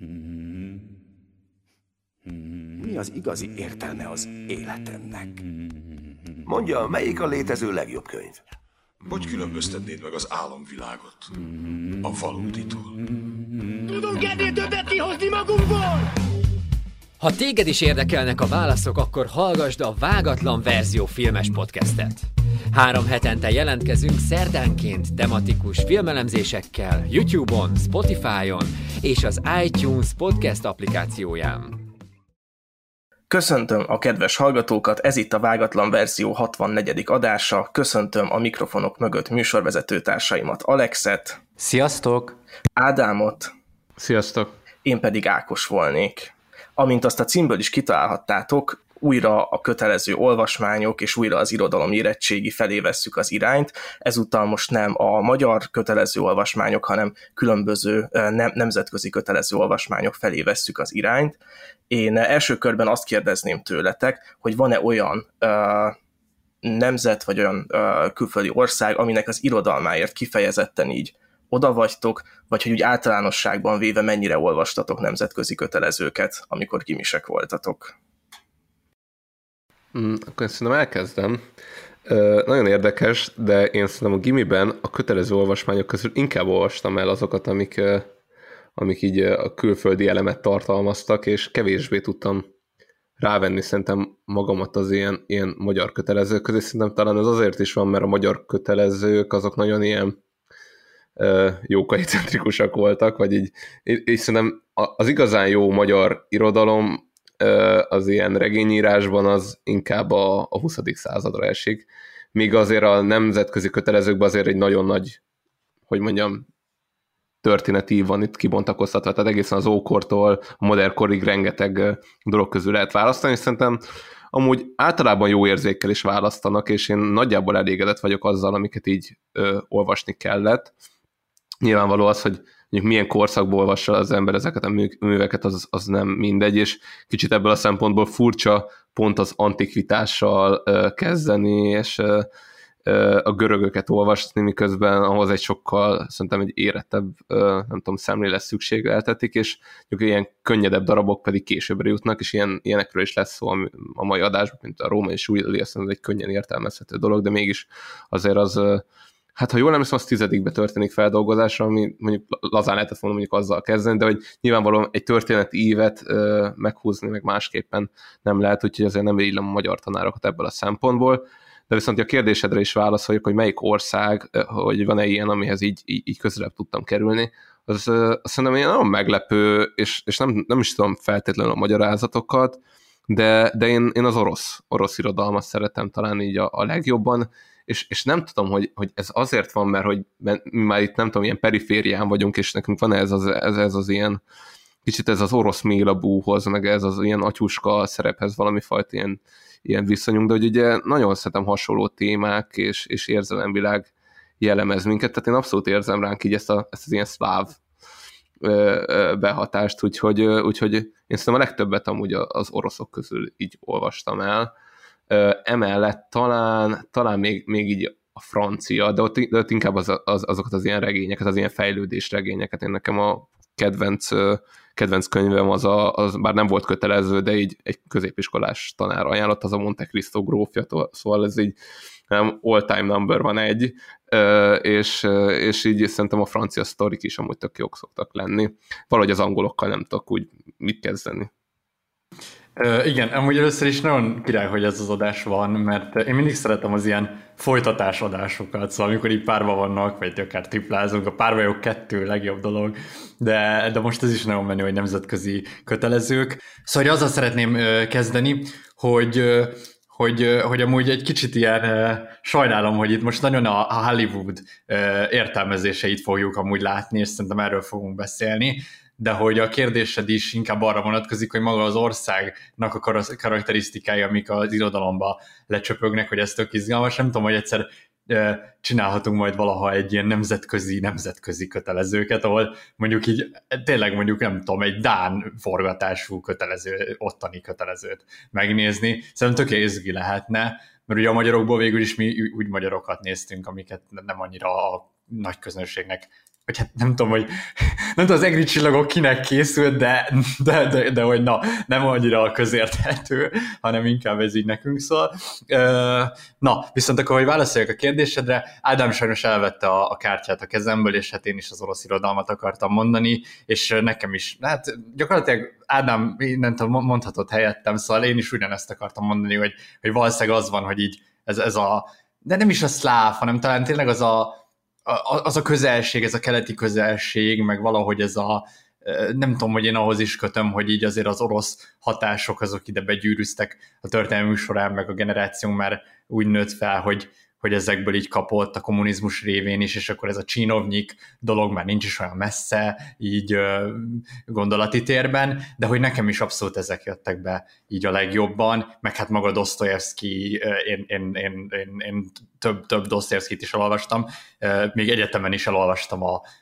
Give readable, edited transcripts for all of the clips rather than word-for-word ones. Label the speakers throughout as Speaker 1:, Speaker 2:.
Speaker 1: Mi az igazi értelme az életemnek?
Speaker 2: Mondja, melyik a létező legjobb könyv?
Speaker 3: Hogy különböztetnéd meg az álomvilágot a valóditól?
Speaker 4: Tudunk ennél többet kihozni magunkból!
Speaker 5: Ha téged is érdekelnek a válaszok, akkor hallgasd a Vágatlan Verzió filmes podcastet. 3 hetente jelentkezünk szerdánként tematikus filmelemzésekkel YouTube-on, Spotify-on és az iTunes podcast applikációján.
Speaker 6: Köszöntöm a kedves hallgatókat, ez itt a Vágatlan Verzió 64. adása. Köszöntöm a mikrofonok mögött műsorvezető társaimat, Alexet.
Speaker 7: Sziasztok!
Speaker 6: Ádámot.
Speaker 8: Sziasztok!
Speaker 6: Én pedig Ákos volnék. Amint azt a címből is kitalálhattátok, újra a kötelező olvasmányok és újra az irodalom érettségi felé vesszük az irányt. Ezúttal most nem a magyar kötelező olvasmányok, hanem különböző nemzetközi kötelező olvasmányok felé vesszük az irányt. Én első körben azt kérdezném tőletek, hogy van-e olyan nemzet vagy olyan külföldi ország, aminek az irodalmáért kifejezetten így oda vagytok, vagy hogy úgy általánosságban véve mennyire olvastatok nemzetközi kötelezőket, amikor gimisek voltatok?
Speaker 8: Akkor szerintem elkezdem. Nagyon érdekes, de én szerintem a gimiben a kötelező olvasmányok közül inkább olvastam el azokat, amik így a külföldi elemet tartalmaztak, és kevésbé tudtam rávenni szerintem magamat az ilyen magyar kötelezők közé. Szerintem talán ez azért is van, mert a magyar kötelezők azok nagyon ilyen jókai-centrikusak voltak, vagy így, és szerintem az igazán jó magyar irodalom az ilyen regényírásban az inkább a 20. századra esik, míg azért a nemzetközi kötelezőkben azért egy nagyon nagy, hogy mondjam, történeti van itt kibontakoztatva, tehát egészen az ókortól a modern korig rengeteg dolog közül lehet választani, és szerintem amúgy általában jó érzékkel is választanak, és én nagyjából elégedett vagyok azzal, amiket így olvasni kellett. Nyilvánvaló az, hogy mondjuk milyen korszakból olvassa az ember ezeket a műveket, az nem mindegy, és kicsit ebből a szempontból furcsa pont az antikvitással kezdeni, és a görögöket olvasni, miközben ahhoz egy sokkal, szerintem egy érettebb, nem tudom, szemlélet szükségeltetik, és ilyen könnyedebb darabok pedig későbbre jutnak, és ilyenekről is lesz szó a mai adásban, mint a Róma és Júlia, szerintem egy könnyen értelmezhető dolog, de mégis azért az, hát ha jól emlékszem, az 10. történik feldolgozásra, ami mondjuk lazán lehetett volna mondjuk azzal kezdeni, de hogy nyilvánvalóan egy történeti ívet meghúzni, meg másképpen nem lehet, úgyhogy azért nem illem a magyar tanárokat ebből a szempontból. De viszont a kérdésedre is válaszoljak, hogy melyik ország, hogy van-e ilyen, amihez így közelebb tudtam kerülni, az szerintem ilyen nagyon meglepő, és nem is tudom feltétlenül a magyarázatokat, de én az orosz irodalmat szeretem talán így a legjobban, és nem tudom, hogy ez azért van, mert hogy mi már itt nem tudom, ilyen periférián vagyunk, és nekünk van ez az ilyen, kicsit ez az orosz mélabúhoz, meg ez az ilyen atyuska szerephez valami fajta ilyen viszonyunk, de hogy ugye nagyon szeretem hasonló témák és érzelemvilág jellemez minket, tehát én abszolút érzem ránk így ezt az ilyen szláv behatást, úgyhogy én szerintem a legtöbbet amúgy az oroszok közül így olvastam el. Emellett talán még így a francia, de ott inkább azokat az ilyen regényeket, az ilyen fejlődés regényeket. Én nekem a kedvenc könyvem az bár nem volt kötelező, de így egy középiskolás tanár ajánlott, az a Monte Cristo grófja, szóval ez így all-time number van egy, és így szerintem a francia sztorik is amúgy tök jók szoktak lenni. Valahogy az angolokkal nem tudok úgy mit kezdeni.
Speaker 7: Igen, amúgy először is nagyon király, hogy ez az adás van, mert én mindig szeretem az ilyen folytatás adásokat, szóval amikor így párba vannak, vagy akár triplázunk, a párba jó 2 legjobb dolog, de most ez is nagyon menő, hogy nemzetközi kötelezők. Szóval azzal szeretném kezdeni, hogy amúgy egy kicsit ilyen sajnálom, hogy itt most nagyon a Hollywood értelmezéseit fogjuk amúgy látni, és szerintem erről fogunk beszélni, de hogy a kérdésed is inkább arra vonatkozik, hogy maga az országnak a karakterisztikái, amik az irodalomba lecsöpögnek, hogy ez tök izgalmas. Nem tudom, hogy egyszer csinálhatunk majd valaha egy ilyen nemzetközi kötelezőket, ahol mondjuk így tényleg mondjuk nem tudom, egy dán forgatású kötelező, ottani kötelezőt megnézni. Szerintem tök izgi lehetne, mert ugye a magyarokból végül is mi úgy magyarokat néztünk, amiket nem annyira a nagy közönségnek vagy hát nem tudom, az egri csillagok kinek készült, de hogy na, nem annyira a közérthető, hanem inkább ez így nekünk szól. Na, viszont akkor, hogy válaszoljak a kérdésedre, Ádám sajnos elvette a kártyát a kezemből, és hát én is az orosz irodalmat akartam mondani, és nekem is, hát gyakorlatilag Ádám innentől mondhatott helyettem, szóval én is ugyanezt akartam mondani, hogy valószínűleg az van, hogy így ez a, de nem is a szláv, hanem talán tényleg az a közelség, ez a keleti közelség, meg valahogy ez a, nem tudom, hogy én ahhoz is kötöm, hogy így azért az orosz hatások azok ide begyűrűztek a történelmünk során, meg a generációnk már úgy nőtt fel, hogy ezekből így kapott a kommunizmus révén is, és akkor ez a csinovnyik dolog már nincs is olyan messze, így gondolati térben, de hogy nekem is abszolút ezek jöttek be így a legjobban, meg hát maga Dosztojevszky, én több Dosztojevszkyt is elolvastam, még egyetemen is elolvastam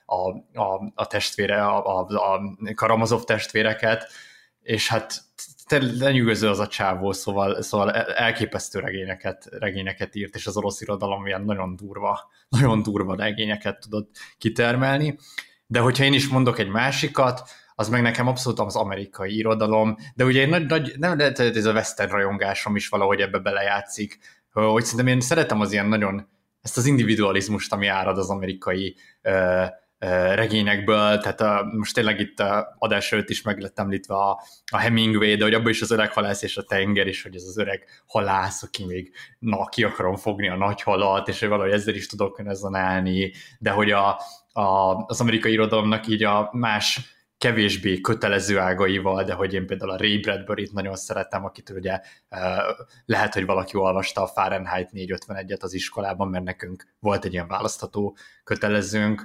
Speaker 7: a testvére, a Karamazov testvéreket, és hát lenyűgöző az a csávó, szóval elképesztő regényeket írt, és az orosz irodalom ilyen nagyon durva regényeket tudott kitermelni. De hogyha én is mondok egy másikat, az meg nekem abszolút az amerikai irodalom, de ugye nem lehet, hogy ez a western rajongásom is valahogy ebbe belejátszik, hogy szerintem én szeretem az ilyen nagyon, ezt az individualizmust, ami árad az amerikai regényekből, tehát most tényleg itt a adás előtt is meg lett említve a Hemingway, de hogy abban is az öreg halász és a tenger is, hogy ez az öreg halász, aki még ki akarom fogni a nagy halat, és hogy valahogy ezzel is tudok rezonálni, de hogy az amerikai irodalomnak így a más kevésbé kötelező ágaival, de hogy én például a Ray Bradbury-t nagyon szeretem, akitől ugye lehet, hogy valaki olvasta a Fahrenheit 451-et az iskolában, mert nekünk volt egy ilyen választható kötelezőnk,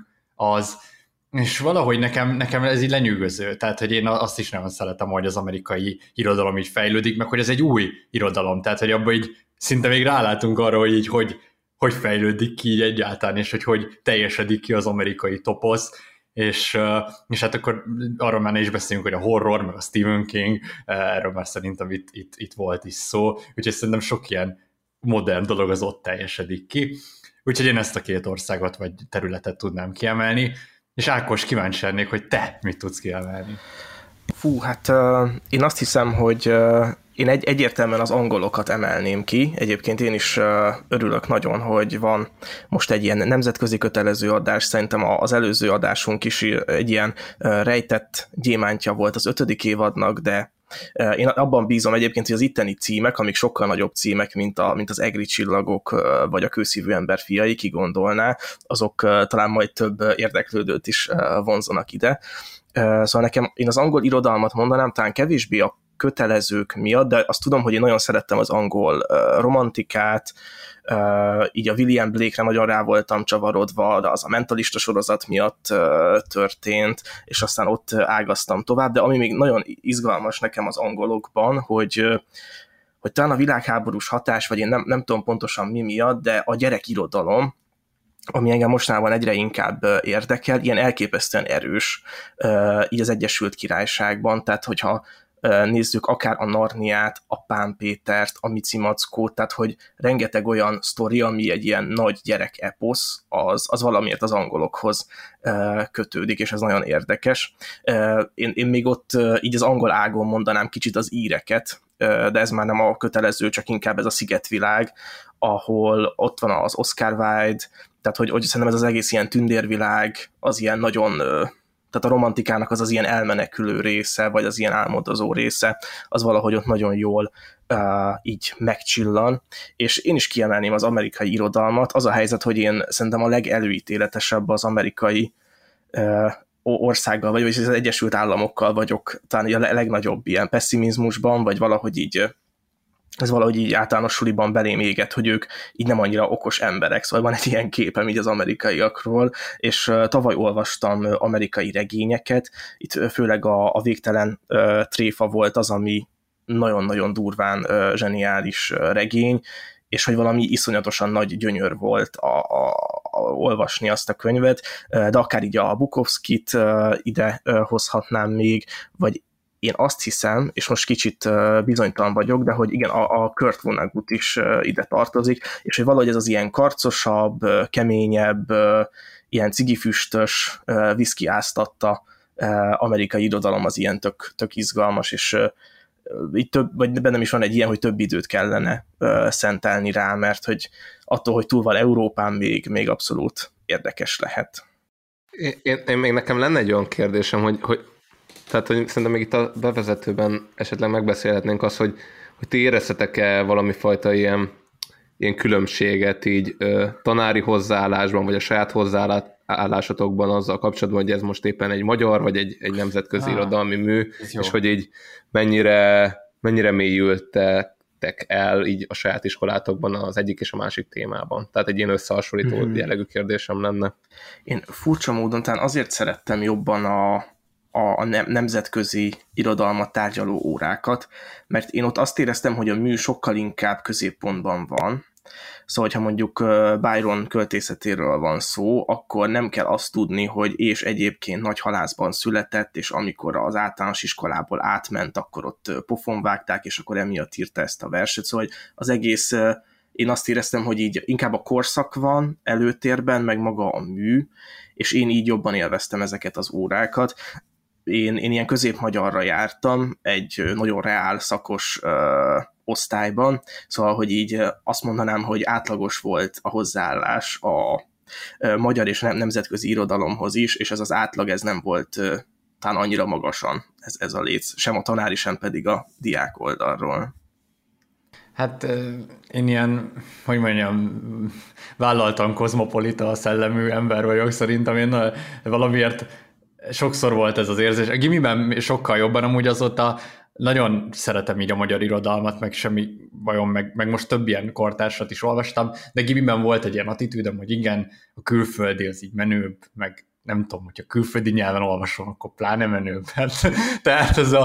Speaker 7: és valahogy nekem ez így lenyűgöző, tehát hogy én azt is nagyon szeretem, hogy az amerikai irodalom így fejlődik, meg hogy ez egy új irodalom, tehát hogy abban így szinte még rálátunk arra, hogy így hogy fejlődik ki így egyáltalán, és hogy teljesedik ki az amerikai toposz, és hát akkor arról már ne is beszélünk, hogy a horror, meg a Stephen King, erről már szerintem itt volt is szó, úgyhogy szerintem sok ilyen modern dolog az ott teljesedik ki. Úgyhogy én ezt a két országot vagy területet tudnám kiemelni, és Ákos, kíváncsi lennék, hogy te mit tudsz kiemelni.
Speaker 6: Fú, hát én azt hiszem, hogy én egyértelműen az angolokat emelném ki. Egyébként én is örülök nagyon, hogy van most egy ilyen nemzetközi kötelező adás. Szerintem az előző adásunk is egy ilyen rejtett gyémántja volt az 5. évadnak, de én abban bízom egyébként, hogy az itteni címek, amik sokkal nagyobb címek, mint az egri csillagok, vagy a kőszívű ember fiai, ki gondolná, azok talán majd több érdeklődőt is vonzanak ide. Szóval nekem, én az angol irodalmat mondanám, talán kevésbé a kötelezők miatt, de azt tudom, hogy én nagyon szerettem az angol romantikát, így a William Blake-re nagyon rá voltam csavarodva, de az a Mentalista sorozat miatt történt, és aztán ott ágaztam tovább, de ami még nagyon izgalmas nekem az angolokban, hogy talán a világháborús hatás, vagy én nem tudom pontosan mi miatt, de a gyerekirodalom, ami engem mostanában egyre inkább érdekel, ilyen elképesztően erős így az Egyesült Királyságban, tehát hogyha nézzük akár a Narniát, a Pán Pétert, a Mici Mackót, tehát hogy rengeteg olyan sztori, ami egy ilyen nagy gyerek eposz, az valamiért az angolokhoz kötődik, és ez nagyon érdekes. Én még ott így az angol ágon mondanám kicsit az íreket, de ez már nem a kötelező, csak inkább ez a szigetvilág, ahol ott van az Oscar Wilde, tehát hogy szerintem ez az egész ilyen tündérvilág, az ilyen nagyon... Tehát a romantikának az ilyen elmenekülő része, vagy az ilyen álmodozó része, az valahogy ott nagyon jól így megcsillan. És én is kiemelném az amerikai irodalmat. Az a helyzet, hogy én szerintem a legelőítéletesebb az amerikai országgal, vagy az Egyesült Államokkal vagyok talán a legnagyobb ilyen pessimizmusban, vagy valahogy így ez valahogy így általános suliban belém éget, hogy ők így nem annyira okos emberek, szóval van egy ilyen képem így az amerikaiakról, és tavaly olvastam amerikai regényeket, itt főleg a Végtelen tréfa volt az, ami nagyon-nagyon durván zseniális regény, és hogy valami iszonyatosan nagy gyönyör volt olvasni azt a könyvet, de akár így a Bukowskit ide hozhatnám még, vagy én azt hiszem, és most kicsit bizonytalan vagyok, de hogy igen, a Kurt Vonnegut is ide tartozik, és hogy valahogy ez az ilyen karcosabb, keményebb, ilyen cigifüstös, viszki áztatta amerikai irodalom az ilyen tök izgalmas, és így vagy bennem is van egy ilyen, hogy több időt kellene szentelni rá, mert hogy attól, hogy túl van Európán, még abszolút érdekes lehet.
Speaker 8: Én még nekem lenne egy olyan kérdésem, hogy szerintem még itt a bevezetőben esetleg megbeszélhetnénk azt, hogy ti éreztetek-e valami fajta ilyen különbséget így tanári hozzáállásban, vagy a saját hozzáállásotokban azzal kapcsolatban, hogy ez most éppen egy magyar, vagy egy nemzetközi irodalmi mű, és hogy így mennyire mélyültetek el így a saját iskolátokban az egyik és a másik témában. Tehát egy ilyen összehasonlító jellegű kérdésem lenne.
Speaker 6: Én furcsa módon talán azért szerettem jobban a nemzetközi irodalmat tárgyaló órákat, mert én ott azt éreztem, hogy a mű sokkal inkább középpontban van. Szóval, ha mondjuk Byron költészetéről van szó, akkor nem kell azt tudni, hogy és egyébként Nagyhalászban született, és amikor az általános iskolából átment, akkor ott pofon vágták, és akkor emiatt írta ezt a verset. Szóval hogy az egész, én azt éreztem, hogy így inkább a korszak van előtérben, meg maga a mű, és én így jobban élveztem ezeket az órákat. Én ilyen középmagyarra jártam, egy nagyon reál szakos osztályban, szóval, hogy így azt mondanám, hogy átlagos volt a hozzáállás a magyar és nemzetközi irodalomhoz is, és ez az átlag, ez nem volt talán annyira magasan ez a léc, sem a tanári, sem pedig a diák oldalról.
Speaker 7: Hát én ilyen, hogy mondjam, vállaltan kozmopolita szellemű ember vagyok szerintem, én valamiért sokszor volt ez az érzés. A gimiben sokkal jobban, amúgy azóta nagyon szeretem így a magyar irodalmat, meg semmi bajom, meg most több ilyen kortársat is olvastam, de gimiben volt egy ilyen attitűdöm, hogy igen, a külföldi az így menőbb, meg nem tudom, hogyha külföldi nyelven olvasom, akkor pláne menőbb. Tehát ez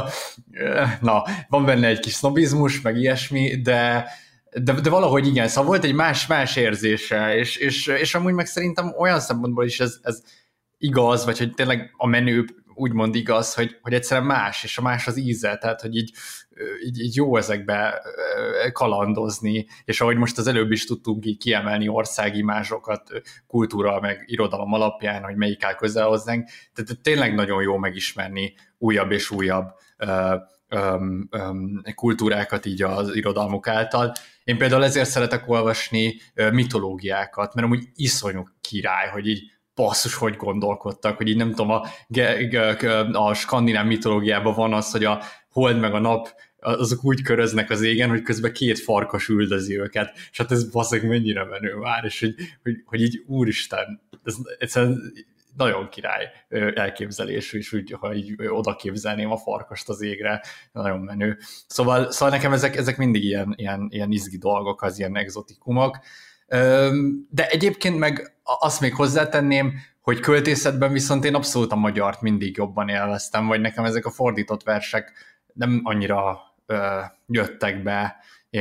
Speaker 7: van benne egy kis sznobizmus, meg ilyesmi, de valahogy igen, szóval volt egy más érzése, és amúgy meg szerintem olyan szempontból is ez igaz, vagy hogy tényleg a menőbb úgymond igaz, hogy egyszerűen más, és a más az íze, tehát hogy így jó ezekbe kalandozni, és ahogy most az előbb is tudtunk így kiemelni országimázsokat, kultúra meg irodalom alapján, hogy melyik áll közel hozzánk, tehát tényleg nagyon jó megismerni újabb és újabb kultúrákat így az irodalmuk által. Én például ezért szeretek olvasni mitológiákat, mert amúgy iszonyú király, hogy így basszus, hogy gondolkodtak, hogy így nem tudom, a skandináv mitológiában van az, hogy a hold meg a nap azok úgy köröznek az égen, hogy közben két farkas üldözi őket, és hát ez basszeg mennyire menő már, és hogy így úristen, ez egyszerűen nagyon király elképzelésű, és úgy, ha így oda képzelném a farkast az égre, nagyon menő. Szóval nekem ezek mindig ilyen izgi dolgok, az ilyen exotikumok. De egyébként meg azt még hozzátenném, hogy költészetben viszont én abszolút a magyart mindig jobban élveztem, vagy nekem ezek a fordított versek nem annyira jöttek be.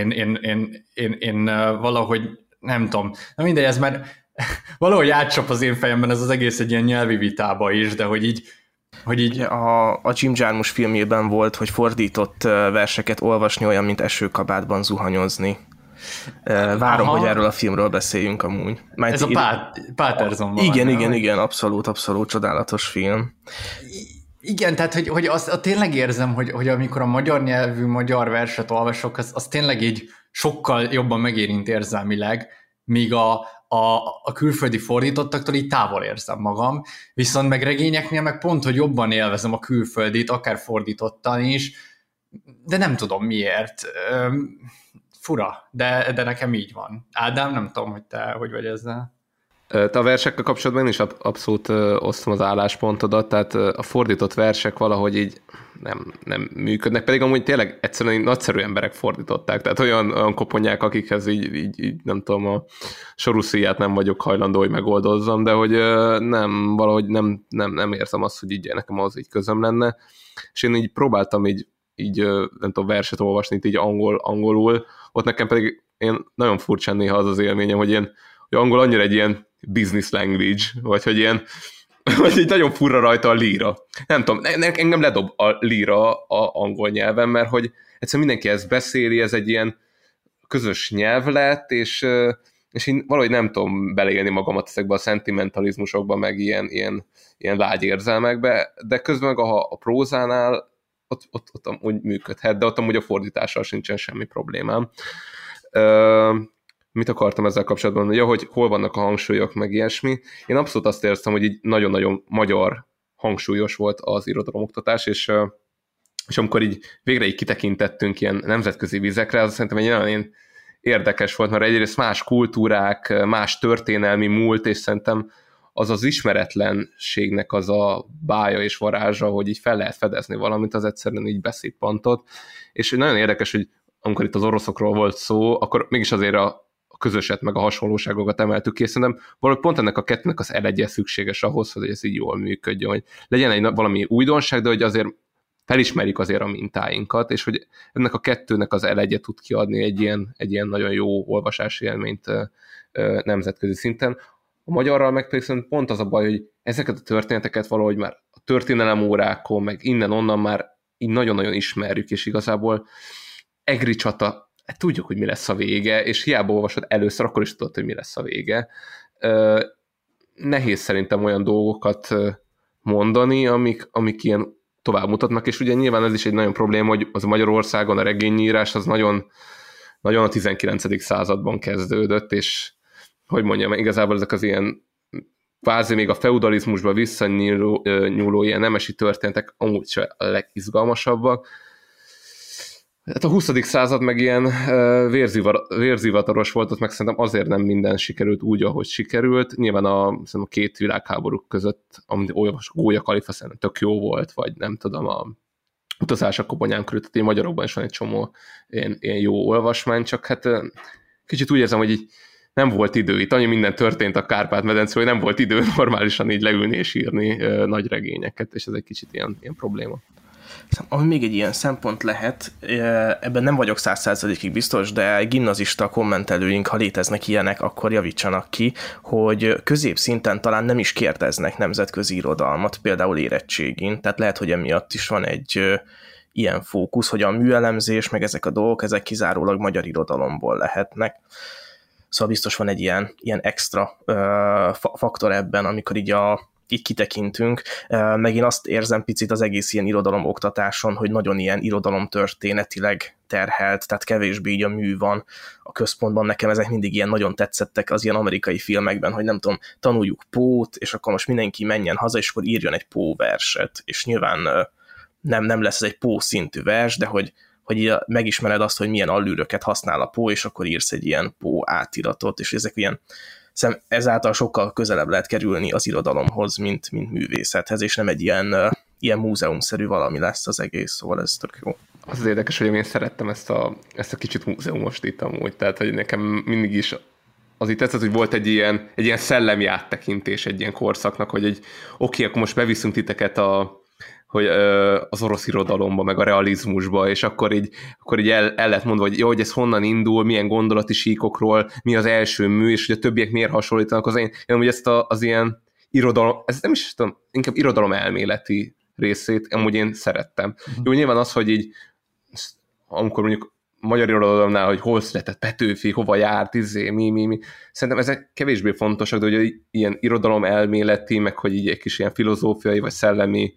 Speaker 7: Én valahogy nem tudom, na mindegy, ez már valahogy átcsap az én fejemben ez az egész egy ilyen nyelvi vitába is, de hogy így
Speaker 6: a Jim Jarmusch filmjében volt, hogy fordított verseket olvasni olyan, mint esőkabátban zuhanyozni. Várom, hogy erről a filmről beszéljünk amúgy.
Speaker 7: Ez a Patterson van.
Speaker 6: Igen, abszolút csodálatos film.
Speaker 7: Igen, tehát hogy azt tényleg érzem, hogy amikor a magyar nyelvű magyar verset olvasok, az tényleg így sokkal jobban megérint érzelmileg, míg a külföldi fordítottaktól így távol érzem magam, viszont meg regényeknél meg pont, hogy jobban élvezem a külföldit, akár fordítottan is, de nem tudom miért. Fura, de nekem így van. Ádám, nem tudom, hogy te hogy vagy ezzel.
Speaker 8: Te a versekkel kapcsolatban én is abszolút osztom az álláspontodat, tehát a fordított versek valahogy így nem működnek, pedig amúgy tényleg egyszerűen nagyszerű emberek fordították, tehát olyan koponyák, akikhez így nem tudom, a sorúszíját nem vagyok hajlandó, hogy megoldozzam, de hogy valahogy nem érzem azt, hogy így nekem az így közöm lenne, és én így próbáltam így nem tudom, verset olvasni, így angolul, ott nekem pedig én nagyon furcsán néha az élményem, hogy angol annyira egy ilyen business language, vagy hogy így nagyon furra rajta a líra. Nem tudom, engem ledob a líra a angol nyelven, mert hogy egyszerűen mindenki ezt beszéli, ez egy ilyen közös nyelv lett, és és én valahogy nem tudom beleélni magamat ezekbe a szentimentalizmusokba, meg ilyen lágy érzelmekbe, de közben meg a prózánál ott amúgy működhet, de ott amúgy a fordítással sincsen semmi problémám. Mit akartam ezzel kapcsolatban? Ja, hogy hol vannak a hangsúlyok, meg ilyesmi. Én abszolút azt éreztem, hogy így nagyon-nagyon magyar hangsúlyos volt az irodalomoktatás, és amikor így végre így kitekintettünk ilyen nemzetközi vizekre, az szerintem egy nagyon érdekes volt, mert egyrészt más kultúrák, más történelmi múlt, és szerintem az ismeretlenségnek az a bája és varázsa, hogy így fel lehet fedezni valamit, az egyszerűen így beszippantott. És nagyon érdekes, hogy amikor itt az oroszokról volt szó, akkor mégis azért a közöset, meg a hasonlóságokat emeltük ki, és szerintem valahogy pont ennek a kettőnek az elegye szükséges ahhoz, hogy ez így jól működjön, hogy legyen valami újdonság, de hogy azért felismerjük azért a mintáinkat, és hogy ennek a kettőnek az elegye tud kiadni egy ilyen nagyon jó olvasási élményt nemzetközi szinten. A magyarral meg pedig pont az a baj, hogy ezeket a történeteket valahogy már a történelem órákon, meg innen-onnan már így nagyon-nagyon ismerjük, és igazából egri csata, tudjuk, hogy mi lesz a vége, és hiába olvasod először, akkor is tudod, hogy mi lesz a vége. Nehéz szerintem olyan dolgokat mondani, amik ilyen tovább mutatnak, és ugye nyilván ez is egy nagyon probléma, hogy az Magyarországon a regényírás az nagyon, nagyon a 19. században kezdődött, és hogy mondjam, igazából ezek az ilyen kvázi még a feudalizmusba visszanyúló ilyen nemesi történetek amúgy sem a legizgalmasabbak. Hát a 20. század meg ilyen vérzivataros volt, ott meg szerintem azért nem minden sikerült úgy, ahogy sikerült. Nyilván a két világháborúk között, amit Gólya Kalifa szerintem tök jó volt, vagy nem tudom, a utazás a Kobonyán körül, tehát magyarokban is van egy csomó ilyen jó olvasmány, csak hát kicsit úgy érzem, hogy így nem volt idő. Itt annyi minden történt a Kárpát-medencén, hogy nem volt idő normálisan így leülni és írni nagy regényeket, és ez egy kicsit ilyen probléma.
Speaker 6: Ami még egy ilyen szempont lehet, ebben nem vagyok 100%-ig biztos, de gimnazista kommentelőink, ha léteznek ilyenek, akkor javítsanak ki, hogy középszinten talán nem is kérdeznek nemzetközi irodalmat, például érettségin, tehát lehet, hogy emiatt is van egy ilyen fókusz, hogy a műelemzés, meg ezek a dolgok, ezek kizárólag magyar irodalomból lehetnek. Szóval biztos van egy ilyen extra faktor ebben, amikor így kitekintünk, meg én azt érzem picit az egész ilyen irodalom oktatáson, hogy nagyon ilyen irodalomtörténetileg terhelt, tehát kevésbé így a mű van a központban. Nekem ezek mindig ilyen nagyon tetszettek az ilyen amerikai filmekben, hogy nem tudom, tanuljuk Pót, és akkor most mindenki menjen haza, és akkor írjon egy Pó verset, és nyilván nem lesz ez egy Pó szintű vers, de hogy megismered azt, hogy milyen allűröket használ a Pó, és akkor írsz egy ilyen Pó átiratot, és ezek ilyen ezáltal sokkal közelebb lehet kerülni az irodalomhoz, mint művészethez, és nem egy ilyen múzeumszerű valami lesz az egész, szóval ez tök jó.
Speaker 8: Az érdekes, hogy én szerettem ezt a kicsit múzeumost itt amúgy, tehát hogy nekem mindig is az itt tetszett, hogy volt egy ilyen szellemi áttekintés egy ilyen korszaknak, hogy oké, akkor most beviszünk titeket hogy az orosz irodalomba, meg a realizmusba, és akkor így el lett mondva, hogy jó, hogy ez honnan indul, milyen gondolati síkokról, mi az első mű, és hogy a többiek miért hasonlítanak az én hogy ezt az ilyen irodalom, ez nem is tudom, inkább irodalom elméleti részét, amúgy én szerettem. Jó, nyilván az, hogy így, amikor mondjuk magyar irodalomnál, hogy hol született Petőfi, hova járt, mi. Szerintem ezek kevésbé fontosak, de hogy ilyen irodalom elméleti, meg hogy így egy kis ilyen filozófiai, vagy szellemi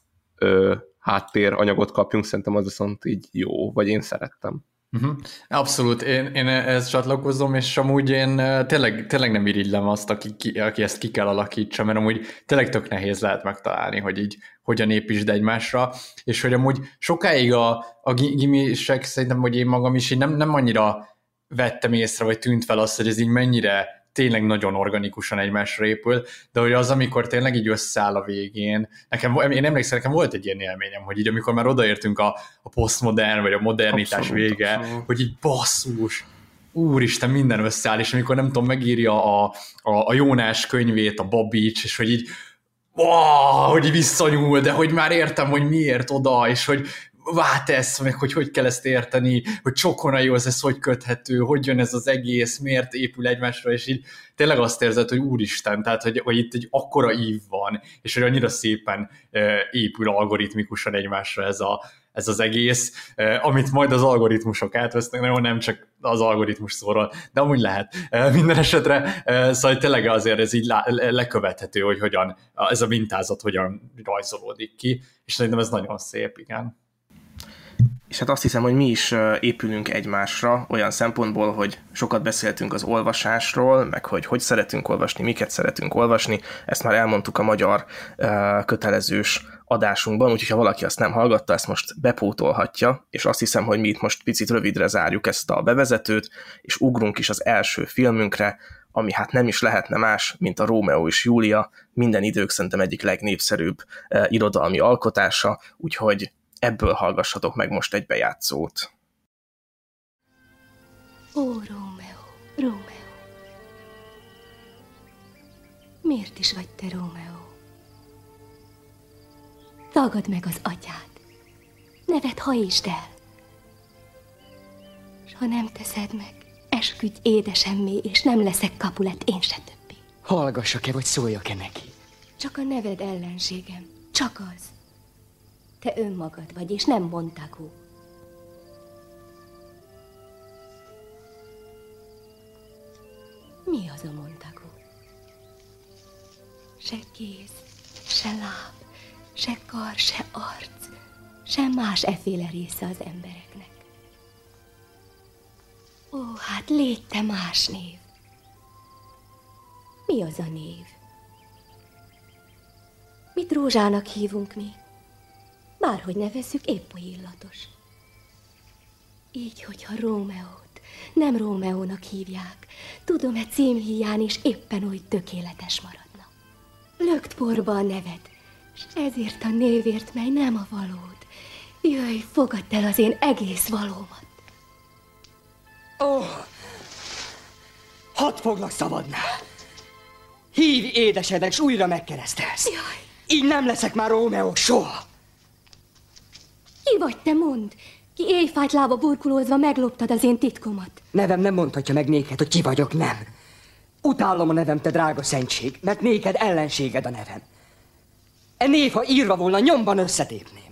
Speaker 8: háttéranyagot kapjunk, szerintem az viszont így jó, vagy én szerettem.
Speaker 7: Abszolút, én ezt csatlakozom, és amúgy én tényleg nem irigylem azt, aki ezt ki kell alakítsa, mert amúgy tényleg tök nehéz lehet megtalálni, hogy így hogyan építsd egymásra, és hogy amúgy sokáig a gimisek, szerintem, hogy én magam is így nem annyira vettem észre, vagy tűnt fel azt, hogy ez így mennyire tényleg nagyon organikusan egymásra épül, de hogy az, amikor tényleg így összeáll a végén, én emlékszem, nekem volt egy ilyen élményem, hogy így amikor már odaértünk a posztmodern, vagy a modernitás vége, hogy így basszus, úristen, minden összeáll, és amikor nem tudom, megírja a Jónás könyvét, a Babics, és hogy így hogy így visszanyúl, de hogy már értem, hogy miért oda, és hogy vátesz, meg hogy kell ezt érteni, hogy Csokonaihoz ez hogy köthető, hogy jön ez az egész, miért épül egymásra, és így tényleg azt érzed, hogy úristen, tehát hogy itt egy akkora ív van, és hogy annyira szépen épül algoritmikusan egymásra ez az egész, amit majd az algoritmusok átvesznek, nem csak az algoritmus szóról, de amúgy lehet. Minden esetre, szóval tényleg azért ez így lekövethető, hogy hogyan ez a mintázat hogyan rajzolódik ki, és szerintem ez nagyon szép, igen.
Speaker 6: És hát azt hiszem, hogy mi is épülünk egymásra olyan szempontból, hogy sokat beszéltünk az olvasásról, meg hogy szeretünk olvasni, miket szeretünk olvasni, ezt már elmondtuk a magyar kötelezős adásunkban, úgyhogy ha valaki azt nem hallgatta, ezt most bepótolhatja, és azt hiszem, hogy mi itt most picit rövidre zárjuk ezt a bevezetőt, és ugrunk is az első filmünkre, ami hát nem is lehetne más, mint a Rómeó és Júlia, minden idők szerintem egyik legnépszerűbb irodalmi alkotása, úgyhogy ebből hallgassatok meg most egy bejátszót.
Speaker 9: Ó, Rómeó, Rómeó, miért is vagy te Rómeó? Tagadd meg az atyád, neved hajtsd el, s ha nem teszed meg, esküdj édesemmé, és nem leszek Capulet, én se többé.
Speaker 5: Hallgassak-e, vagy szóljak-e neki?
Speaker 9: Csak a neved ellenségem, csak az. Te önmagad vagy, és nem Montagu. Mi az a Montagu? Se kéz, se láb, se kar, se arc, se más efféle része az embereknek. Ó, hát légy te más név. Mi az a név? Mit rózsának hívunk mi? Bárhogy nevezzük, épp oly illatos. Így, hogyha Rómeót nem Rómeónak hívják, tudom-e cím híján is éppen oly tökéletes maradna. Lökt porba a neved, s ezért a névért, mely nem a valód. Jöjj, fogadd el az én egész valómat.
Speaker 5: Ó, hadd foglak szabadná. Hívj édesedet, s újra megkeresztelsz.
Speaker 9: Jaj.
Speaker 5: Így nem leszek már Rómeó soha.
Speaker 9: Ki vagy te, mondd? Ki éjfájtlába burkolózva megloptad az én titkomat.
Speaker 5: Nevem nem mondhatja meg néked, hogy ki vagyok, nem. Utálom a nevem, te drága szentség, mert néked ellenséged a nevem. E név, ha írva volna, nyomban összetépném.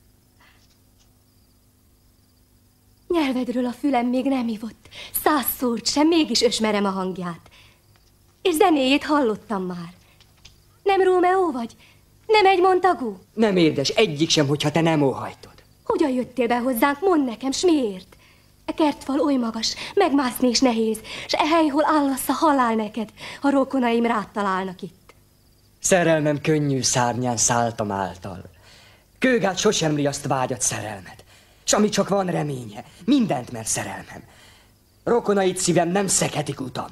Speaker 9: Nyelvedről a fülem még nem ivott, 100 szót sem, mégis ösmerem a hangját. És zenéjét hallottam már. Nem Rómeó vagy? Nem egy Montagu?
Speaker 5: Nem érdes egyik sem, hogyha te nem óhajtod.
Speaker 9: Hogyan jöttél be hozzánk, mondd nekem, s miért? E kertfal oly magas, megmászni is nehéz, s e hely, hol állasz a halál neked, ha rokonaim rád találnak itt.
Speaker 5: Szerelmem könnyű szárnyán szálltam által. Kőgát sosem riaszt vágyat szerelmed, s ami csak van reménye, mindent mer szerelmem. Rokonait szívem nem szekhetik utam.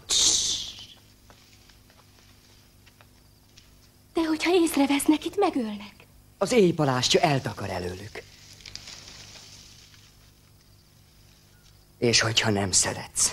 Speaker 9: De hogyha észrevesznek, itt megölnek.
Speaker 5: Az éjpalástja eltakar előlük. És hogyha nem szeretsz,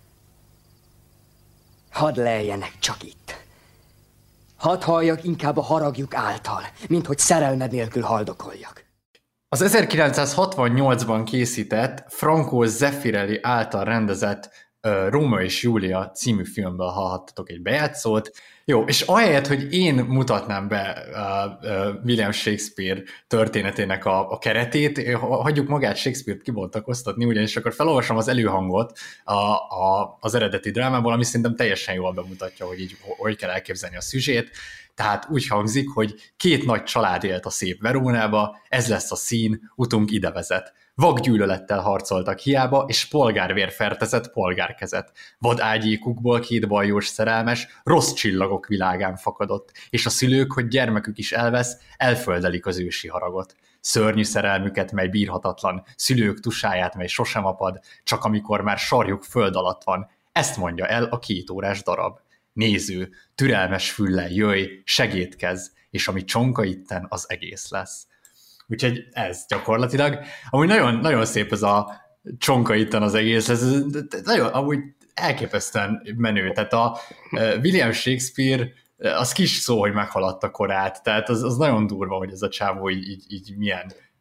Speaker 5: hadd leljenek csak itt. Hadd halljak inkább a haragjuk által, mint hogy szerelmed nélkül haldokoljak.
Speaker 7: Az 1968-ban készített Franco Zeffirelli által rendezett Rómeó és Júlia című filmből hallhattatok egy bejátszót. Jó, és ahelyett, hogy én mutatnám be William Shakespeare történetének a keretét, hagyjuk magát Shakespeare-t kibontakoztatni, ugyanis akkor felolvasom az előhangot az eredeti drámából, ami szerintem teljesen jól bemutatja, hogy így hogy kell elképzelni a szüzsét. Tehát úgy hangzik, hogy 2 nagy család élt a szép Verónába, ez lesz a szín, utunk ide vezet. Vakgyűlölettel harcoltak hiába, és polgárvér fertezett polgárkezet. Vad ágyékukból 2 baljós szerelmes, rossz csillagok világán fakadott, és a szülők, hogy gyermekük is elvesz, elföldelik az ősi haragot. Szörnyű szerelmüket, mely bírhatatlan, szülők tusáját, mely sosem apad, csak amikor már sarjuk föld alatt van. Ezt mondja el a 2 órás darab. Néző, türelmes füllel jöjj, segédkezz, és ami csonka itten, az egész lesz. Úgyhogy ez gyakorlatilag. Amúgy nagyon, nagyon szép ez a csonka itten az egész, ez nagyon, amúgy elképesztően menő. Tehát a William Shakespeare, az kis szó, hogy meghaladta korát, tehát az nagyon durva, hogy ez a csávó így milyen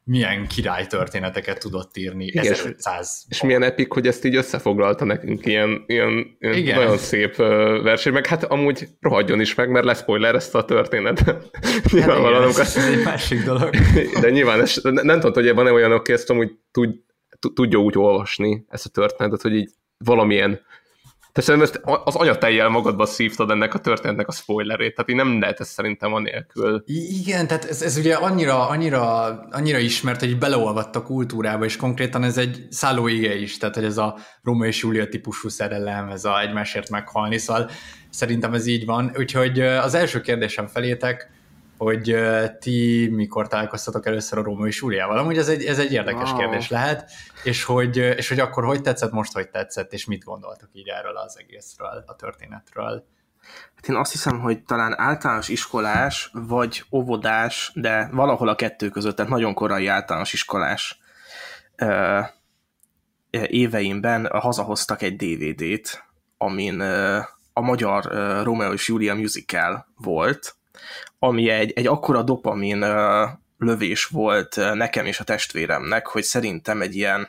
Speaker 7: milyen király történeteket tudott írni.
Speaker 8: Igen,
Speaker 7: 1500.
Speaker 8: És milyen epik, hogy ezt így összefoglalta nekünk ilyen nagyon szép verseny, meg hát amúgy rohadjon is meg, mert leszpoilerezte a történetet.
Speaker 7: Nyilvánvalóan ez egy másik dolog.
Speaker 8: De nyilván nem tudom, hogy van-e olyan, aki ezt amúgy tudja úgy olvasni ezt a történetet, hogy így valamilyen. Te szerintem ezt az anyatejjel magadba szívtad ennek a történetnek a spoilerét, tehát így nem lehet ezt szerintem anélkül.
Speaker 7: Igen, tehát ez ugye annyira ismert, hogy beleolvadt a kultúrába, és konkrétan ez egy szállóige is, tehát hogy ez a Rómeó és Júlia típusú szerelem, ez a egymásért meghalni, szóval szerintem ez így van. Úgyhogy az első kérdésem felétek, hogy ti mikor találkoztatok először a Rómeó és Júliával? Amúgy ez egy érdekes kérdés lehet, és hogy akkor hogy tetszett, most hogy tetszett, és mit gondoltok így erről az egészről, a történetről?
Speaker 6: Hát én azt hiszem, hogy talán általános iskolás, vagy óvodás, de valahol a kettő között, tehát nagyon korai általános iskolás éveimben hazahoztak egy DVD-t, amin a magyar Rómeó és Júlia musical volt, ami egy akkora dopamin lövés volt nekem és a testvéremnek, hogy szerintem egy ilyen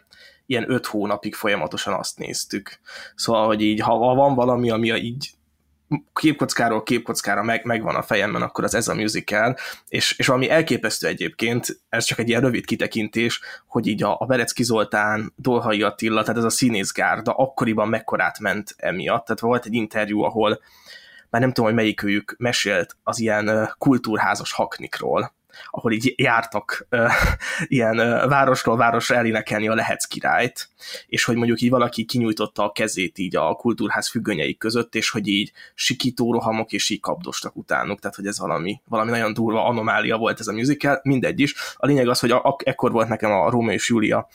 Speaker 6: 5 hónapig folyamatosan azt néztük. Szóval, hogy így, ha van valami, ami így képkockáról képkockára megvan a fejemben, akkor ez a musical, és valami elképesztő egyébként, ez csak egy ilyen rövid kitekintés, hogy így a Berecki Zoltán, Dolhai Attila, tehát ez a színészgárda akkoriban mekkorát ment emiatt. Tehát volt egy interjú, ahol már nem tudom, hogy melyikőjük mesélt az ilyen kultúrházas haknikról, ahol így jártak ilyen városról városra elénekelni a Lehec királyt, és hogy mondjuk így valaki kinyújtotta a kezét így a kultúrház függönyeik között, és hogy így sikító rohamok, és így kapdostak utánuk, tehát hogy ez valami nagyon durva anomália volt ez a musical, mindegy is. A lényeg az, hogy ekkor volt nekem a Rómeó és Júlia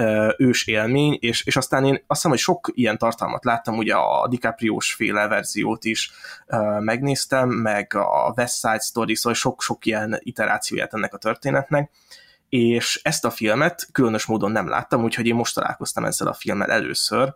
Speaker 6: ős élmény, és aztán én azt hiszem, hogy sok ilyen tartalmat láttam, ugye a DiCaprio-s féle verziót is megnéztem, meg a West Side Story, szóval sok ilyen iterációját ennek a történetnek, és ezt a filmet különös módon nem láttam, úgyhogy én most találkoztam ezzel a filmmel először,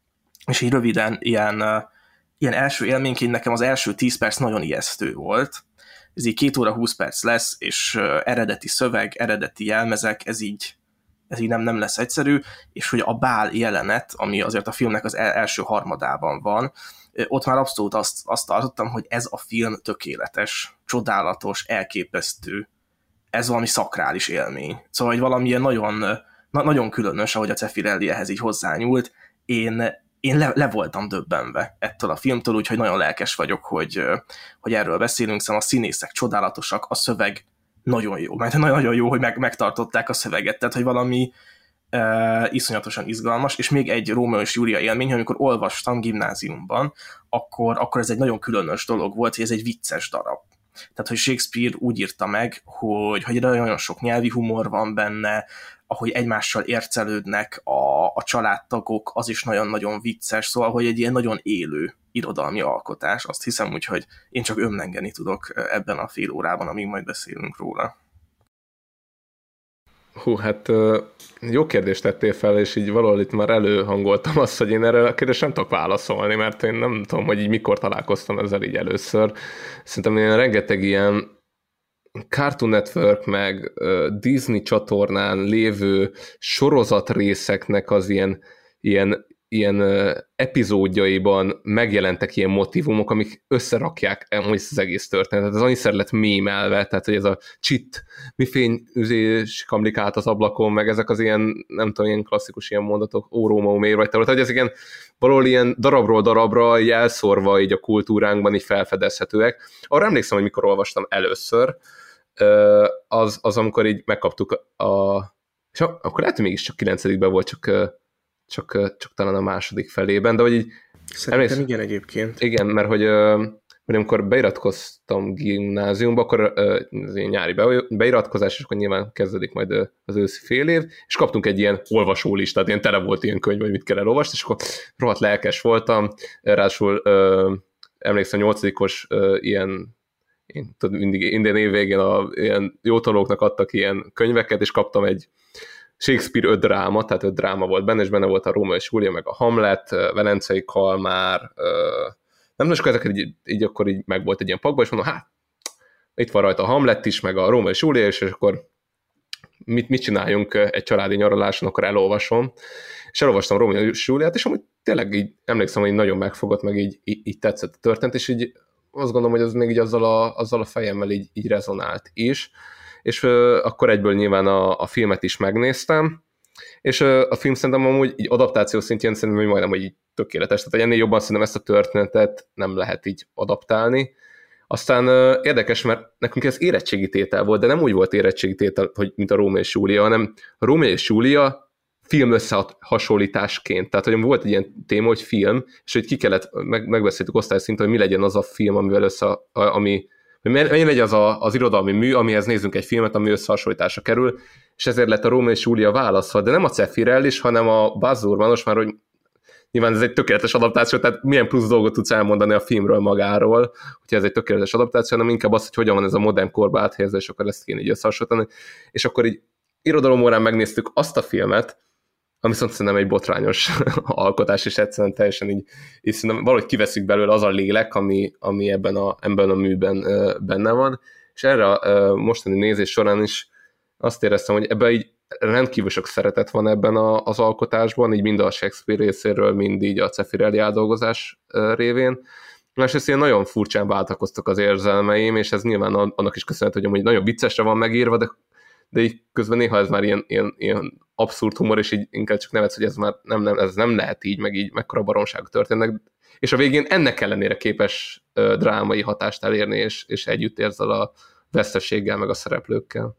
Speaker 6: és így röviden ilyen első élményként nekem az első 10 perc nagyon ijesztő volt. Ez így 2 óra 20 perc lesz, és eredeti szöveg, eredeti jelmezek, ez így nem lesz egyszerű, és hogy a bál jelenet, ami azért a filmnek az első harmadában van, ott már abszolút azt tartottam, hogy ez a film tökéletes, csodálatos, elképesztő, ez valami szakrális élmény. Szóval, hogy valamilyen nagyon különös, ahogy a Cefirelli ehhez így hozzányúlt, én le voltam döbbenve ettől a filmtől, úgyhogy nagyon lelkes vagyok, hogy erről beszélünk, szóval a színészek csodálatosak, a szöveg nagyon jó, mert nagyon jó, hogy megtartották a szöveget, tehát hogy valami iszonyatosan izgalmas, és még egy Rómeó és Júlia élmény, amikor olvastam gimnáziumban, akkor ez egy nagyon különös dolog volt, hogy ez egy vicces darab. Tehát, hogy Shakespeare úgy írta meg, hogy nagyon sok nyelvi humor van benne, ahogy egymással ércelődnek a családtagok, az is nagyon-nagyon vicces, szóval, hogy egy ilyen nagyon élő irodalmi alkotás. Azt hiszem, hogy én csak ömlengeni tudok ebben a fél órában, amíg majd beszélünk róla.
Speaker 8: Hú, hát jó kérdést tettél fel, és így valahol itt már előhangoltam azt, hogy én erre a kérdést nem tudok válaszolni, mert én nem tudom, hogy így mikor találkoztam ezzel így először. Szerintem én rengeteg ilyen Cartoon Network meg Disney csatornán lévő sorozatrészeknek az ilyen epizódjaiban megjelentek ilyen motivumok, amik összerakják az egész történetet. Ez annyiszer lett mémelve, tehát hogy ez a csit, mi fényüzés kamlik át az ablakon, meg ezek az ilyen, nem tudom, ilyen klasszikus ilyen mondatok, ó, Rómeó, miért vagy te, hogy ezek ilyen valahol ilyen darabról darabra jelszorva így a kultúránkban így felfedezhetőek. Arra emlékszem, hogy mikor olvastam először, az amikor így megkaptuk és akkor lehet, hogy mégiscsak 9-ben volt, csak talán a második felében, de hogy így...
Speaker 6: Szerintem igen egyébként.
Speaker 8: Igen, mert hogy amikor beiratkoztam gimnáziumba, akkor az ilyen nyári beiratkozás, és akkor nyilván kezdődik majd az őszi fél év, és kaptunk egy ilyen olvasólistát, ilyen tele volt ilyen könyv, hogy mit kell elolvasni, és akkor rohadt lelkes voltam, ráadásul emlékszem 8-os ilyen én mindig minden év végén ilyen jó tanulóknak adtak ilyen könyveket, és kaptam egy Shakespeare 5 dráma, tehát 5 dráma volt benne, és benne volt a Rómeó és Júlia, meg a Hamlet, Velencei Kalmár, nem tudom, és ezeket így akkor így meg volt egy ilyen pakba, és mondom, hát, itt van rajta a Hamlet is, meg a Rómeó és Júlia is, és akkor mit csináljunk egy családi nyaraláson, akkor elolvasom. És elolvastam Rómeó és Júliát, és amúgy tényleg így emlékszem, hogy nagyon megfogott, meg így tetszett a történet, és így azt gondolom, hogy az még így azzal a fejemmel így rezonált is. És akkor egyből nyilván a filmet is megnéztem, és a film szerintem amúgy így adaptáció szintjén szerintem, hogy majdnem, hogy így tökéletes. Tehát ennél jobban szerintem ezt a történetet nem lehet így adaptálni. Aztán érdekes, mert nekünk ez érettségi tétel volt, de nem úgy volt érettségi tétel, hogy mint a Rómeó és Júlia, hanem a Rómeó és Júlia film összehasonlításként. Tehát, hogy volt egy ilyen téma, hogy film, és hogy ki kellett, megbeszéltük osztályszinten, hogy mi legyen az a film, amivel mennyi legyen az irodalmi mű, amihez nézzünk egy filmet, ami összehasonlításra kerül, és ezért lett a Rómeó és Júlia választva, de nem a Zeffirellis, hanem a Baz Luhrmann, már hogy nyilván ez egy tökéletes adaptáció, tehát milyen plusz dolgot tudsz elmondani a filmről magáról, hogyha ez egy tökéletes adaptáció, hanem inkább az, hogy hogyan van ez a modern korba áthelyezve, és akkor ezt kéne így összehasonlítani. És akkor így irodalom órán megnéztük azt a filmet, ami viszont szerintem egy botrányos alkotás, és egyszerűen teljesen így szerintem valahogy kiveszik belőle az a lélek, ami ebben a műben benne van, és erre a mostani nézés során is azt éreztem, hogy ebben így rendkívül sok szeretet van ebben az alkotásban, így mind a Shakespeare részéről, mind így a Zeffirelli átdolgozás révén. Másrészt ilyen nagyon furcsán váltakoztak az érzelmeim, és ez nyilván annak is köszönhető, hogy amúgy nagyon viccesre van megírva, de így közben néha ez már ilyen abszurd humor, és így inkább csak nevetsz, hogy ez már ez nem lehet így, meg így mekkora baromságok történnek, és a végén ennek ellenére képes drámai hatást elérni, és együtt érzel a veszteséggel, meg a szereplőkkel.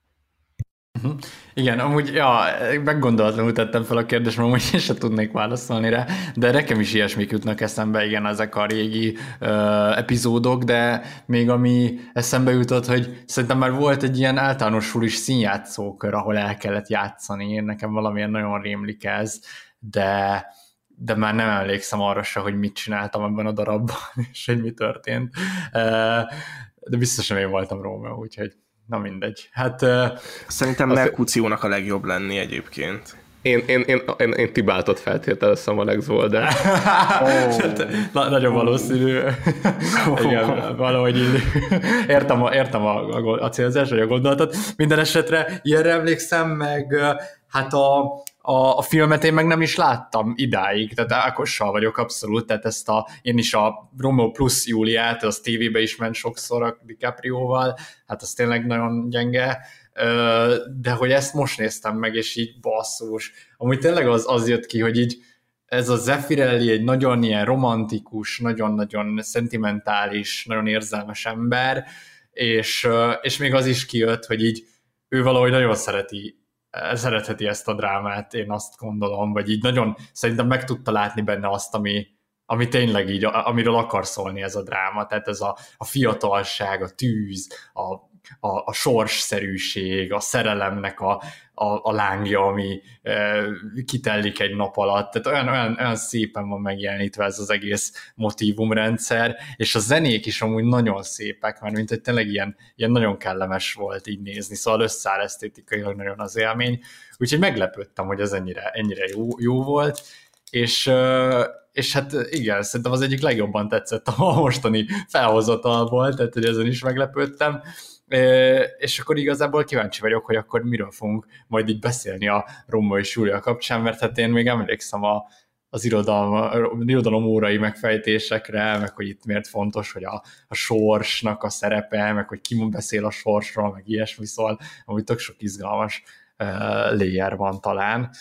Speaker 7: Igen, amúgy meggondolatlanul tettem fel a kérdést, mert amúgy én sem tudnék válaszolni rá, de nekem is ilyesmik jutnak eszembe, igen, ezek a régi epizódok, de még ami eszembe jutott, hogy szerintem már volt egy ilyen általános sulis színjátszókör, ahol el kellett játszani, nekem valamilyen nagyon rémlik ez, de már nem emlékszem arra se, hogy mit csináltam ebben a darabban, és hogy mi történt. De biztosan én voltam Rómeó, úgyhogy na mindegy. Hát,
Speaker 6: szerintem Mercuciónak a legjobb lenni egyébként.
Speaker 8: Én Tibátot feltételezem a Lex Volder.
Speaker 7: Nagyon valószínű. Igen, valahogy így értem a célzás, vagy a gondolatot. Minden esetre ilyenre emlékszem, meg hát a filmet én meg nem is láttam idáig, tehát Ákossal vagyok abszolút, tehát én is a Romeo plus Júliát, az tévébe is ment sokszor a DiCaprioval, hát az tényleg nagyon gyenge, de hogy ezt most néztem meg, és így basszus. Amúgy tényleg az jött ki, hogy így ez a Zeffirelli egy nagyon ilyen romantikus, nagyon-nagyon szentimentális, nagyon érzelmes ember, és még az is kijött, hogy így ő valahogy nagyon szeretheti ezt a drámát, én azt gondolom, vagy így nagyon szerintem meg tudta látni benne azt, ami tényleg így, amiről akar szólni ez a dráma, tehát ez a fiatalság, a tűz, a sorsszerűség, a szerelemnek a lángja, ami kitellik egy nap alatt, tehát olyan szépen van megjelenítve ez az egész motívumrendszer, és a zenék is amúgy nagyon szépek, mert mint hogy tényleg ilyen nagyon kellemes volt így nézni, szóval összeáll esztétikailag nagyon az élmény, úgyhogy meglepődtem, hogy ez ennyire jó volt, és hát igen, szerintem az egyik legjobban tetszett a mostani felhozatalból, tehát hogy ezen is meglepődtem, és akkor igazából kíváncsi vagyok, hogy akkor miről fogunk majd így beszélni a Rómeó és Júlia kapcsán, mert hát én még emlékszem az irodalom órai megfejtésekre, meg hogy itt miért fontos, hogy a sorsnak a szerepe, meg hogy ki beszél a sorsról, meg ilyesmi, szóval amúgy tök sok izgalmas layer van talán.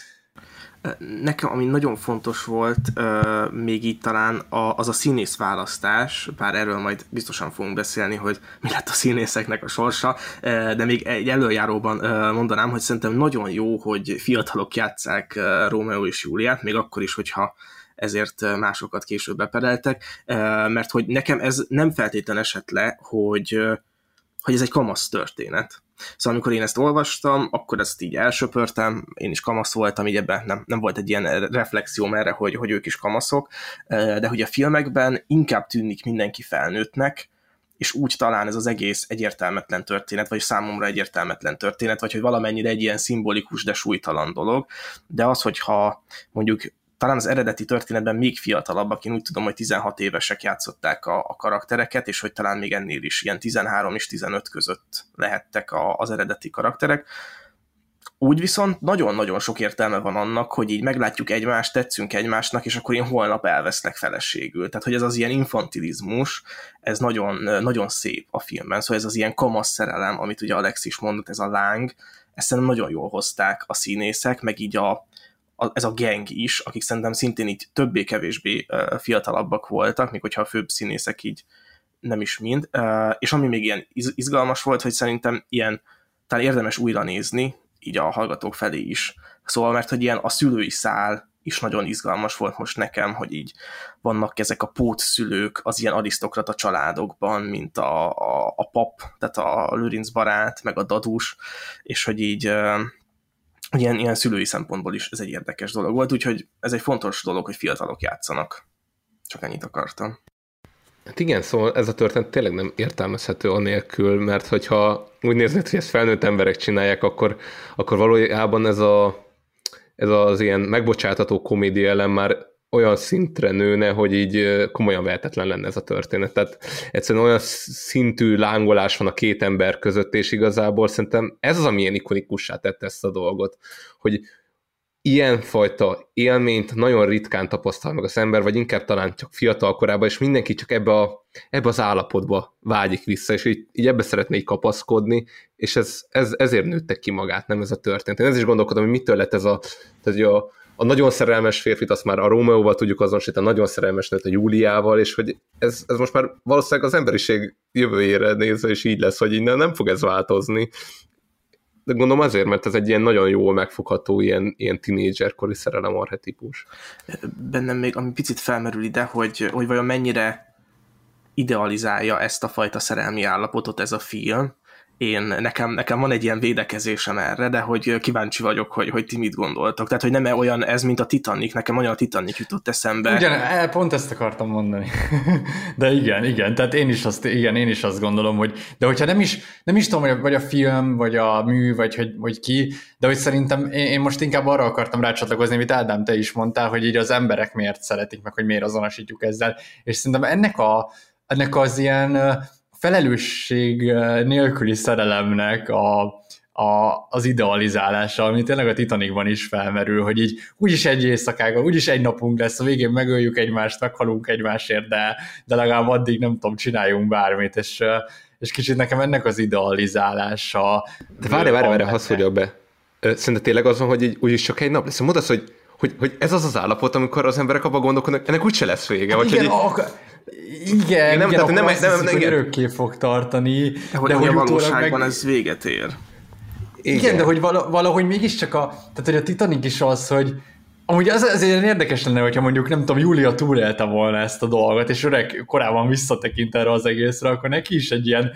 Speaker 6: Nekem, ami nagyon fontos volt, még így talán az a színész választás, bár erről majd biztosan fogunk beszélni, hogy mi lett a színészeknek a sorsa, de még egy előjáróban mondanám, hogy szerintem nagyon jó, hogy fiatalok játsszák Rómeó és Júliát, még akkor is, hogyha ezért másokat később bepereltek, mert hogy nekem ez nem feltétlen esett le, hogy ez egy kamasz történet. Szóval amikor én ezt olvastam, akkor ezt így elsöpörtem, én is kamasz voltam, így ebben nem volt egy ilyen reflexióm erre, hogy ők is kamaszok, de hogy a filmekben inkább tűnik mindenki felnőttnek, és úgy talán ez az egész egyértelmetlen történet, vagy számomra egyértelmetlen történet, vagy hogy valamennyire egy ilyen szimbolikus, de súlytalan dolog, de az, hogyha mondjuk talán az eredeti történetben még fiatalabbak, én úgy tudom, hogy 16 évesek játszották a karaktereket, és hogy talán még ennél is ilyen 13 és 15 között lehettek az eredeti karakterek, Úgy viszont nagyon-nagyon sok értelme van annak, hogy így meglátjuk egymást, tetszünk egymásnak, és akkor én holnap elveszlek feleségül. Tehát, hogy ez az ilyen infantilizmus, ez nagyon, nagyon szép a filmben. Szóval ez az ilyen kamasz szerelem, amit ugye Alex is mondott, ez a láng, ezt szerintem nagyon jól hozták a színészek, meg így ez a gang is, akik szerintem szintén így többé-kevésbé fiatalabbak voltak, még hogyha a főbb színészek így nem is mind. És ami még ilyen izgalmas volt, hogy szerintem ilyen talán érdemes újra nézni, így a hallgatók felé is. Szóval, mert hogy ilyen a szülői szál is nagyon izgalmas volt most nekem, hogy így vannak ezek a pótszülők az ilyen arisztokrata családokban, mint a pap, tehát a Lőrinc barát, meg a dadus, és hogy így ilyen szülői szempontból is ez egy érdekes dolog volt, úgyhogy ez egy fontos dolog, hogy fiatalok játszanak. Csak ennyit akartam.
Speaker 8: Hát igen, szóval ez a történet tényleg nem értelmezhető anélkül, mert hogyha úgy nézed, hogy ezt felnőtt emberek csinálják, akkor valójában ez az ilyen megbocsátató komédia elem már olyan szintre nőne, hogy így komolyan vehetetlen lenne ez a történet. Tehát egyszerűen olyan szintű lángolás van a két ember között, és igazából szerintem ez az, ami ilyen ikonikussá tette ezt a dolgot, hogy ilyenfajta élményt nagyon ritkán tapasztal meg az ember, vagy inkább talán csak fiatal korában, és mindenki csak ebbe az állapotba vágyik vissza, és így ebbe szeretne így kapaszkodni, és ezért nőtte ki magát, nem ez a történet. Én ez is gondolkodom, hogy mitől lett ez a nagyon szerelmes férfit, azt már a Rómeóval tudjuk azonosítani, a nagyon szerelmes nőt a Júliával, és hogy ez most már valószínűleg az emberiség jövőjére nézve is így lesz, hogy így nem fog ez változni. De gondolom azért, mert ez egy ilyen nagyon jól megfogható ilyen tínédzserkori szerelem archetipus.
Speaker 6: Bennem még ami picit felmerül ide, hogy vajon mennyire idealizálja ezt a fajta szerelmi állapotot ez a film. Nekem van egy ilyen védekezésem erre, de hogy kíváncsi vagyok, hogy ti mit gondoltok. Tehát, hogy nem olyan ez, mint a Titanic, nekem olyan a Titanic jutott eszembe.
Speaker 7: Ugyan, pont ezt akartam mondani. De igen, tehát én is azt gondolom, hogy de hogyha nem is tudom, vagy a film, vagy a mű, vagy ki, de hogy szerintem én most inkább arra akartam rácsatlakozni, amit Ádám, te is mondtál, hogy így az emberek miért szeretik, meg hogy miért azonosítjuk ezzel, és szerintem ennek az ilyen felelősség nélküli szerelemnek az idealizálása, ami tényleg a Titanicban is felmerül, hogy így úgyis egy éjszakága, úgyis egy napunk lesz, a végén megöljük egymást, meghalunk egymásért, de legalább addig nem tudom, csináljunk bármit, és kicsit nekem ennek az idealizálása.
Speaker 8: De várj, hadd szóljak be. Szerintem tényleg az van, hogy így, úgyis csak egy nap lesz. Mondd azt, hogy ez az állapot, amikor az emberek abban gondolkodnak, ennek úgyse lesz vége.
Speaker 7: Hát
Speaker 8: vagy
Speaker 7: igen, hogy örökké fog tartani.
Speaker 6: De hogy a valóságban ez véget ér.
Speaker 7: Igen, de hogy valahogy mégiscsak tehát hogy a Titanic is az, hogy amúgy az ilyen érdekes lenne, hogyha mondjuk nem tudom, Júlia túlélte volna ezt a dolgot, és öreg korában visszatekint erre az egészre, akkor neki is egy ilyen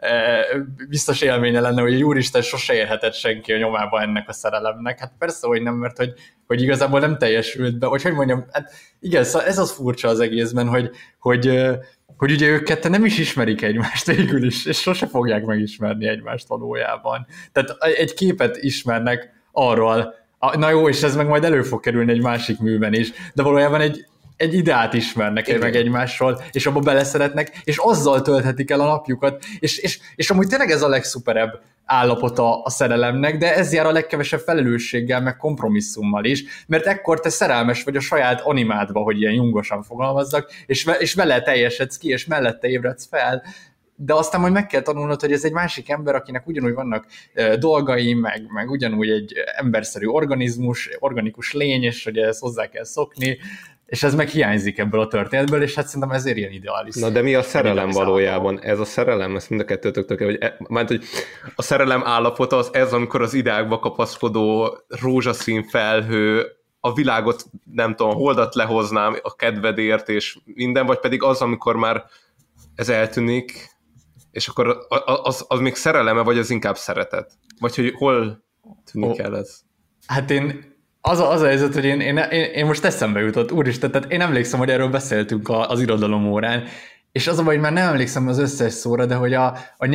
Speaker 7: biztos élménye lenne, hogy úristen sose érhetett senki a nyomába ennek a szerelemnek. Hát persze, hogy nem, mert hogy igazából nem teljesült be, hogy mondjam, hát igen, szóval ez az furcsa az egészben, hogy ugye ők ketten nem is ismerik egymást végül is, és sose fogják megismerni egymást valójában. Tehát egy képet ismernek arról, na jó, és ez meg majd elő fog kerülni egy másik műben is, de valójában egy ideát ismernek meg egymásról, és abba beleszeretnek, és azzal tölthetik el a napjukat, és amúgy tényleg ez a legszuperebb állapota a szerelemnek, de ez jár a legkevesebb felelősséggel, meg kompromisszummal is, mert ekkor te szerelmes vagy a saját animádba, hogy ilyen jungosan fogalmazzak, és vele teljesedsz ki, és mellette ébredsz fel, de aztán majd meg kell tanulnod, hogy ez egy másik ember, akinek ugyanúgy vannak dolgai, meg ugyanúgy egy emberszerű organikus lény, és hogy ezt hozzá kell szokni, és ez meg hiányzik ebből a történetből, és hát szerintem ezért ilyen ideális.
Speaker 8: Na de mi a szerelem valójában? Ez a szerelem, ezt mind a kettőtöktől hogy a szerelem állapota az ez, amikor az ideákba kapaszkodó rózsaszín felhő, a világot, nem tudom, holdat lehoznám a kedvedért, és minden, vagy pedig az, amikor már ez eltűnik, és akkor az még szereleme, vagy az inkább szeretet? Vagy hogy hol tűnik el ez?
Speaker 7: Hát az a helyzet, hogy én most eszembe jutott, úristen, tehát én emlékszem, hogy erről beszéltünk az irodalom órán, és az a baj, hogy már nem emlékszem az összes szóra, de hogy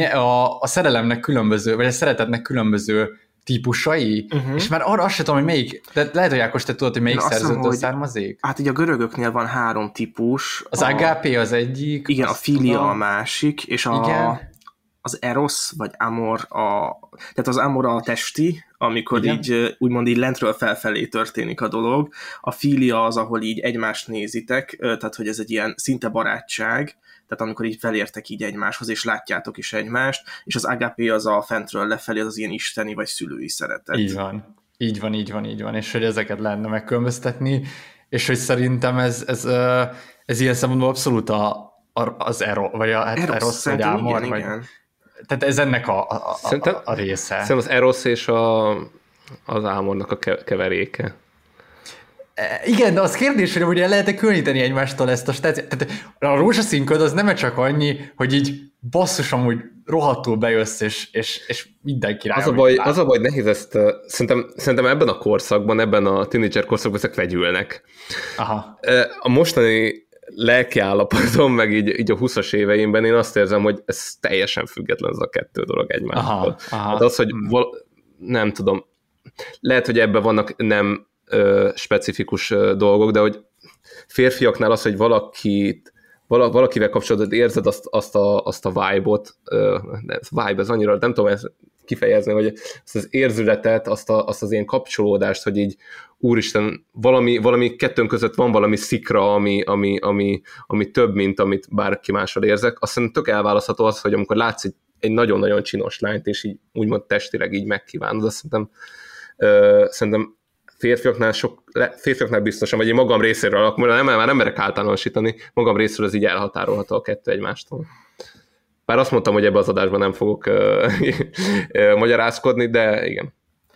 Speaker 7: a szerelemnek különböző, vagy a szeretetnek különböző típusai, és már arra azt sem tudom, hogy melyik, de lehet, hogy Ákos, te tudod, hogy melyik szerzőtől származik?
Speaker 6: Hát így a görögöknél van 3 típus.
Speaker 7: Az agapé az egyik.
Speaker 6: Igen, a filia a másik, és az Eros, vagy Amor, tehát az Amor a testi, amikor
Speaker 7: igen,
Speaker 6: így úgymond így lentről felfelé történik a dolog. A filia az, ahol így egymást nézitek, tehát hogy ez egy ilyen szinte barátság, tehát amikor így felértek így egymáshoz, és látjátok is egymást, és az agapé az a fentről lefelé, az ilyen isteni vagy szülői szeretet.
Speaker 7: Így van. Így van, és hogy ezeket lehetne megkülönböztetni, és hogy szerintem ez ilyen szempontból abszolút az Eros, vagy Eros, vagy Amor, vagy... Igen. Tehát ez ennek a része.
Speaker 8: Szerintem az Eros és az Amornak a keveréke.
Speaker 7: Igen, de az kérdés, hogy ugye lehet-e különíteni egymástól ezt a stáciát. Tehát a rózsaszínköd az nem csak annyi, hogy így basszus, amúgy rohadtul bejössz, és mindenki rá.
Speaker 8: Az a baj, nehéz ezt, szerintem ebben a korszakban, ebben a tínédzser korszakban ezek vegyülnek.
Speaker 7: Aha.
Speaker 8: A mostani lelkiállapotom, meg így a 20-as éveimben én azt érzem, hogy ez teljesen független ez a kettő dolog egymástól. Hát az, hogy nem tudom, lehet, hogy ebben vannak nem specifikus dolgok, de hogy férfiaknál az, hogy valakivel kapcsolatban érzed azt a vibe-ot, vibe, ez annyira, nem tudom ezt kifejezni, hogy azt az érzületet, azt az ilyen kapcsolódást, hogy így úristen, valami kettőnk között van valami szikra, ami több, mint amit bárki mással érzek. Azt szerintem tök elválasztható az, hogy amikor látsz egy nagyon-nagyon csinos lányt, és így úgymond testileg így megkívánod, azt szerintem férfiaknál biztosan, vagy én magam részéről, már nem merek általánosítani, magam részéről ez így elhatárolható a kettő egymástól. Bár azt mondtam, hogy ebbe az adásban nem fogok magyarázkodni, de igen.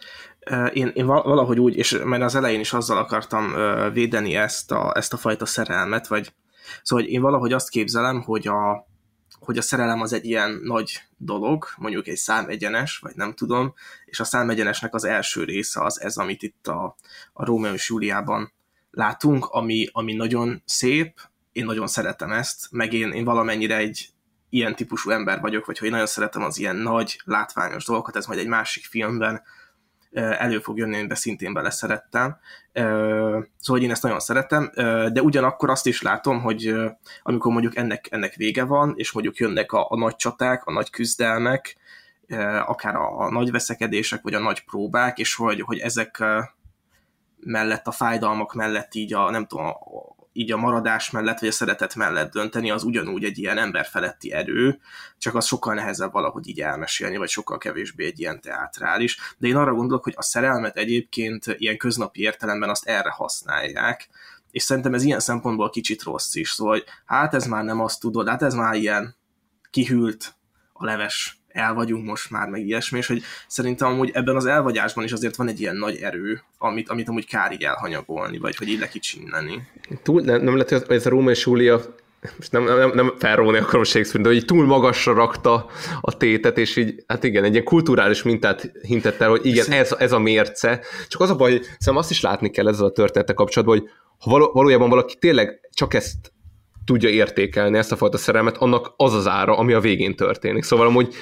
Speaker 6: Én valahogy úgy, és mert az elején is azzal akartam védeni ezt a fajta szerelmet, vagy szóval én valahogy azt képzelem, hogy a szerelem az egy ilyen nagy dolog, mondjuk egy számegyenes, vagy nem tudom, és a számegyenesnek az első része az ez, amit itt a Rómeó és Júliában látunk, ami nagyon szép, én nagyon szeretem ezt, meg én valamennyire egy ilyen típusú ember vagyok, vagy hogy nagyon szeretem az ilyen nagy, látványos dolgokat, ez majd egy másik filmben elő fog jönni, amiben szintén beleszerettem. Szóval én ezt nagyon szeretem, de ugyanakkor azt is látom, hogy amikor mondjuk ennek vége van, és mondjuk jönnek a nagy csaták, a nagy küzdelmek, akár a nagy veszekedések, vagy a nagy próbák, és hogy ezek mellett, a fájdalmak mellett így így a maradás mellett, vagy a szeretet mellett dönteni, az ugyanúgy egy ilyen emberfeletti erő, csak az sokkal nehezebb valahogy így elmesélni, vagy sokkal kevésbé egy ilyen teátrális. De én arra gondolok, hogy a szerelmet egyébként ilyen köznapi értelemben azt erre használják, és szerintem ez ilyen szempontból kicsit rossz is. Szóval, hogy hát ez már nem azt tudod, hát ez már ilyen kihűlt a leves, el vagyunk most már, meg ilyesmi, és hogy szerintem amúgy ebben az elvagyásban is azért van egy ilyen nagy erő, amit amúgy kár így elhanyagolni, vagy hogy így lekicsinleni.
Speaker 8: Nem lehet, hogy ez a Rómeó és Júlia, most nem felróni akarom Shakespeare, de így túl magasra rakta a tétet, és így, hát igen, egy ilyen kulturális mintát hintett el, hogy igen, ez a mérce. Csak az a baj, hogy szerintem azt is látni kell ezzel a történettel kapcsolatban, hogy ha valójában valaki tényleg csak ezt tudja értékelni, ezt a fajta szerelmet, annak az az ára, ami a végén történik. Szóval amúgy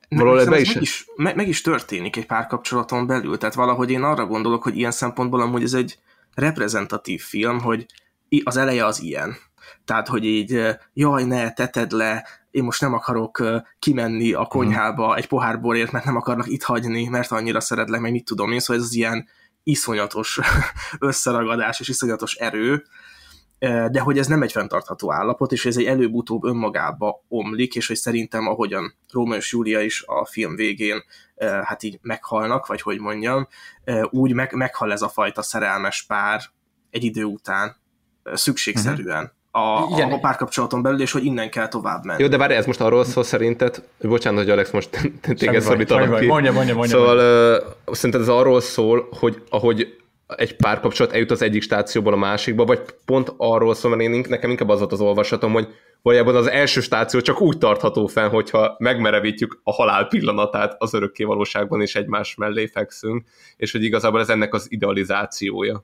Speaker 8: meg
Speaker 6: is történik egy párkapcsolaton belül, tehát valahogy én arra gondolok, hogy ilyen szempontból amúgy ez egy reprezentatív film, hogy az eleje az ilyen. Tehát, hogy így, jaj, ne, teted le, én most nem akarok kimenni a konyhába egy pohár borért, mert nem akarnak itt hagyni, mert annyira szeretlek, meg mit tudom én, szóval ez az ilyen iszonyatos összeragadás és iszonyatos erő, de hogy ez nem egy fenntartható állapot, és ez egy előbb-utóbb önmagába omlik, és hogy szerintem ahogyan Rómeó és Júlia is a film végén hát így meghalnak, vagy hogy mondjam, úgy meghal ez a fajta szerelmes pár egy idő után szükségszerűen a párkapcsolaton belül, és hogy innen kell tovább menni.
Speaker 8: Jó, de várj, ez most arról szól szerinted, bocsánat, hogy Alex most téged szorítanak ki.
Speaker 7: Mondja.
Speaker 8: Szóval szerinted ez arról szól, hogy ahogy egy párkapcsolat eljut az egyik stációból a másikba, vagy pont arról szól, mert nekem inkább az volt az olvasatom, hogy valójában az első stáció csak úgy tartható fenn, hogyha megmerevítjük a halál pillanatát az örökké valóságban, és egymás mellé fekszünk, és hogy igazából ez ennek az idealizációja.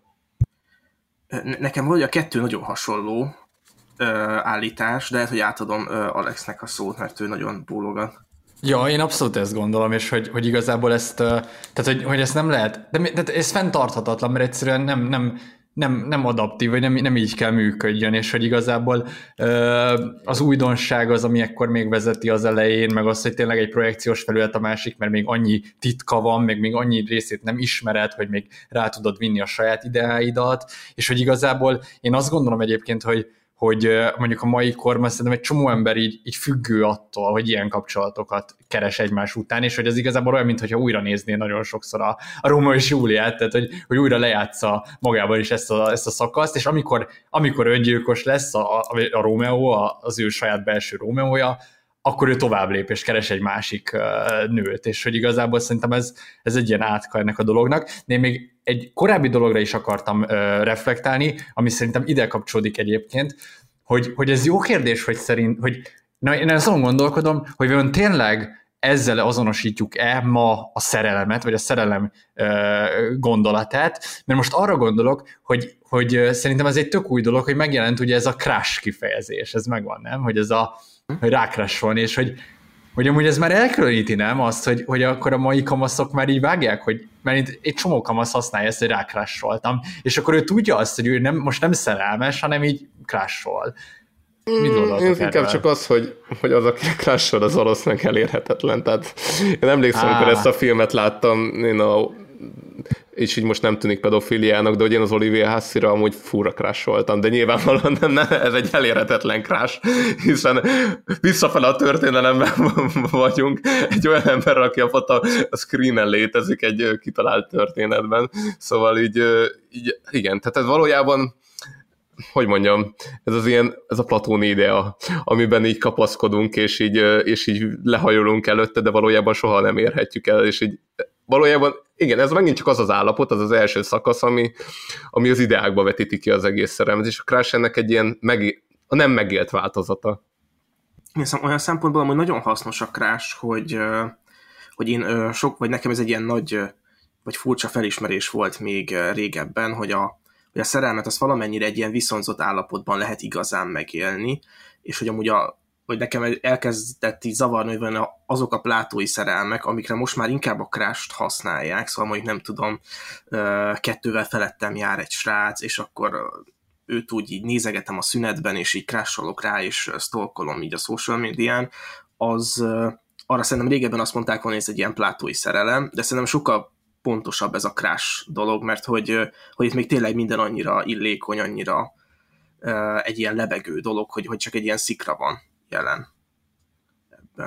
Speaker 6: Nekem valahogy a kettő nagyon hasonló állítás, de lehet, hogy átadom Alexnek a szót, mert ő nagyon bólogat.
Speaker 7: Ja, én abszolút ezt gondolom, és hogy igazából ezt, tehát hogy ezt nem lehet, de ez fenntarthatatlan, mert egyszerűen nem adaptív, vagy nem így kell működjön, és hogy igazából az újdonság az, ami ekkor még vezeti az elején, meg az, hogy tényleg egy projekciós felület a másik, mert még annyi titka van, meg még annyi részét nem ismered, hogy még rá tudod vinni a saját ideáidat, és hogy igazából én azt gondolom egyébként, hogy mondjuk a mai korban szerintem egy csomó ember így függő attól, hogy ilyen kapcsolatokat keres egymás után, és hogy ez igazából olyan, mintha újra nézné nagyon sokszor a Rómeó és Júliát, tehát hogy újra lejátsza magában is ezt a szakaszt, és amikor öngyilkos lesz a Rómeó, az ő saját belső Rómeója, akkor ő tovább lép és keres egy másik nőt, és hogy igazából szerintem ez egy ilyen átka ennek a dolognak. De én még egy korábbi dologra is akartam reflektálni, ami szerintem ide kapcsolódik egyébként, hogy ez jó kérdés, én azon gondolkodom, hogy vajon tényleg ezzel azonosítjuk-e ma a szerelemet, vagy a szerelem gondolatát, mert most arra gondolok, hogy szerintem ez egy tök új dolog, hogy megjelent ugye ez a crush kifejezés, ez megvan, nem? Hogy ez hogy rákrassolni, és hogy amúgy ez már elkülöníti, nem? Azt, hogy akkor a mai kamaszok már így vágják, hogy mert egy csomó kamasz használja ezt, hogy rákrassoltam, és akkor ő tudja azt, hogy ő most nem szerelmes, hanem így crushol. Mit gondoltok erről?
Speaker 8: Inkább csak az, hogy az, aki crushol, az valószínűleg elérhetetlen. Tehát én emlékszem, amikor ezt a filmet láttam, és így most nem tűnik pedofiliának, de hogy én az Olivia Hussey-ra amúgy fúra crusholtam, de nyilvánvalóan nem, ez egy elérhetetlen crush, hiszen visszafele a történelemben vagyunk egy olyan ember, aki a screenen létezik egy kitalált történetben, szóval így igen, tehát ez valójában, hogy mondjam, ez a platóni idea, amiben így kapaszkodunk, és így lehajolunk előtte, de valójában soha nem érhetjük el, és így valójában, igen, ez megint csak az állapot, az első szakasz, ami az ideákba vetíti ki az egész szerelmet, és a crush ennek egy ilyen a nem megélt változata.
Speaker 6: Olyan szempontból amúgy nagyon hasznos a crush, hogy én vagy nekem ez egy ilyen nagy, vagy furcsa felismerés volt még régebben, hogy a szerelmet az valamennyire egy ilyen viszonzott állapotban lehet igazán megélni, és hogy amúgy hogy nekem elkezdett így zavarni, hogy azok a plátói szerelmek, amikre most már inkább a crusht használják, szóval mondjuk nem tudom, 2-vel felettem jár egy srác, és akkor őt úgy így nézegetem a szünetben, és így crusholok rá, és stalkolom így a social médián, az arra szerintem régebben azt mondták volna, hogy ez egy ilyen plátói szerelem, de szerintem sokkal pontosabb ez a crush dolog, mert hogy itt még tényleg minden annyira illékony, annyira egy ilyen lebegő dolog, hogy csak egy ilyen szikra van jelen ebben.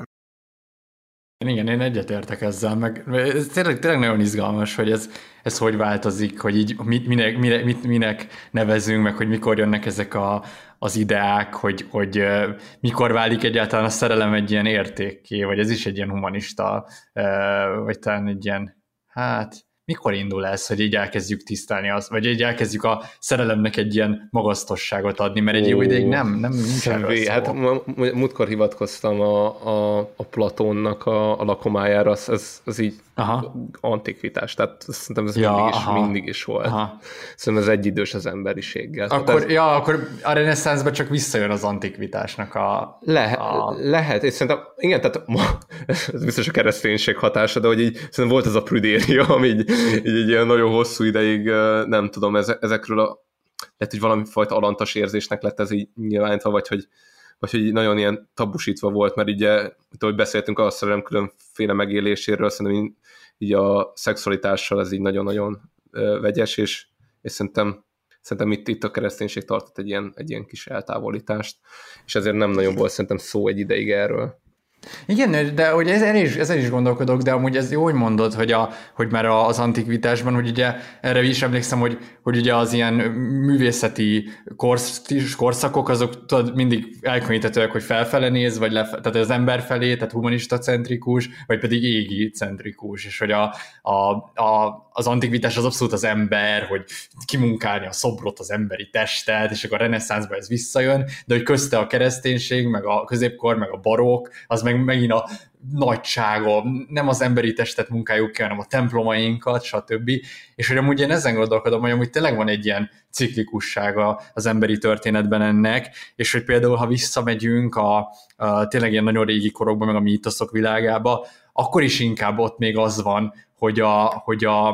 Speaker 7: Igen, én egyetértek ezzel, meg ez tényleg nagyon izgalmas, hogy ez hogy változik, hogy így minek nevezünk, meg hogy mikor jönnek ezek az ideák, hogy mikor válik egyáltalán a szerelem egy ilyen értékké, vagy ez is egy ilyen humanista, vagy talán egy ilyen, mikor indul ez, hogy így elkezdjük tisztelni azt, vagy így elkezdjük a szerelemnek egy ilyen magasztosságot adni, mert egy jó ideig nincs erről szó.
Speaker 8: Hát múltkor hivatkoztam a Platónnak a lakomájára, az így antikvitás, tehát szerintem ez mindig is volt. Aha. Szerintem ez egyidős az emberiséggel.
Speaker 7: Akkor a reneszánszban csak visszajön az antikvitásnak
Speaker 8: lehet, és szerintem, igen, tehát ez biztos a kereszténység hatása, de hogy így szerintem volt ez a prüdéria, ami így ilyen nagyon hosszú ideig, nem tudom, ezekről lehet, hogy valami fajta alantas érzésnek lett ez így nyilvánítva, vagy hogy nagyon ilyen tabusítva volt, mert így, hogy beszéltünk a szerelem különféle megéléséről, szerintem így a szexualitással ez így nagyon-nagyon vegyes, és szerintem itt a kereszténység tartott egy ilyen kis eltávolítást, és ezért nem nagyon volt szerintem szó egy ideig erről.
Speaker 7: Igen, de hogy ezen is gondolkodok, de amúgy ez jó, hogy mondod, hogy már az antikvitásban, hogy ugye erre is emlékszem, hogy ugye az ilyen művészeti korszakok, azok tudod, mindig elkülöníthetőek, hogy felfele néz, vagy tehát az ember felé, tehát humanista centrikus, vagy pedig égi centrikus, és hogy az antikvitás az abszolút az ember, hogy kimunkálni a szobrot, az emberi testet, és akkor a reneszánszban ez visszajön, de hogy közte a kereszténység, meg a középkor, meg a barokk, az megint a nagysága, nem az emberi testet munkáljuk ki, hanem a templomainkat, stb. És hogy amúgy én ezen gondolkodom, hogy amúgy tényleg van egy ilyen ciklikussága az emberi történetben ennek, és hogy például, ha visszamegyünk a tényleg ilyen nagyon régi korokban, meg a mítoszok világába, akkor is inkább ott még az van, hogy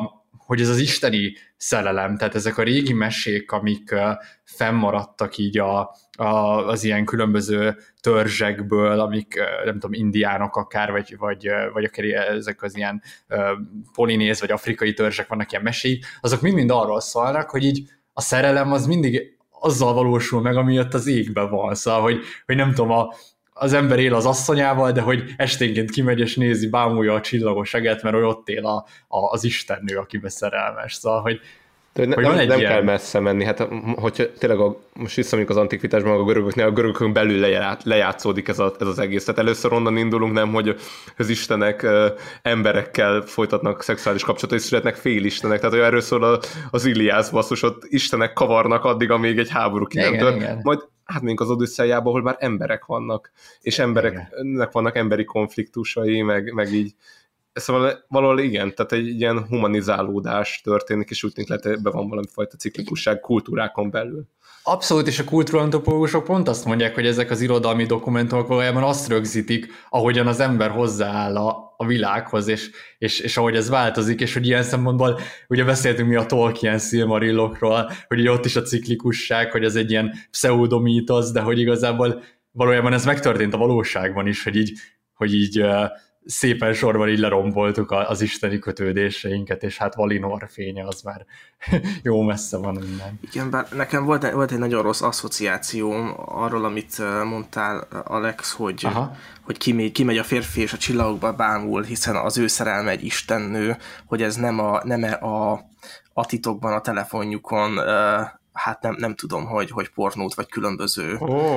Speaker 7: hogy ez az isteni szerelem, tehát ezek a régi mesék, amik fennmaradtak így az ilyen különböző törzsekből, amik nem tudom, indiánok akár, vagy akár ezek az ilyen polinéz vagy afrikai törzsek vannak ilyen mesék, azok mind arról szólnak, hogy így a szerelem az mindig azzal valósul meg, ami ott az égben van, szóval, hogy nem tudom, az ember él az asszonyával, de hogy esténként kimegy és nézi, bámulja a csillagos eget, mert ott él az istennő, akibe szerelmes. Szóval, hogy
Speaker 8: nem kell messze menni. Hát, hogyha tényleg most visszamegyünk az antikvitásban, a görögökön belül lejátszódik ez az egész. Tehát először onnan indulunk, nem, hogy az istenek emberekkel folytatnak szexuális kapcsolatot, és születnek félistenek. Tehát, hogy erről szól az Iliász basszus, ott istenek kavarnak addig, amíg egy háború ki nem tört. Majd mondjuk az Odüsszeiában, ahol már emberek vannak, és embereknek vannak emberi konfliktusai, meg így. Szóval valahol igen, tehát egy ilyen humanizálódás történik, és úgy tűnik, hogy ebben van valami fajta ciklikusság kultúrákon belül. Abszolút, és a kultúrantropológusok pont azt mondják, hogy ezek az irodalmi dokumentumok valójában azt rögzítik, ahogyan az ember hozzááll a világhoz, és ahogy ez változik, és hogy ilyen szempontból, ugye beszéltünk mi a Tolkien Silmarillokról, hogy ugye ott is a ciklikusság, hogy ez egy ilyen pseudomítosz, de hogy igazából valójában ez megtörtént a valóságban is, hogy így szépen sorban így leromboltuk az isteni kötődéseinket, és hát Valinor fénye az már jó messze van innen. Igen, bár nekem volt egy nagyon rossz asszociációm arról, amit mondtál, Alex, hogy kimegy a férfi és a csillagokba bámul, hiszen az ő szerelme egy istennő, hogy ez nem a titokban a telefonjukon hát nem tudom, hogy pornót vagy különböző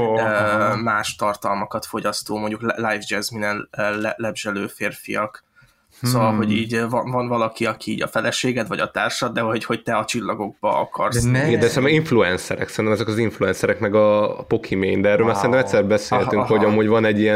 Speaker 8: más tartalmakat fogyasztó, mondjuk Live Jasmine-en lebzselő férfiak. Szóval, hogy így van valaki, aki így a feleséged vagy a társad, de hogy te a csillagokba akarsz. De szerintem influencerek, szerintem ezek az influencerek, meg a Pokimane, de erről már szerintem egyszer beszéltünk, hogy amúgy van egy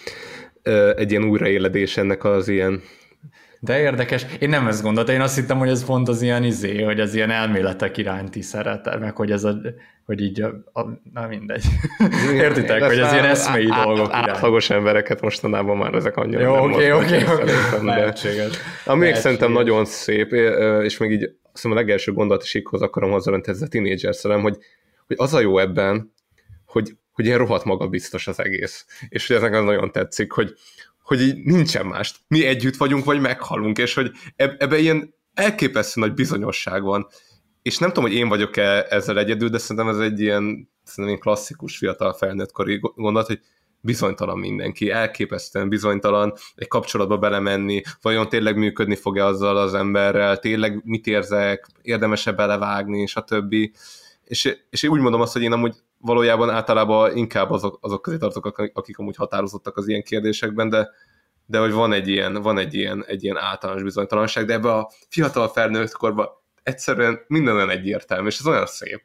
Speaker 8: ilyen újraéledés ennek az ilyen. De érdekes. Én nem ezt gondoltam, én azt hittem, hogy ez pont az ilyen hogy az ilyen elméletek iránti szeretet, meg hogy ez hogy így na mindegy. Értitek, hogy ez ilyen eszmei dolgok irány. Átlagos embereket mostanában már ezek annyira jó, oké. Lehetséges. Ami szerintem nagyon szép, és még így azt a legelső gondolatisíkhoz akarom hozzávenni, ez a tínédzser szerelem, hogy az a jó ebben, hogy ilyen rohadt magabiztos az egész. És hogy ez nekem nagyon tetszik, hogy így nincsen más. Mi együtt vagyunk, vagy meghalunk, és hogy ebben ilyen elképesztő nagy bizonyosság van. És nem tudom, hogy én vagyok-e ezzel egyedül, de szerintem ez egy ilyen klasszikus fiatal felnőttkori gondolat, hogy bizonytalan mindenki, elképesztően bizonytalan, egy kapcsolatba belemenni, vajon tényleg működni fog-e azzal az emberrel, tényleg mit érzek, érdemes-e belevágni, és a többi. És én úgy mondom azt, hogy én amúgy valójában általában inkább azok közé tartok, akik amúgy határozottak az ilyen kérdésekben, de hogy van egy ilyen általános bizonytalanság, de ebbe a fiatal felnőtt korban egyszerűen minden olyan egyértelmű, és ez olyan szép.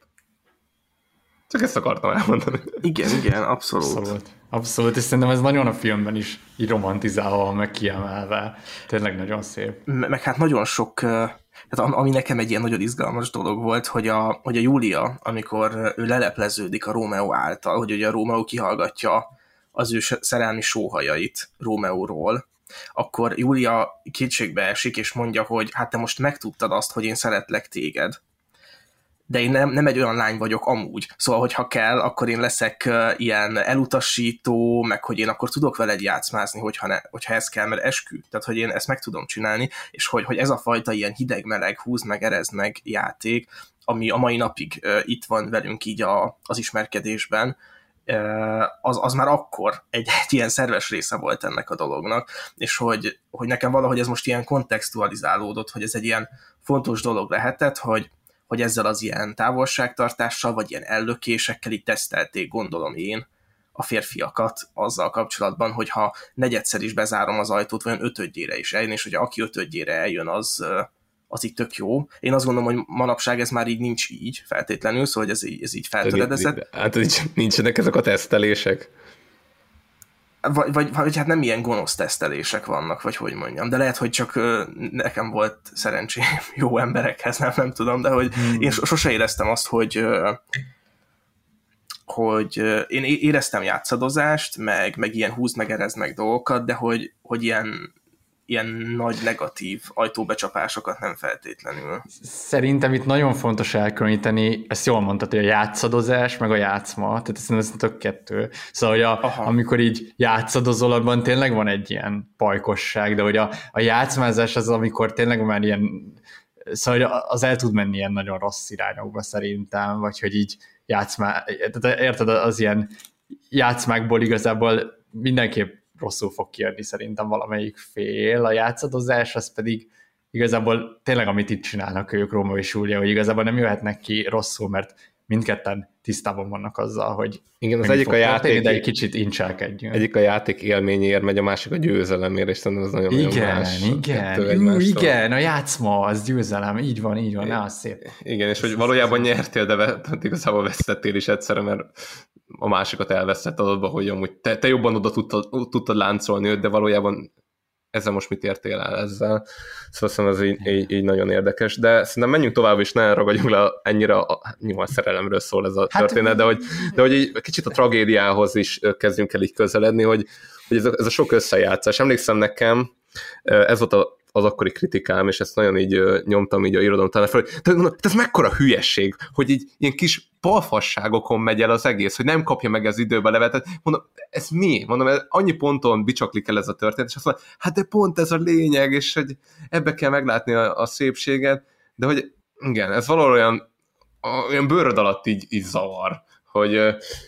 Speaker 8: Csak ezt akartam elmondani. Igen, abszolút, és szerintem ez nagyon a filmben is így romantizálva, meg kiemelve. Tényleg nagyon szép. Meg hát nagyon sok, tehát ami nekem egy ilyen nagyon izgalmas dolog volt, hogy a Júlia, amikor ő lelepleződik a Rómeó által, hogy ugye a Rómeó kihallgatja az ő szerelmi sóhajait Rómeóról, akkor Júlia kétségbe esik, és mondja, hogy hát te most megtudtad azt, hogy én szeretlek téged. De én nem egy olyan lány vagyok amúgy. Szóval, hogyha kell, akkor én leszek ilyen elutasító, meg hogy én akkor tudok veled játszmázni, hogyha ez kell, mert eskü. Tehát, hogy én ezt meg tudom csinálni, és hogy ez a fajta ilyen hideg-meleg, húz meg, erezd meg játék, ami a mai napig itt van velünk így az ismerkedésben, az már akkor egy ilyen szerves része volt ennek a dolognak, és hogy nekem valahogy ez most ilyen kontextualizálódott, hogy ez egy ilyen fontos dolog lehetett, hogy ezzel az ilyen távolságtartással, vagy ilyen ellökésekkel így tesztelték, gondolom én, a férfiakat azzal kapcsolatban, hogyha negyedszer is bezárom az ajtót, vagy ötödjére is eljön, és hogy aki ötödjére eljön, az így tök jó. Én azt gondolom, hogy manapság ez már így nincs így feltétlenül, szóval hogy ez így feltöredezett. Hát nincsenek ezek a tesztelések? Vagy hát nem ilyen gonosz tesztelések vannak, vagy hogy mondjam, de lehet, hogy csak nekem volt szerencsém jó emberekhez, nem tudom, de hogy én sose éreztem azt, hogy én éreztem játszadozást, meg ilyen húz meg erezd meg dolgokat, de hogy ilyen
Speaker 6: ilyen nagy negatív ajtóbecsapásokat nem feltétlenül.
Speaker 7: Szerintem itt nagyon fontos elkülöníteni, ezt jól mondtad, hogy a játszadozás, meg a játszma, tehát ez tök kettő. Szóval, hogy amikor így játszadozol, abban tényleg van egy ilyen pajkosság, de hogy a játszmázás az, amikor tényleg már ilyen, szóval az el tud menni ilyen nagyon rossz irányokba szerintem, vagy hogy így érted, az ilyen játszmákból igazából mindenképp rosszul fog kijönni szerintem valamelyik fél. A játszadozás az pedig igazából tényleg, amit itt csinálnak ők, Rómeó és Júlia, hogy igazából nem jöhetnek ki rosszul, mert mindketten tisztában vannak azzal, hogy
Speaker 8: igen, az egyik a játék,
Speaker 7: de egy kicsit incselkedjünk.
Speaker 8: Egyik a játék élményért megy, a másik a győzelemért, és szerintem az nagyon más.
Speaker 7: Igen, a játszma, az győzelem, így van, az szép.
Speaker 8: Igen, és hogy valójában nyertél, de igazából vesztettél is egyszerre, mert a másikat elvesztett adatba, hogy amúgy te jobban oda tudtad láncolni őt, de valójában ezzel most mit értél el ezzel. Szóval ez így nagyon érdekes, de szerintem menjünk tovább, és ne ragadjunk le ennyire, nyilván szerelemről szól ez a történet, de hogy így kicsit a tragédiához is kezdjünk el így közeledni, hogy ez a sok összejátszás. Emlékszem nekem, ez volt az akkori kritikám, és ezt nagyon így nyomtam így a irodalomtanár fel, hogy mondom, ez mekkora hülyesség, hogy így ilyen kis balfasságokon megy el az egész, hogy nem kapja meg az időbe levetet. Mondom, ez mi? Mondom, annyi ponton bicsaklik el ez a történet, és azt mondom, hát de pont ez a lényeg, és hogy ebbe kell meglátni a szépséget, de hogy igen, ez valahol olyan bőröd alatt így zavar, hogy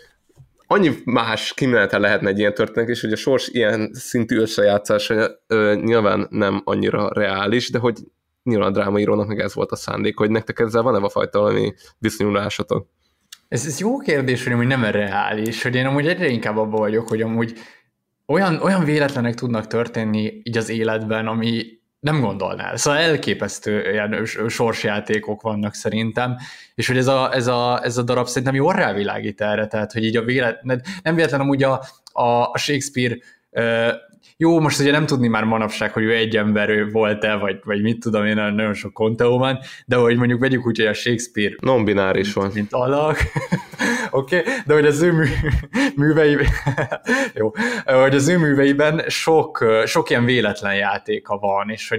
Speaker 8: annyi más kimenete lehetne egy ilyen történet, és hogy a sors ilyen szintű összejátszása nyilván nem annyira reális, de hogy nyilván a drámaírónak meg ez volt a szándék, hogy nektek ezzel van-e a fajta valami viszonyulásatok?
Speaker 7: Ez jó kérdés, hogy amúgy nem reális, hogy én amúgy egyre inkább abban vagyok, hogy amúgy olyan véletlenek tudnak történni így az életben, ami nem gondolnál. Szóval elképesztő ilyen sorsjátékok vannak szerintem, és hogy ez a darab szerintem jól rávilágít erre, tehát hogy így nem véletlen amúgy a Shakespeare, jó, most ugye nem tudni már manapság, hogy ő egy ember volt-e, vagy mit tudom én, nagyon sok konteó van, de hogy mondjuk vegyük úgy, hogy a Shakespeare
Speaker 8: non-bináris van.
Speaker 7: Mint alak. Oké, de hogy az ő műveiben jó, hogy az ő műveiben sok ilyen véletlen játéka van, és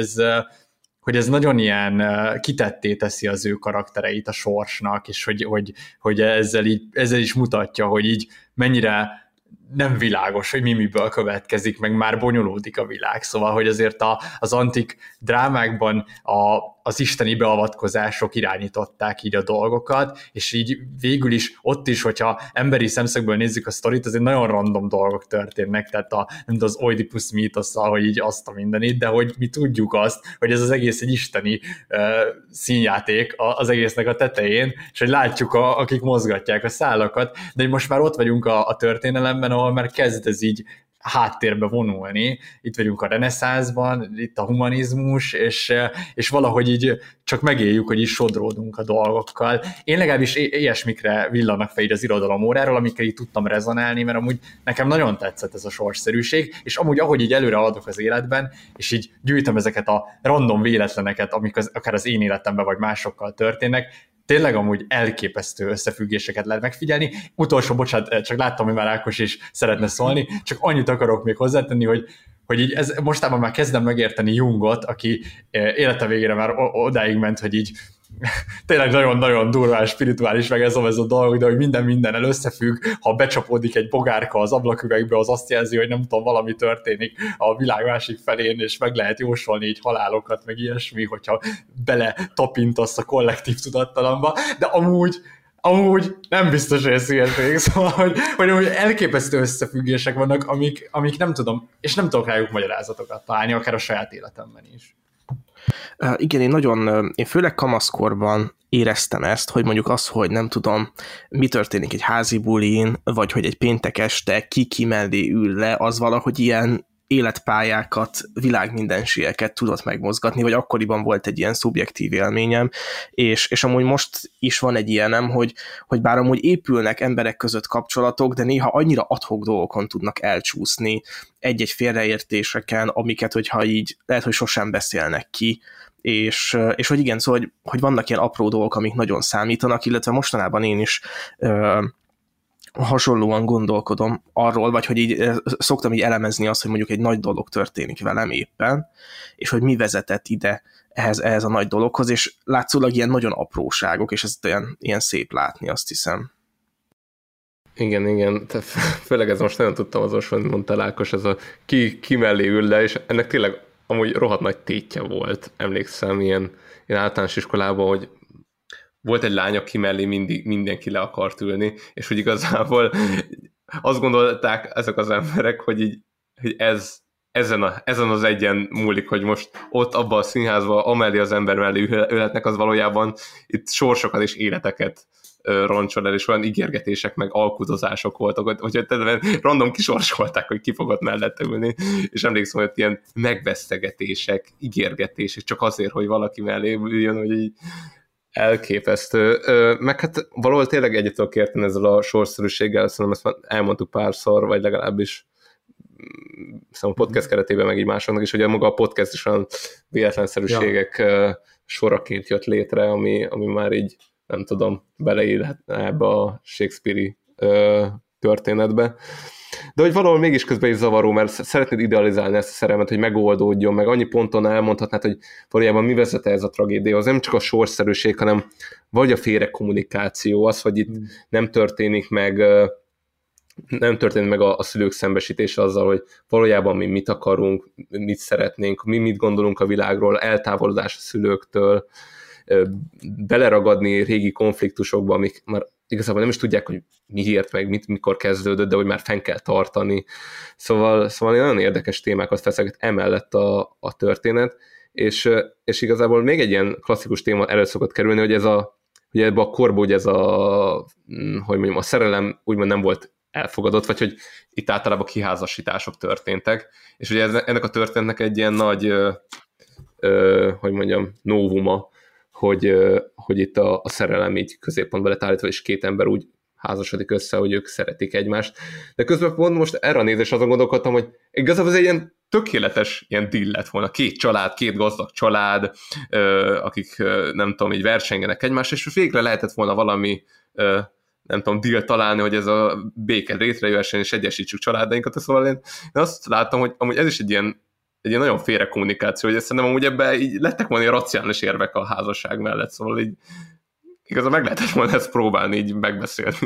Speaker 7: hogy ez nagyon ilyen kitetté teszi az ő karaktereit a sorsnak, és hogy ezzel is mutatja, hogy így mennyire nem világos, hogy miből következik, meg már bonyolódik a világ. Szóval, hogy azért az antik drámákban az isteni beavatkozások irányították így a dolgokat, és így végül is ott is, hogyha emberi szemszögből nézzük a sztorit, azért nagyon random dolgok történnek, tehát az Oedipus mítosszal, hogy így azt a mindenit, de hogy mi tudjuk azt, hogy ez az egész egy isteni színjáték az egésznek a tetején, és hogy látjuk, akik mozgatják a szálakat, de most már ott vagyunk a történelemben, ahol már kezd ez így háttérbe vonulni. Itt vagyunk a reneszánszban, itt a humanizmus, és valahogy így csak megéljük, hogy is sodródunk a dolgokkal. Én legalábbis ilyesmikre villanak fel így az irodalom óráról, amikkel így tudtam rezonálni, mert amúgy nekem nagyon tetszett ez a sorsszerűség, és amúgy ahogy így előre adok az életben, és így gyűjtöm ezeket a random véletleneket, amik akár az én életemben vagy másokkal történnek, tényleg amúgy elképesztő összefüggéseket lehet megfigyelni. Utolsó, bocsánat, csak láttam, hogy már Ákos is szeretne szólni, csak annyit akarok még hozzátenni, hogy így mostában már kezdem megérteni Jungot, aki élete végére már odáig ment, hogy így tényleg nagyon-nagyon durván spirituális meg ez a dolog, de hogy mindennel összefügg, ha becsapódik egy bogárka az ablaküvegbe, az azt jelzi, hogy nem tudom, valami történik a világ másik felén, és meg lehet jósolni így halálokat, meg ilyesmi, hogyha bele tapintasz a kollektív tudattalamba, de amúgy nem biztos, hogy ez ilyeség, szóval, hogy elképesztő összefüggések vannak, amik nem tudom, és nem tudok rájuk magyarázatokat találni, akár a saját életemben is.
Speaker 6: Igen, én főleg kamaszkorban éreztem ezt, hogy mondjuk az, hogy nem tudom, mi történik egy házi bulin, vagy hogy egy péntek este ki mellé ül le, az valahogy ilyen életpályákat, világmindenségeket tudott megmozgatni, vagy akkoriban volt egy ilyen szubjektív élményem, és amúgy most is van egy ilyenem, hogy bár amúgy épülnek emberek között kapcsolatok, de néha annyira ad-hoc dolgokon tudnak elcsúszni, egy-egy félreértéseken, amiket, hogyha így lehet, hogy sosem beszélnek ki, és hogy igen, szóval, hogy vannak ilyen apró dolgok, amik nagyon számítanak, illetve mostanában én is hasonlóan gondolkodom arról, vagy hogy így szoktam így elemezni azt, hogy mondjuk egy nagy dolog történik velem éppen, és hogy mi vezetett ide ehhez a nagy dologhoz, és látszólag ilyen nagyon apróságok, és ez ilyen szép látni, azt hiszem.
Speaker 8: Igen. Főleg ez most nagyon tudtam azon, hogy mondtál Ákos, ez a ki mellé ül le, és ennek tényleg amúgy rohadt nagy tétje volt. Emlékszem ilyen általános iskolában, hogy volt egy lány, aki mellé mindenki le akart ülni, és hogy igazából azt gondolták ezek az emberek, hogy ezen az egyen múlik, hogy most ott abban a színházban amellé az ember mellé ülhetnek, az valójában itt sorsokat és életeket roncsol el, és olyan ígérgetések, meg alkudozások voltak, hogy random kisorsolták, hogy ki fogott mellette ülni, és emlékszem, hogy ilyen megvesztegetések, ígérgetések, csak azért, hogy valaki mellé üljön, hogy így elképesztő. Meg hát valahol tényleg egyet tudok érteni ezzel a sorszerűséggel, szerintem ezt már elmondtuk párszor, vagy legalábbis a podcast keretében meg így másoknak is, hogy maga a podcast is olyan véletlenszerűségek soraként jött létre, ami már így nem tudom, beleillhet ebbe a Shakespeare-i történetbe. De hogy valahol mégis közben is zavaró, mert szeretnéd idealizálni ezt a szerelmet, hogy megoldódjon, meg annyi ponton elmondhatnád, hogy valójában mi vezet ez a tragédiához. Nem csak a sorszerűség, hanem vagy a félre kommunikáció, az, hogy itt nem történik meg a szülők szembesítése azzal, hogy valójában mi mit akarunk, mit szeretnénk, mi mit gondolunk a világról, eltávolodás a szülőktől, beleragadni régi konfliktusokba, amik már igazából nem is tudják, hogy miért, meg mikor kezdődött, de hogy már fenn kell tartani. Szóval nagyon érdekes témákat feszeget emellett a történet, és igazából még egy ilyen klasszikus téma elő szokott kerülni, hogy hogy ebbe a korba ugye hogy mondjam, a szerelem úgymond nem volt elfogadott, vagy hogy itt általában kiházasítások történtek, és ugye ennek a történetnek egy ilyen nagy hogy mondjam, novuma, hogy itt a szerelem így középpontba lett állítva, és két ember úgy házasodik össze, hogy ők szeretik egymást. De közben pont most erre a nézés azon gondolkodtam, hogy igazából ez egy ilyen tökéletes ilyen deal lett volna. Két gazdag család, akik nem tudom, így versengenek egymást, és végre lehetett volna valami nem tudom, deal találni, hogy ez a béke létrejöhessen, és egyesítsük családainkat. Szóval én azt láttam, hogy amúgy ez is egy ilyen nagyon félre kommunikáció, hogy szerintem amúgy ebben így lettek volna ilyen racionális érvek a házasság mellett, szóval így igazán meg lehetett volna ezt próbálni így megbeszélni.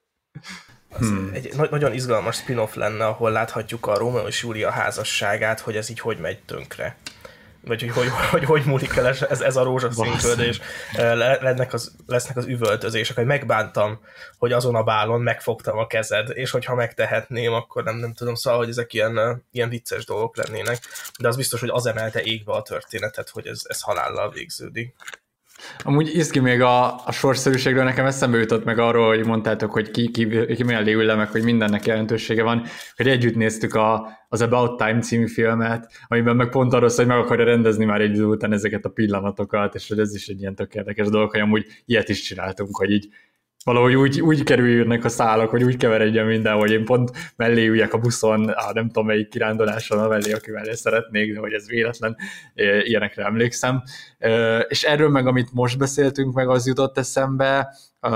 Speaker 6: Egy nagyon izgalmas spin-off lenne, ahol láthatjuk a Rómeó és Júlia házasságát, hogy ez így hogy megy tönkre. Vagy hogy múlik el ez a rózsaszínkölés, lesznek az üvöltözések, hogy megbántam, hogy azon a bálon megfogtam a kezed, és hogyha megtehetném, akkor nem tudom, szóval, hogy ezek ilyen vicces dolgok lennének, de az biztos, hogy az emelte égbe a történetet, hogy ez halállal végződik.
Speaker 7: Amúgy izgi még a sorszerűségről nekem eszembe jutott meg arról, hogy mondtátok, hogy ki mellé ül le, meg hogy mindennek jelentősége van, hogy együtt néztük az About Time című filmet, amiben meg pont arról szól, hogy meg akarja rendezni már egy idő után ezeket a pillanatokat, és hogy ez is egy ilyen tök érdekes dolog, hogy amúgy ilyet is csináltunk, hogy így valahogy úgy kerüljenek a szálak, hogy úgy keveredjen minden, hogy én pont mellé üljek a buszon, nem tudom melyik kiránduláson, mellé, aki mellé szeretnék, de hogy ez véletlen, ilyenekre emlékszem. És erről meg, amit most beszéltünk, meg az jutott eszembe,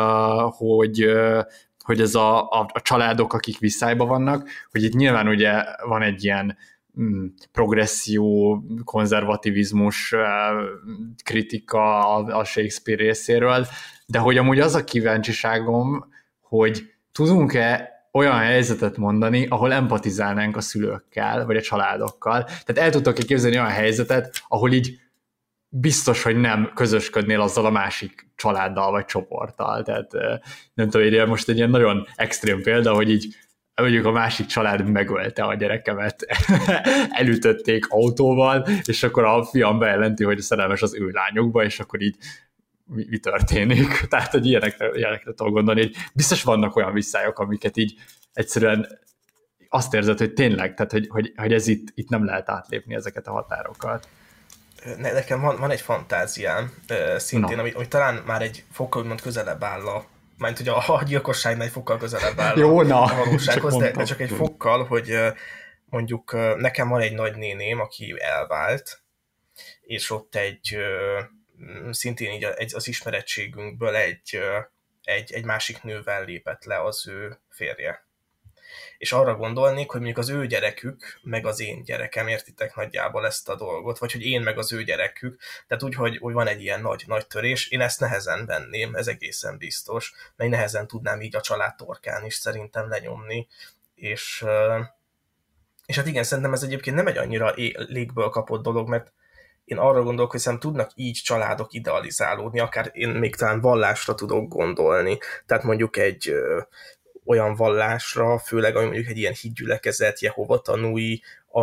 Speaker 7: hogy ez a családok, akik visszályban vannak, hogy itt nyilván ugye van egy ilyen progresszió, konzervativizmus kritika a Shakespeare részéről, de hogy amúgy az a kíváncsiságom, hogy tudunk-e olyan helyzetet mondani, ahol empatizálnánk a szülőkkel, vagy a családokkal. Tehát el tudtok-e képzelni olyan helyzetet, ahol így biztos, hogy nem közösködnél azzal a másik családdal, vagy csoporttal. Tehát nem tudom, most egy ilyen nagyon extrém példa, hogy így mondjuk a másik család megölte a gyerekemet, elütötték autóval, és akkor a fiam bejelenti, hogy szerelmes az ő lányokba, és akkor így mi történik. Tehát, hogy ilyenekre tudok gondolni, hogy biztos vannak olyan visszályok, amiket így egyszerűen azt érzed, hogy tényleg, tehát, hogy ez itt nem lehet átlépni ezeket a határokat.
Speaker 6: Nekem van egy fantáziám szintén, ami talán már egy fokkal úgymond közelebb áll mert ugye a gyilkosságnál egy fokkal közelebb áll a valósághoz, de csak egy fokkal, hogy mondjuk nekem van egy nagynéném, aki elvált, és ott szintén így az ismerettségünkből egy másik nővel lépett le az ő férje. És arra gondolnék, hogy mondjuk az ő gyerekük, meg az én gyerekem, értitek nagyjából ezt a dolgot, vagy hogy én meg az ő gyerekük, tehát úgy, hogy van egy ilyen nagy törés, én ezt nehezen venném, ez egészen biztos, meg nehezen tudnám így a család torkán is szerintem lenyomni, és hát igen, szerintem ez egyébként nem egy annyira légből kapott dolog, mert én arra gondolok, hogy szerintem tudnak így családok idealizálódni, akár én még talán vallásra tudok gondolni, tehát mondjuk egy olyan vallásra, főleg ami mondjuk egy ilyen hídgyülekezet, Jehova tanúi,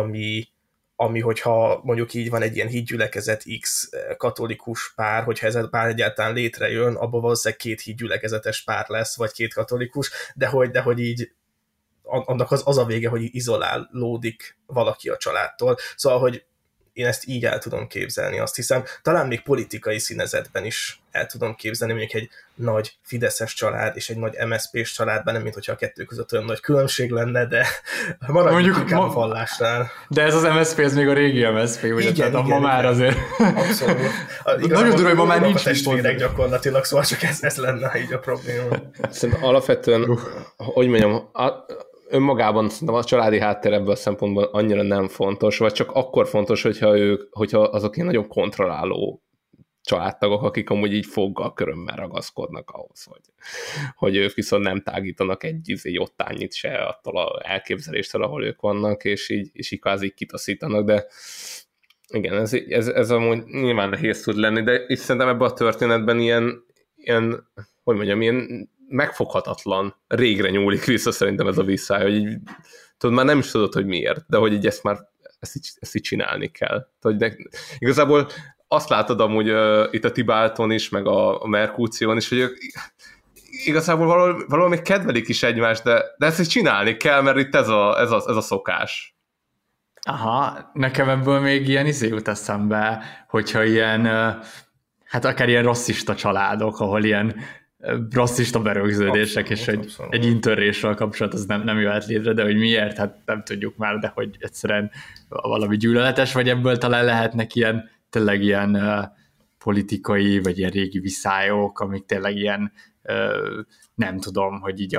Speaker 6: ami hogyha mondjuk így van egy ilyen hídgyülekezet X katolikus pár, hogyha ez a pár egyáltalán létrejön, abban valószínűleg 2 hídgyülekezetes pár lesz, vagy 2 katolikus, de hogy így annak az a vége, hogy izolálódik valaki a családtól. Szóval, hogy én ezt így el tudom képzelni, azt hiszem. Talán még politikai színezetben is el tudom képzelni, mondjuk egy nagy fideszes család és egy nagy MSZP-s családban, nem mint hogyha a kettő között olyan nagy különbség lenne, de maradjunk inkább a vallásnál.
Speaker 7: De ez az MSZP, ez még a régi MSZP, ugye? Igen, tehát ma már azért...
Speaker 6: Abszolút.
Speaker 7: Nagyon durva, hogy ma már nincs
Speaker 6: testvérek gyakorlatilag, szóval csak ez lenne így a probléma.
Speaker 8: Szerintem alapvetően, hogy mondjam, önmagában szerintem a családi háttér ebből a szempontból annyira nem fontos, vagy csak akkor fontos, hogyha azok ilyen nagyon kontrolláló családtagok, akik amúgy így foggal körömmel ragaszkodnak ahhoz, hogy ők viszont nem tágítanak egy jottányit se attól az elképzeléstől, ahol ők vannak, és így kvázi kitaszítanak, de igen, ez amúgy nyilván nehéz tud lenni, de és szerintem ebben a történetben ilyen hogy mondjam, ilyen megfoghatatlan, régre nyúlik vissza szerintem ez a visszáj, hogy így, tudod, már nem is tudod, hogy miért, de hogy így ezt így csinálni kell. Igazából azt látod amúgy itt a Tibálton is, meg a Merkúción is, hogy ők igazából valahol még kedvelik is egymást, de ezt így csinálni kell, mert itt ez a szokás.
Speaker 7: Aha, nekem ebből még ilyen jut eszembe, hogyha ilyen, hát akár ilyen rasszista családok, ahol ilyen rasszista berögződések, és egy intörréssel kapcsolat az nem jöhet létre, de hogy miért, hát nem tudjuk már, de hogy egyszerűen valami gyűlöletes, vagy ebből talán lehetnek ilyen, tényleg ilyen politikai, vagy ilyen régi viszályok, amik tényleg ilyen, nem tudom, hogy így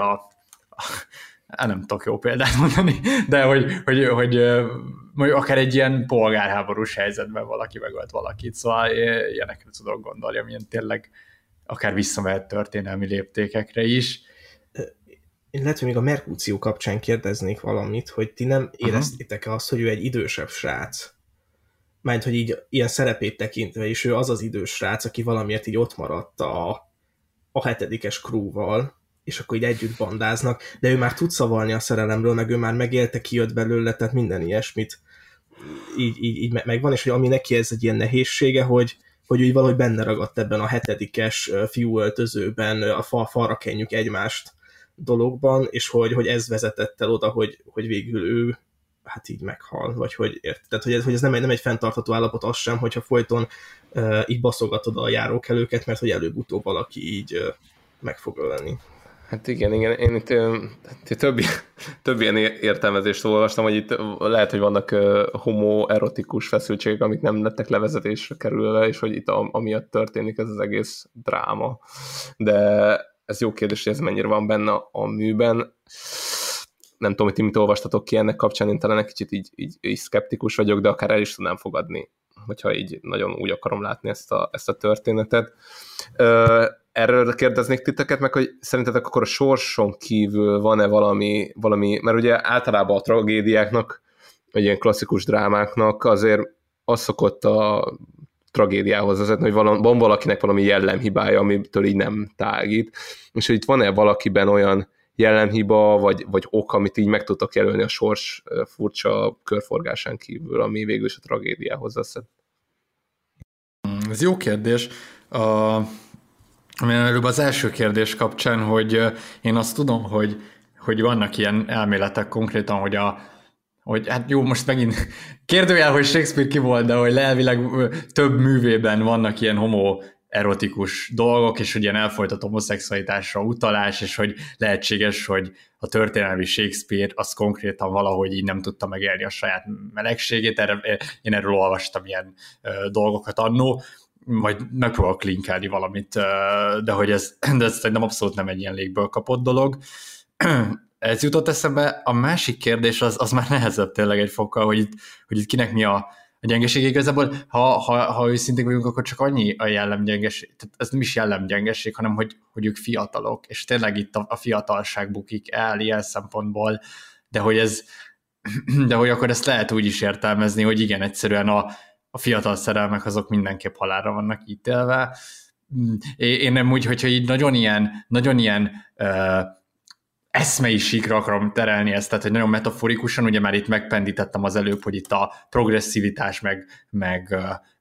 Speaker 7: nem tudok jó példát mondani, de hogy akár egy ilyen polgárháborús helyzetben valaki megölt valakit, szóval ilyenekre tudok gondolni, amilyen tényleg akár visszamehet történelmi léptékekre is.
Speaker 6: Én lehet, hogy még a Merkúció kapcsán kérdeznék valamit, hogy ti nem éreztétek-e azt, hogy ő egy idősebb srác? Mert hogy így ilyen szerepét tekintve, és ő az az idős srác, aki valamiért így ott maradt a 7. crewval, és akkor így együtt bandáznak, de ő már tud szavalni a szerelemről, meg ő már megélte, kijött belőle, tehát minden ilyesmit így megvan, és hogy ami neki ez egy ilyen nehézsége, hogy úgy valahogy benne ragadt ebben a 7. fiúöltözőben, a falra kenjük egymást dologban, és hogy ez vezetett el oda, hogy végül ő hát így meghal, vagy hogy tehát, hogy ez nem egy fenntartható állapot az sem, hogyha folyton így baszogatod a járókelőket, mert hogy előbb-utóbb valaki így meg fog ölni.
Speaker 8: Hát igen, én itt több ilyen értelmezést olvastam, hogy itt lehet, hogy vannak homoerotikus feszültségek, amik nem lettek levezetésre kerülve, és hogy itt amiatt történik ez az egész dráma. De ez jó kérdés, hogy ez mennyire van benne a műben. Nem tudom, hogy ti mit olvastatok ki ennek kapcsán, én talán egy kicsit így szkeptikus vagyok, de akár el is tudnám fogadni, hogyha így nagyon úgy akarom látni ezt a történetet. Erről kérdeznék titeket meg, hogy szerintetek akkor a sorson kívül van-e valami, mert ugye általában a tragédiáknak, vagy ilyen klasszikus drámáknak azért az szokott a tragédiához vezetni, hogy van valakinek valami jellemhibája, amitől így nem tágít, és hogy itt van-e valakiben olyan jellemhiba, vagy ok, amit így meg tudtok jelölni a sors furcsa körforgásán kívül, ami végül is a tragédiához vezet?
Speaker 7: Ez jó kérdés. Előbb az első kérdés kapcsán, hogy én azt tudom, hogy vannak ilyen elméletek konkrétan, hogy hát jó, most megint kérdőjel, hogy Shakespeare ki volt, de hogy elvileg több művében vannak ilyen homoerotikus dolgok, és hogy ilyen elfolytott homoszexualitásra utalás, és hogy lehetséges, hogy a történelmi Shakespeare az konkrétan valahogy így nem tudta megélni a saját melegségét. Én erről olvastam ilyen dolgokat annó. majd megpróbálok linkelni valamit, de ez szerintem abszolút nem egy ilyen légből kapott dolog. Ez jutott eszembe, a másik kérdés az már nehezebb tényleg egy fokkal, hogy itt kinek mi a gyengeség. Igazából, ha őszintén vagyunk, akkor csak annyi a jellemgyengeség, tehát ez nem is jellemgyengeség, hanem hogy ők fiatalok, és tényleg itt a fiatalság bukik el ilyen szempontból, de hogy akkor ezt lehet úgy is értelmezni, hogy igen, egyszerűen a fiatal szerelmek azok mindenképp halálra vannak ítélve. Én nem úgy, hogyha így nagyon ilyen eszmei síkra akarom terelni ezt, tehát hogy nagyon metaforikusan, ugye már itt megpendítettem az előbb, hogy itt a progresszivitás meg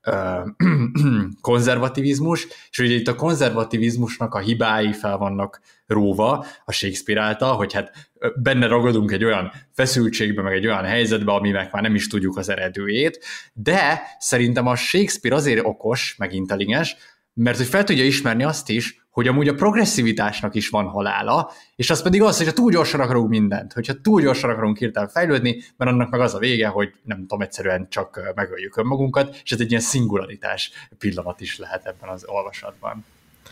Speaker 7: konzervativizmus, és ugye itt a konzervativizmusnak a hibái fel vannak róva a Shakespeare által, hogy hát benne ragadunk egy olyan feszültségbe, meg egy olyan helyzetbe, aminek már nem is tudjuk az eredőjét, de szerintem a Shakespeare azért okos, meg intelligens, mert hogy fel tudja ismerni azt is, hogy amúgy a progresszivitásnak is van halála, és az pedig az, hogyha túl gyorsan akarunk mindent, hogyha túl gyorsan akarunk hirtelen fejlődni, mert annak meg az a vége, hogy nem tudom, egyszerűen csak megöljük önmagunkat, és ez egy ilyen szingularitás pillanat is lehet ebben az olvasatban.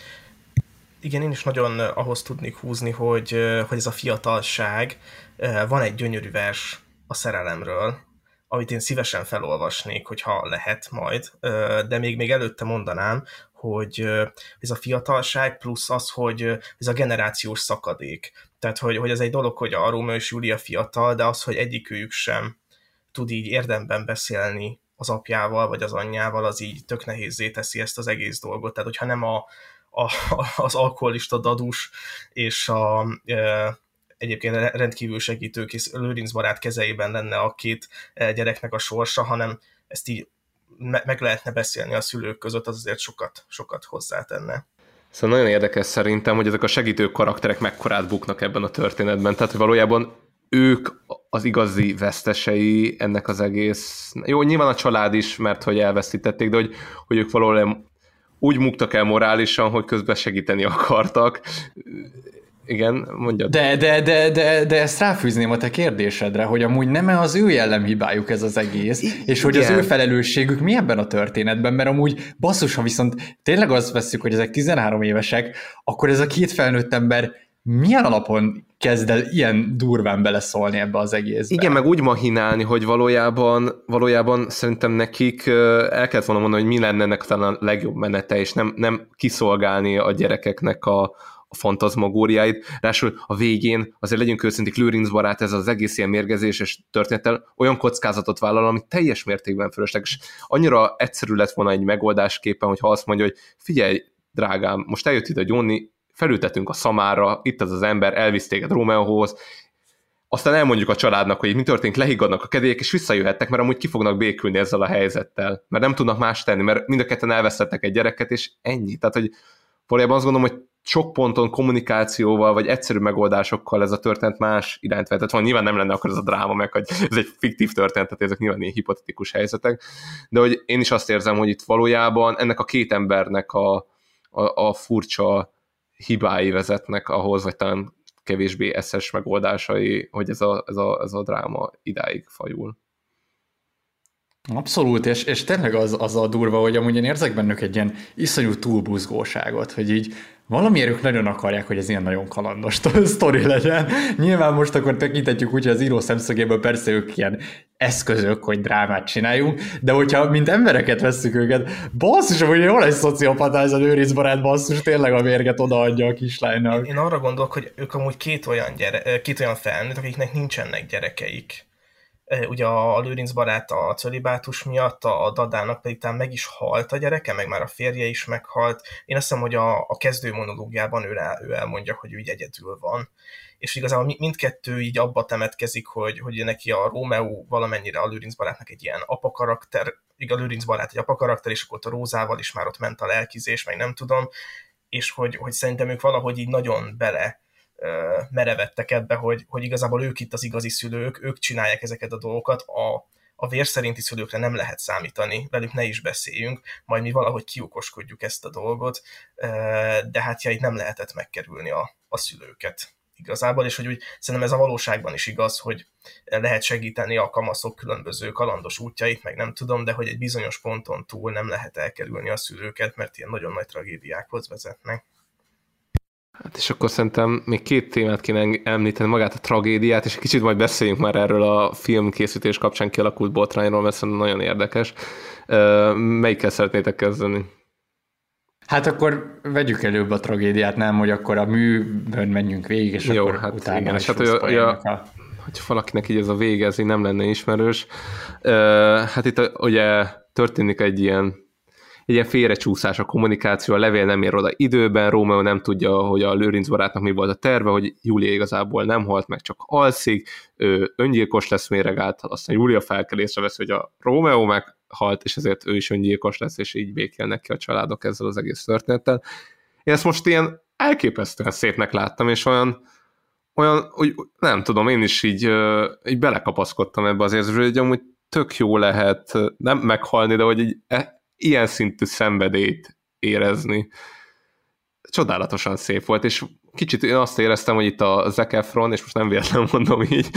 Speaker 6: Igen, én is nagyon ahhoz tudnék húzni, hogy ez a fiatalság, van egy gyönyörű vers a szerelemről, amit én szívesen felolvasnék, hogyha lehet majd, de még előtte mondanám, hogy ez a fiatalság plusz az, hogy ez a generációs szakadék. Tehát, hogy ez egy dolog, hogy a Rómeó és Júlia fiatal, de az, hogy egyikőjük sem tud így érdemben beszélni az apjával vagy az anyjával, az így tök nehézzé teszi ezt az egész dolgot. Tehát, hogyha nem az alkoholista dadus és egyébként rendkívül segítőkész Lőrinc barát kezeiben lenne a két gyereknek a sorsa, hanem ezt így meg lehetne beszélni a szülők között, az azért sokat hozzátenne.
Speaker 8: Szóval nagyon érdekes szerintem, hogy ezek a segítő karakterek mekkorát buknak ebben a történetben. Tehát, hogy valójában ők az igazi vesztesei ennek az egész... Jó, nyilván a család is, mert hogy elvesztítették, de hogy ők valójában úgy muktak el morálisan, hogy közben segíteni akartak. Igen, mondjad.
Speaker 7: De ezt ráfűzném a te kérdésedre, hogy amúgy nem-e az ő jellemhibájuk ez az egész, és hogy az ő felelősségük mi ebben a történetben, mert amúgy basszus, ha viszont tényleg azt vesszük, hogy ezek 13 évesek, akkor ez a két felnőtt ember milyen alapon kezd el ilyen durván beleszólni ebbe az egészbe?
Speaker 8: Igen, meg úgy mahinálni, hogy valójában szerintem nekik el kellett volna mondani, hogy mi lenne ennek talán a legjobb menete, és nem kiszolgálni a gyerekeknek a fantazmagóriáit. Ráadásul a végén, azért legyünk őszinték, Lőrinc barát ez az egész ilyen mérgezéses történettel olyan kockázatot vállal, ami teljes mértékben fölösleges. Annyira egyszerű lett volna egy megoldásképpen, hogyha azt mondja, hogy figyelj, drágám, most eljött ide Johnny, felültetünk a szamára, itt az ember, elvisz téged Rómeóhoz, aztán elmondjuk a családnak, hogy mi történik, lehiggadnak a kedélyek, és visszajöhetnek, mert amúgy ki fognak békülni ezzel a helyzettel, mert nem tudnak más tenni, mert mind a ketten elvesztettek egy gyereket, és ennyi. Tehát, hogy valójában azt gondolom, hogy sok ponton kommunikációval, vagy egyszerű megoldásokkal ez a történet más irányt vehetett. Van, nyilván nem lenne akkor ez a dráma, meg hogy ez egy fiktív történet, tehát ezek nyilván ilyen hipotetikus helyzetek, de hogy én is azt érzem, hogy itt valójában ennek a két embernek a furcsa hibái vezetnek ahhoz, vagy talán kevésbé eszes megoldásai, hogy ez a dráma idáig fajul.
Speaker 7: Abszolút, és tényleg az a durva, hogy amúgy én érzek bennük egy ilyen iszonyú túlbuzgóságot, hogy így valamiért ők nagyon akarják, hogy ez ilyen nagyon kalandos sztori legyen. Nyilván most akkor tekintetjük úgy, hogy az író szemszögéből persze ők ilyen eszközök, hogy drámát csináljunk, de hogyha mint embereket vesszük őket, basszus, hogy jól egy szociopata ez a Lőrinc barát, basszus, tényleg a mérget odaadja a kislánynak.
Speaker 6: Én arra gondolok, hogy ők amúgy két olyan felnőtt, akiknek nincsenek gyerekeik. Ugye a Lőrinc barát a cölibátus miatt, a Dadának pedig talán meg is halt a gyereke, meg már a férje is meghalt. Én azt hiszem, hogy a kezdő monológiában ő elmondja, hogy ő így egyedül van. És igazából mindkettő így abba temetkezik, hogy neki a Rómeó valamennyire a Lőrinc barátnak egy ilyen apakarakter, a Lőrinc barát egy apakarakter, és akkor ott a Rózával is már ott ment a lelkizés, meg nem tudom, és hogy szerintem ők valahogy így nagyon bele merevettek ebbe, hogy igazából ők itt az igazi szülők, ők csinálják ezeket a dolgokat, a vér szerinti szülőkre nem lehet számítani, velük ne is beszéljünk, majd mi valahogy kiokoskodjuk ezt a dolgot, de hát itt nem lehetett megkerülni a szülőket. igazából, és hogy úgy szerintem ez a valóságban is igaz, hogy lehet segíteni a kamaszok különböző kalandos útjait, meg nem tudom, de hogy egy bizonyos ponton túl nem lehet elkerülni a szülőket, mert ilyen nagyon nagy tragédiákhoz vezetnek.
Speaker 8: Hát és akkor szerintem még 2 témát kéne említeni, magát a tragédiát, és kicsit majd beszéljünk már erről a filmkészítés kapcsán kialakult botrányról, mert szerintem nagyon érdekes. Melyikkel szeretnétek kezdeni?
Speaker 7: Hát akkor vegyük előbb a tragédiát, nem, hogy akkor a műbön menjünk végig, és
Speaker 8: jó,
Speaker 7: akkor
Speaker 8: hát
Speaker 7: utána
Speaker 8: igen,
Speaker 7: is
Speaker 8: hát hogy valakinek így ez a vége, ez így nem lenne ismerős. Hát itt ugye történik egy ilyen félrecsúszás a kommunikáció, a levél nem ér oda időben, Rómeó nem tudja, hogy a Lőrinc barátnak mi volt a terve, hogy Júlia igazából nem halt meg, csak alszik, ő öngyilkos lesz méregáltal, aztán Júlia fel kell észreveszi, hogy a Rómeó meghalt, és ezért ő is öngyilkos lesz, és így békélnek ki a családok ezzel az egész történettel. Én ezt most ilyen elképesztően szépnek láttam, és olyan hogy nem tudom, én is így belekapaszkodtam ebbe az érzésbe, hogy amúgy tök jó lehet nem meghalni, de hogy így ilyen szintű szenvedélyt érezni. Csodálatosan szép volt, és kicsit én azt éreztem, hogy itt a Zac Efron, és most nem véletlenül mondom így,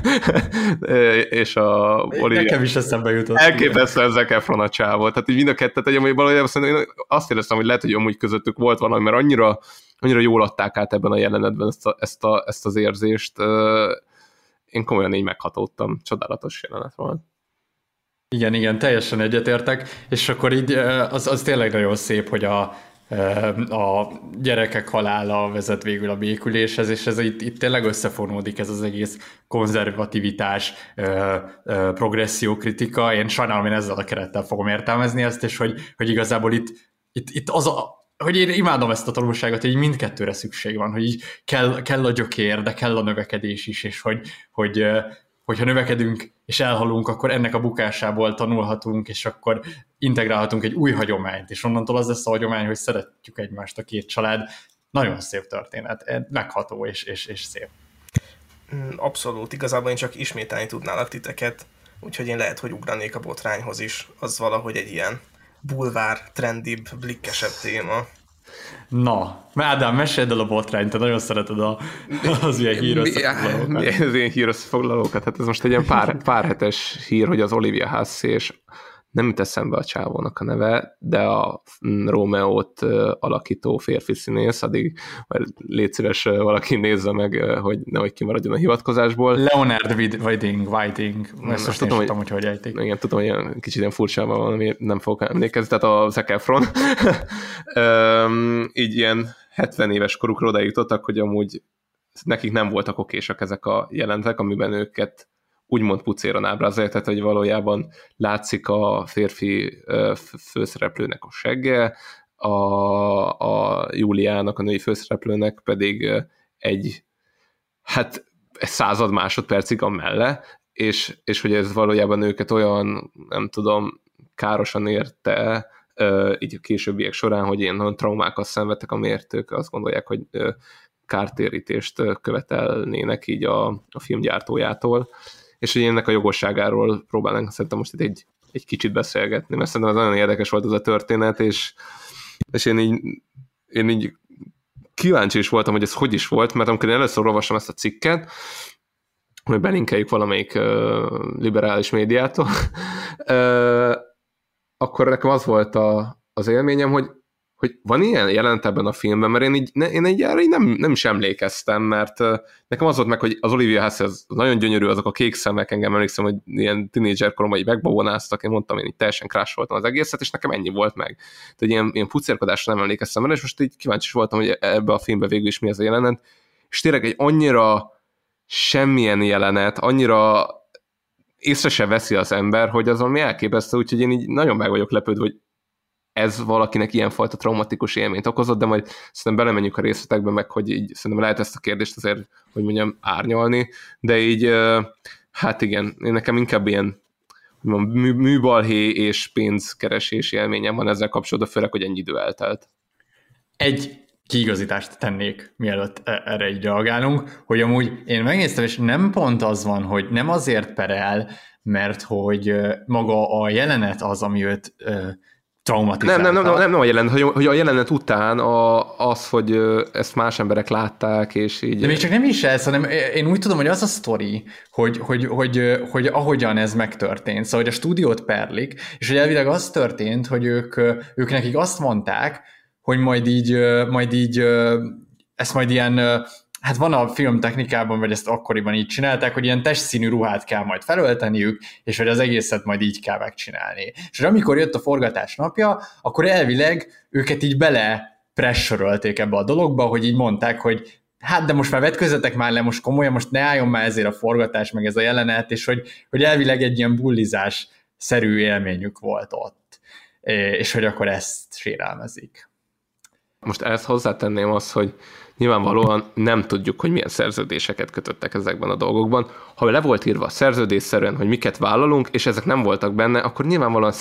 Speaker 8: és a Olivia... Nekem
Speaker 7: is eszembe jutott.
Speaker 8: Elképesztően Zac Efron a csávó. Tehát így mind a kettet, hogy amúgy valójában én azt éreztem, hogy lehet, hogy amúgy közöttük volt valami, mert annyira jól adták át ebben a jelenetben ezt az érzést. Én komolyan így meghatódtam. Csodálatos jelenet volt.
Speaker 7: Igen, teljesen egyetértek, és akkor így az tényleg nagyon szép, hogy a gyerekek halála vezet végül a béküléshez, és ez itt tényleg összefonódik ez az egész konzervativitás, progressziókritika. Én sajnálom, én ezzel a kerettel fogom értelmezni ezt, és hogy igazából itt az hogy én imádom ezt a tanulságot, hogy így mindkettőre szükség van, hogy így kell a gyökér, de kell a növekedés is, és hogyha növekedünk és elhalunk, akkor ennek a bukásából tanulhatunk, és akkor integrálhatunk egy új hagyományt, és onnantól az lesz a hagyomány, hogy szeretjük egymást a 2 család. Nagyon szép történet, megható és szép.
Speaker 6: Abszolút, igazából én csak ismételni tudnálak titeket, úgyhogy én lehet, hogy ugranék a botrányhoz is. Az valahogy egy ilyen bulvár, trendibb, blikkesebb téma.
Speaker 7: Na, Ádám, meséld el a botrányt, te nagyon szereted az ilyen hírösszefoglalókat.
Speaker 8: Az ilyen hírösszefoglalókat? Hát ez most egy ilyen pár hetes hír, hogy az Olivia Hussey, és nem jut eszembe a csávónak a neve, de a Rómeót alakító férfi színész, addig légy szíves, valaki nézze meg, hogy nehogy kimaradjon a hivatkozásból.
Speaker 7: Leonard Whiting, ezt most nem tudom, hogy ejtik.
Speaker 8: Igen, tudom, hogy ilyen kicsit ilyen furcsában van, ami nem fogok emlékezni, tehát a Zac Efron. Így ilyen 70 éves korukra oda jutottak, hogy amúgy nekik nem voltak okésak ezek a jelentek, amiben őket úgymond pucéron ábrázolják, tehát hogy valójában látszik a férfi főszereplőnek a segge, a Júliának, a női főszereplőnek pedig egy század másodpercig a melle, és hogy ez valójában őket olyan, nem tudom, károsan érte így a későbbiek során, hogy ilyen nagyon traumákat szenvedtek, amiért ők azt gondolják, hogy kártérítést követelnének így a filmgyártójától, és hogy ennek a jogosságáról próbálnánk szerintem most itt egy kicsit beszélgetni, mert szerintem ez nagyon érdekes volt ez a történet, és én így kíváncsi is voltam, hogy ez hogy is volt, mert amikor én először olvasom ezt a cikket, hogy belinkeljük valamelyik liberális médiától, akkor nekem az volt az élményem, hogy van ilyen jelent ebben a filmben, mert én így erre nem is emlékeztem, mert nekem az volt meg, hogy az Olivia Hussey az nagyon gyönyörű, azok a kék szemek, engem emlékszem, hogy ilyen tínédzser koromban így megbabonáztak, én mondtam, én így teljesen crush-oltam az egészet, és nekem ennyi volt meg. Tehát ilyen pucérkodásra nem emlékeztem el, és most így kíváncsi voltam, hogy ebbe a filmbe végül is mi az a jelenet, és tényleg egy annyira semmilyen jelenet, annyira észre se veszi az ember, hogy az valami elképesztő, úgyhogy én így nagyon meg vagyok lepődve, hogy ez valakinek ilyenfajta traumatikus élményt okozott, de majd szerintem belemenjük a részletekbe, meg hogy így szerintem lehet ezt a kérdést azért, hogy mondjam, árnyalni, de így, hát igen, én nekem inkább ilyen műbalhé és pénzkeresés élményem van ezzel kapcsolatban, főleg, hogy ennyi idő eltelt.
Speaker 7: Egy kiigazítást tennék, mielőtt erre így reagálunk, hogy amúgy én megnéztem, és nem pont az van, hogy nem azért perel, mert hogy maga a jelenet az, ami őt traumatizálta.
Speaker 8: Nem a jelenet, hogy a jelenet után az, hogy ezt más emberek látták, és így...
Speaker 7: De még csak nem is ez, hanem én úgy tudom, hogy az a sztori, hogy ahogyan ez megtörtént, szóval, hogy a stúdiót perlik, és hogy elvileg az történt, hogy ők nekik azt mondták, hogy majd így ezt majd ilyen... Hát van a filmtechnikában, vagy ezt akkoriban így csinálták, hogy ilyen testszínű ruhát kell majd felölteniük, és hogy az egészet majd így kell megcsinálni. És amikor jött a forgatás napja, akkor elvileg őket így bele pressure-ölték ebbe a dologba, hogy így mondták, hogy hát de most már vetközzetek már le, most komolyan, most ne álljon már ezért a forgatás, meg ez a jelenet, és hogy elvileg egy ilyen bullizás-szerű élményük volt ott. És hogy akkor ezt sérelmezik.
Speaker 8: Most ezt hozzátenném azt, hogy nyilvánvalóan nem tudjuk, hogy milyen szerződéseket kötöttek ezekben a dolgokban. Ha le volt írva szerződésszerűen, hogy miket vállalunk, és ezek nem voltak benne, akkor nyilvánvalóan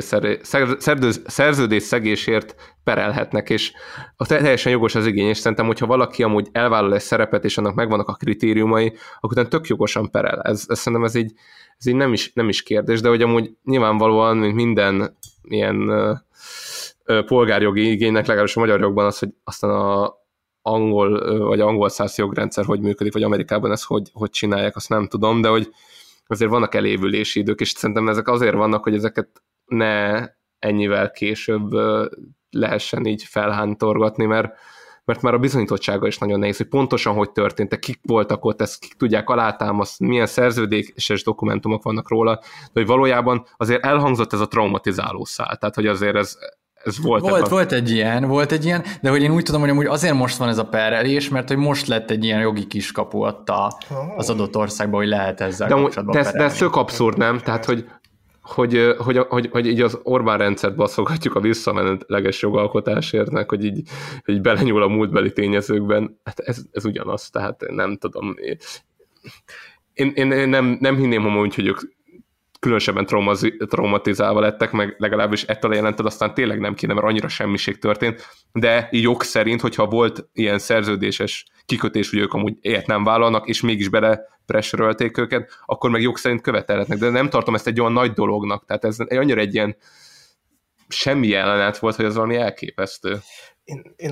Speaker 8: szerződésszegésért perelhetnek, és teljesen jogos az igény, és szerintem, hogyha valaki amúgy elvállal egy szerepet, és annak megvannak a kritériumai, akkor utána tök jogosan perel. Szerintem ez így nem is kérdés, de hogy amúgy nyilvánvalóan, mint minden ilyen polgárjogi igénynek, legalábbis a magyar jogban az, hogy aztán a angol vagy angol-szász jogrendszer hogy működik, vagy Amerikában ezt hogy csinálják, azt nem tudom, de hogy azért vannak elévülési idők, és szerintem ezek azért vannak, hogy ezeket ne ennyivel később lehessen így felhántorgatni, mert már a bizonyítottsága is nagyon nehéz, hogy pontosan hogy történt, kik voltak ott, ezt kik tudják alátámasztani, milyen szerződéses dokumentumok vannak róla, de hogy valójában azért elhangzott ez a traumatizáló szál, tehát hogy azért ez volt
Speaker 7: egy ilyen, de hogy én úgy tudom, hogy amúgy azért most van ez a perelés, mert hogy most lett egy ilyen jogi kiskapu ott az adott országban, hogy lehet ezzel kapcsolatban perelni.
Speaker 8: De ez tök abszurd, nem? Tehát, hogy így az Orbán rendszert baszogatjuk a visszamenőleges jogalkotásért, hogy így belenyúl a múltbeli tényezőkben. Hát ez ugyanaz, tehát nem tudom. Én nem hinném amúgy, hogy ők különösebben traumatizálva lettek, meg legalábbis ettől a jelented aztán tényleg nem kéne, mert annyira semmiség történt, de jog szerint, hogyha volt ilyen szerződéses kikötés, hogy ők amúgy ilyet nem vállalnak, és mégis bele pressure-ölték őket, akkor meg jog szerint követelhetnek, de nem tartom ezt egy olyan nagy dolognak, tehát ez annyira egy ilyen semmi jelenet volt, hogy ez valami elképesztő.
Speaker 6: Én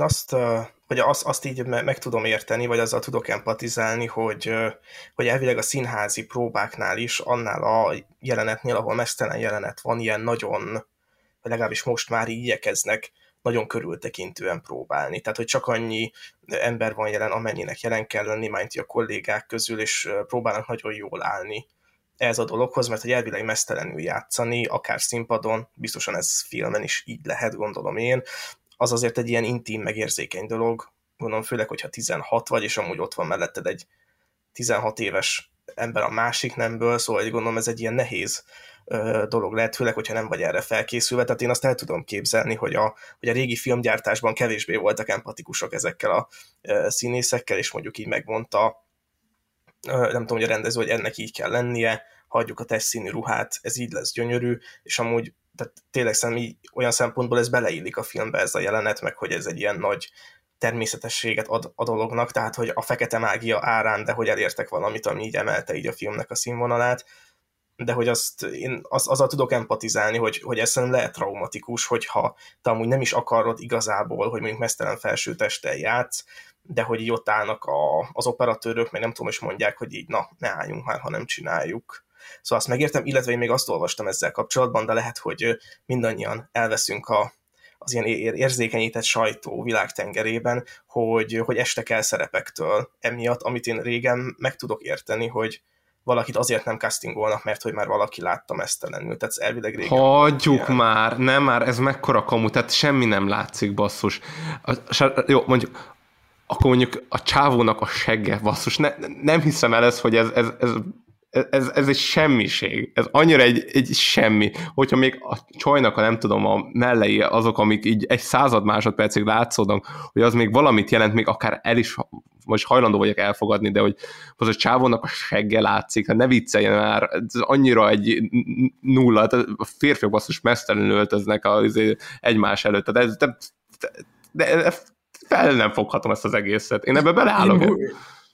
Speaker 6: azt így meg tudom érteni, vagy azzal tudok empatizálni, hogy elvileg a színházi próbáknál is, annál a jelenetnél, ahol meztelen jelenet van, ilyen nagyon, vagy legalábbis most már így igyekeznek nagyon körültekintően próbálni. Tehát, hogy csak annyi ember van jelen, amennyinek jelen kell lenni, mint a kollégák közül, és próbálnak nagyon jól állni ez a dologhoz, mert hogy elvileg meztelenül játszani, akár színpadon, biztosan ez filmen is így lehet, gondolom én, az azért egy ilyen intim, megérzékeny dolog, gondolom főleg, hogyha 16 vagy, és amúgy ott van melletted egy 16 éves ember a másik nemből, szóval gondolom ez egy ilyen nehéz dolog lehet, főleg, hogyha nem vagy erre felkészülve, tehát én azt el tudom képzelni, hogy a régi filmgyártásban kevésbé voltak empatikusak ezekkel a színészekkel, és mondjuk így megmondta, nem tudom, hogy a rendező, hogy ennek így kell lennie, hagyjuk a testszínű ruhát, ez így lesz gyönyörű, és amúgy tehát tényleg szerintem olyan szempontból ez beleillik a filmbe ez a jelenet, meg hogy ez egy ilyen nagy természetességet ad a dolognak, tehát hogy a fekete mágia árán, de hogy elértek valamit, ami így emelte így a filmnek a színvonalát, de hogy én azzal tudok empatizálni, hogy ez szerintem lehet traumatikus, hogyha te amúgy nem is akarod igazából, hogy mondjuk meztelen felsőtesttel játsz, de hogy így ott állnak az operatőrök, meg nem tudom, és mondják, hogy így na, ne álljunk már, ha nem csináljuk. Szóval azt megértem, illetve én még azt olvastam ezzel kapcsolatban, de lehet, hogy mindannyian elveszünk az ilyen érzékenyített sajtó világtengerében, hogy estek el szerepektől emiatt, amit én régen meg tudok érteni, hogy valakit azért nem castingolnak, mert hogy már valaki látta meztelenül. Tehát elvileg régen...
Speaker 8: Hagyjuk már, nem már, ez mekkora kamu, tehát semmi nem látszik, basszus. Jó, mondjuk, akkor mondjuk a csávónak a segge, basszus, nem hiszem el ezt, hogy ez egy semmiség. Ez annyira egy semmi. Hogyha még a csajnak, nem tudom, a mellei azok, amik így egy 100 másodpercig látszódnak, hogy az még valamit jelent, még akár el is, most hajlandó vagyok elfogadni, de hogy az a csávónak a segge látszik, hát ne vicceljen már, ez annyira egy nulla, a férfiak basszus mesztelenül öltöznek egymás előtt, de fel nem foghatom ezt az egészet. Én ebbe beleállok.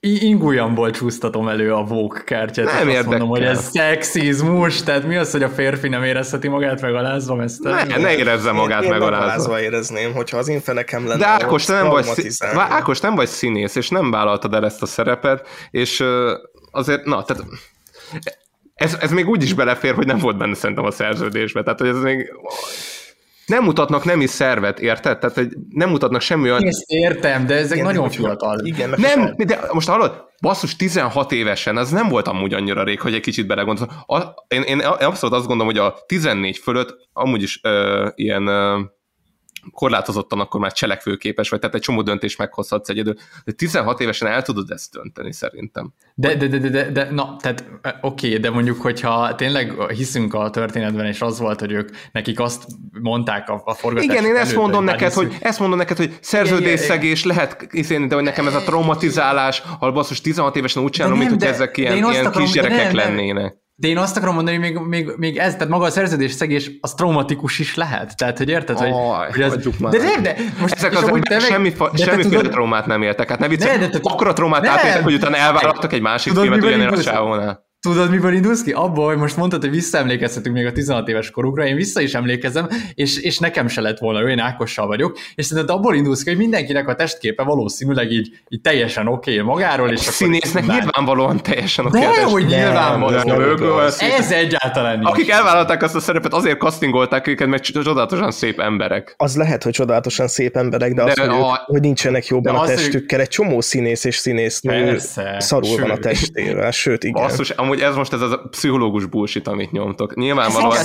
Speaker 7: ingujamból csúsztatom elő a woke kártyát.
Speaker 8: Nem érdekel.
Speaker 7: Azt mondom, hogy ez szexizmus, tehát mi az, hogy a férfi nem érezheti magát megalázva, mesztelenül?
Speaker 8: Ne érezze magát megalázva.
Speaker 6: érezném, hogyha az én fenekem lenne.
Speaker 8: De Ákos, nem vagy színész, és nem vállaltad el ezt a szerepet, és azért, tehát ez még úgy is belefér, hogy nem volt benne szerintem a szerződésben, tehát hogy ez még... Nem mutatnak nemi szervet, érted? Tehát, hogy nem mutatnak semmi olyan...
Speaker 7: Ezt értem, de ezek nagyon fiatal.
Speaker 6: Igen,
Speaker 8: nem, de most hallod, basszus, 16 évesen, az nem volt amúgy annyira rég, hogy egy kicsit belegondolsz. Én abszolút azt gondolom, hogy a 14 fölött amúgy is ilyen korlátozottan akkor már cselekvőképes vagy, tehát egy csomó döntést meghozhatsz egyedül. De 16 évesen el tudod ezt dönteni, szerintem.
Speaker 7: De na, tehát oké, de mondjuk, hogyha tényleg hiszünk a történetben, és az volt, hogy nekik azt mondták a forgatás.
Speaker 8: Igen, én ezt mondom neked, hogy szerződésszegés lehet, de hogy nekem ez a traumatizálás, ahol basszus 16 évesen úgy csinálom, mint hogy ezek ilyen kisgyerekek lennének.
Speaker 7: De én azt akarom mondani, hogy még ez, tehát maga a szerződésszegés, az traumatikus is lehet. Tehát, hogy érted, hogy ez... De most
Speaker 8: ezek az emberek semmiféle traumát nem éltek. Hát ne viccelj, akkora traumát átéltek, hogy utána elvállaltak egy másik filmet ugyanél a sávónál.
Speaker 7: Tudod, miből indulsz ki? Abból, hogy most mondtad, hogy visszaemlékezhetünk még a 16 éves korukra, én vissza is emlékezem, és nekem se lett volna, én Ákossal vagyok, és szerintem abból indulsz ki, hogy mindenkinek a testképe valószínűleg így teljesen oké magáról, és a
Speaker 8: színésznek nyilvánvalóan teljesen oké.
Speaker 7: De hogy nyilvánvalóan. Ez egyáltalán nincs.
Speaker 8: Akik elvállalták azt a szerepet, azért castingolták őket, meg csodálatosan szép emberek.
Speaker 6: Az lehet, hogy csodálatosan szép emberek, de az, hogy nincsenek jobban a testükkel. Egy csomó színész és színésznő szarul van a testével, sőt, igen.
Speaker 8: Hogy ez most ez a pszichológus bullshit, amit nyomtok. Nyilvánvalóan...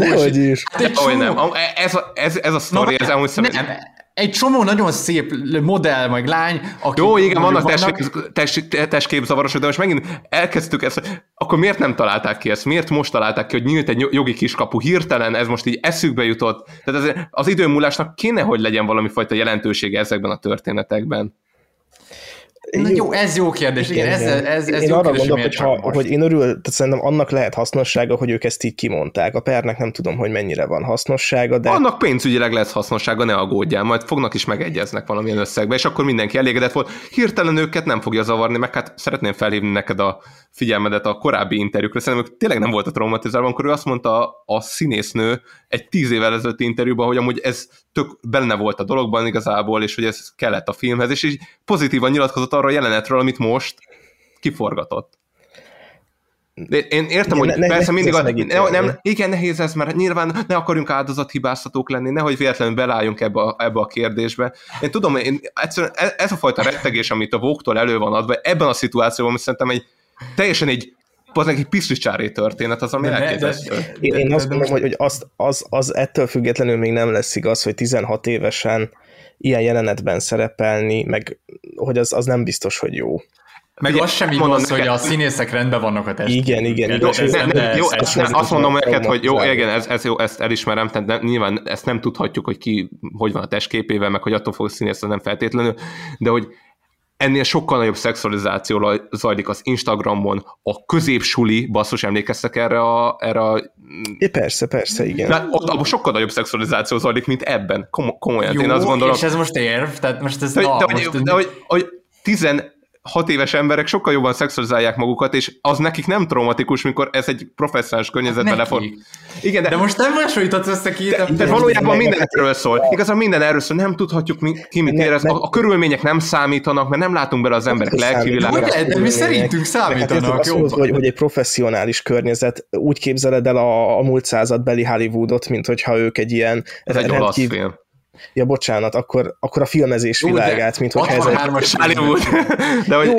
Speaker 8: Ez a sztori, ez amúgy
Speaker 7: nem. Egy csomó nagyon szép modell, meg lány, aki...
Speaker 8: Jó, igen, vannak testképzavarosok, de most megint elkezdtük ezt, akkor miért nem találták ki ezt? Miért most találták ki, hogy nyílt egy jogi kiskapu? Hirtelen ez most így eszükbe jutott. Tehát az időmúlásnak kéne, hogy legyen valami fajta jelentősége ezekben a történetekben.
Speaker 7: Na jó, ez jó kérdés. Igen, ez
Speaker 6: én
Speaker 7: jó
Speaker 6: arra
Speaker 7: kérdés,
Speaker 6: mondok, hogy én tehát szerintem annak lehet hasznossága, hogy ők ezt így kimondták. A pernek nem tudom, hogy mennyire van hasznossága, de...
Speaker 8: Annak pénzügyileg lesz hasznossága, ne aggódjál, majd fognak is megegyeznek valamilyen összegbe, és akkor mindenki elégedett volt. Hirtelen őket nem fogja zavarni, meg hát szeretném felhívni neked a figyelmedet a korábbi interjúkra. Szerintem ők tényleg nem volt a traumatizálva, amikor ő azt mondta a színésznő egy 10 évvel ezelőtti interjúban, hogy amúgy ez tök benne volt a dologban igazából, és hogy ez kellett a filmhez, és így pozitívan nyilatkozott arra a jelenetről, amit most kiforgatott. De én értem, hogy persze mindig igen, nehéz ez, mert nyilván ne akarjunk áldozathibáztatók lenni, nehogy véletlenül beláljunk ebbe a kérdésbe. Én tudom, egyszerűen ez a fajta rettegés, amit a Vogue-tól elő van adva, ebben a szituációban szerintem teljesen egy piszlicsári történet az, ami elképesztő.
Speaker 6: Én azt mondom, hogy az ettől függetlenül még nem lesz igaz, hogy 16 évesen ilyen jelenetben szerepelni, meg hogy az nem biztos, hogy jó.
Speaker 7: Meg az sem igaz, hogy a színészek rendben vannak a testben.
Speaker 6: Igen.
Speaker 8: Azt mondom neked, hogy jó, igen, ez jó, ezt elismerem, tehát nyilván ezt nem tudhatjuk, hogy ki hogy van a testképével, meg hogy attól fog színészni, nem feltétlenül, de hogy ennél sokkal nagyobb szexualizáció zajlik az Instagramon, a középsuli, basszus, emlékeztek erre a...
Speaker 6: Persze, igen.
Speaker 8: Ott sokkal nagyobb szexualizáció zajlik, mint ebben. Komolyan,
Speaker 7: jó,
Speaker 8: én azt gondolom.
Speaker 7: És ez most érv? Tehát most ez...
Speaker 8: De hogy 16 éves emberek sokkal jobban szexualizálják magukat, és az nekik nem traumatikus, mikor ez egy professzionális környezetben lefordul. Igen,
Speaker 7: de most nem hasonlítasz össze ki.
Speaker 8: De valójában minden erről szól. Igazán minden erről szól, nem tudhatjuk ki mit érez. A körülmények nem számítanak, mert nem látunk bele az emberek lelki világába.
Speaker 7: De mi szerintünk számítanak.
Speaker 6: Hát hogy egy professzionális környezet, úgy képzeled el a múlt századbeli Hollywoodot, mint hogyha ők egy ilyen...
Speaker 8: Ez egy olasz film.
Speaker 6: Ja, bocsánat, akkor a filmezés világát, mint hogyha ez
Speaker 8: egy... Hollywood. De hogy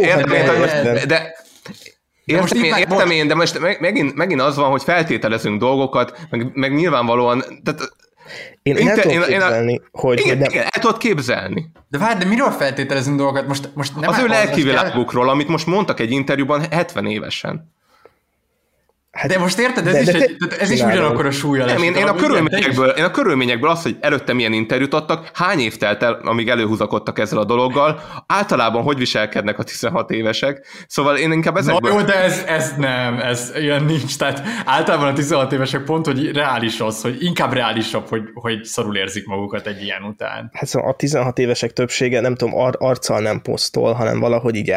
Speaker 8: értem én, de most megint az van, hogy feltételezünk dolgokat, meg nyilvánvalóan...
Speaker 6: Én el tudom képzelni, hogy...
Speaker 8: Igen, el tudod képzelni.
Speaker 7: De várj, de miről feltételezünk dolgokat? Most nem
Speaker 8: az ő lelki világukról, amit most mondtak egy interjúban 70 évesen.
Speaker 7: Hát de most érted, ez is ugyanakkor a súlya lesz.
Speaker 8: Én a körülményekből azt, hogy előtte milyen interjút adtak, hány év telt el, amíg előhúzakodtak ezzel a dologgal, általában hogy viselkednek a 16 évesek, szóval én inkább ezekből...
Speaker 7: Na jó, de ez ilyen nincs, tehát általában a 16 évesek pont, hogy reális az, hogy inkább reálisabb, hogy szarul érzik magukat egy ilyen után.
Speaker 6: Hát szóval a 16 évesek többsége, nem tudom, arccal nem posztol, hanem valahogy így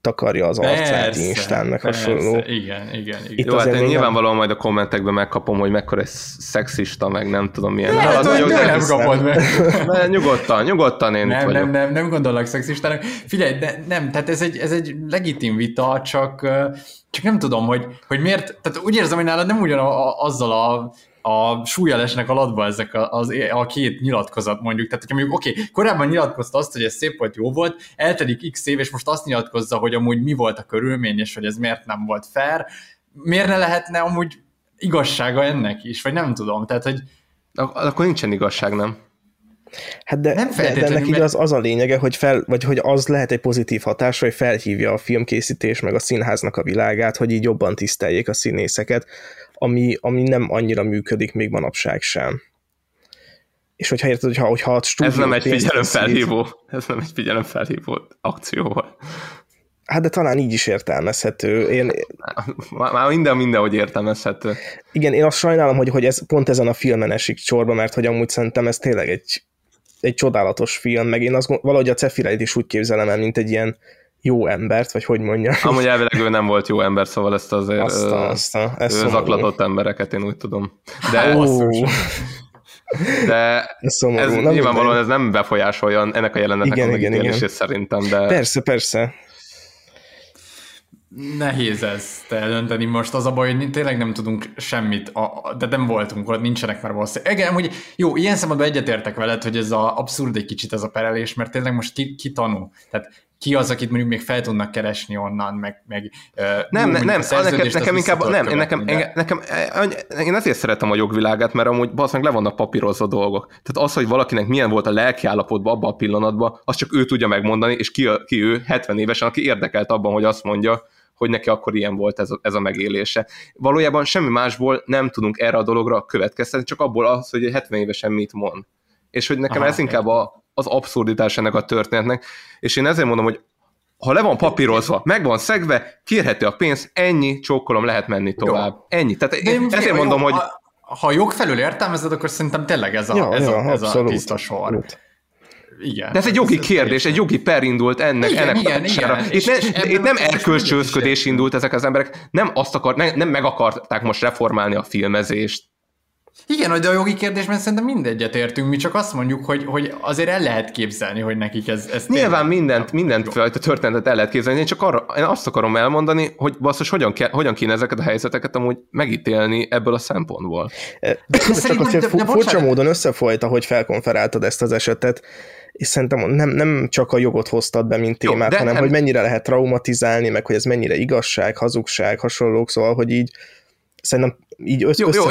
Speaker 6: takarja az arcát Instán, meg hasonló.
Speaker 7: Igen.
Speaker 8: Jó, hát én nyilvánvalóan majd a kommentekben megkapom, hogy mekkora egy szexista, meg nem tudom milyen.
Speaker 7: Nem kapod meg.
Speaker 8: Nyugodtan én itt vagyok.
Speaker 7: Nem gondolok szexistának. Figyelj, nem, tehát ez egy legitim vita, csak nem tudom, hogy miért, tehát úgy érzem, hogy nálad nem azzal a súllyal esnek a latba ezek a két nyilatkozat mondjuk. Tehát, hogyha mondjuk, korábban nyilatkozta azt, hogy ez szép volt, jó volt, eltelik x év, és most azt nyilatkozza, hogy amúgy mi volt a körülmény, és hogy ez miért nem volt fair. Miért ne lehetne amúgy igazsága ennek is? Vagy nem tudom. Tehát, hogy...
Speaker 8: Akkor nincsen igazság, nem?
Speaker 6: Hát de ennek így az a lényege, hogy hogy az lehet egy pozitív hatás, hogy felhívja a filmkészítés meg a színháznak a világát, hogy így jobban tiszteljék a színészeket, ami nem annyira működik még manapság sem. És hogyha érted, hogyha a stúdió...
Speaker 8: Ez nem egy figyelemfelhívó akció volt.
Speaker 6: Hát de talán így is értelmezhető.
Speaker 8: Már mindenhogy értelmezhető.
Speaker 6: Igen, én azt sajnálom, hogy ez pont ezen a filmen esik csorba, mert hogy amúgy szerintem ez tényleg egy csodálatos film, meg én valahogy a Cefirelit is úgy képzelem el, mint egy ilyen jó embert, vagy hogy mondjam.
Speaker 8: Amúgy elvileg ő nem volt jó ember, szóval ezt azért ő zaklatott embereket, én úgy tudom. De ez nyilvánvalóan ez nem befolyásolja ennek a jelenetnek a megítélését szerintem, de...
Speaker 6: Persze.
Speaker 7: Nehéz ezt eldönteni most, az a baj, hogy tényleg nem tudunk semmit, de nem voltunk ott, nincsenek már valószínűleg. Igen, hogy jó, ilyen szempontból egyetértek veled, hogy ez abszurd egy kicsit ez a perelés, mert tényleg most ki tanul? Tehát ki az, akit mondjuk még fel tudnak keresni onnan, meg
Speaker 8: nekem inkább, én ezért szeretem a jogvilágát, mert amúgy valószínűleg le vannak papírozva dolgok. Tehát az, hogy valakinek milyen volt a lelkiállapotban abban a pillanatban, azt csak ő tudja megmondani, és ki ő 70 évesen, aki érdekelt abban, hogy azt mondja, hogy neki akkor ilyen volt ez a megélése. Valójában semmi másból nem tudunk erre a dologra következtetni, csak abból az, hogy 70 évesen mit mond. És hogy nekem ez inkább az abszurditás ennek a történetnek, és én ezért mondom, hogy ha le van papírozva, meg van szegve, kérhető a pénz, ennyi, csókolom, lehet menni tovább. Jó. Ennyi. Tehát ezért mondom, hogy...
Speaker 7: Ha jog felül értelmezed, akkor szerintem tényleg ez a tiszta sor. Igen.
Speaker 8: De ez egy jogi kérdés, egy jogi per indult ennek hatására. Itt nem erkölcsőzködés indult ezek az emberek, nem meg akarták most reformálni a filmezést.
Speaker 7: Igen, de a jogi kérdésben szerintem mindegyet értünk, mi csak azt mondjuk, hogy azért el lehet képzelni, hogy nekik ez
Speaker 8: nyilván mindent fajta történetet el lehet képzelni, én azt akarom elmondani, hogy basszus, hogyan kéne ezeket a helyzeteket amúgy megítélni ebből a szempontból.
Speaker 6: Csak azért furcsa módon összefolyt, ahogy felkonferáltad ezt az esetet, és szerintem nem csak a jogot hoztad be, mint témát, hanem hogy mennyire lehet traumatizálni, meg hogy ez mennyire igazság, hazugság, hasonlók, szóval, hogy így szerintem így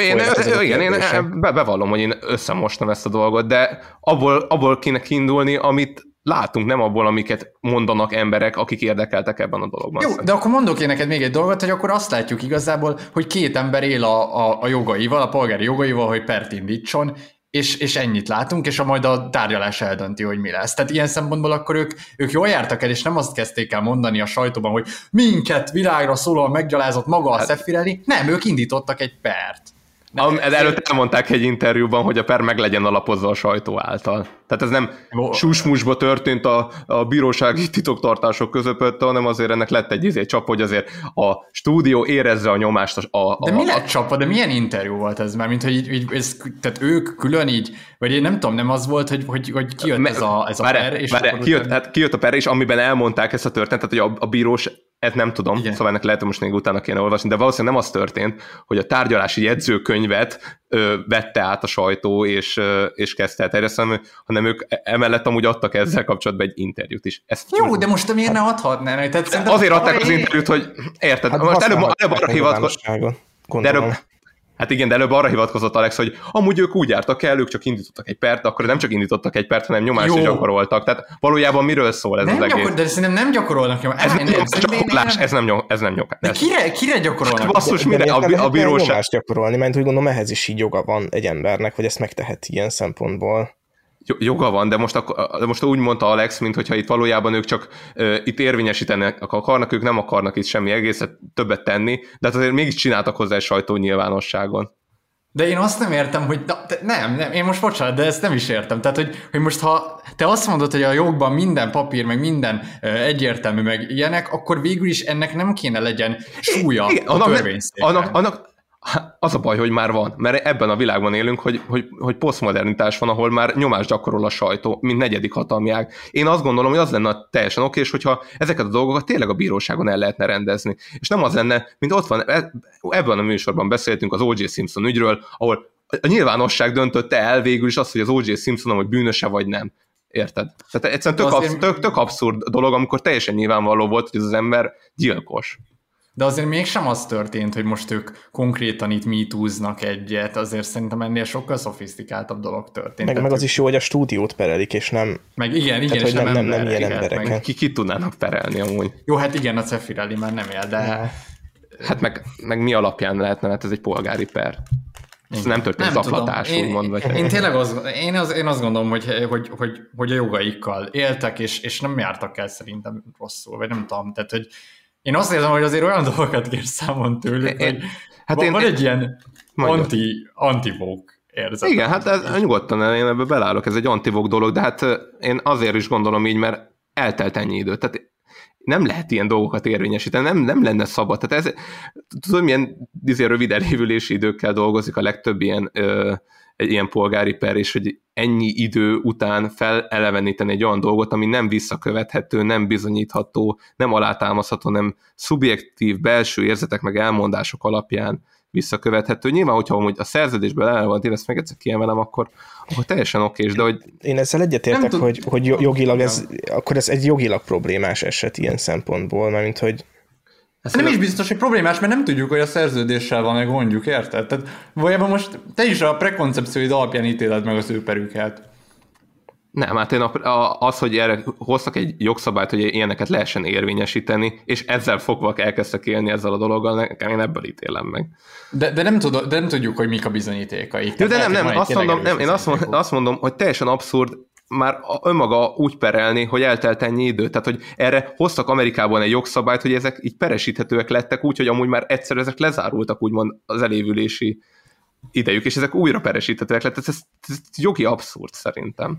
Speaker 8: én bevallom, hogy én összemostam ezt a dolgot, de abból kéne kiindulni, amit látunk, nem abból, amiket mondanak emberek, akik érdekeltek ebben a dologban.
Speaker 7: Jó, de akkor mondok én neked még egy dolgot, hogy akkor azt látjuk igazából, hogy két ember él a jogaival, a polgári jogaival, hogy pert indítson, és ennyit látunk, és majd a tárgyalás eldönti, hogy mi lesz. Tehát ilyen szempontból akkor ők jól jártak el, és nem azt kezdték el mondani a sajtóban, hogy minket világra szólóan meggyalázott maga a Szefirelli. Nem, ők indítottak egy pert.
Speaker 8: Előtt elmondták egy interjúban, hogy a per meg legyen alapozva a sajtó által. Tehát ez nem susmusba történt a bírósági titoktartások között, hanem azért ennek lett egy csap, hogy azért a stúdió érezze a nyomást.
Speaker 7: De mi lett csapa? De milyen interjú volt ez már? Mint hogy tehát ők külön így, vagy én nem tudom, nem az volt, hogy kijött ez a per, és
Speaker 8: kijött a per, és amiben elmondták ezt a történetet, hogy a bírós, ezt nem tudom, igen. Szóval ennek lehet, hogy most még utána kéne olvasni, de valószínűleg nem az történt, hogy a tárgyalási jegyzőkönyvet vette át a sajtó, és kezdte el terjeszteni, hanem ők emellett amúgy adtak ezzel kapcsolatban egy interjút is.
Speaker 7: Jó, de most miért ne adhatnának?
Speaker 8: Azért adták az interjút, hogy érted, hát most előbb arra hivatkozott. Hát igen, de előbb arra hivatkozott Alex, hogy amúgy ők úgy jártak el, ők csak indítottak egy pert, akkor nem csak indítottak egy pert, hanem nyomást is gyakoroltak. Tehát valójában miről szól ez az egész?
Speaker 7: De szerintem nem gyakorolnak nyomást.
Speaker 8: Ez nem nyomás.
Speaker 7: De kire gyakorolnak?
Speaker 8: Basszus, mire a bíróság...
Speaker 6: nyomást gyakorolni, mert úgy gondolom ehhez is így joga van egy embernek, hogy ezt megtehet ilyen szempontból.
Speaker 8: Joga van, de most úgy mondta Alex, mintha itt valójában ők csak itt érvényesítenek akarnak, ők nem akarnak itt semmi egészet többet tenni, de hát azért mégis csináltak hozzá egy sajtó nyilvánosságon.
Speaker 7: De én azt nem értem, hogy nem, én most bocsánat, de ezt nem is értem. Tehát, hogy most ha te azt mondod, hogy a jogban minden papír, meg minden egyértelmű, meg ilyenek, akkor végül is ennek nem kéne legyen súlya a törvényszéken.
Speaker 8: Az a baj, hogy már van, mert ebben a világban élünk, hogy posztmodernitás van, ahol már nyomást gyakorol a sajtó, mint negyedik hatalmi ág. Én azt gondolom, hogy az lenne teljesen okés, hogyha ezeket a dolgokat tényleg a bíróságon el lehetne rendezni. És nem az lenne, mint ott van, ebben a műsorban beszéltünk az O.J. Simpson ügyről, ahol a nyilvánosság döntötte el végül is azt, hogy az O.J. Simpson hogy bűnöse vagy nem. Érted? Tehát egyszerűen tök abszurd dolog, amikor teljesen nyilvánvaló volt, hogy ez az ember gyilkos.
Speaker 7: De azért mégsem az történt, hogy most ők konkrétan itt MeToo-znak egyet, azért szerintem ennél sokkal szofisztikáltabb dolog történt.
Speaker 6: Meg az is jó, hogy a stúdiót perelik, és nem...
Speaker 7: Meg igen,
Speaker 6: tehát,
Speaker 7: és
Speaker 6: nem ilyen emberek.
Speaker 8: Ki tudnának perelni amúgy.
Speaker 7: Jó, hát igen, a Cefirelli már nem él, de...
Speaker 8: Hát meg mi alapján lehetne, hát ez egy polgári per. Ez nem történt zaklatás, úgymond. Vagy...
Speaker 7: Én tényleg én azt gondolom, hogy a jogaikkal éltek, és nem jártak el szerintem rosszul, vagy nem tudom, tehát, hogy én azt érzem, hogy azért olyan dolgokat kér számon tőlük, hogy van egy ilyen anti-woke érzet.
Speaker 8: Igen, hát ez, nyugodtan én ebbe belállok, ez egy anti-woke dolog, de hát én azért is gondolom így, mert eltelt ennyi idő. Tehát nem lehet ilyen dolgokat érvényesíteni, nem lenne szabad. Tehát ez, tudod, milyen rövid elévülési időkkel dolgozik a legtöbb ilyen polgári per, és hogy ennyi idő után feleleveníteni egy olyan dolgot, ami nem visszakövethető, nem bizonyítható, nem alátámasztható, nem szubjektív belső érzetek meg elmondások alapján visszakövethető. Nyilván, hogyha amúgy a szerződésből el van, én ezt meg egyszer kiemelem, akkor teljesen okés, de hogy...
Speaker 6: Én ezzel egyetértek, hogy jogilag akkor ez egy jogilag problémás eset ilyen szempontból, mert hogy...
Speaker 7: Nem is biztos, hogy problémás, mert nem tudjuk, hogy a szerződéssel van-e gondjuk, érted? Tehát valójában most te is a prekoncepcióid alapján ítéled meg az ő perüket.
Speaker 8: Nem, hát én az, hogy erre hoztak egy jogszabályt, hogy ilyeneket lehessen érvényesíteni, és ezzel fogva elkezdtek élni ezzel a dologgal, nekem én ebből ítélem meg.
Speaker 7: De nem tudjuk, hogy mik a bizonyítékaik.
Speaker 8: De én azt mondom, hogy teljesen abszurd már önmaga úgy perelni, hogy eltelt ennyi idő. Tehát, hogy erre hoztak Amerikában egy jogszabályt, hogy ezek így peresíthetőek lettek úgy, hogy amúgy már egyszer ezek lezárultak úgymond az elévülési idejük, és ezek újra peresíthetőek lettek. Ez jogi abszurd szerintem.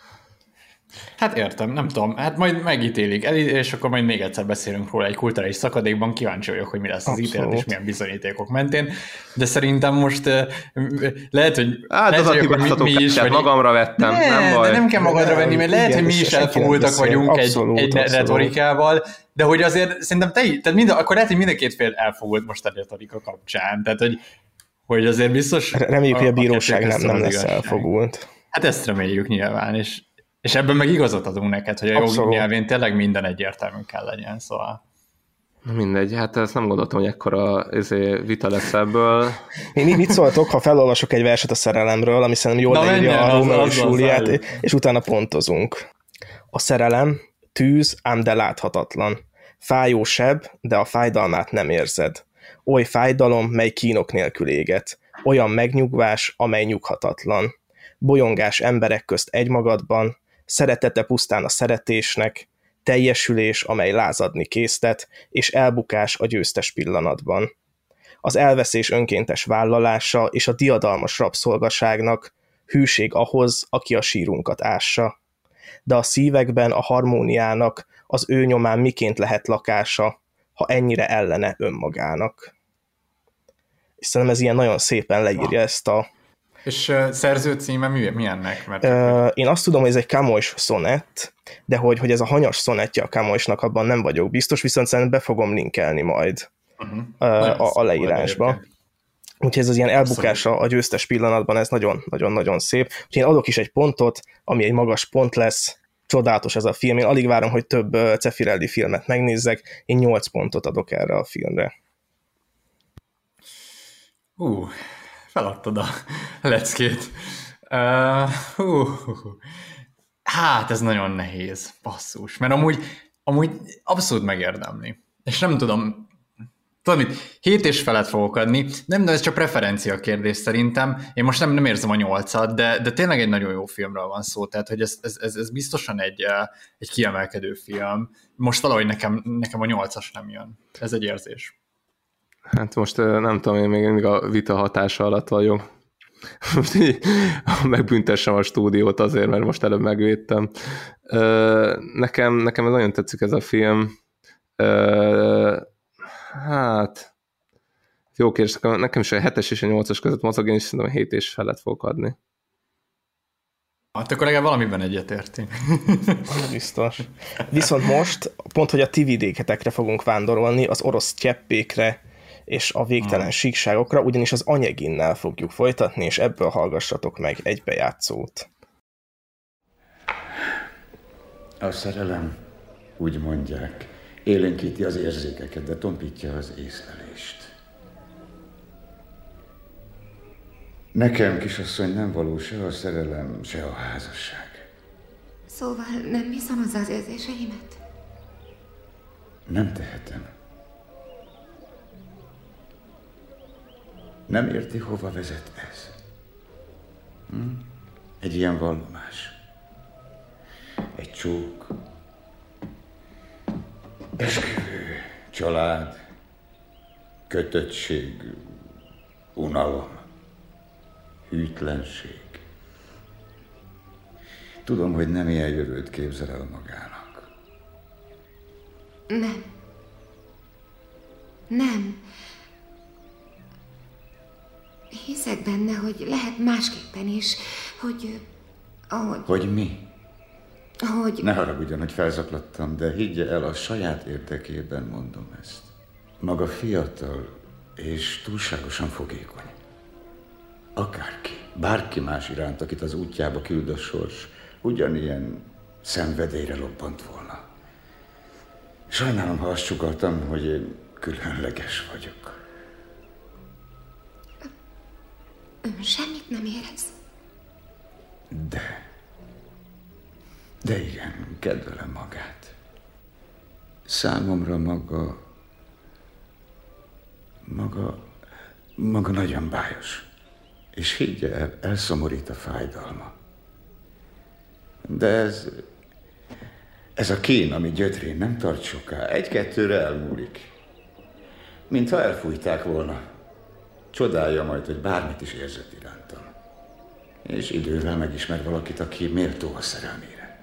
Speaker 7: Hát értem, nem tudom, hát majd megítélik, és akkor majd még egyszer beszélünk róla egy kulturális szakadékban, kíváncsi vagyok, hogy mi lesz az ítélet, és milyen bizonyítékok mentén, de szerintem most lehet, hogy
Speaker 8: mi is vagy... magamra vettem, nem baj.
Speaker 7: De nem kell magadra venni, mert lehet, hogy mi is elfogultak vagyunk egy retorikával, de hogy azért szerintem akkor lehet, hogy mind a két fél elfogult most a retorika kapcsán, tehát hogy azért biztos...
Speaker 6: Reméljük, hogy a bíróság nem lesz elfogult.
Speaker 7: Hát ezt reméljük nyilván, és ebben meg igazat adunk neked, hogy a jogi nyelvén tényleg minden egyértelmű kell legyen, szóval.
Speaker 8: Mindegy, hát ezt nem gondoltam, hogy ekkora vita lesz ebből.
Speaker 6: Én mit szóltok, ha felolvasok egy verset a szerelemről, ami szerintem jól leírja a Rómeó és Júliát, és utána pontozunk. A szerelem tűz, ám de láthatatlan. Fájó seb, de a fájdalmát nem érzed. Oly fájdalom, mely kínok nélkül éget. Olyan megnyugvás, amely nyughatatlan. Bolyongás emberek közt egymagadban, szeretete pusztán a szeretésnek, teljesülés, amely lázadni késztet, és elbukás a győztes pillanatban. Az elveszés önkéntes vállalása és a diadalmas rabszolgaságnak hűség ahhoz, aki a sírunkat ássa. De a szívekben a harmóniának az ő nyomán miként lehet lakása, ha ennyire ellene önmagának. És szerintem ez ilyen nagyon szépen leírja ezt a...
Speaker 7: És szerző címe mi ennek?
Speaker 6: Én azt tudom, hogy ez egy Camões szonett, de hogy ez a hanyas szonettja a Camõesnak, abban nem vagyok biztos, viszont szerintem be fogom linkelni majd a leírásba. Úgyhogy ez az ilyen elbukása a győztes pillanatban, ez nagyon-nagyon szép. Úgyhogy én adok is egy pontot, ami egy magas pont lesz, csodálatos ez a film. Én alig várom, hogy több Cefirelli filmet megnézzek, én 8 pontot adok erre a filmre.
Speaker 7: Feladtad a leckét. Hát ez nagyon nehéz, basszus, mert amúgy abszolút megérdemli. És nem tudom, mit, 7 és felet fogok adni, nem, de ez csak preferencia kérdés szerintem. Én most nem érzem a 8-at, de tényleg egy nagyon jó filmről van szó, tehát hogy ez biztosan egy kiemelkedő film. Most valahogy nekem a 8-as nem jön. Ez egy érzés.
Speaker 8: Hát most nem tudom, én még mindig a vita hatása alatt vagyok. megbüntessem a stúdiót azért, mert most előbb megvédtem. Nekem nagyon tetszik ez a film. Hát jó kérdés, nekem is a 7-es és a 8-as között mozog, én is szerintem 7,5 fogok adni.
Speaker 7: Hát akkor legalább valamiben egyetértünk.
Speaker 6: Biztos. Viszont most, pont, hogy a ti vidéketekre fogunk vándorolni, az orosz cseppékre és a végtelen síkságokra, ugyanis az Onyeginnel fogjuk folytatni, és ebből hallgassatok meg egy bejátszót.
Speaker 10: A szerelem, úgy mondják, élénkíti az érzékeket, de tompítja az észlelést. Nekem, kisasszony, nem való se a szerelem, se a házasság.
Speaker 11: Szóval nem viszem hozzá az érzéseimet?
Speaker 10: Nem tehetem. Nem érti, hova vezet ez? Egy ilyen vallomás. Egy csók. Esküvő. Család. Kötöttség. Unalom. Hűtlenség. Tudom, hogy nem ilyen jövőt képzel el magának.
Speaker 11: Nem. Nem. Hiszek benne, hogy lehet másképpen is, hogy...
Speaker 10: Hogy mi?
Speaker 11: Hogy...
Speaker 10: Ne haragudjon, hogy felzaklattam, de higgye el, a saját érdekében mondom ezt. Maga fiatal és túlságosan fogékony. Akárki, bárki más iránt, akit az útjába küld a sors, ugyanilyen szenvedélyre lobbant volna. Sajnálom, ha azt sugaltam, hogy én különleges vagyok.
Speaker 11: Ön semmit nem érez?
Speaker 10: De igen, kedvelem magát. Számomra maga nagyon bájos. És higgye el, elszomorít a fájdalma. De ez a kén, ami gyötrén, nem tart soká. Egy-kettőre elmúlik. Mintha elfújták volna. Csodálja majd, hogy bármit is érzett irántam. És idővel megismer valakit, aki méltó a szerelmére.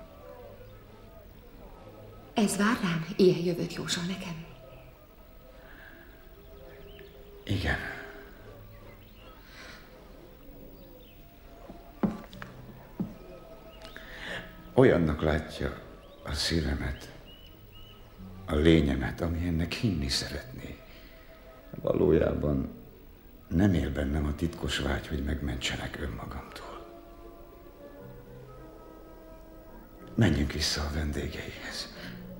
Speaker 11: Ez vár rám? Ilyen jövőt jósol nekem?
Speaker 10: Igen. Olyannak látja a szívemet, a lényemet, ami ennek hinni szeretné. Valójában nem él bennem a titkos vágy, hogy megmentsenek önmagamtól. Menjünk vissza a vendégeihez.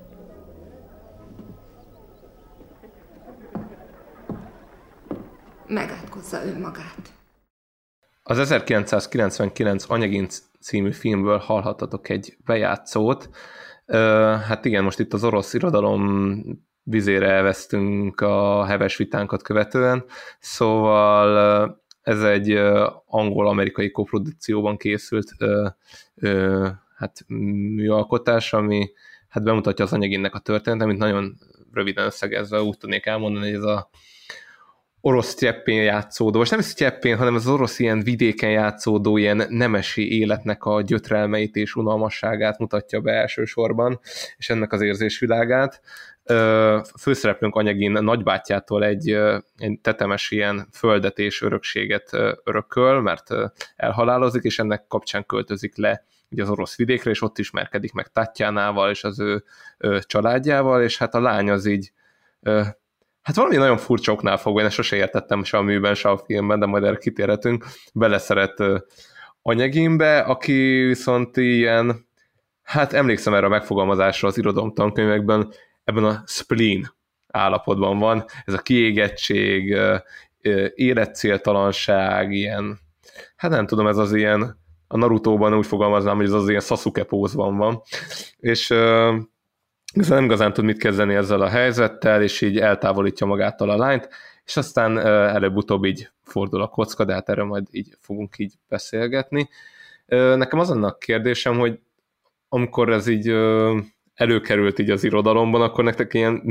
Speaker 11: Megátkozza önmagát.
Speaker 6: Az 1999 Onyegin című filmből hallhattatok egy bejátszót. Hát igen, most itt az orosz irodalom vizére elvesztünk a heves vitánkat követően, szóval ez egy angol-amerikai koprodukcióban készült hát műalkotás, ami hát bemutatja az Onyeginnek a történetet, amit nagyon röviden összegezve úgy tudnék elmondani, hogy ez a orosz cseppén játszódó, és nem is cseppén, hanem az orosz ilyen vidéken játszódó ilyen nemesi életnek a gyötrelmeit és unalmasságát mutatja be elsősorban, és ennek az érzésvilágát. Főszereplőnk Onyegin nagybátyjától egy tetemes ilyen földet és örökséget örököl, mert elhalálozik, és ennek kapcsán költözik le ugye az orosz vidékre, és ott ismerkedik meg Tatjánával és az ő családjával, és hát a lány az így hát valami nagyon furcsa oknál fogva, én sose értettem se a műben, se a filmben, de majd erre kitérhetünk, beleszeret Onyeginbe, aki viszont ilyen, hát emlékszem erre a megfogalmazásra az irodalomtankönyvekben, ebben a spleen állapotban van, ez a kiégettség, életcéltalanság, ilyen, hát nem tudom, ez az ilyen, a Narutóban úgy fogalmaznám, hogy ez az ilyen Sasuke pózban van, és nem igazán tud mit kezdeni ezzel a helyzettel, és így eltávolítja magától a lányt, és aztán előbb-utóbb így fordul a kocka, de hát erről majd így fogunk így beszélgetni. Nekem az annak kérdésem, hogy amikor ez így előkerült így az irodalomban, akkor nektek ilyen,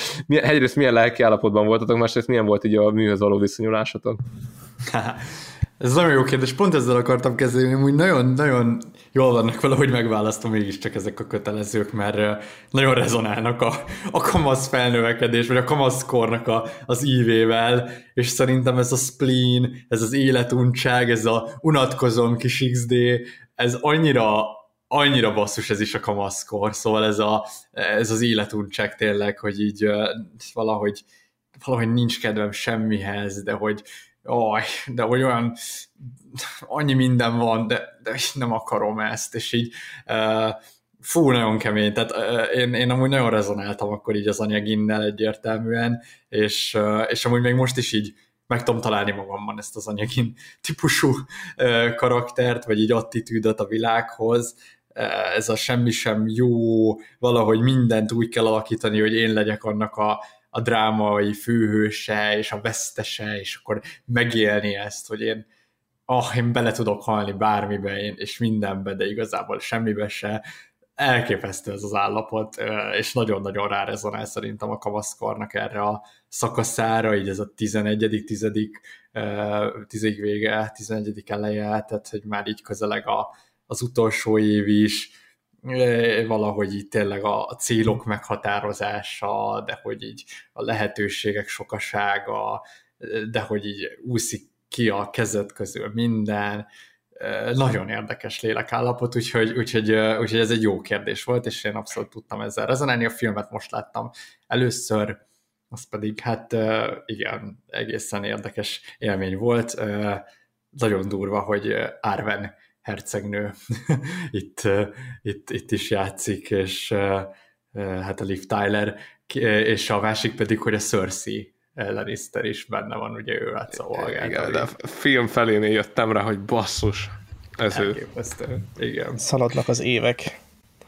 Speaker 6: egyrészt milyen lelki állapotban voltatok, másrészt milyen volt így a műhöz való viszonyulásatok?
Speaker 7: Ez nagyon jó kérdés, pont ezzel akartam kezdeni, úgy nagyon-nagyon jól vannak valahogy megválasztva mégiscsak ezek a kötelezők, mert nagyon rezonálnak a kamasz felnövekedés, vagy a kamaszkornak az ívével, és szerintem ez a spleen, ez az életuntság, ez a unatkozom kis XD, ez annyira basszus ez is a kamaszkor, szóval ez az életuntság tényleg, hogy így valahogy nincs kedvem semmihez, de hogy olyan annyi minden van, de nem akarom ezt, és így nagyon kemény, tehát én amúgy nagyon rezonáltam akkor így az anyaginnel egyértelműen, és amúgy még most is így meg tudom találni magamban ezt az anyagin típusú karaktert, vagy így attitűdöt a világhoz, ez a semmi sem jó, valahogy mindent úgy kell alakítani, hogy én legyek annak a drámai főhőse, és a vesztese, és akkor megélni ezt, hogy én bele tudok halni bármibe, és mindenbe, de igazából semmibe se. Elképesztő ez az állapot, és nagyon-nagyon rárezonál szerintem a kamaszkornak erre a szakaszára, így ez a 11. tizedik vége, 11. eleje, tehát hogy már így közeleg az utolsó év is, valahogy így tényleg a célok meghatározása, de hogy így a lehetőségek sokasága, de hogy így úszik ki a kezed közül minden. Nagyon érdekes lélekállapot, úgyhogy ez egy jó kérdés volt, és én abszolút tudtam ezzel rezonálni. A filmet most láttam először, az pedig hát igen, egészen érdekes élmény volt. Nagyon durva, hogy Arwen hercegnő itt is játszik, és hát a Liv Tyler, és a másik pedig, hogy a Cersei Lannister is benne van, ugye ő átszolgálta.
Speaker 8: Igen, de a film felénél jöttem rá, hogy basszus, ez ő.
Speaker 7: Igen.
Speaker 6: Szaladnak az évek.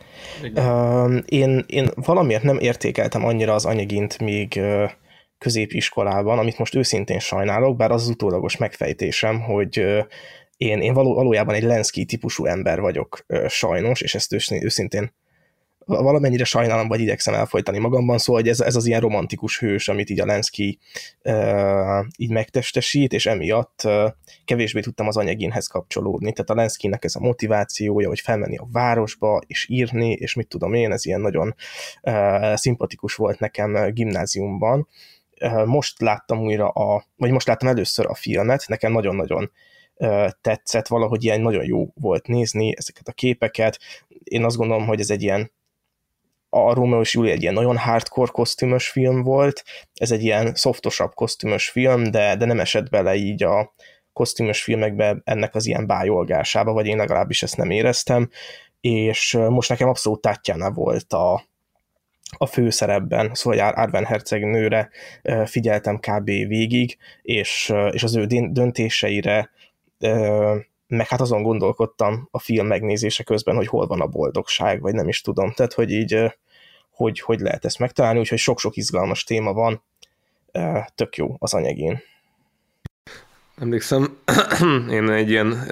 Speaker 6: Én valamiért nem értékeltem annyira az anyagint még középiskolában, amit most őszintén sajnálok, bár az utólagos megfejtésem, hogy én valójában egy Lenszky típusú ember vagyok sajnos, és ezt őszintén valamennyire sajnálom, vagy igyekszem elfojtani magamban, szóval hogy ez az ilyen romantikus hős, amit így a Lenszky így megtestesít, és emiatt kevésbé tudtam az anyaginhez kapcsolódni. Tehát a Lenszkynek ez a motivációja, hogy felmenni a városba, és írni, és mit tudom én, ez ilyen nagyon szimpatikus volt nekem gimnáziumban. Most láttam először a filmet, nekem nagyon-nagyon tetszett, valahogy ilyen nagyon jó volt nézni ezeket a képeket. Én azt gondolom, hogy ez egy ilyen a Rómeó és Júlia egy ilyen nagyon hardcore kosztümös film volt, ez egy ilyen softosabb kosztümös film, de nem esett bele így a kosztümös filmekbe ennek az ilyen bájolgásába, vagy én legalábbis ezt nem éreztem, és most nekem abszolút Tatjana volt a főszerepben, szóval Arwen hercegnőre figyeltem kb. Végig, és az ő döntéseire, meg hát azon gondolkodtam a film megnézése közben, hogy hol van a boldogság, vagy nem is tudom. Tehát, hogy így, hogy lehet ezt megtalálni, úgyhogy sok-sok izgalmas téma van, tök jó az anyagén.
Speaker 8: Emlékszem, én egy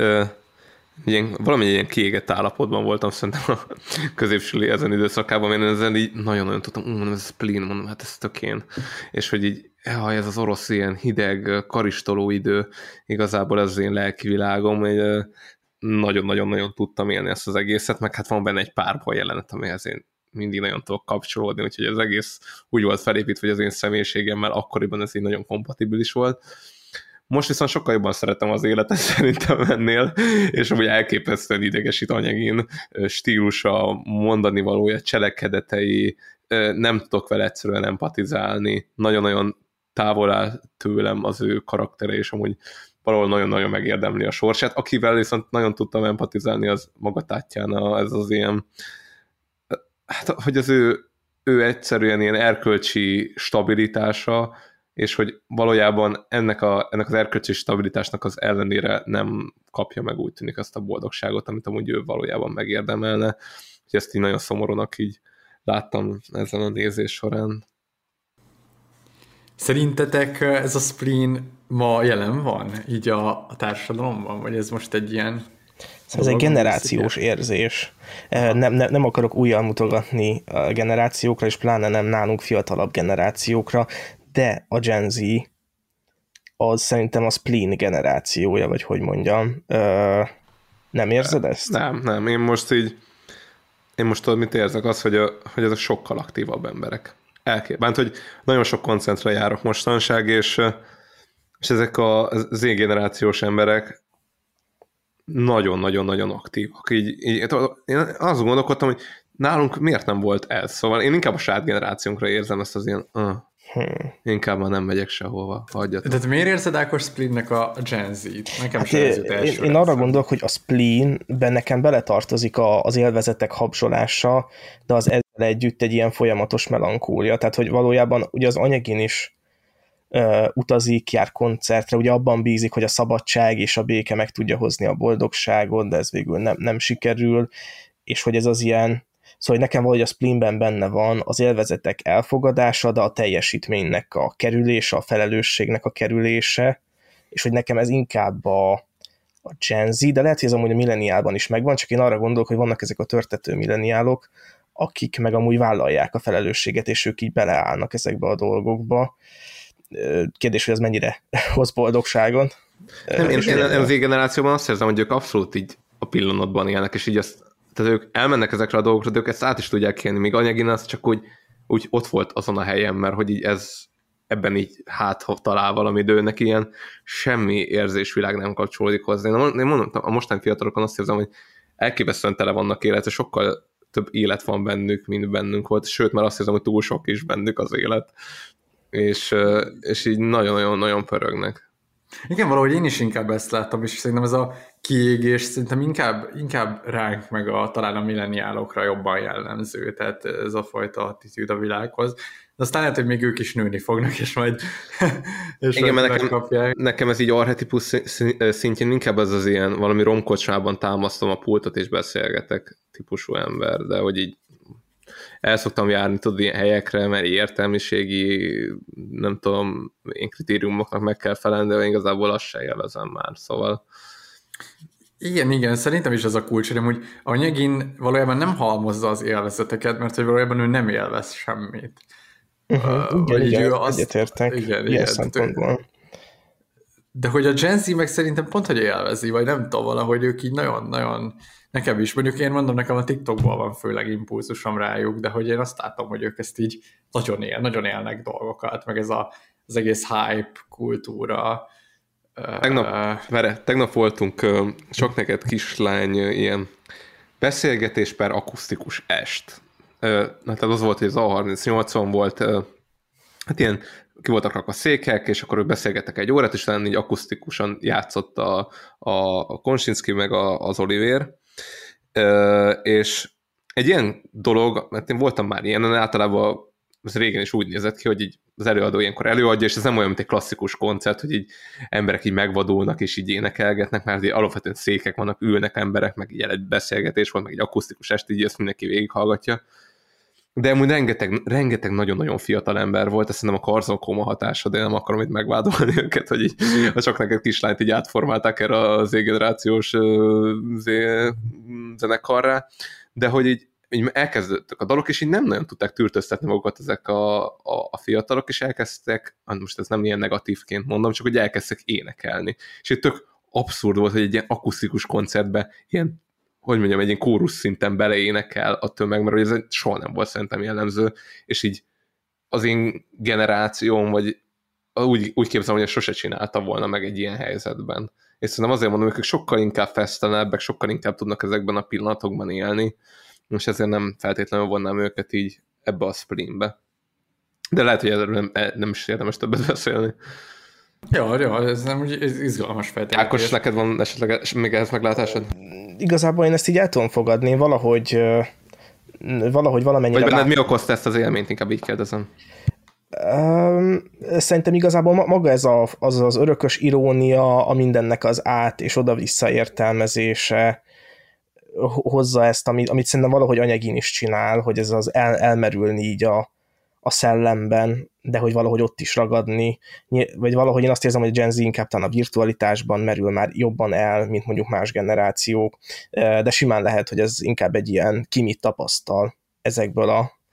Speaker 8: valami ilyen kiégett állapotban voltam szerintem a középsüli ezen időszakában, én ezzel így nagyon-nagyon tudtam, mondom, ez spleen, mondom, hát ez tök én. És hogy így, ez az orosz ilyen hideg, karistoló idő, igazából ez az én lelki világom, hogy nagyon-nagyon tudtam élni ezt az egészet, meg hát van benne egy pár baj jelenet, amihez én mindig nagyon tudok kapcsolódni, úgyhogy az egész úgy volt felépítve, hogy az én személyiségemmel akkoriban ez így nagyon kompatibilis volt. Most viszont sokkal jobban szeretem az életet szerintem ennél, és amúgy elképesztően idegesít anyagin, stílusa, mondani valója, cselekedetei, nem tudok vele egyszerűen empatizálni, nagyon-nagyon távol áll tőlem az ő karaktere, és amúgy valahol nagyon-nagyon megérdemli a sorsát. Akivel viszont nagyon tudtam empatizálni, az maga Tatjana, ez az ilyen, hát hogy az ő egyszerűen ilyen erkölcsi stabilitása, és hogy valójában ennek az erkölcsi stabilitásnak az ellenére nem kapja meg, úgy tűnik, azt a boldogságot, amit amúgy ő valójában megérdemelne. Úgyhogy ezt így nagyon szomorúnak így láttam ezen a nézés során.
Speaker 7: Szerintetek ez a spleen ma jelen van így a társadalomban, vagy ez most egy ilyen...
Speaker 6: Ez egy generációs érzés. Nem akarok újjal mutogatni a generációkra, és pláne nem nálunk fiatalabb generációkra, de a Gen Z az szerintem a Spleen generációja, vagy hogy mondjam. Nem érzed ezt?
Speaker 8: Nem. Én most tudod, mit érzek? Az, hogy ezek sokkal aktívabb emberek. Bánt, hogy nagyon sok koncentra járok mostanság, és ezek az Z-generációs emberek nagyon-nagyon-nagyon aktívak. Így én azt gondolkodtam, hogy nálunk miért nem volt ez? Szóval én inkább a saját generációnkra érzem ezt az ilyen inkább már nem megyek sehova, hagyjatok.
Speaker 7: De miért érzed Ákos Spleennek a Gen Z-t? Nekem
Speaker 6: hát én arra gondolok, hogy a Spleenben nekem beletartozik az élvezetek habzsolása, de az ezzel együtt egy ilyen folyamatos melankólia. Tehát, hogy valójában ugye az anyagin is utazik, jár koncertre, ugye abban bízik, hogy a szabadság és a béke meg tudja hozni a boldogságot, de ez végül nem sikerül, és hogy ez az ilyen, szóval nekem valahogy a Spleenben benne van az élvezetek elfogadása, de a teljesítménynek a kerülése, a felelősségnek a kerülése, és hogy nekem ez inkább a Gen Z, de lehet, hogy ez amúgy a milleniálban is megvan, csak én arra gondolok, hogy vannak ezek a törtető milleniálok, akik meg amúgy vállalják a felelősséget, és ők így beleállnak ezekbe a dolgokba. Kérdés, hogy ez mennyire hoz boldogságon.
Speaker 8: Én az generációban azt érzem, hogy ők abszolút így a pillanatban élnek, és így tehát ők elmennek ezekre a dolgokra, de ők ezt át is tudják élni, míg anyagin az csak úgy ott volt azon a helyen, mert hogy így ebben így talál valami, de őnek ilyen semmi érzésvilág nem kapcsolódik hozzá. Én mondom, a mostani fiatalokon azt érzem, hogy elképesztően tele vannak élete, sokkal több élet van bennük, mint bennünk volt, sőt, már azt érzem, hogy túl sok is bennük az élet. És így nagyon-nagyon pörögnek.
Speaker 7: Igen, valahogy én is inkább ezt láttam, és szerintem ez a kiégés szerintem inkább ránk meg talán a milleniálokra jobban jellemző, tehát ez a fajta attitűd a világhoz. De aztán lehet, hogy még ők is nőni fognak, és majd
Speaker 8: igen, mert nekem ez így arhetipus szintjén inkább az ilyen valami romkocsmában támasztom a pultot és beszélgetek típusú ember, de hogy így el szoktam járni, tudod, ilyen helyekre, mert értelmiségi, nem tudom, én kritériumoknak meg kell felelni, de igazából azt se élvezem már, szóval.
Speaker 7: Igen, szerintem is ez a kulcs, hogy a nyegin valójában nem halmozza az élvezeteket, mert hogy valójában ő nem élvez semmit.
Speaker 6: Igen, egyetértek. Igen, szempontból.
Speaker 7: De hogy a Gen Z meg szerintem pont, hogy élvezi, vagy nem tudom, valahogy ők így nagyon-nagyon nekem is, mondjuk én mondom, nekem a TikTokból van főleg impulzusom rájuk, de hogy én azt látom, hogy ők ezt így nagyon élnek dolgokat, meg ez az egész hype kultúra.
Speaker 8: Tegnap voltunk sok neked kislány ilyen beszélgetés per akusztikus est. Tehát az volt, hogy az A38-on volt, hát ilyen ki voltak rakva székek, és akkor ők beszélgettek egy órát, és talán így akusztikusan játszott a Konsinski meg az Oliver. És egy ilyen dolog, mert én voltam már ilyenen, általában ez régen is úgy nézett ki, hogy így az előadó ilyenkor előadja, és ez nem olyan, mint egy klasszikus koncert, hogy így emberek így megvadulnak, és így énekelgetnek, mert így alapvetően székek vannak, ülnek emberek, meg így egy beszélgetés volt, meg egy akusztikus est, így ezt mindenki végighallgatja. De amúgy rengeteg nagyon-nagyon fiatal ember volt, ezt szerintem a Karzon koma hatása, de nem akarom itt megvádolni őket, hogy így a sok neked kislányt így átformálták erre az Z-generációs zenekarrá, de hogy így elkezdődtek a dalok, és így nem nagyon tudták tűrtöztetni magukat ezek a fiatalok, és elkezdtek, most ez nem ilyen negatívként mondom, csak hogy elkezdtek énekelni. És így tök abszurd volt, hogy egy ilyen akusztikus koncertbe ilyen, hogy mondjam, egy ilyen kórusz szinten beleénekel a tömeg, mert ez soha nem volt szerintem jellemző, és így az én generációm, vagy úgy képzelem, hogy sose csinálta volna meg egy ilyen helyzetben. És szerintem azért mondom, hogy ők sokkal inkább fesztelenebbek, sokkal inkább tudnak ezekben a pillanatokban élni, és ezért nem feltétlenül vonnám őket így ebbe a Spleenbe. De lehet, hogy erről nem is érdemes többet beszélni.
Speaker 7: Ja, ez nem úgy izgalmas feltétel.
Speaker 8: Ákos, neked van esetleg még ehhez meglátásod?
Speaker 6: Igazából én ezt így el tudom fogadni, valahogy valamennyire...
Speaker 8: Vagy benned mi okozta ezt az élményt, inkább így kérdezem.
Speaker 6: Szerintem igazából maga ez az örökös irónia, a mindennek az át és oda-vissza értelmezése hozza ezt, amit szerintem valahogy anyagin is csinál, hogy ez az elmerülni így a szellemben, de hogy valahogy ott is ragadni, vagy valahogy én azt érzem, hogy a Gen Z inkább talán a virtualitásban merül már jobban el, mint mondjuk más generációk, de simán lehet, hogy ez inkább egy ilyen ki mit tapasztal ezekből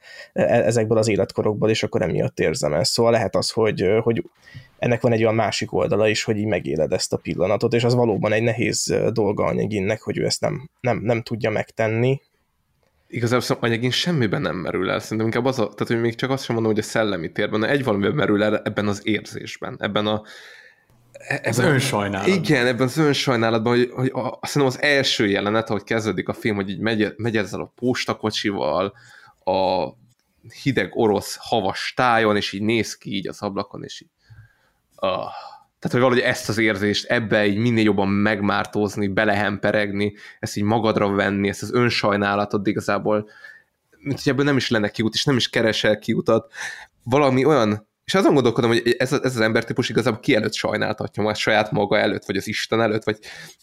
Speaker 6: ezekből az életkorokból, és akkor emiatt érzem ezt. Szóval lehet az, hogy ennek van egy olyan másik oldala is, hogy így megéled ezt a pillanatot, és az valóban egy nehéz dolga Anyaginnek, hogy ő ezt nem tudja megtenni.
Speaker 8: Igazából Anyagin semmiben nem merül el, szerintem inkább tehát hogy még csak azt sem mondom, hogy a szellemi térben, egy valamiben merül el ebben az érzésben, ebben
Speaker 7: az önsajnálatban.
Speaker 8: Igen, ebben az önsajnálatban, hogy szerintem az első jelenet, ahogy kezdődik a film, hogy így megy ezzel a postakocsival, a hideg orosz havas tájon, és így néz ki így az ablakon, és így tehát, hogy valahogy ezt az érzést ebbe így minél jobban megmártózni, belehemperegni, ezt így magadra venni, ezt az önsajnálatot igazából, mint hogy ebből nem is lenne kiút, és nem is keresel kiutat. Valami olyan, és azon gondolkodom, hogy ez az embertípus igazából ki előtt sajnáltatja majd saját maga előtt, vagy az Isten előtt, vagy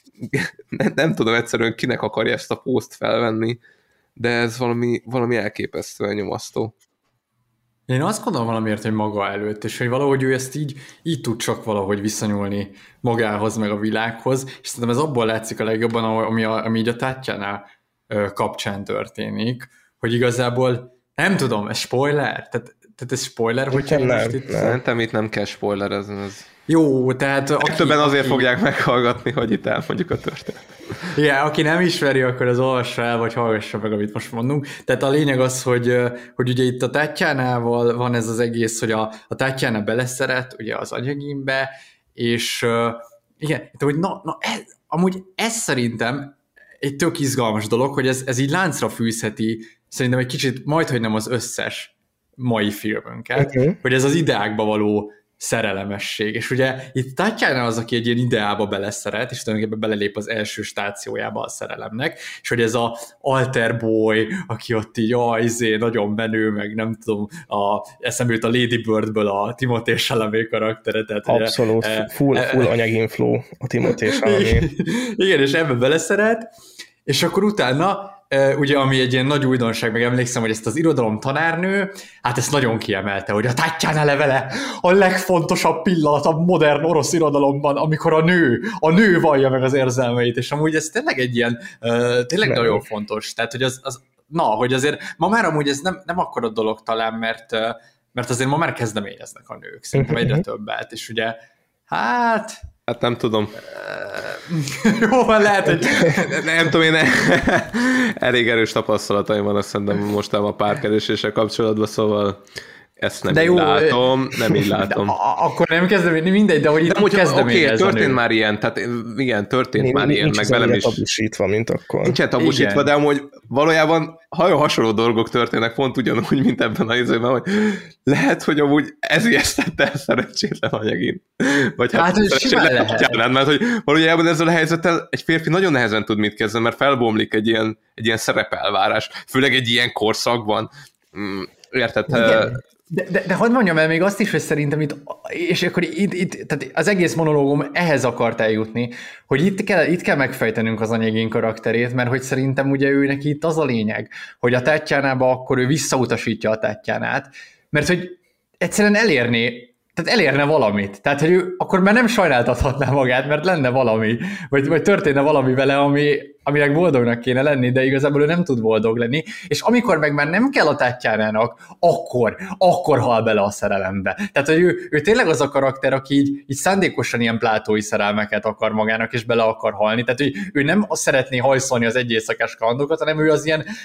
Speaker 8: nem tudom egyszerűen kinek akarja ezt a pószt felvenni, de ez valami elképesztően nyomasztó.
Speaker 7: Én azt gondolom valamiért, hogy maga előtt, és hogy valahogy ő ezt így tud csak valahogy viszonyulni magához, meg a világhoz, és szerintem ez abból látszik a legjobban, ami így a Tatjana kapcsán történik, hogy igazából, nem tudom, ez spoiler? Tehát ez spoiler, hogyha most itt...
Speaker 8: Szerintem itt nem kell spoilerezni.
Speaker 7: Jó, tehát...
Speaker 8: Többen azért fogják meghallgatni, hogy itt elmondjuk a történetet.
Speaker 7: Igen, aki nem ismeri, akkor az olvassa el, vagy hallgassa meg, amit most mondunk. Tehát a lényeg az, hogy ugye itt a Tatjanával van ez az egész, hogy a Tatjana beleszeret ugye az Anyaginbe, és igen, hogy amúgy ez szerintem egy tök izgalmas dolog, hogy ez így láncra fűzheti szerintem egy kicsit majdhogy nem az összes mai filmünket, hogy ez az ideákba való szerelemesség. És ugye itt Tatjana az, aki egy ilyen ideába beleszeret, és tulajdonképpen belelép az első stációjába a szerelemnek, és hogy ez a alter boy, aki ott így nagyon menő, meg nem tudom, eszembe jut a Lady Birdből a Timothée Chalamet karaktere. Tehát
Speaker 6: abszolút, full Anyagin flow a Timothée Chalamet.
Speaker 7: Igen, és ebbe beleszeret, és akkor utána ugye, ami egy ilyen nagy újdonság, meg emlékszem, hogy ezt az irodalom tanárnő, hát ezt nagyon kiemelte, hogy a Tatjana levele a legfontosabb pillanat a modern orosz irodalomban, amikor a nő vallja meg az érzelmeit, és amúgy ez tényleg egy ilyen, tényleg nagyon fontos, tehát hogy hogy azért ma már amúgy ez nem akkora dolog talán, mert azért ma már kezdeményeznek a nők, szerintem egyre többet, és ugye, hát
Speaker 8: nem tudom.
Speaker 7: Jó, lehet, hogy...
Speaker 8: Nem tudom, én elég erős tapasztalataim van, azt szerintem mostában a párkereséssel kapcsolatban, szóval ezt nem így látom.
Speaker 7: Akkor nem kezdeményezni, mindegy, de hogy itt kezdeményez a nő.
Speaker 8: Történt már ilyen, tehát igen, történt már ilyen, meg velem is.
Speaker 6: Nincs tabusítva, mint akkor.
Speaker 8: Nincsen tabusítva, de amúgy valójában nagyon hasonló dolgok történnek pont ugyanúgy, mint ebben az időben, hogy lehet, hogy amúgy ez ijesztette el szerencsétlen Anyagin. Vagy hát szerencsétlen Tatjanát, mert hogy valójában ezzel a helyzettel egy férfi nagyon nehezen tud mit kezdeni, mert felbomlik egy ilyen szerepelvárás, főleg egy ilyen korszakban. Érted?
Speaker 7: De hadd mondjam el még azt is, hogy szerintem itt, és akkor itt tehát az egész monológom ehhez akart eljutni, hogy itt kell megfejtenünk az Anyagin karakterét, mert hogy szerintem ugye ő neki itt az a lényeg, hogy a Tatjanába akkor ő visszautasítja a Tatjanát, mert hogy egyszerűen elérne valamit. Tehát, hogy ő akkor már nem sajnáltathatná magát, mert lenne valami, vagy történne valami vele, aminek boldognak kéne lenni, de igazából ő nem tud boldog lenni, és amikor meg már nem kell a Tatjanának, akkor hal bele a szerelembe. Tehát, hogy ő tényleg az a karakter, aki így szándékosan ilyen plátói szerelmeket akar magának, és bele akar halni. Tehát, hogy ő nem azt szeretné hajszolni az egy éjszakás kalandokat, hanem ő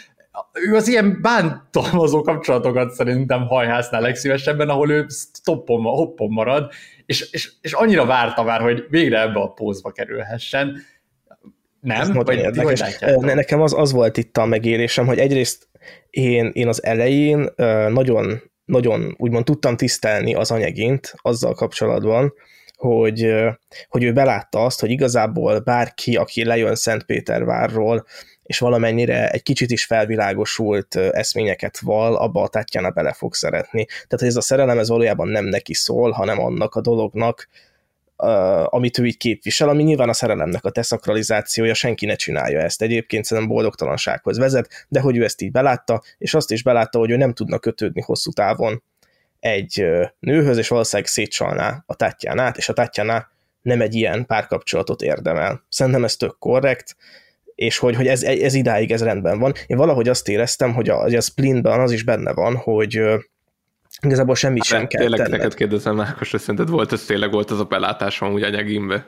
Speaker 7: az ilyen bántalmazó kapcsolatokat szerintem hajhásznál legszívesebben, ahol ő hoppon marad, és annyira várta már, hogy végre ebbe a pózba kerülhessen. Nem?
Speaker 6: Nekem az volt itt a megélésem, hogy egyrészt én az elején nagyon úgymond tudtam tisztelni az Anyagint azzal kapcsolatban, hogy ő belátta azt, hogy igazából bárki, aki lejön Szentpétervárról, és valamennyire egy kicsit is felvilágosult eszményeket val, abba a Tatjana bele fog szeretni. Tehát, hogy ez a szerelem, ez valójában nem neki szól, hanem annak a dolognak, amit ő így képvisel, ami nyilván a szerelemnek a deszakralizációja, senki ne csinálja ezt. Egyébként szerintem boldogtalansághoz vezet, de hogy ő ezt így belátta, és azt is belátta, hogy ő nem tudna kötődni hosszú távon egy nőhöz, és valószínűleg szétcsalná a Tatjanát, és a Tatjana nem egy ilyen párkapcsolatot érdemel. Szerintem ez tök korrekt, és hogy ez idáig ez rendben van. Én valahogy azt éreztem, hogy a Splintben az is benne van, hogy igazából semmit sem kell
Speaker 8: tényleg
Speaker 6: tenned.
Speaker 8: neked kérdezem, Ákos, hogy szerinted tényleg volt az a belátásom úgy anyagimbe?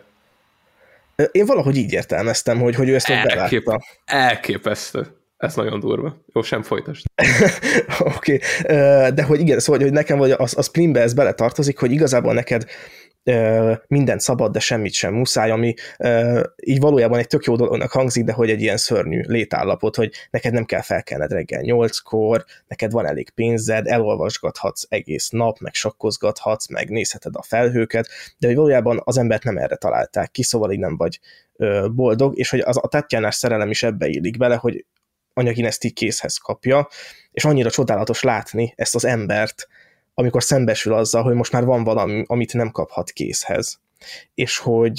Speaker 6: Én valahogy így értelmeztem, hogy ő ezt ott belátta.
Speaker 8: Elképesztő. Ez nagyon durva. Jó, sem folytasd.
Speaker 6: Oké. De hogy igen, szóval, hogy nekem vagy a Splintbe ez beletartozik, hogy igazából neked mindent szabad, de semmit sem muszáj, ami így valójában egy tök jó dolognak hangzik, de hogy egy ilyen szörnyű létállapot, hogy neked nem kell felkelned reggel 8-kor, neked van elég pénzed, elolvasgathatsz egész nap, meg sakkozgathatsz, meg nézheted a felhőket, de hogy valójában az embert nem erre találták ki, szóval így nem vagy boldog, és hogy a Tatjánás szerelem is ebbe illik bele, hogy Anyagin ezt így készhez kapja, és annyira csodálatos látni ezt az embert, amikor szembesül azzal, hogy most már van valami, amit nem kaphat készhez. És hogy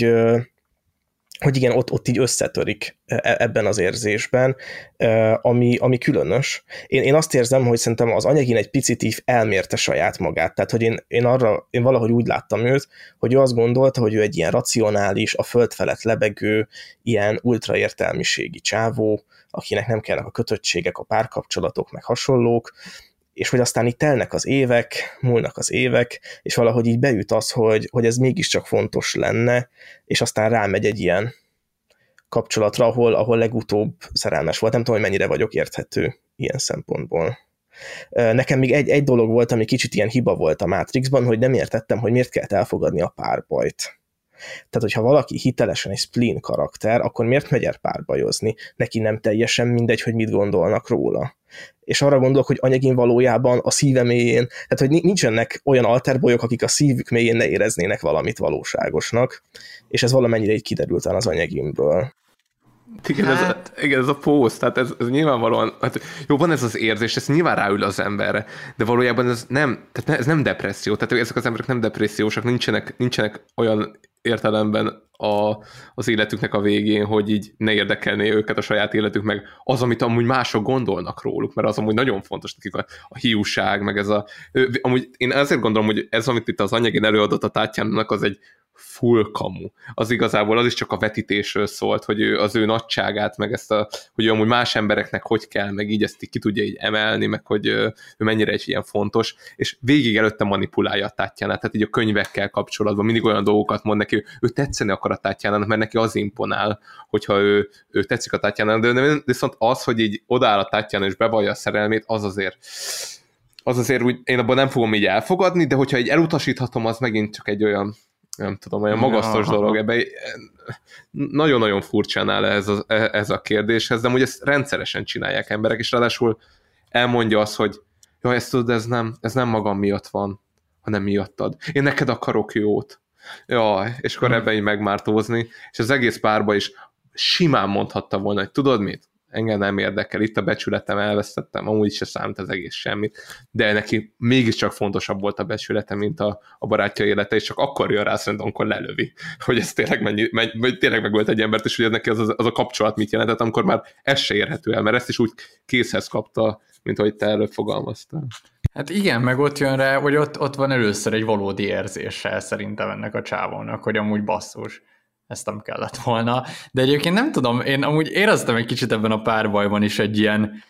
Speaker 6: igen, ott így összetörik ebben az érzésben, ami különös. Én azt érzem, hogy szerintem az Anyagin egy picit így elmérte saját magát. Tehát, hogy én valahogy úgy láttam őt, hogy ő azt gondolta, hogy ő egy ilyen racionális, a föld felett lebegő, ilyen ultraértelmiségi csávó, akinek nem kellnek a kötöttségek, a párkapcsolatok, meg hasonlók, és hogy aztán így telnek az évek, múlnak az évek, és valahogy így beüt az, hogy ez mégiscsak fontos lenne, és aztán rámegy egy ilyen kapcsolatra, ahol legutóbb szerelmes volt. Nem tudom, hogy mennyire vagyok érthető ilyen szempontból. Nekem még egy dolog volt, ami kicsit ilyen hiba volt a Matrixban, hogy nem értettem, hogy miért kellett elfogadni a párbajt. Tehát, hogyha valaki hitelesen egy Splint karakter, akkor miért megy el párbajozni? Neki nem teljesen mindegy, hogy mit gondolnak róla. És arra gondolok, hogy Anyagin valójában a szíve mélyén, tehát, hogy nincsenek olyan alterbolyok, akik a szívük mélyén ne éreznének valamit valóságosnak, és ez valamennyire így kiderült az Anyaginből.
Speaker 8: Igen, ez a póz, tehát ez nyilvánvalóan, hát jó, van ez az érzés, ez nyilván ráül az emberre, de valójában ez nem depresszió, tehát ezek az emberek nem depressziósak, nincsenek olyan értelemben az életüknek a végén, hogy így ne érdekelné őket a saját életük, meg az, amit amúgy mások gondolnak róluk, mert az amúgy nagyon fontos nekik a hiúság, meg ez amúgy én ezért gondolom, hogy ez, amit itt az Anyagin előadott a Tatjánának, az egy full kamu. Az igazából az is csak a vetítésről szólt, hogy az ő nagyságát, meg ezt hogy amúgy más embereknek hogy kell, meg így ezt ki tudja így emelni, meg hogy ő mennyire egy ilyen fontos, és végig előtte manipulálja a Tatjánát, tehát így a könyvekkel kapcsolatban mindig olyan dolgokat mond neki, ő tetszeni akar a Tatjánának, mert neki az imponál, hogyha ő tetszik a Tatjánának, de viszont az, hogy így odaáll a Tatjána és bevallja a szerelmét, az azért úgy, én abban nem fogom így elfogadni, de hogyha így elutasíthatom, az megint csak egy olyan, nem tudom, olyan magasztos dolog. Ebben nagyon-nagyon furcsán áll ez a kérdéshez, de amúgy ezt rendszeresen csinálják emberek, és ráadásul elmondja azt, hogy jaj, ezt tudod, ez nem magam miatt van, hanem miattad. Én neked akarok jót. Jaj, és akkor ebben így megmártózni, és az egész párba is simán mondhatta volna, hogy tudod mit? Engem nem érdekel, itt a becsületem, elvesztettem, amúgy is se számít az egész semmit, de neki mégiscsak fontosabb volt a becsülete, mint a barátja élete, és csak akkor jön rá, szerintem, amikor lelövi, hogy ez tényleg tényleg megölt egy embert, és hogy neki az a kapcsolat mit jelentett, amikor már ez se érhető el, mert ezt is úgy készhez kapta, mint ahogy te előbb fogalmaztál.
Speaker 7: Hát igen, meg ott jön rá, hogy ott van először egy valódi érzéssel szerintem ennek a csávónak, hogy amúgy basszus, ezt nem kellett volna. De egyébként nem tudom, én amúgy éreztem egy kicsit ebben a párbajban is egy ilyen,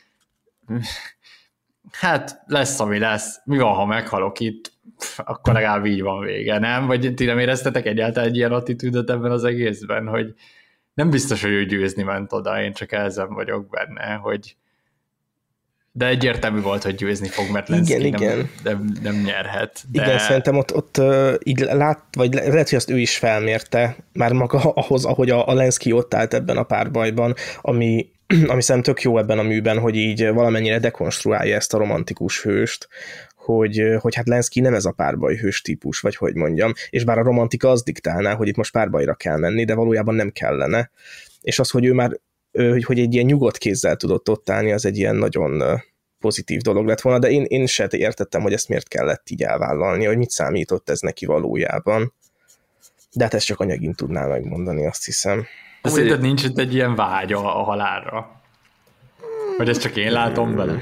Speaker 7: hát lesz, ami lesz, mi van, ha meghalok itt, akkor legalább így van vége, nem? Vagy ti nem éreztetek egyáltalán egy ilyen attitűdöt ebben az egészben, hogy nem biztos, hogy ő győzni ment oda, én csak ezen vagyok benne, hogy de egyértelmű volt, hogy győzni fog, mert Lenszky nem nyerhet. De... Igen,
Speaker 6: szerintem ott így vagy lehet, hogy azt ő is felmérte, már maga ahhoz, ahogy a Lenszky ott állt ebben a párbajban, ami szerintem tök jó ebben a műben, hogy így valamennyire dekonstruálja ezt a romantikus hőst, hogy hát Lenszky nem ez a párbajhős típus, vagy hogy mondjam, és bár a romantika az diktálná, hogy itt most párbajra kell menni, de valójában nem kellene. És az, hogy ő már hogy egy ilyen nyugodt kézzel tudott ott állni, az egy ilyen nagyon pozitív dolog lett volna, de én se értettem, hogy ezt miért kellett így elvállalni, hogy mit számított ez neki valójában. De hát ezt csak Anyagin tudná megmondani, azt hiszem.
Speaker 7: De szerinted nincs itt egy ilyen vágya a halálra? Vagy ezt csak én látom vele?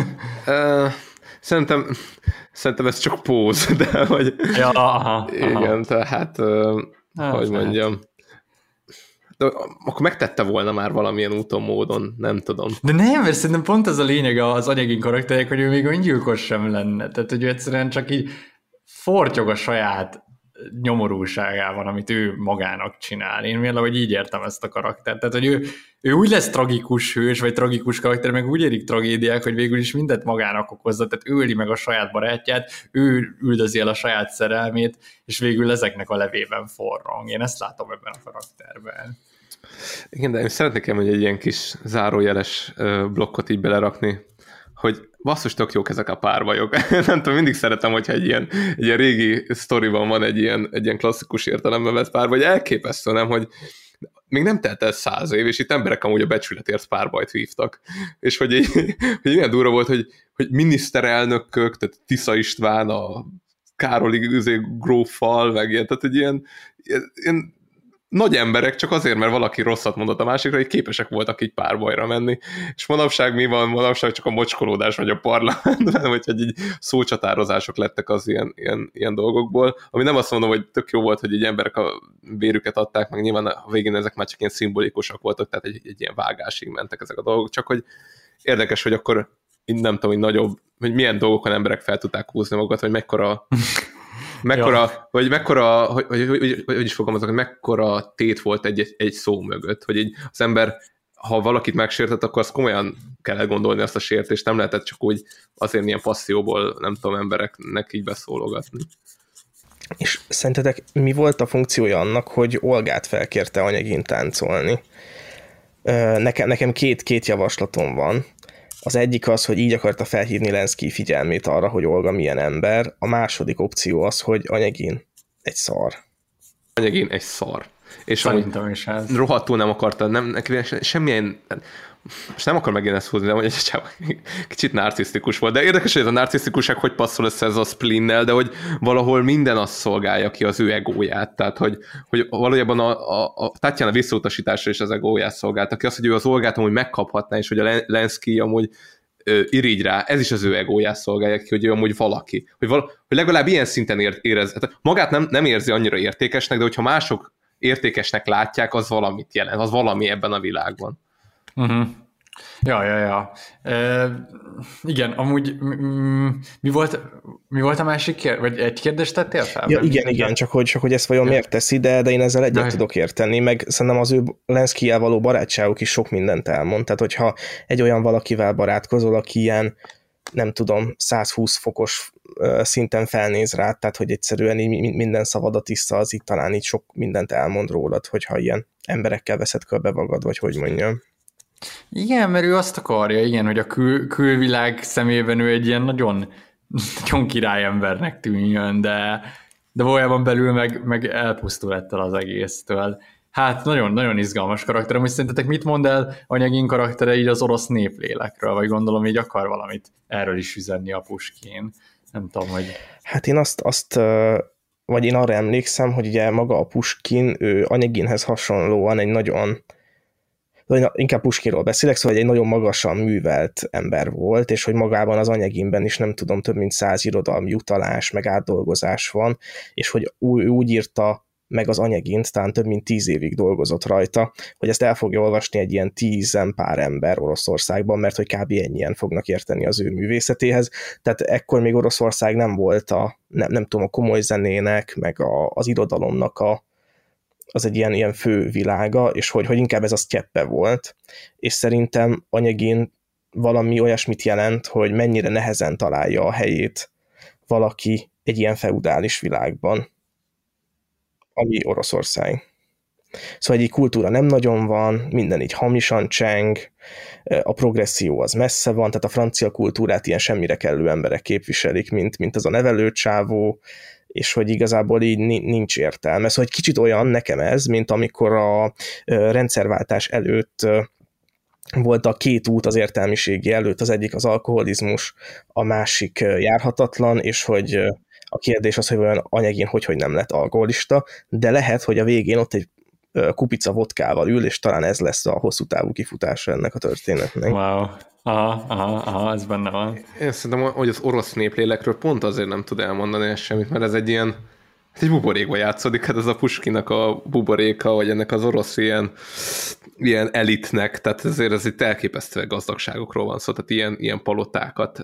Speaker 8: Szerintem ez csak póz, de hogy...
Speaker 7: Ja, aha.
Speaker 8: Igen, tehát, hogy mondjam... de akkor megtette volna már valamilyen úton, módon, nem tudom.
Speaker 7: De nem, mert szerintem pont az a lényeg az anyagin karakterek, hogy ő még öngyilkos sem lenne. Tehát, hogy ő egyszerűen csak így fortyog a saját nyomorúságában, amit ő magának csinál. Én valahogy így értem ezt a karaktert. Tehát, hogy ő úgy lesz tragikus hős, vagy tragikus karakter, meg úgy érik tragédiák, hogy végül is mindent magának okozza, tehát ő öli meg a saját barátját, ő üldözi el a saját szerelmét, és végül ezeknek a levében forrong. Én ezt látom ebben a karakterben.
Speaker 8: Igen, de én szeretnék egy ilyen kis zárójeles blokkot így belerakni, hogy basszus, tök jók ezek a párbajok. Nem tudom, mindig szeretem, hogyha egy ilyen régi sztoriban van egy ilyen klasszikus értelemben vett párbaj, elképesztő, nem, hogy még nem telt el 100 év, és itt emberek amúgy a becsületért párbajt vívtak. És hogy milyen durva volt, hogy miniszterelnökök, tehát Tisza István, a Károli gróffal, meg ilyen, tehát egy ilyen nagy emberek csak azért, mert valaki rosszat mondott a másikra, hogy képesek voltak így párbajra menni. És manapság mi van? Manapság csak a mocskolódás vagy a parlamentben, vagy hogy így szócsatározások lettek az ilyen dolgokból. Ami nem azt mondom, hogy tök jó volt, hogy így emberek a vérüket adták, meg nyilván a végén ezek már csak ilyen szimbolikusak voltak, tehát egy ilyen vágásig mentek ezek a dolgok. Csak hogy érdekes, hogy akkor nem tudom, hogy nagyobb, hogy milyen dolgokon emberek fel tudták húzni magukat, vagy mekkora hogy is fogalmazok, hogy mekkora tét volt egy szó mögött, hogy így az ember, ha valakit megsértett, akkor azt komolyan kellett gondolni azt a sértést, nem lehetett csak úgy azért ilyen passzióból, nem tudom, embereknek így beszólogatni.
Speaker 6: És szerintetek mi volt a funkciója annak, hogy Olgát felkérte Anyagin táncolni? Nekem két javaslatom van. Az egyik az, hogy így akarta felhívni Lenszky figyelmét arra, hogy Olga milyen ember. A második opció az, hogy Anyagin egy szar.
Speaker 8: Anyagin egy szar. És
Speaker 7: szerintem is ez.
Speaker 8: Rohadtul nem akarta, neki semmilyen... Most nem akar megint ezt húzni, de hogy kicsit narcisztikus volt. De érdekes, hogy ez a narcisztikusság hogy passzol össze ez a splinnel, de hogy valahol minden azt szolgálja ki az ő egóját. Tehát, hogy valójában a Tatjana visszautasításra is az egóját szolgálta ki. Az, hogy ő az Olgát amúgy megkaphatná, és hogy a Lenszky amúgy irigy rá, ez is az ő egóját szolgálja ki, hogy ő amúgy valaki. Hogy legalább ilyen szinten érez. Hát magát nem érzi annyira értékesnek, de hogyha mások értékesnek látják, az valamit jelent. Az valami ebben a világban.
Speaker 7: Uh-huh. Ja. Igen, amúgy mi volt a másik kérdés? Vagy egy kérdést tettél fel?
Speaker 6: Ja, igen, csak hogy ezt vajon miért teszi, de én ezzel egyet tudok érteni, meg szerintem az ő Lenszkyjel való barátságuk is sok mindent elmond. Tehát, hogyha egy olyan valakivel barátkozol, aki ilyen, nem tudom, 120 fokos szinten felnéz rá, tehát, hogy egyszerűen így minden szavadat tiszta, az itt talán így sok mindent elmond rólad, hogyha ilyen emberekkel veszed körbe magad, vagy hogy mondjam.
Speaker 7: Igen, mert ő azt akarja, igen, hogy a külvilág szemében ő egy ilyen nagyon királyembernek tűnjön, de valójában belül meg elpusztul ettől az egésztől. Hát nagyon izgalmas karakter. Most szerintetek mit mond el Anyagin karaktere így az orosz néplélekről, vagy gondolom így akar valamit erről is üzenni a Puskin? Nem tudom, hogy... Hát
Speaker 6: én vagy én arra emlékszem, hogy ugye maga a Puskin, ő Anyaginhez hasonlóan egy nagyon inkább Puskinról beszélek, szóval egy nagyon magasan művelt ember volt, és hogy magában az Anyaginben is nem tudom, több mint 100 irodalmi utalás, meg átdolgozás van, és hogy úgy írta meg az Anyagint, talán több mint 10 évig dolgozott rajta, hogy ezt el fogja olvasni egy ilyen 10 pár ember Oroszországban, mert hogy kb. Ennyien fognak érteni az ő művészetéhez. Tehát ekkor még Oroszország nem volt nem tudom, a komoly zenének, meg az irodalomnak az egy ilyen fő világa, és hogy inkább ez a sztyeppe volt, és szerintem Anyagin valami olyasmit jelent, hogy mennyire nehezen találja a helyét valaki egy ilyen feudális világban, ami Oroszország. Szóval egy kultúra nem nagyon van, minden így hamisan cseng, a progresszió az messze van, tehát a francia kultúrát ilyen semmire kellő emberek képviselik, mint az a nevelőcsávó, és hogy igazából így nincs értelme. Szóval egy kicsit olyan nekem ez, mint amikor a rendszerváltás előtt volt a két út az értelmiségi előtt, az egyik az alkoholizmus, a másik járhatatlan, és hogy a kérdés az, hogy olyan Anyagin hogy nem lett alkoholista, de lehet, hogy a végén ott egy kupica vodkával ül, és talán ez lesz a hosszú távú kifutása ennek a történetnek.
Speaker 7: Wow. Aha, ez benne van.
Speaker 8: Én szerintem, hogy az orosz néplélekről pont azért nem tud elmondani ezt semmit, mert ez egy ilyen egy buborékban játszódik, hát ez a Pushkinnak a buboréka, vagy ennek az orosz ilyen elitnek, tehát ezért ez itt elképesztő gazdagságokról van szó, tehát ilyen palotákat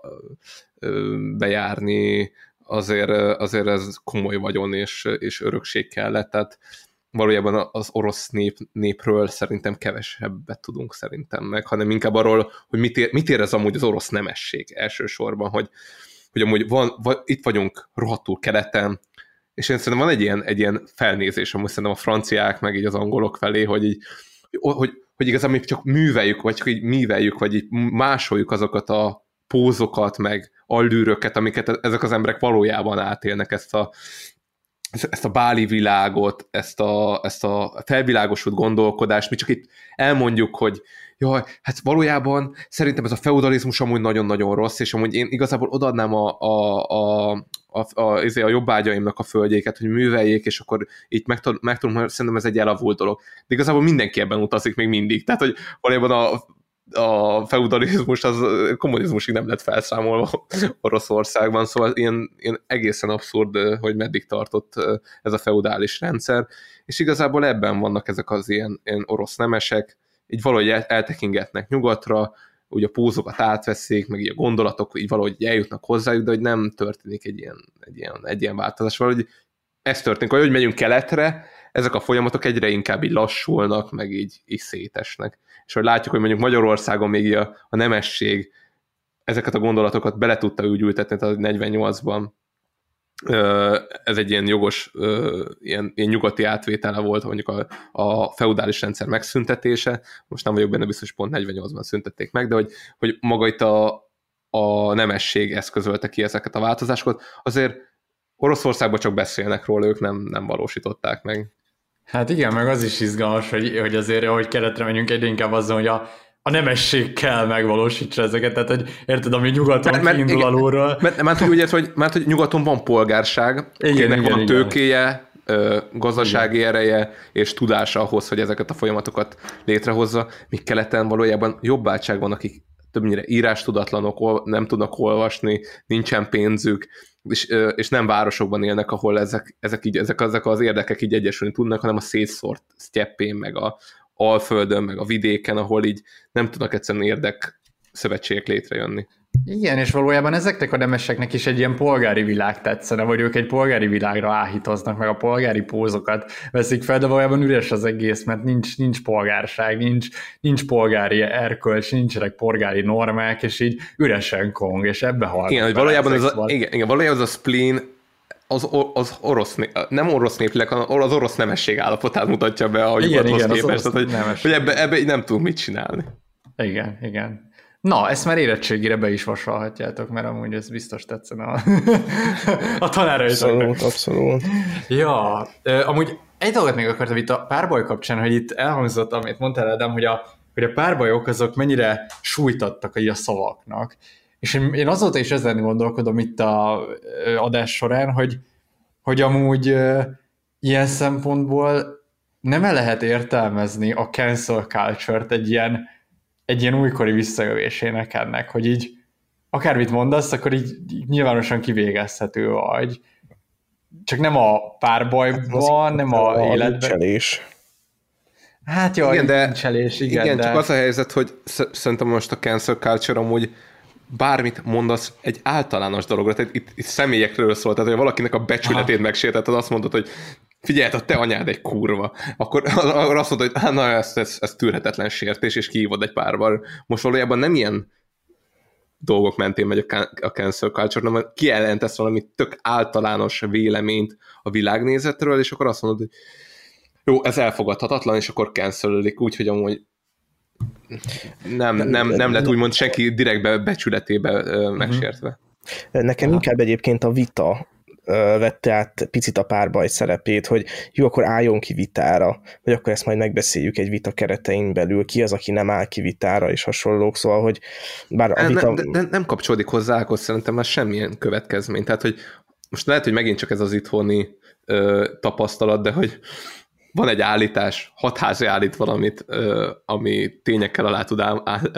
Speaker 8: bejárni, azért ez komoly vagyon és örökség kellett, tehát valójában az orosz népről szerintem kevesebbet tudunk szerintem meg, hanem inkább arról, hogy mit ér ez amúgy az orosz nemesség elsősorban, hogy amúgy itt vagyunk rohadtul keleten, és én szerintem van egy ilyen felnézés, amúgy szerintem a franciák, meg így az angolok felé, hogy igazán mi csak műveljük, vagy csak így míveljük, vagy így másoljuk azokat a pózokat, meg allűröket, amiket ezek az emberek valójában átélnek, ezt a báli világot, ezt a felvilágosult gondolkodást, mi csak itt elmondjuk, hogy jaj, hát valójában szerintem ez a feudalizmus amúgy nagyon-nagyon rossz, és amúgy én igazából odaadnám a jobbágyaimnak a földjéket, hogy műveljék, és akkor így meg tudom, szerintem ez egy elavult dolog. De igazából mindenki ebben utazik még mindig. Tehát, hogy valójában a feudalizmus az kommunizmusig nem lett felszámolva Oroszországban, szóval ilyen egészen abszurd, hogy meddig tartott ez a feudális rendszer, és igazából ebben vannak ezek az ilyen orosz nemesek, így valahogy eltekingetnek nyugatra, úgy a pózokat átveszik, meg így a gondolatok így valahogy eljutnak hozzájuk, de hogy nem történik egy ilyen változás. Valahogy ez történik, hogy megyünk keletre, ezek a folyamatok egyre inkább így lassulnak, meg így szétesnek. És hogy látjuk, hogy mondjuk Magyarországon még a nemesség ezeket a gondolatokat bele tudta úgy ültetni, tehát 48-ban ez egy ilyen jogos, ilyen nyugati átvétele volt, mondjuk a feudális rendszer megszüntetése, most nem vagyok benne biztos, hogy pont 48-ban szüntették meg, de hogy maga itt a nemesség eszközölte ki ezeket a változásokat, azért Oroszországban csak beszélnek róla, ők nem valósították meg.
Speaker 7: Hát igen, meg az is izgalmas, hogy azért, ahogy keletre menjünk, egyre inkább azzal, hogy a nemesség kell megvalósítsa ezeket, tehát hogy érted, ami nyugaton kiindul alulról.
Speaker 8: Mert hogy nyugaton van polgárság, akinek van tőkéje, gazdasági ereje és tudása ahhoz, hogy ezeket a folyamatokat létrehozza, míg keleten valójában jobbátság van, akik többnyire írástudatlanok, nem tudnak olvasni, nincsen pénzük, és nem városokban élnek, ahol ezek az érdekek így egyesülni tudnak, hanem a szétszórt sztyeppén, meg a Alföldön, meg a vidéken, ahol így nem tudnak egyszerűen érdekszövetségek létrejönni.
Speaker 7: Igen, és valójában ezeknek a nemeseknek is egy ilyen polgári világ tetszene, vagy ők egy polgári világra áhítoznak, meg a polgári pózokat veszik fel, de valójában üres az egész, mert nincs polgárság, nincs polgári erkölcs, nincsenek polgári normák, és így üresen kong, és ebbe halnak.
Speaker 8: Igen, hogy valójában ez a spleen az orosz, nem orosz népileg, hanem az orosz nemesség állapotát mutatja be a nyugathoz képest, hogy ebbe így nem tudunk mit csinálni.
Speaker 7: Igen. Na, ezt már érettségére be is vasalhatjátok, mert amúgy ez biztos tetszene a tanáraitoknak.
Speaker 6: Abszolút.
Speaker 7: Ja, amúgy egy dolgot még akartam itt a párbaj kapcsán, hogy itt elhangzott, amit mondtál, Ádám, hogy a párbajok azok mennyire sújtattak a szavaknak. És én azóta is ezen gondolkodom itt a adás során, hogy amúgy ilyen szempontból nem lehet értelmezni a cancel culture-t egy ilyen újkori visszajövésének ennek, hogy így akármit mondasz, akkor így nyilvánosan kivégezhető vagy. Csak nem a párbajban, nem a életben.
Speaker 6: Lincselés.
Speaker 7: Hát jó, lincselés,
Speaker 8: igen, csak az a helyzet, hogy szerintem most a cancel culture amúgy bármit mondasz, egy általános dologra, tehát itt személyekről szól, tehát hogy valakinek a becsületét megsértetted, azt mondod, hogy figyelj, a te anyád egy kurva, akkor azt mondod, hogy na, ez tűrhetetlen sértés, és kihívod egy párban. Most valójában nem ilyen dolgok mentén megy a cancel culture, hanem kijelentesz valami tök általános véleményt a világnézetről, és akkor azt mondod, hogy jó, ez elfogadhatatlan, és akkor cancelik úgy, hogy amúgy nem lett úgymond senki direktbe becsületébe megsértve.
Speaker 6: Nekem inkább egyébként a vita vette át picit a párbaj szerepét, hogy jó, akkor álljon ki vitára, vagy akkor ezt majd megbeszéljük egy vita keretein belül, ki az, aki nem áll ki vitára, és hasonlók, szóval, hogy bár a vita...
Speaker 8: Nem kapcsolódik hozzá, akkor szerintem már semmilyen következmény, tehát, hogy most lehet, hogy megint csak ez az itthoni tapasztalat, de hogy van egy állítás, hatházi állít valamit, ami tényekkel alá tud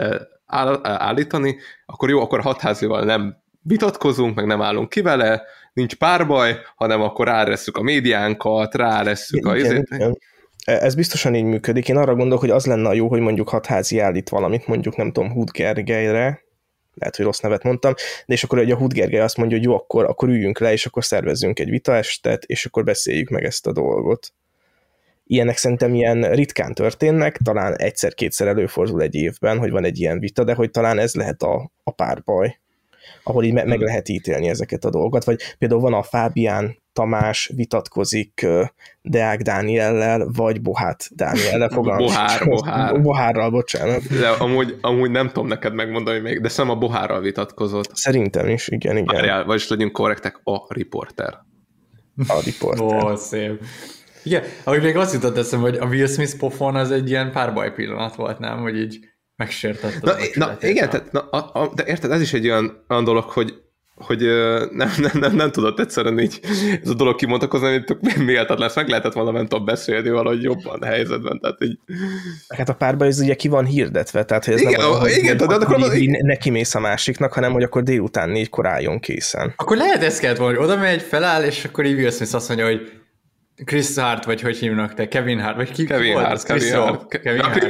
Speaker 8: állítani, akkor jó, akkor hatházival nem vitatkozunk, meg nem állunk ki vele, nincs párbaj, hanem akkor ráresszük a médiánkat, ráresszük a...
Speaker 6: Igen. Ez biztosan így működik. Én arra gondolok, hogy az lenne a jó, hogy mondjuk Hatházi állít valamit, mondjuk nem tudom, Hud Gergelyre, lehet, hogy rossz nevet mondtam, de és akkor hogy a Hud Gergely azt mondja, hogy jó, akkor üljünk le, és akkor szervezzünk egy vitaestet, és akkor beszéljük meg ezt a dolgot. Ilyenek szerintem ilyen ritkán történnek, talán egyszer-kétszer előfordul egy évben, hogy van egy ilyen vita, de hogy talán ez lehet a párbaj, ahol így meg lehet ítélni ezeket a dolgokat. Vagy például van a Fábián Tamás vitatkozik Deák Dániellel, vagy Bohát Dániellel. Bohárral, bocsánat.
Speaker 8: De amúgy nem tudom neked megmondani még, de szerintem a Bohárral vitatkozott.
Speaker 6: Szerintem is, igen.
Speaker 8: Várjál, vagyis legyünk korrektek, a riporter.
Speaker 6: A riporter.
Speaker 7: Ó, szép. Igen, ahogy még azt jutott eszembe, hogy a Will Smith pofon az egy ilyen párbaj pillanat volt, nem? Hogy így megsértette.
Speaker 8: Na igen, de érted, ez is egy olyan dolog, hogy nem tudott egyszerűen így ez a dolog kimondakozni, hogy tök méltatlan lesz, meg lehetett volna mentobb beszélni valahogy jobban helyzetben, tehát így...
Speaker 6: Hát a párbaj ez ugye ki van hirdetve, tehát hogy ez
Speaker 8: igen,
Speaker 6: nem
Speaker 8: hogy
Speaker 6: neki mész a másiknak, hanem hogy akkor délután 4-kor álljon készen.
Speaker 7: Akkor lehet ezt kellett volna, hogy oda megy, feláll, és akkor így Will Smith azt mondja, hogy Chris Hart, vagy hogy hívnak te, Kevin Hart, vagy ki
Speaker 8: Kevin
Speaker 7: volt?
Speaker 8: Hart,
Speaker 7: Chris Rock.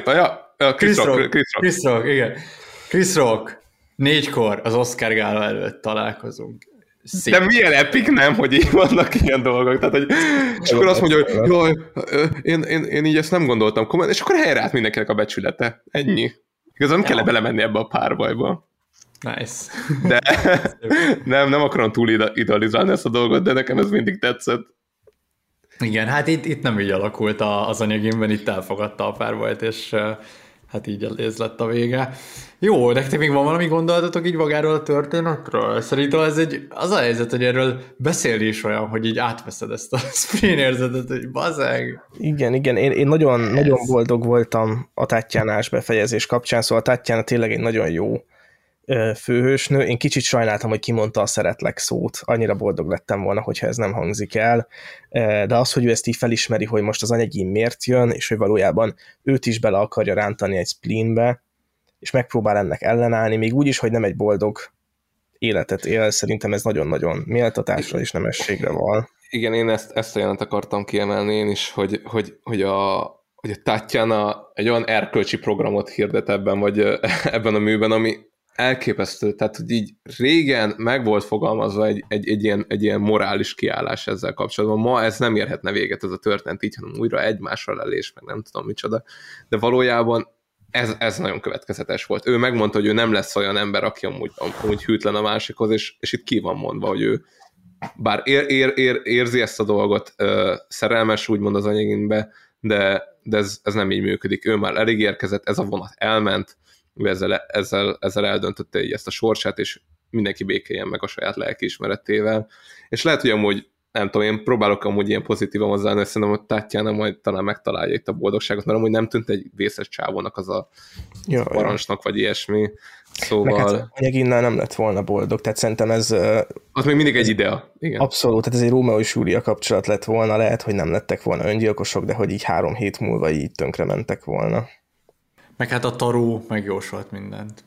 Speaker 7: Chris Rock. 4-kor az Oscar gála előtt találkozunk.
Speaker 8: Szép. De milyen epik, nem, hogy így vannak ilyen dolgok. Tehát, hogy, és akkor azt mondja, hogy jaj, én így ezt nem gondoltam komolyan, és akkor helyreállt mindenkinek a becsülete. Ennyi. Igazán nem kell belemenni ebbe a párbajba.
Speaker 7: Nice.
Speaker 8: De nem akarom túl idealizálni ezt a dolgot, de nekem ez mindig tetszett.
Speaker 7: Igen, hát itt nem így alakult az anyagimben, itt elfogadta a párbajt, és hát így ez lett a vége. Jó, nektek még van valami gondolatotok így magáról a történetről? Szerintem az a helyzet, hogy erről beszélni is olyan, hogy így átveszed ezt a spleen érzetet, hogy bazeg.
Speaker 6: Igen, én nagyon boldog voltam a Tatjánás befejezés kapcsán, szóval a Tatjana tényleg egy nagyon jó főhősnő. Én kicsit sajnáltam, hogy kimondta a szeretlek szót. Annyira boldog lettem volna, hogyha ez nem hangzik el. De az, hogy ő ezt így felismeri, hogy most az anyagim miért jön, és hogy valójában őt is bele akarja rántani egy spleenbe, és megpróbál ennek ellenállni, még úgy is, hogy nem egy boldog életet él, szerintem ez nagyon-nagyon méltatásra és nemességre van.
Speaker 8: Igen, én ezt a jelent akartam kiemelni én is, hogy a Tatjana egy olyan erkölcsi programot hirdet ebben a műben, ami elképesztő, tehát hogy így régen meg volt fogalmazva egy ilyen morális kiállás ezzel kapcsolatban. Ma ez nem érhetne véget, ez a történet így, hanem újra egymásra lelés, meg nem tudom micsoda, de valójában ez nagyon következetes volt. Ő megmondta, hogy ő nem lesz olyan ember, aki amúgy hűtlen a másikhoz, és itt ki van mondva, hogy ő bár érzi ezt a dolgot, szerelmes úgymond az anyagimbe, de ez nem így működik. Ő már elég érkezett, ez a vonat elment, ezzel eldöntötte így ezt a sorsát, és mindenki békéljen meg a saját lelkiismeretével. És lehet, hogy amúgy, nem tudom, én próbálok amúgy ilyen pozitívan hozzáállni, hogy szerintem a Tatjana majd talán megtalálja itt a boldogságot, mert amúgy nem tűnt egy vészes csávónak az a parancsnok, vagy ilyesmi. Szóval...
Speaker 6: Meg hát anyaginnál nem lett volna boldog, tehát szerintem ez...
Speaker 8: Az még mindig egy idea. Igen.
Speaker 6: Abszolút, tehát ez egy Rómeó és Júlia kapcsolat lett volna, lehet, hogy nem lettek volna öngyilkosok, de hogy így 3 hét múlva így tönkre mentek volna.
Speaker 7: Meg hát a Taró megjósolt mindent.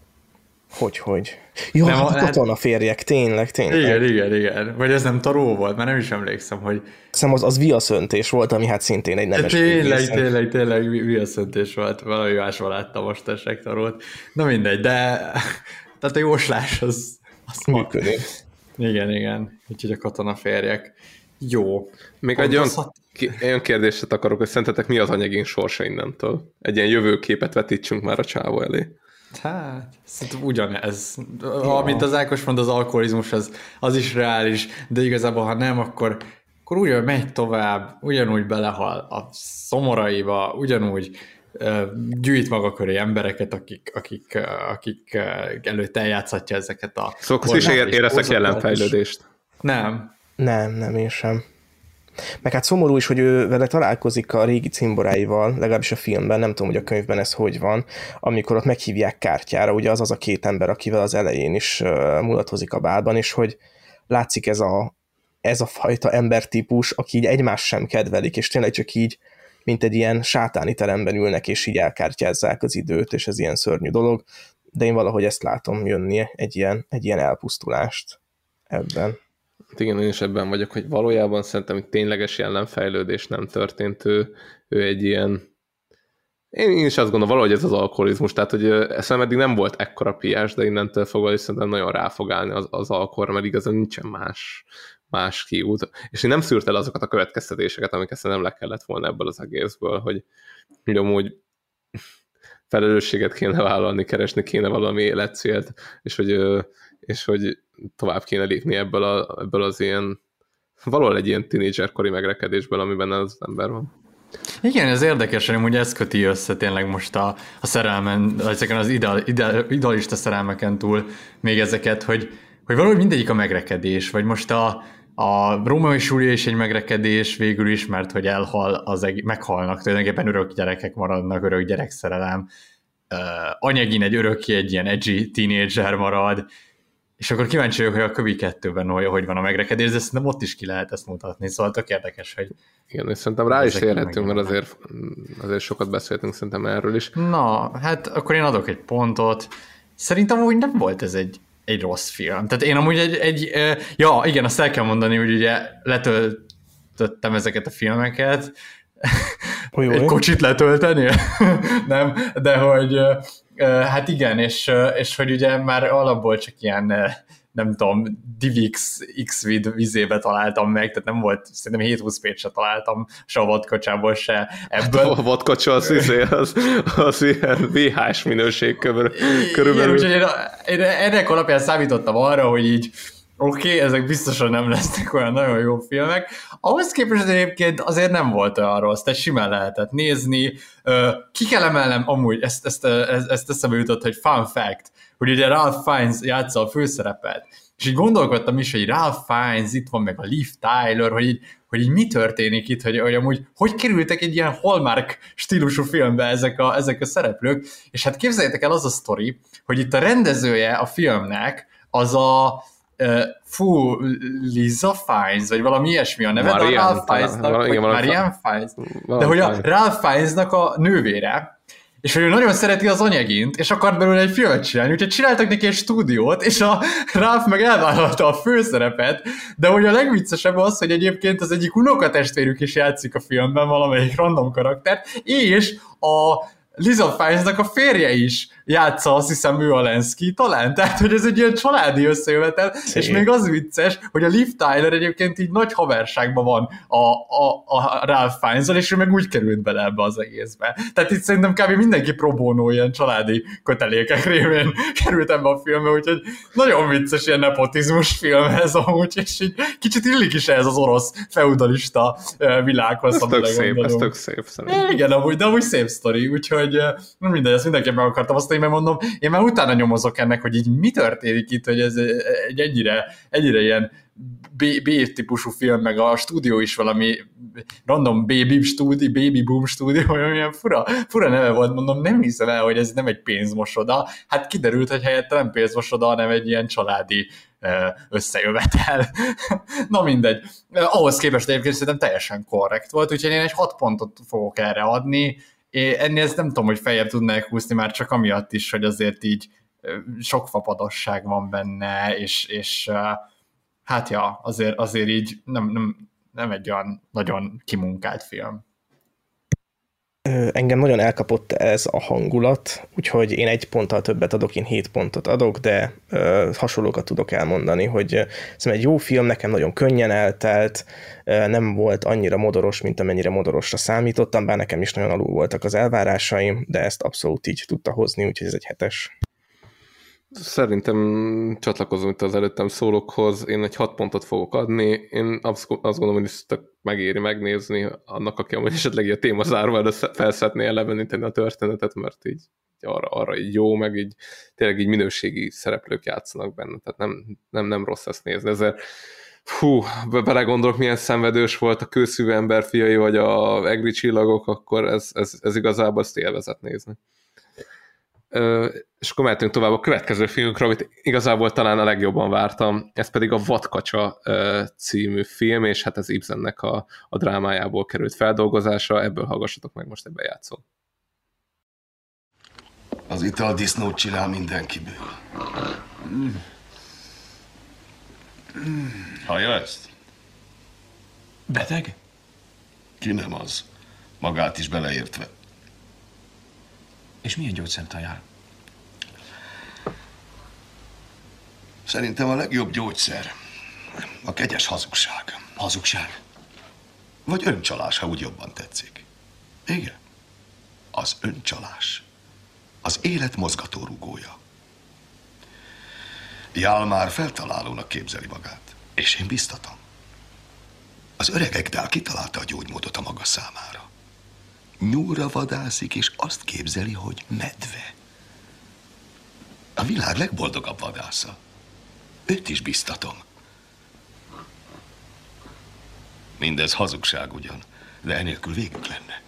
Speaker 6: Hogy? Jó, nem, hát a katonaférjek, tényleg.
Speaker 7: Igen. Vagy ez nem Taró volt, mert nem is emlékszem, hogy...
Speaker 6: Szerintem az viaszöntés volt, ami hát szintén egy nemes
Speaker 7: Tényleg viaszöntés volt. Valami másval láttam most a Tarót. Na mindegy, de... Tehát a jóslás az
Speaker 6: működik.
Speaker 7: Igen. Úgyhogy a katonaférjek. Jó.
Speaker 8: Még egy olyan kérdést akarok, hogy szerintetek mi az anyagink sorsa innentől? Egy ilyen jövőképet vetítsünk már a csávó elé.
Speaker 7: Hát, szerintem ugyanez. Amit az Ákos mond, az alkoholizmus az is reális, de igazából ha nem, akkor ugyan megy tovább, ugyanúgy belehal a szomoraiba, ugyanúgy gyűjt maga köré embereket, akik előtt eljátszhatja ezeket a...
Speaker 8: Szóval is éreztek jelenfejlődést?
Speaker 6: Nem, én sem. Meg hát szomorú is, hogy ő vele találkozik a régi cimboráival, legalábbis a filmben, nem tudom, hogy a könyvben ez hogy van, amikor ott meghívják kártyára, ugye az a 2 ember, akivel az elején is mulatkozik a bálban, és hogy látszik ez a fajta embertípus, aki így egymást sem kedvelik, és tényleg csak így, mint egy ilyen sátáni teremben ülnek, és így elkártyázzák az időt, és ez ilyen szörnyű dolog, de én valahogy ezt látom jönni, egy ilyen elpusztulást ebben.
Speaker 8: Igen, én is ebben vagyok, hogy valójában szerintem itt tényleges jellemfejlődés nem történt. Ő egy ilyen... Én is azt gondolom, valahogy ez az alkoholizmus, tehát hogy eszem eddig nem volt ekkora piás, de innentől fogva is szerintem nagyon rá fog állni az alkoholra, mert igazán nincsen más kiút. És én nem szűrt el azokat a következtetéseket, amiket szerintem le kellett volna ebből az egészből, hogy amúgy felelősséget kéne vállalni, keresni kéne valami életcélt, és hogy tovább kéne lépni ebből az ilyen, valahol egy ilyen tínédzserkori megrekedésből, amiben az ember van.
Speaker 7: Igen, ez érdekes, hogy ez köti össze tényleg most a szerelmen, ezeken az idealista szerelmeken túl még ezeket, hogy valahogy mindegyik a megrekedés, vagy most a Rómeó és Júlia is egy megrekedés végül is, mert hogy meghalnak, tulajdonképpen örök gyerekek maradnak, örök gyerekszerelem. Anyagin egy ilyen edgy tínédzser marad, és akkor kíváncsi vagyok, hogy a Kövi 2-ben hogy van a megrekedés, de szerintem ott is ki lehet ezt mutatni, szóval tök érdekes, hogy...
Speaker 8: Igen, és szerintem rá is érhetünk, mert azért sokat beszéltünk szerintem erről is.
Speaker 7: Na, hát akkor én adok egy pontot. Szerintem úgy nem volt ez egy rossz film. Tehát én amúgy ja, igen, azt el kell mondani, hogy ugye letöltöttem ezeket a filmeket. Egy kocsit letölteni? Nem, de hogy hát igen, és hogy ugye már alapból csak ilyen nem tudom, DivX X-Vid vizébe találtam meg, tehát nem volt, szerintem 7-20 page se találtam, se a vadkacsából, se ebből.
Speaker 8: A vadkacsa az ilyen VHS minőség körülbelül.
Speaker 7: Igen, úgyhogy én ennek alapján számítottam arra, hogy így oké, ezek biztosan nem lesznek olyan nagyon jó filmek. Ahhoz képest egyébként azért nem volt olyan rossz, tehát simán lehetett nézni. Ki kell emelnem amúgy, ezt eszembe jutott, hogy fun fact, hogy ugye Ralph Fiennes játsza a főszerepet. És így gondolkodtam is, hogy Ralph Fiennes, itt van meg a Liv Tyler, hogy így mi történik itt, hogy amúgy hogy kerültek egy ilyen Hallmark stílusú filmbe ezek a szereplők. És hát képzeljétek el, az a sztori, hogy itt a rendezője a filmnek az a Lisa Fiennes, vagy valami ilyesmi a neve,
Speaker 8: Marianne,
Speaker 7: de a Ralph Fiennesnak, vagy Marianne Fiennes, de hogy a Ralph Fiennesnak a nővére, és hogy ő nagyon szereti az anyagint, és akart belőle egy filmet csinálni, úgyhogy csináltak neki egy stúdiót, és a Ralph meg elvállalta a főszerepet, de hogy a legviccesebb az, hogy egyébként az egyik unokatestvérük is játszik a filmben, valamelyik random karaktert, és a Lisa Fiennesnak a férje is játsza, azt hiszem ő a Lenszky talán, tehát hogy ez egy ilyen családi összejövetel, és még az vicces, hogy a Liv Tyler egyébként így nagy haverságban van a Ralph Fiennes-zal, és ő meg úgy került bele ebbe az egészbe. Tehát itt szerintem kb. Mindenki pro bono ilyen családi kötelékek révén került ebbe a filmbe, úgyhogy nagyon vicces ilyen nepotizmus film ez amúgy, és így kicsit illik is ez az orosz feudalista világhoz.
Speaker 8: Ez tök szép szerintem.
Speaker 7: Igen, de amúgy szép sztori, úgyhogy mindegy, ezt mindenképpen akartam azt, hogy mondom, én már utána nyomozok ennek, hogy így mi történik itt, hogy ez egy ennyire ilyen B-típusú film, meg a stúdió is valami random baby boom stúdió, olyan ilyen fura neve volt, mondom, nem hiszem el, hogy ez nem egy pénzmosoda. Hát kiderült, hogy helyette nem pénzmosoda, hanem egy ilyen családi összejövetel. Na mindegy. Ahhoz képest egyébként szerintem teljesen korrekt volt, úgyhogy én egy 6 pontot fogok erre adni. Ennél ezt nem tudom, hogy feljebb tudnák húzni, már csak amiatt is, hogy azért így sok fapadosság van benne, és hát ja, azért így nem egy olyan nagyon kimunkált film.
Speaker 6: Engem nagyon elkapott ez a hangulat, úgyhogy én 1 ponttal többet adok, én 7 pontot adok, de hasonlókat tudok elmondani, hogy szerintem egy jó film, nekem nagyon könnyen eltelt, nem volt annyira modoros, mint amennyire modorosra számítottam, bár nekem is nagyon alul voltak az elvárásaim, de ezt abszolút így tudta hozni, úgyhogy ez egy 7-es.
Speaker 8: Szerintem csatlakozom itt az előttem szólókhoz, én egy 6 pontot fogok adni, én azt gondolom, hogy ezt megéri megnézni annak, aki amúgy esetleg a témazárva fel szeretné eleveníteni a történetet, mert így arra így jó, meg így tényleg így minőségi szereplők játszanak benne, tehát nem rossz ezt nézni. Ezért belegondolok, milyen szenvedős volt a Kőszívű ember fiai, vagy a Egri csillagok, akkor ez igazából ezt élvezett nézni. És akkor mehetünk tovább a következő filmünkre, amit igazából talán a legjobban vártam, ez pedig a Vadkacsa című film, és hát ez Ibsennek a drámájából került feldolgozása, ebből hallgassatok meg, most ebben játszom.
Speaker 12: Az ital disznót csinál mindenkiből. Hallja ezt?
Speaker 13: Beteg?
Speaker 12: Ki nem az. Magát is beleértve.
Speaker 13: És milyen gyógyszert ajánl?
Speaker 12: Szerintem a legjobb gyógyszer a kegyes hazugság.
Speaker 13: Hazugság?
Speaker 12: Vagy öncsalás, ha úgy jobban tetszik. Igen. Az öncsalás. Az élet mozgatórugója. Hjalmar feltalálónak képzeli magát. És én biztatom. Az öreg Egdál kitalálta a gyógymódot a maga számára. Nyúlra vadászik, és azt képzeli, hogy medve. A világ legboldogabb vadásza. Őt is biztatom. Mindez hazugság ugyan, de enélkül végük lenne.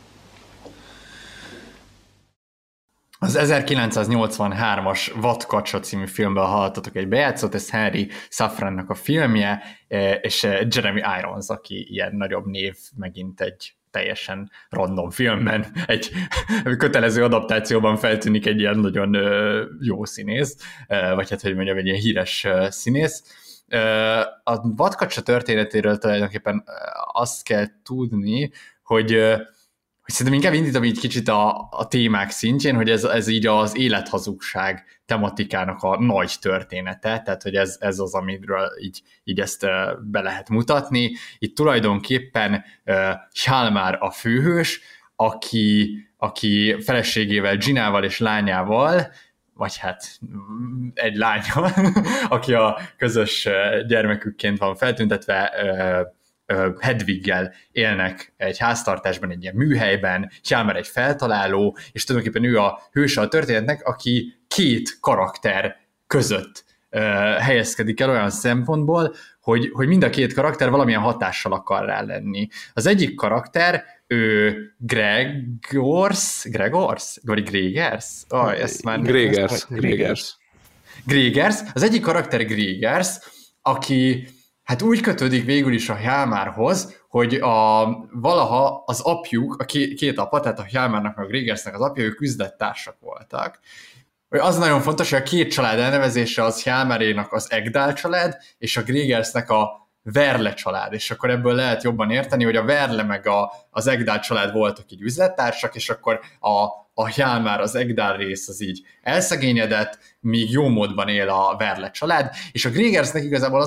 Speaker 7: Az 1983-as Vadkacsa című filmből hallottatok egy bejátszót, ez Henry Safrannak a filmje, és Jeremy Irons, aki ilyen nagyobb név, megint egy teljesen random filmben, egy kötelező adaptációban feltűnik egy ilyen nagyon jó színész, vagy hát, hogy mondjam, egy ilyen híres színész. A Vadkacsa történetéről tulajdonképpen azt kell tudni, hogy szerintem inkább indítom így kicsit a témák szintjén, hogy ez így az élethazugság tematikának a nagy története, tehát hogy ez az, amiről így ezt be lehet mutatni. Itt tulajdonképpen Hjalmar a főhős, aki feleségével, Ginával és lányával, vagy hát egy lányval, aki a közös gyermekükként van feltüntetve, Hedviggel élnek egy háztartásban, egy ilyen műhelyben, Hjalmar egy feltaláló, és tulajdonképpen ő a hőse a történetnek, aki két karakter között helyezkedik el olyan szempontból, hogy mind a két karakter valamilyen hatással akar rá lenni. Az egyik karakter, ő Gregers? Vagy Gregers? Gregers. Az egyik karakter Gregers, aki hát úgy kötődik végül is a Hjalmarhoz, hogy valaha az apjuk, a két apa, tehát a Hjalmarnak meg a Gregersnek az apja, ők üzlettársak voltak. Az nagyon fontos, hogy a két család elnevezése az Hjalmarénak az Egdál család, és a Gregersnek a Verle család, és akkor ebből lehet jobban érteni, hogy a Verle meg az Egdál család voltak így üzlettársak, és akkor a Hjalmar, az Egdál rész az így elszegényedett, míg jó módban él a Verle család, és a Gregersnek igazából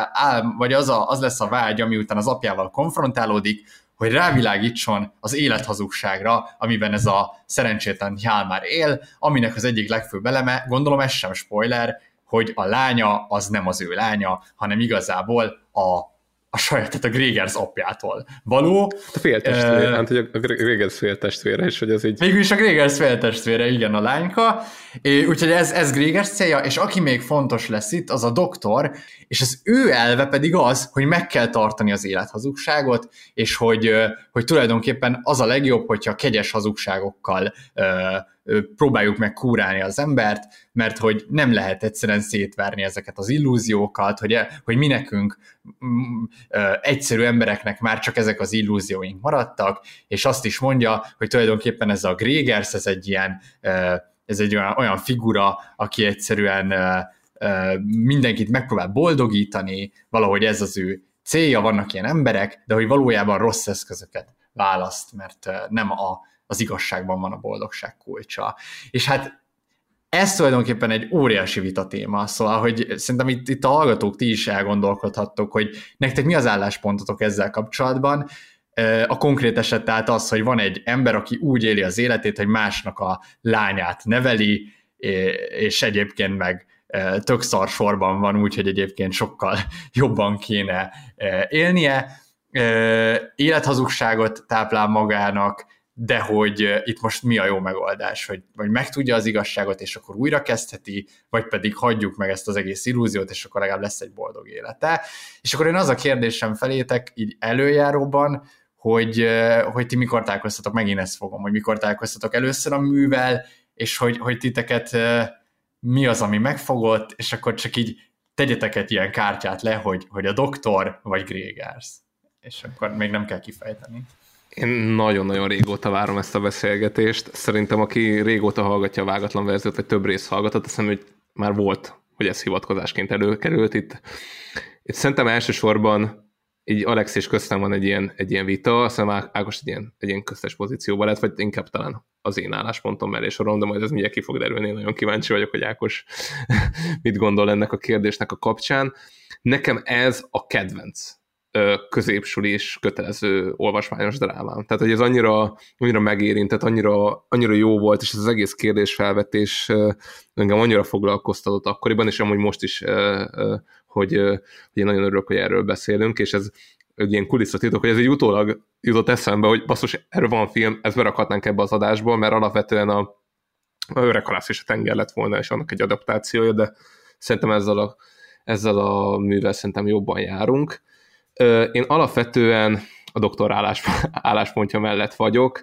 Speaker 7: az lesz a vágy, ami után az apjával konfrontálódik, hogy rávilágítson az élethazugságra, amiben ez a szerencsétlen Hjalmar él, aminek az egyik legfőbb eleme, gondolom ez sem spoiler, hogy a lánya az nem az ő lánya, hanem igazából a saját, tehát a Gregers apjától való.
Speaker 8: A féltestvére, hát hogy a Gregers féltestvére is, hogy ez így...
Speaker 7: Végül is a Gregers féltestvére, igen, a lányka. Úgyhogy ez Gregers célja, és aki még fontos lesz itt, az a doktor, és az ő elve pedig az, hogy meg kell tartani az élethazugságot, és hogy tulajdonképpen az a legjobb, hogyha kegyes hazugságokkal próbáljuk meg kúrálni az embert, mert hogy nem lehet egyszerűen szétverni ezeket az illúziókat, hogy mi nekünk egyszerű embereknek már csak ezek az illúzióink maradtak, és azt is mondja, hogy tulajdonképpen ez a Gregers, ez egy olyan figura, aki egyszerűen mindenkit megpróbál boldogítani, valahogy ez az ő célja, vannak ilyen emberek, de hogy valójában rossz eszközöket választ, mert nem az igazságban van a boldogság kulcsa. És hát ez tulajdonképpen egy óriási vitatéma, szóval, hogy szerintem itt a hallgatók ti is elgondolkodhattok, hogy nektek mi az álláspontotok ezzel kapcsolatban. A konkrét eset tehát az, hogy van egy ember, aki úgy éli az életét, hogy másnak a lányát neveli, és egyébként meg tök szar sorban van, úgyhogy egyébként sokkal jobban kéne élnie. Élethazugságot táplál magának, de hogy itt most mi a jó megoldás, hogy megtudja az igazságot, és akkor újra kezdheti, vagy pedig hagyjuk meg ezt az egész illúziót, és akkor legalább lesz egy boldog élete. És akkor én az a kérdésem felétek így előjáróban, hogy ti mikor találkoztatok, megint ezt fogom, hogy mikor találkoztatok először a művel, és hogy titeket mi az, ami megfogott, és akkor csak így tegyetek egy ilyen kártyát le, hogy a doktor vagy Gregers. És akkor még nem kell kifejteni.
Speaker 8: Én nagyon-nagyon régóta várom ezt a beszélgetést. Szerintem, aki régóta hallgatja a vágatlan verziót, vagy több rész hallgatott, azt hiszem, hogy már volt ez hivatkozásként előkerült itt. Itt szerintem elsősorban így Alex és köztem van egy ilyen vita, azt hiszem Ákos egy ilyen köztes pozícióban lett, vagy inkább talán az én álláspontom mellé sorolom, de majd ez mindjárt ki fog derülni, én nagyon kíváncsi vagyok, hogy Ákos mit gondol ennek a kérdésnek a kapcsán. Nekem ez a kedvenc középsulis kötelező olvasmányos drámám. Tehát, hogy ez annyira megérintett, annyira jó volt, és ez az egész kérdésfelvetés engem annyira foglalkoztatott akkoriban, és amúgy most is, hogy én nagyon örülök, hogy erről beszélünk, és ez egy ilyen kulisszatitok, hogy ez egy utólag jutott eszembe, hogy basszus, erről van film, ezt berakhatnánk ebbe az adásból, mert alapvetően a Öreg halász és a tenger lett volna, és annak egy adaptációja, de szerintem ezzel a művel szerintem jobban járunk. Én alapvetően a doktor álláspontja mellett vagyok,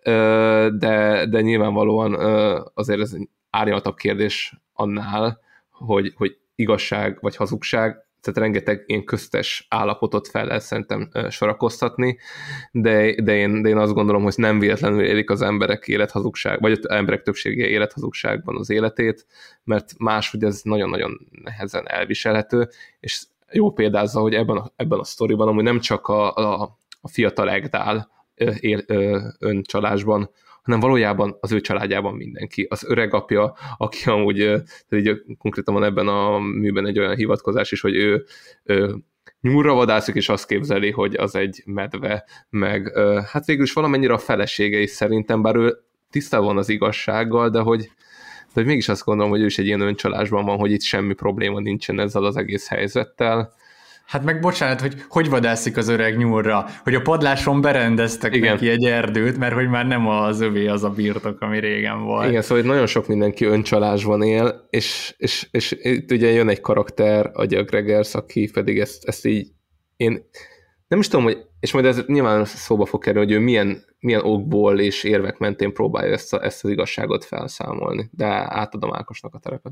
Speaker 8: de nyilvánvalóan azért ez egy árnyaltabb kérdés annál, hogy igazság vagy hazugság, tehát rengeteg ilyen köztes állapotot fel lehet szerintem sorakoztatni, de én azt gondolom, hogy nem véletlenül élik az emberek élethazugság, vagy az emberek többsége élethazugságban az életét, mert máshogy ez nagyon-nagyon nehezen elviselhető, és jó példázza, hogy ebben a sztoriban amúgy nem csak a fiatal Egdál él öncsalásban, hanem valójában az ő családjában mindenki. Az öreg apja, aki amúgy konkrétan van ebben a műben egy olyan hivatkozás is, hogy ő nyúlra vadászik, és azt képzeli, hogy az egy medve, meg hát végül is valamennyire a felesége is szerintem, bár ő tisztában van az igazsággal, de hogy mégis azt gondolom, hogy ő is egy ilyen öncsalásban van, hogy itt semmi probléma nincsen ezzel az egész helyzettel.
Speaker 7: Hát meg bocsánat, hogy vadászik az öreg nyúlra, hogy a padláson berendeztek neki egy erdőt, mert hogy már nem az övé az a birtok, ami régen volt. Igen,
Speaker 8: szóval nagyon sok mindenki öncsalásban él, és itt ugye jön egy karakter, a Gregers, aki pedig ezt így, én nem is tudom, hogy, és majd ez nyilván szóba fog kerülni, hogy ő milyen okból és érvek mentén próbálja ezt az igazságot felszámolni, de átadom Ákosnak a terepet.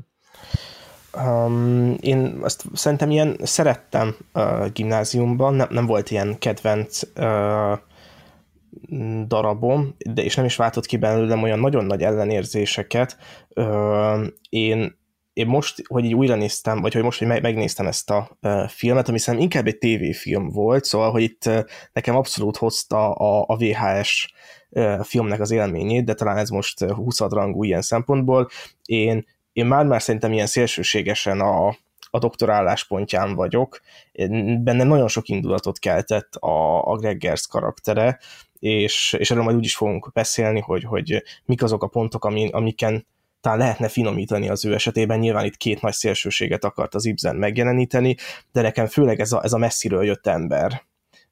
Speaker 6: Én azt szerintem ilyen szerettem gimnáziumban, nem volt ilyen kedvenc darabom, de és nem is váltott ki belőlem olyan nagyon nagy ellenérzéseket. Én most, hogy így újra néztem, vagy hogy most, hogy megnéztem ezt a filmet, ami szerintem inkább egy tévéfilm volt, szóval, hogy itt nekem abszolút hozta a VHS filmnek az élményét, de talán ez most 20-rangú ilyen szempontból. Én már szerintem ilyen szélsőségesen a doktor álláspontján vagyok. Bennem nagyon sok indulatot keltett a Gregers karaktere, és erről majd úgy is fogunk beszélni, hogy mik azok a pontok, amiken talán lehetne finomítani az ő esetében. Nyilván itt két nagy szélsőséget akart az Ibsen megjeleníteni, de nekem főleg ez a messziről jött ember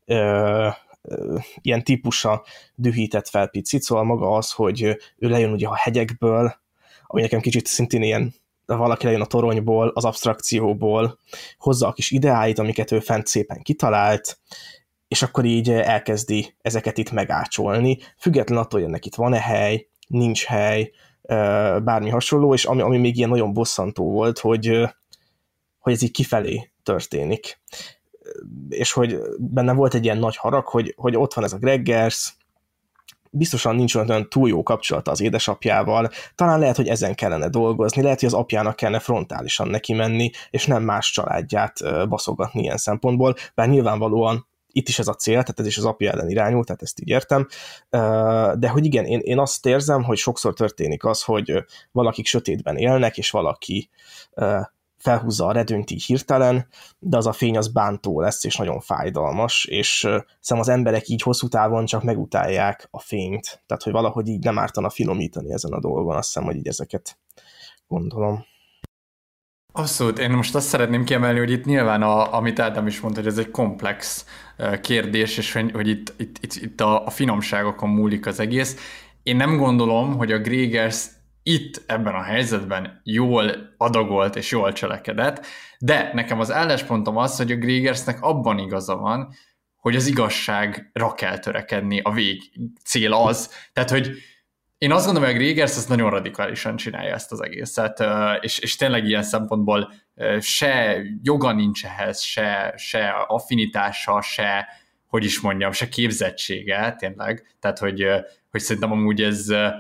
Speaker 6: ilyen típusa dühített fel picit, szóval maga az, hogy ő lejön ugye a hegyekből, ami nekem kicsit szintén ilyen, valaki lejön a toronyból, az abstrakcióból, hozza a kis ideáit, amiket ő fent szépen kitalált, és akkor így elkezdi ezeket itt megácsolni, független attól, hogy ennek itt van-e hely, nincs hely, bármi hasonló, és ami még ilyen nagyon bosszantó volt, hogy ez így kifelé történik. És hogy benne volt egy ilyen nagy harag, hogy ott van ez a Gregers, biztosan nincs olyan túl jó kapcsolata az édesapjával, talán lehet, hogy ezen kellene dolgozni, lehet, hogy az apjának kellene frontálisan neki menni, és nem más családját baszogatni ilyen szempontból, bár nyilvánvalóan itt is ez a cél, tehát ez is az apja ellen irányul, tehát ezt így értem, de hogy igen, én azt érzem, hogy sokszor történik az, hogy valakik sötétben élnek, és valaki felhúzza a redőnyt így hirtelen, de az a fény az bántó lesz, és nagyon fájdalmas, és szerintem az emberek így hosszú távon csak megutálják a fényt, tehát hogy valahogy így nem ártana finomítani ezen a dolgon, azt hiszem, hogy így ezeket gondolom.
Speaker 7: Abszolút, én most azt szeretném kiemelni, hogy itt nyilván, amit Ádám is mondta, hogy ez egy komplex kérdés, és hogy itt a finomságokon múlik az egész. Én nem gondolom, hogy a Gregers itt ebben a helyzetben jól adagolt és jól cselekedett, de nekem az álláspontom az, hogy a Gregersnek abban igaza van, hogy az igazságra kell törekedni, a cél az. Tehát, hogy én azt gondolom, hogy a Gregers az nagyon radikálisan csinálja ezt az egészet, és tényleg ilyen szempontból se joga nincs ehhez, se affinitása, se, hogy is mondjam, se képzettsége, tényleg. Tehát, hogy szerintem amúgy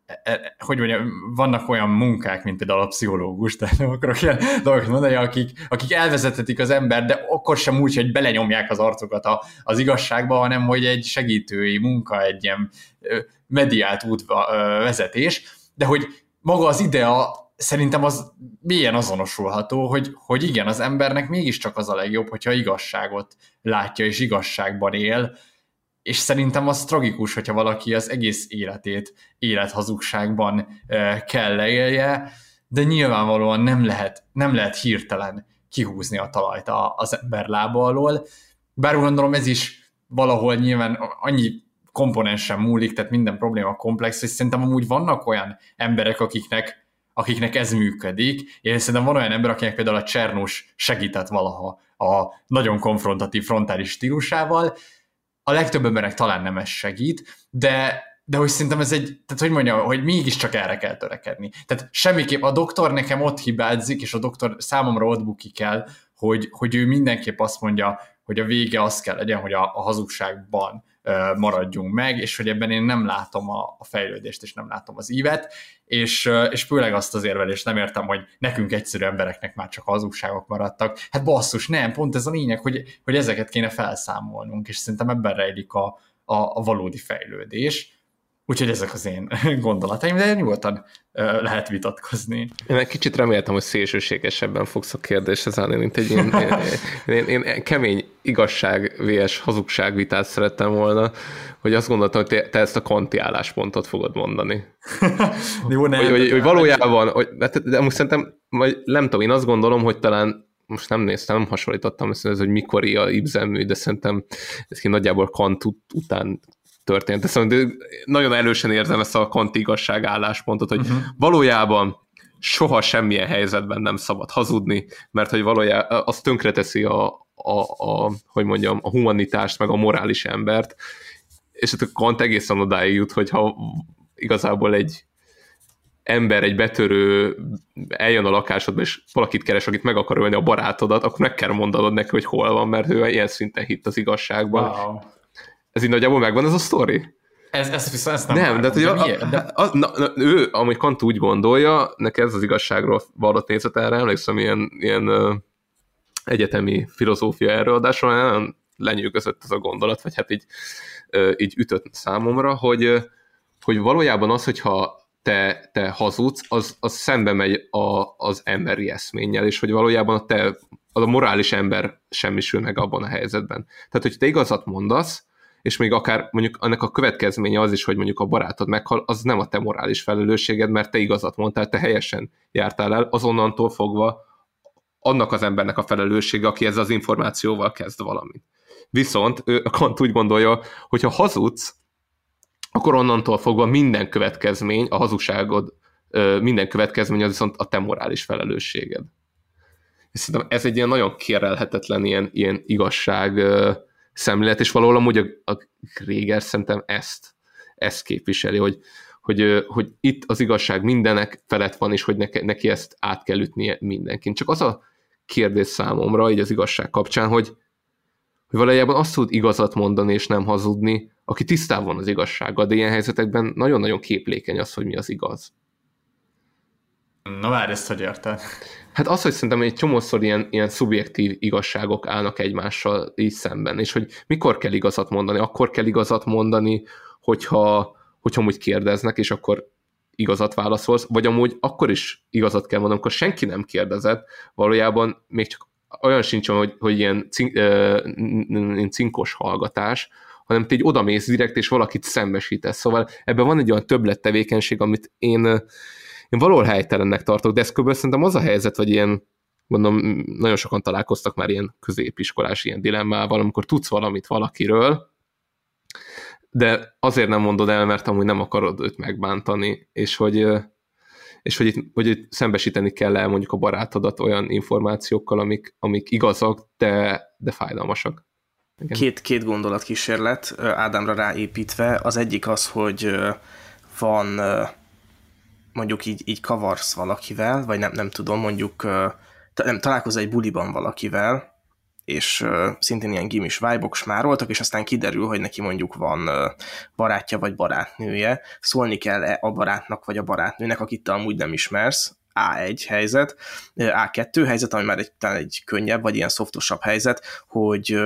Speaker 7: hogy mondjam, vannak olyan munkák, mint például a pszichológus, tehát nem akarok ilyen dolgokat mondani, akik elvezethetik az ember, de akkor sem úgy, hogy belenyomják az arcokat az igazságba, hanem hogy egy segítői munka, egy ilyen mediált útvezetés, de hogy maga az idea szerintem az mélyen azonosulható, hogy igen, az embernek mégiscsak az a legjobb, hogyha igazságot látja és igazságban él, és szerintem az tragikus, hogyha valaki az egész életét élethazugságban kell leélje, de nyilvánvalóan nem lehet hirtelen kihúzni a talajt az ember lába alól. Bár gondolom ez is valahol nyilván annyi komponensen múlik, tehát minden probléma komplex, és szerintem amúgy vannak olyan emberek, akiknek ez működik. Én szerintem van olyan ember, akinek például a Csernus segített valaha a nagyon konfrontatív frontális stílusával. A legtöbb embernek talán nem ez segít, de hogy szerintem ez tehát hogy mondjam, hogy mégiscsak erre kell törekedni. Tehát semmiképp a doktor nekem ott hibázik, és a doktor számomra ott bukik el, hogy ő mindenképp azt mondja, hogy a vége az kell legyen, hogy a hazugságban maradjunk meg, és hogy ebben én nem látom a fejlődést, és nem látom az ívet, és főleg azt az érvelést nem értem, hogy nekünk egyszerű embereknek már csak hazugságok maradtak. Hát basszus, nem, pont ez a lényeg, hogy ezeket kéne felszámolnunk, és szerintem ebben rejlik a valódi fejlődés. Úgyhogy ezek az én gondolataim, de nyugodtan lehet vitatkozni.
Speaker 8: Én egy kicsit reméltem, hogy szélsőségesebben fogsz a kérdéshez állni, mint egy én kemény igazság vs. hazugság vitát szerettem volna, hogy azt gondoltam, hogy te ezt a kanti álláspontot fogod mondani.
Speaker 7: Jó, nem.
Speaker 8: Hogy valójában, de most szerintem, vagy nem tudom, én azt gondolom, hogy talán most nem hasonlítottam ezt, hogy mikori a Ibsen mű, de szerintem ez nagyjából Kant után történt. De szerintem nagyon erősen érzem ezt a kanti igazság álláspontot, hogy valójában soha semmilyen helyzetben nem szabad hazudni, mert hogy valójában az tönkreteszi hogy mondjam, a humanitást, meg a morális embert, és a Kant egészen odáig jut, hogyha igazából egy ember, egy betörő eljön a lakásodba, és valakit keres, akit meg akar ölni, a barátodat, akkor meg kell mondanod neki, hogy hol van, mert ő ilyen szinten hitt az igazságban. Wow. Ez így nagyjából megvan ez a sztori?
Speaker 7: Ezt nem
Speaker 8: de ő, amúgy Kant úgy gondolja, neki ez az igazságról vallott nézet, erre emlékszem, ilyen egyetemi filozófia előadásról, nagyon lenyűgözött ez a gondolat, vagy hát így ütött számomra, hogy valójában az, hogyha te hazudsz, az szembe megy az emberi eszménnyel, és hogy valójában a morális ember semmisül meg abban a helyzetben. Tehát, hogy te igazat mondasz, és még akár mondjuk annak a következménye az is, hogy mondjuk a barátod meghal, az nem a te morális felelősséged, mert te igazat mondtál, te helyesen jártál el, azonnantól fogva annak az embernek a felelőssége, aki ezzel az információval kezd valamit. Viszont a Kant úgy gondolja, hogy ha hazudsz, akkor onnantól fogva minden következmény, a hazugságod minden következmény az viszont a te morális felelősséged. És szerintem ez egy ilyen nagyon kérelhetetlen ilyen igazság szemlélet, és valahol amúgy a Gréger szerintem ezt képviseli, hogy itt az igazság mindenek felett van, és hogy neki ezt át kell ütnie mindenkin. Csak az a kérdés számomra, így az igazság kapcsán, hogy valójában azt tud igazat mondani, és nem hazudni, aki tisztában van az igazsággal, de ilyen helyzetekben nagyon-nagyon képlékeny az, hogy mi az igaz.
Speaker 7: Na várj, ezt hogy érted?
Speaker 8: Hát az, hogy szerintem egy csomószor ilyen szubjektív igazságok állnak egymással így szemben, és hogy mikor kell igazat mondani, akkor kell igazat mondani, hogyha amúgy kérdeznek, és akkor igazat válaszolsz, vagy amúgy akkor is igazat kell mondani, amikor senki nem kérdezett, valójában még csak olyan sincs, hogy ilyen cinkos hallgatás, hanem te így odamész direkt, és valakit szembesítesz. Szóval ebben van egy olyan többlettevékenység, amit én valahol helytelennek tartok, de ez kb. Szerintem az a helyzet, vagy ilyen, mondom, nagyon sokan találkoztak már ilyen középiskolás ilyen dilemmával, amikor tudsz valamit valakiről, de azért nem mondod el, mert amúgy nem akarod őt megbántani, és hogy itt szembesíteni kell el mondjuk a barátodat olyan információkkal, amik igazak, de fájdalmasak.
Speaker 6: Két gondolatkísérlet Ádámra ráépítve. Az egyik az, hogy van mondjuk így kavarsz valakivel, vagy nem tudom, mondjuk találkozol egy buliban valakivel, és szintén ilyen gimis vibe-ok smároltak, és aztán kiderül, hogy neki mondjuk van barátja vagy barátnője, szólni kell-e a barátnak vagy a barátnőnek, akit te amúgy nem ismersz, A1 helyzet, A2 helyzet, ami már talán egy könnyebb, vagy ilyen szoftosabb helyzet, hogy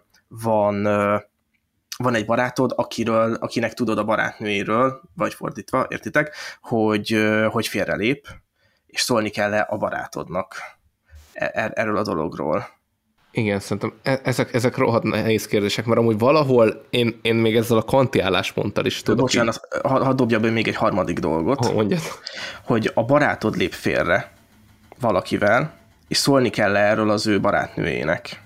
Speaker 6: van egy barátod, akinek tudod a barátnőjéről, vagy fordítva, értitek, hogy félrelép, és szólni kell-e a barátodnak erről a dologról.
Speaker 8: Igen, szerintem ezek rohadt nehéz kérdések, mert amúgy valahol én még ezzel a kanti állásponttal is tudok.
Speaker 6: Bocsánat, hadd dobja be még egy harmadik dolgot.
Speaker 8: Mondjad.
Speaker 6: Hogy a barátod lép félre valakivel, és szólni kell erről az ő barátnőjének.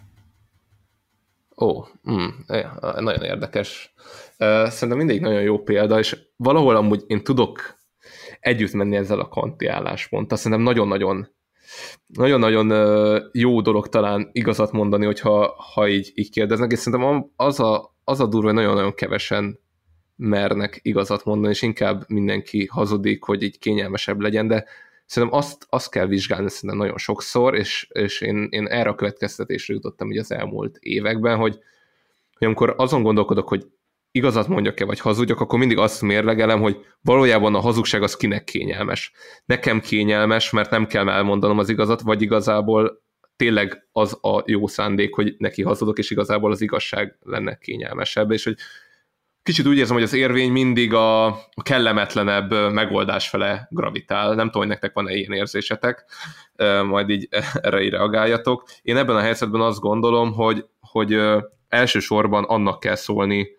Speaker 8: Nagyon érdekes. Szerintem mindig nagyon jó példa, és valahol amúgy én tudok együtt menni ezzel a kanti állásponttal. Szerintem nagyon-nagyon jó dolog talán igazat mondani, hogyha így kérdeznek, és szerintem az a durva, hogy nagyon-nagyon kevesen mernek igazat mondani, és inkább mindenki hazudik, hogy így kényelmesebb legyen, de szerintem azt kell vizsgálni szerintem nagyon sokszor, és én erre a következtetésre jutottam így az elmúlt években, hogy amikor azon gondolkodok, hogy igazat mondjak-e, vagy hazudjak, akkor mindig azt mérlegelem, hogy valójában a hazugság az kinek kényelmes. Nekem kényelmes, mert nem kell elmondanom az igazat, vagy igazából tényleg az a jó szándék, hogy neki hazudok, és igazából az igazság lenne kényelmesebb, és hogy kicsit úgy érzem, hogy az érvény mindig a kellemetlenebb megoldás fele gravitál. Nem tudom, hogy nektek van-e ilyen érzésetek, majd így erre így reagáljatok. Én ebben a helyzetben azt gondolom, hogy elsősorban annak kell szólni,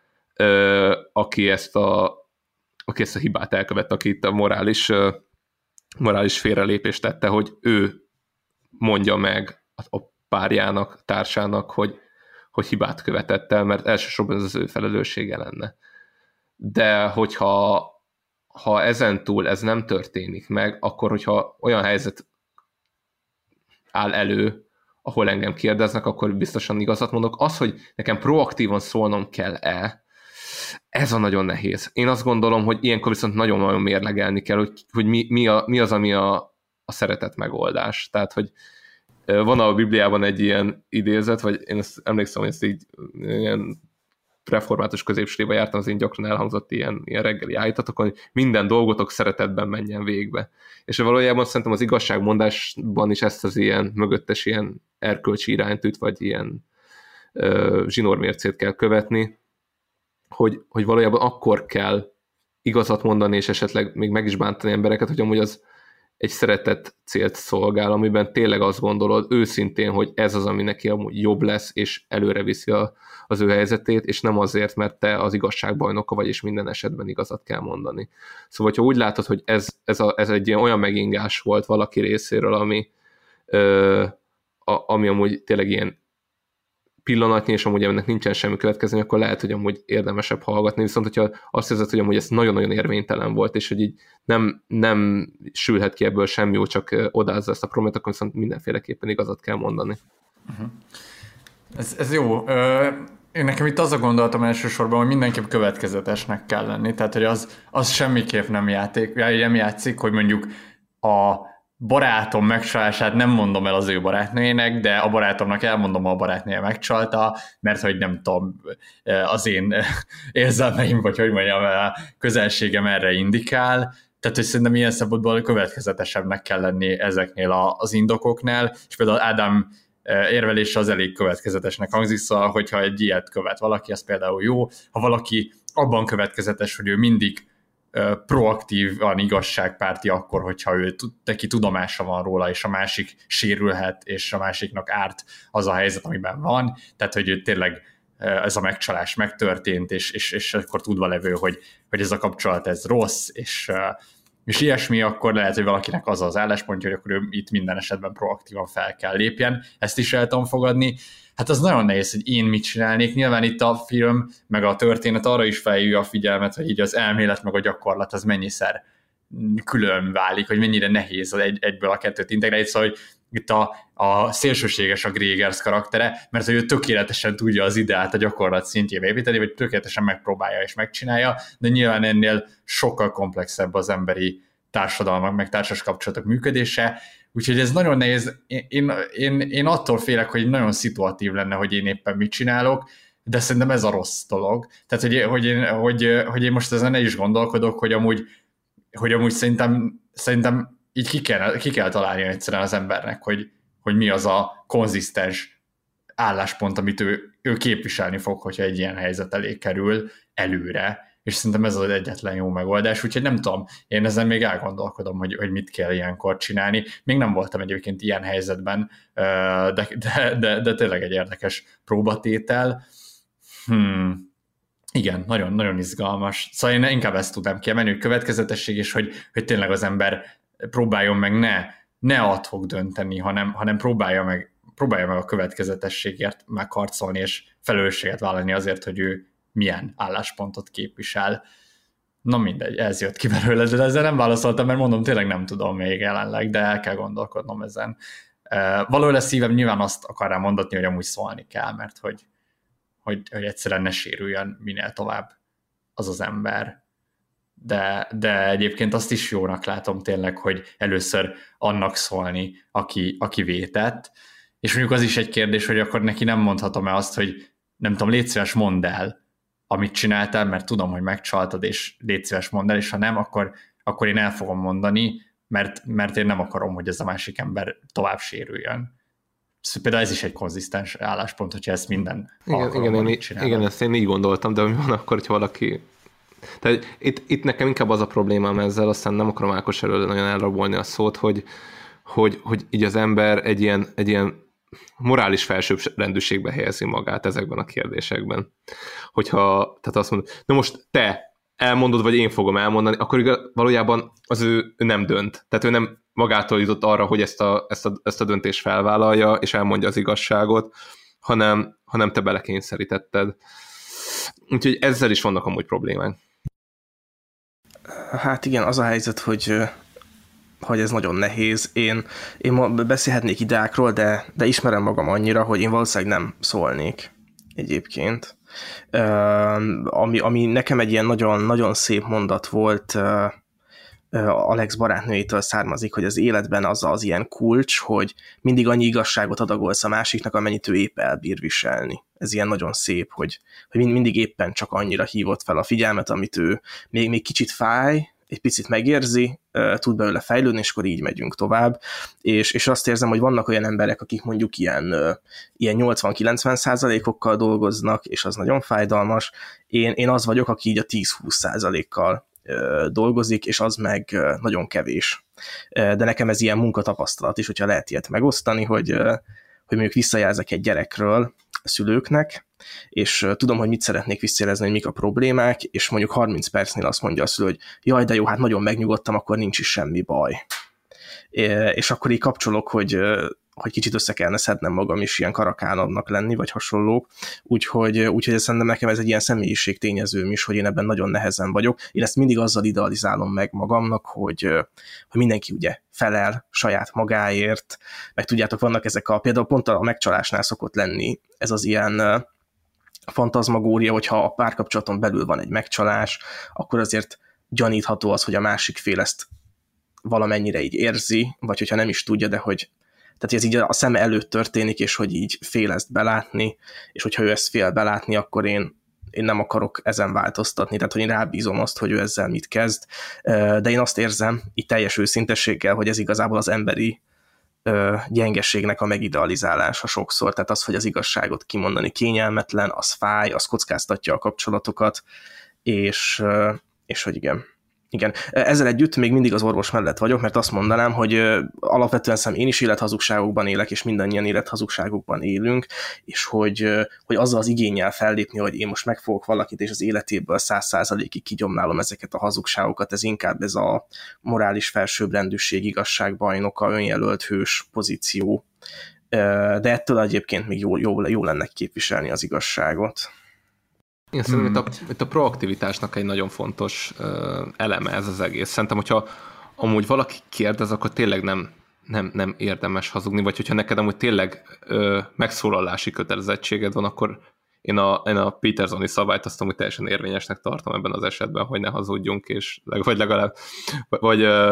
Speaker 8: aki ezt a hibát elkövette, aki itt a morális félrelépést tette, hogy ő mondja meg a párjának, társának, hogy hibát követett el, mert elsősorban ez az ő felelőssége lenne. De hogyha ezentúl ez nem történik meg, akkor hogyha olyan helyzet áll elő, ahol engem kérdeznek, akkor biztosan igazat mondok. Az, hogy nekem proaktívan szólnom kell-e, ez a nagyon nehéz. Én azt gondolom, hogy ilyenkor viszont nagyon-nagyon mérlegelni kell, hogy mi az, ami a szeretet megoldás. Tehát, hogy van a Bibliában egy ilyen idézet, vagy én ezt emlékszem, hogy ezt így ilyen református középsőben jártam, az én gyakran elhangzott ilyen reggeli állítatokon, hogy minden dolgotok szeretetben menjen végbe. És valójában szerintem az igazságmondásban is ezt az ilyen mögöttes ilyen erkölcsi iránytűt, vagy ilyen zsinórmércét kell követni, hogy valójában akkor kell igazat mondani, és esetleg még meg is bántani embereket, hogy amúgy az egy szeretett célt szolgál, amiben tényleg azt gondolod őszintén, hogy ez az, ami neki amúgy jobb lesz, és előre viszi az ő helyzetét, és nem azért, mert te az igazságbajnoka vagy, és minden esetben igazat kell mondani. Szóval, ha úgy látod, hogy ez egy ilyen olyan megingás volt valaki részéről, ami amúgy tényleg ilyen pillanatnyi, és amúgy ennek nincsen semmi következmény, akkor lehet, hogy amúgy érdemesebb hallgatni, viszont hogyha azt érzed, hogy amúgy ez nagyon-nagyon érvénytelen volt, és hogy így nem sülhet ki ebből semmi jó, csak odázza ezt a problémát, akkor viszont mindenféleképpen igazat kell mondani.
Speaker 7: Ez jó. Én nekem itt az a gondolatom elsősorban, hogy mindenképp következetesnek kell lenni, tehát hogy az semmiképp nem játszik, hogy mondjuk a barátom megcsalását nem mondom el az ő barátnőjének, de a barátomnak elmondom, a barátnője megcsalta, mert hogy nem tudom, az én érzelmeim, vagy hogy mondjam, a közelségem erre indikál. Tehát, hogy szerintem ilyen szempontból következetesebbnek kell lenni ezeknél az indokoknál, és például Ádám érvelése az elég következetesnek hangzik, szóval, hogyha egy ilyet követ valaki, az például jó. Ha valaki abban következetes, hogy ő mindig proaktívan igazságpárti akkor, hogyha neki tudomása van róla, és a másik sérülhet, és a másiknak árt az a helyzet, amiben van. Tehát, hogy tényleg ez a megcsalás megtörtént, és akkor tudva levő, hogy ez a kapcsolat ez rossz, és ilyesmi, akkor lehet, hogy valakinek az az álláspontja, hogy akkor ő itt minden esetben proaktívan fel kell lépjen. Ezt is el tudom fogadni. Hát az nagyon nehéz, hogy én mit csinálnék. Nyilván itt a film, meg a történet arra is felhívja a figyelmet, hogy így az elmélet, meg a gyakorlat az mennyiszer külön válik, hogy mennyire nehéz egyből a kettőt integrálni. Szóval, hogy itt a szélsőséges a Gregers karaktere, mert hogy ő tökéletesen tudja az ideát a gyakorlat szintjébe építeni, vagy tökéletesen megpróbálja és megcsinálja, de nyilván ennél sokkal komplexebb az emberi társadalmak, meg társas kapcsolatok működése, Úgyhogy ez nagyon nehéz. Én attól félek, hogy nagyon szituatív lenne, hogy én éppen mit csinálok, de szerintem ez a rossz dolog. Tehát, hogy én most ezen ne is gondolkodok, hogy amúgy szerintem így ki kell találni egyszerűen az embernek, hogy mi az a konzisztens álláspont, amit ő képviselni fog, hogyha egy ilyen helyzet elé kerül előre, és szerintem ez az egyetlen jó megoldás, úgyhogy nem tudom, én ezen még elgondolkodom, hogy mit kell ilyenkor csinálni. Még nem voltam egyébként ilyen helyzetben, de tényleg egy érdekes próbatétel. Igen, nagyon, nagyon izgalmas. Szóval én inkább ezt tudnám kiemelni, hogy következetesség, és hogy tényleg az ember próbáljon meg ne ad-hoc dönteni, hanem próbálja meg a következetességért megharcolni, és felelősséget vállalni azért, hogy ő milyen álláspontot képvisel. Na mindegy, ez jött ki belőle, de ezzel nem válaszoltam, mert mondom, tényleg nem tudom még jelenleg, de el kell gondolkodnom ezen. Valójában szívem nyilván azt akarná mondatni, hogy amúgy szólni kell, mert hogy egyszerűen ne sérüljön minél tovább az ember. De egyébként azt is jónak látom tényleg, hogy először annak szólni, aki vétett, és mondjuk az is egy kérdés, hogy akkor neki nem mondhatom-e azt, hogy nem tudom, légy szíves, mondd el, amit csináltál, mert tudom, hogy megcsaltad, és légy szíves, mondd el, és ha nem, akkor én el fogom mondani, mert én nem akarom, hogy ez a másik ember tovább sérüljön. Például ez is egy konzisztens álláspont, hogyha ezt minden alkalommal csinálod.
Speaker 8: Igen, ezt én így gondoltam, de mi van akkor, hogyha valaki... Tehát itt nekem inkább az a problémám ezzel, aztán nem akarom Ákos elől nagyon elrabolni a szót, hogy így az ember egy ilyen morális felsőbbrendűségbe helyezi magát ezekben a kérdésekben. Tehát azt mondod, na most te elmondod, vagy én fogom elmondani, akkor valójában az ő nem dönt. Tehát ő nem magától jutott arra, hogy ezt a döntést felvállalja, és elmondja az igazságot, hanem te belekényszerítetted. Úgyhogy ezzel is vannak amúgy problémák.
Speaker 6: Hát igen, az a helyzet, hogy ez nagyon nehéz. Én beszélhetnék ideákról, de ismerem magam annyira, hogy én valószínűleg nem szólnék egyébként. Ami nekem egy ilyen nagyon, nagyon szép mondat volt, Alex barátnőjétől származik, hogy az életben az ilyen kulcs, hogy mindig annyi igazságot adagolsz a másiknak, amennyit ő épp elbír viselni. Ez ilyen nagyon szép, hogy mindig éppen csak annyira hívott fel a figyelmet, amit ő még kicsit fáj, egy picit megérzi, tud belőle fejlődni, és akkor így megyünk tovább. És azt érzem, hogy vannak olyan emberek, akik mondjuk ilyen 80-90%-okkal dolgoznak, és az nagyon fájdalmas. Én az vagyok, aki így a 10-20%-kal dolgozik, és az meg nagyon kevés. De nekem ez ilyen munkatapasztalat is, hogyha lehet ilyet megosztani, hogy mondjuk visszajelzek egy gyerekről a szülőknek, és tudom, hogy mit szeretnék visszajelezni, hogy mik a problémák, és mondjuk 30 percnél azt mondja a szülő, hogy jaj, de jó, hát nagyon megnyugodtam, akkor nincs is semmi baj. És akkor így kapcsolok, hogy kicsit össze kellene szednem magam is ilyen karakánabbnak lenni, vagy hasonlók. Úgyhogy szerintem nekem ez egy ilyen személyiség tényezőm is, hogy én ebben nagyon nehezen vagyok. Én ezt mindig azzal idealizálom meg magamnak, hogy mindenki ugye felel saját magáért, meg tudjátok, vannak ezek például pont a megcsalásnál szokott lenni ez az ilyen fantazmagória, hogyha a párkapcsolaton belül van egy megcsalás, akkor azért gyanítható az, hogy a másik fél ezt valamennyire így érzi, vagy hogyha nem is tudja, de hogy tehát ez így a szeme előtt történik, és hogy így fél ezt belátni, és hogyha ő ezt fél belátni, akkor én nem akarok ezen változtatni, tehát hogy én rábízom azt, hogy ő ezzel mit kezd, de én azt érzem, így teljes őszintességgel, hogy ez igazából az emberi gyengeségnek a megidealizálása sokszor, tehát az, hogy az igazságot kimondani kényelmetlen, az fáj, az kockáztatja a kapcsolatokat, és hogy igen. Igen, ezzel együtt még mindig az orvos mellett vagyok, mert azt mondanám, hogy alapvetően én is élethazugságokban élek, és mindannyian élethazugságokban élünk, és hogy azzal az igénnyel fellépni, hogy én most megfogok valakit, és az életéből 100%-ig kigyomlálom ezeket a hazugságokat, ez inkább ez a morális felsőbbrendűség, igazságbajnoka, önjelölt hős pozíció, de ettől egyébként még jó lenne képviselni az igazságot.
Speaker 8: Én szerintem itt a proaktivitásnak egy nagyon fontos eleme ez az egész. Szerintem, hogyha amúgy valaki kérdez, akkor tényleg nem érdemes hazugni, vagy hogyha neked amúgy tényleg megszólalási kötelezettséged van, akkor én a Petersoni szabályt azt amúgy teljesen érvényesnek tartom ebben az esetben, hogy ne hazudjunk, vagy legalább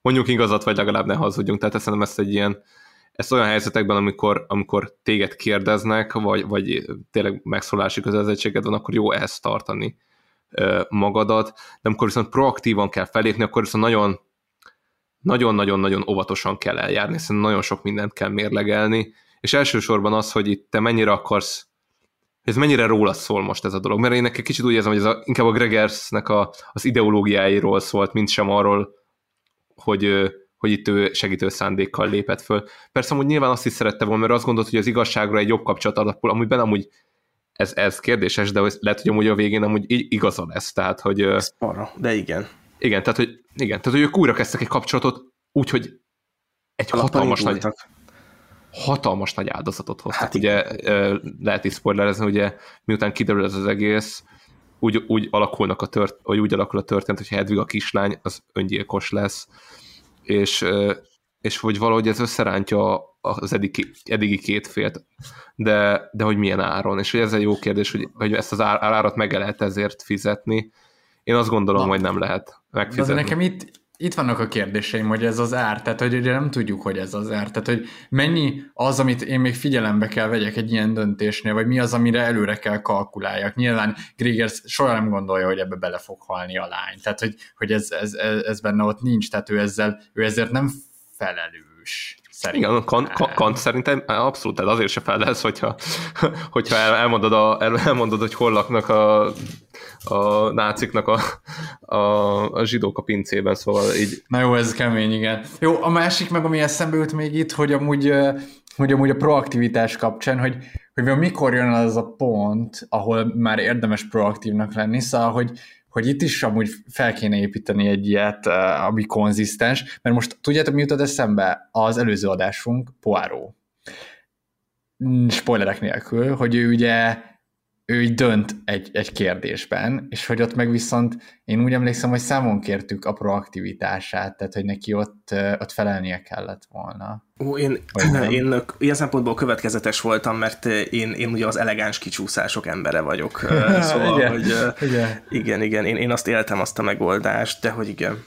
Speaker 8: mondjuk igazat, vagy legalább ne hazudjunk. Tehát szerintem ezt olyan helyzetekben, amikor téged kérdeznek, vagy tényleg megszólási kötelezettséged van, akkor jó ehhez tartani magadat, de amikor viszont proaktívan kell felépni, akkor viszont nagyon-nagyon óvatosan kell eljárni, hiszen nagyon sok mindent kell mérlegelni, és elsősorban az, hogy itt te mennyire akarsz, ez mennyire róla szól most ez a dolog, mert én nekem kicsit úgy érzem, hogy ez inkább a Gregersnek az ideológiáiról szólt, mint sem arról, hogy itt ő segítő szándékkal lépett föl. Persze amúgy nyilván azt is szerette volna, mert azt gondolt, hogy az igazságra egy jobb kapcsolat alapul, amúgy ez kérdéses, de lehet, hogy amúgy a végén amúgy igaza lesz, tehát, hogy...
Speaker 6: Ez para, de igen.
Speaker 8: Igen, tehát, hogy ők újra kezdtek egy kapcsolatot úgy, hogy egy hatalmas nagy áldozatot hoztak. Hát ugye lehet is spoilerezni, ugye miután kiderül ez az egész, úgy alakul a történet, hogy Hedwig a kislány az öngyilkos lesz, és hogy valahogy ez összerántja az eddigi két félt, de hogy milyen áron, és hogy ez egy jó kérdés, hogy ezt az árat meg lehet ezért fizetni. Én azt gondolom, hogy nem lehet megfizetni.
Speaker 7: De nekem itt vannak a kérdéseim, hogy ez az ár, tehát hogy ugye nem tudjuk, hogy ez az ár, tehát hogy mennyi az, amit én még figyelembe kell vegyek egy ilyen döntésnél, vagy mi az, amire előre kell kalkuláljak. Nyilván Gregers soha nem gondolja, hogy ebbe bele fog halni a lány, tehát hogy ez benne ott nincs, tehát ő ezért nem felelős. Szerintem.
Speaker 8: Igen, Kant szerintem abszolút, tehát azért se felelsz, hogyha elmondod, hogy hol laknak a náciknak a zsidók a pincében, szóval így...
Speaker 7: Na jó, ez kemény, igen. Jó, a másik meg, ami eszembe jut még itt, hogy amúgy a proaktivitás kapcsán, hogy mikor jön az a pont, ahol már érdemes proaktívnak lenni, szóval, hogy itt is amúgy fel kéne építeni egy ilyet, ami konzisztens, mert most tudjátok, mi jutott eszembe? Az előző adásunk, Poirot. Spoilerek nélkül, hogy ő így dönt egy kérdésben, és hogy ott meg viszont én úgy emlékszem, hogy számon kértük a proaktivitását, tehát hogy neki ott felelnie kellett volna.
Speaker 6: Én ilyen szempontból következetes voltam, mert én ugye az elegáns kicsúszások embere vagyok. Szóval, igen, hogy igen, én azt éltem, azt a megoldást, de hogy igen.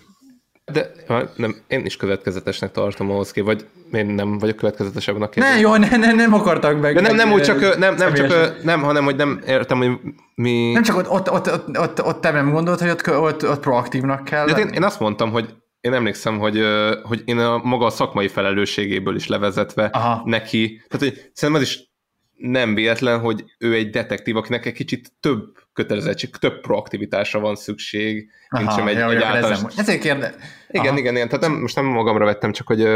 Speaker 8: De nem, én is következetesnek tartom ahhoz ki, vagy én nem vagyok következetes ebben a kérdésben.
Speaker 7: Nem akartak meg.
Speaker 8: De nem úgy csak, nem, hanem hogy nem értem, hogy mi...
Speaker 7: Nem csak ott te nem gondolod, hogy ott proaktívnak kell.
Speaker 8: De én azt mondtam, hogy én emlékszem, hogy én maga a szakmai felelősségéből is levezetve neki, tehát hogy szerintem az is nem véletlen, hogy ő egy detektív, akinek egy kicsit több kötelezettség, több proaktivitásra van szükség, mint sem egy általános...
Speaker 7: Ezért
Speaker 8: Igen, tehát most nem magamra vettem, csak hogy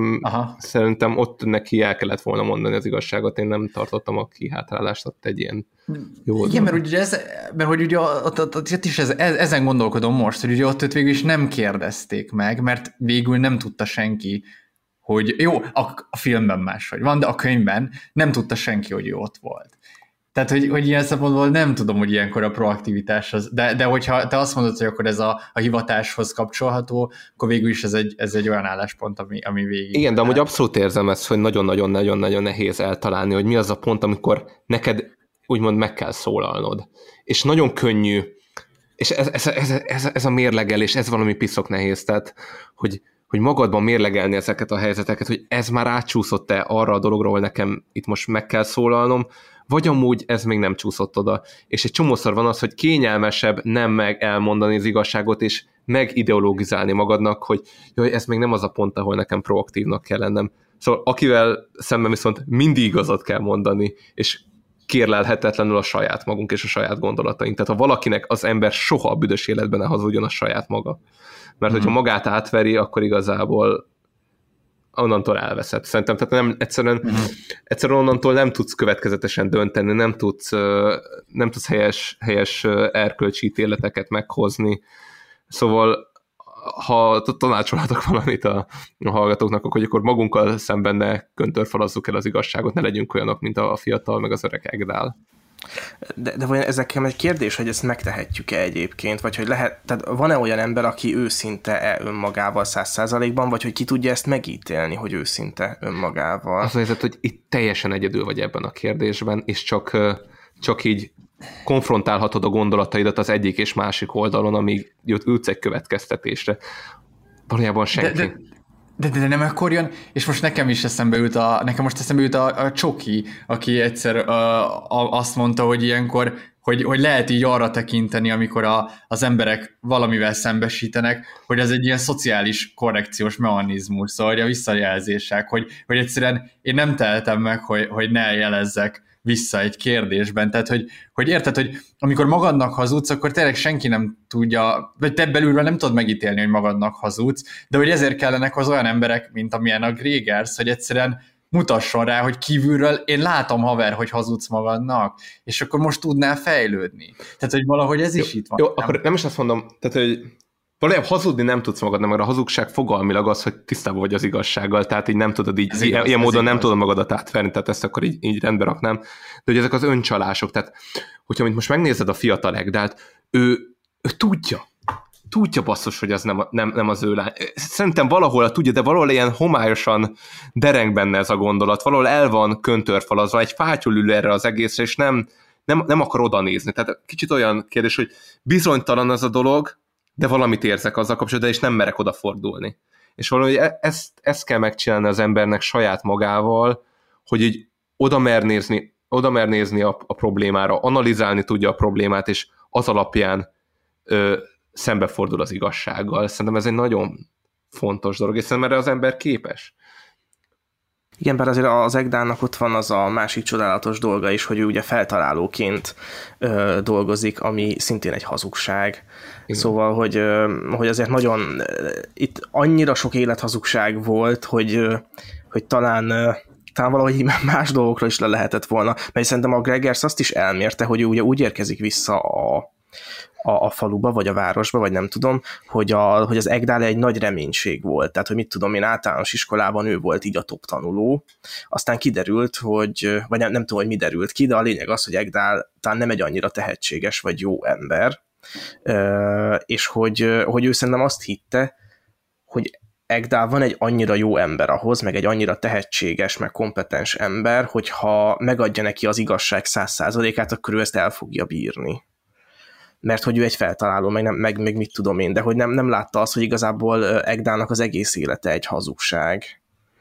Speaker 8: szerintem ott neki el kellett volna mondani az igazságot, én nem tartottam a kihátrálást, ott egy ilyen jó...
Speaker 7: Igen, mert hogy ugye ott is ezen gondolkodom most, hogy ugye ott végül is nem kérdezték meg, mert végül nem tudta senki, hogy jó, a filmben máshogy van, de a könyvben nem tudta senki, hogy ő ott volt. Tehát, hogy ilyen szempontból nem tudom, hogy ilyenkor a proaktivitás az, de hogyha te azt mondod, hogy akkor ez a hivatáshoz kapcsolható, akkor végül is ez egy olyan álláspont, ami végig...
Speaker 8: Igen, de amúgy abszolút érzem ezt, hogy nagyon-nagyon-nagyon nehéz eltalálni, hogy mi az a pont, amikor neked úgymond meg kell szólalnod. És nagyon könnyű, és ez a mérlegelés, ez valami piszok nehéz, tehát, hogy magadban mérlegelni ezeket a helyzeteket, hogy ez már átcsúszott-e arra a dologra, ahol nekem itt most meg kell szólalnom, vagy amúgy ez még nem csúszott oda. És egy csomószor van az, hogy kényelmesebb nem meg elmondani az igazságot, és megideologizálni magadnak, hogy jaj, ez még nem az a pont, ahol nekem proaktívnak kell lennem. Szóval akivel szemben viszont mindig igazat kell mondani, és kérlelhetetlenül a saját magunk és a saját gondolataink. Tehát ha valakinek az ember soha a büdös életben ne hazudjon, a saját maga. Mert hogyha magát átveri, akkor igazából onnantól elveszett. Szerintem, tehát nem, egyszerűen onnantól nem tudsz következetesen dönteni, nem tudsz helyes erkölcsi ítéleteket meghozni. Szóval, ha tanácsolhatok valamit a hallgatóknak, hogy akkor magunkkal szemben ne köntörfalazzuk el az igazságot, ne legyünk olyanok, mint a fiatal, meg az öreg Egdál.
Speaker 6: De vajon ezekkel egy kérdés, hogy ezt megtehetjük-e egyébként, vagy hogy lehet, tehát van-e olyan ember, aki őszinte-e önmagával 100%-ban, vagy hogy ki tudja ezt megítélni, hogy őszinte önmagával?
Speaker 8: Az helyzet, hogy itt teljesen egyedül vagy ebben a kérdésben, és csak így konfrontálhatod a gondolataidat az egyik és másik oldalon, amíg jutsz egy következtetésre. valójában senki.
Speaker 7: De nem akkor jön, és most nekem eszembe jut a Csoki, aki egyszer azt mondta, hogy ilyenkor, hogy lehet így arra tekinteni, amikor az emberek valamivel szembesítenek, hogy ez egy ilyen szociális korrekciós mechanizmus, szóval a visszajelzések, hogy egyszerűen én nem tehetem meg, hogy ne jelezzek vissza egy kérdésben, tehát hogy érted, hogy amikor magadnak hazudsz, akkor tényleg senki nem tudja, vagy te belülről nem tudod megítélni, hogy magadnak hazudsz, de hogy ezért kellenek az olyan emberek, mint amilyen a Gregers, hogy egyszerűen mutasson rá, hogy kívülről én látom, haver, hogy hazudsz magadnak, és akkor most tudnál fejlődni. Tehát, hogy valahogy ez is itt van.
Speaker 8: Jó, akkor nem is azt mondom, tehát, hogy valójában hazudni nem tudsz magadnak, mert a hazugság fogalmilag az, hogy tisztában vagy az igazsággal, tehát így nem tudod így, ilyen módon nem tudod magadat átverni, tehát ezt akkor így rendbe raknám. De hogy ezek az öncsalások, tehát hogyha most megnézed a fiatal Egdált, ő tudja basszus, hogy az nem az ő lány. Szerintem valahol tudja, de valahol ilyen homályosan dereng benne ez a gondolat, valahol el van köntörfalazva, egy fátyol ül erre az egészre, és nem akar oda nézni. Tehát kicsit olyan kérdés, hogy bizonytalan az a dolog, de valamit érzek azzal kapcsolatban, és nem merek odafordulni. És valahogy ezt kell megcsinálni az embernek saját magával, hogy így oda mer nézni a problémára, analizálni tudja a problémát, és az alapján szembefordul az igazsággal. Szerintem ez egy nagyon fontos dolog, és szerintem erre az ember képes.
Speaker 6: Igen, bár azért az Egdálnak ott van az a másik csodálatos dolga is, hogy ő ugye feltalálóként dolgozik, ami szintén egy hazugság. Igen. Szóval, hogy azért nagyon itt annyira sok élethazugság volt, hogy talán valahogy más dolgokra is le lehetett volna. Mert szerintem a Gregers azt is elmérte, hogy ő ugye úgy érkezik vissza a faluba, vagy a városba, vagy nem tudom, hogy az Egdál egy nagy reménység volt. Tehát, hogy mit tudom én, általános iskolában ő volt így a top tanuló. Aztán kiderült, vagy nem tudom, hogy mi derült ki, de a lényeg az, hogy Egdál talán nem egy annyira tehetséges, vagy jó ember, és hogy ő szerintem azt hitte, hogy Egdál van egy annyira jó ember ahhoz, meg egy annyira tehetséges, meg kompetens ember, hogyha megadja neki az igazság 100%-át, akkor ő ezt el fogja bírni. Mert hogy ő egy feltaláló, meg mit tudom én, de hogy nem látta azt, hogy igazából Egdálnak az egész élete egy hazugság.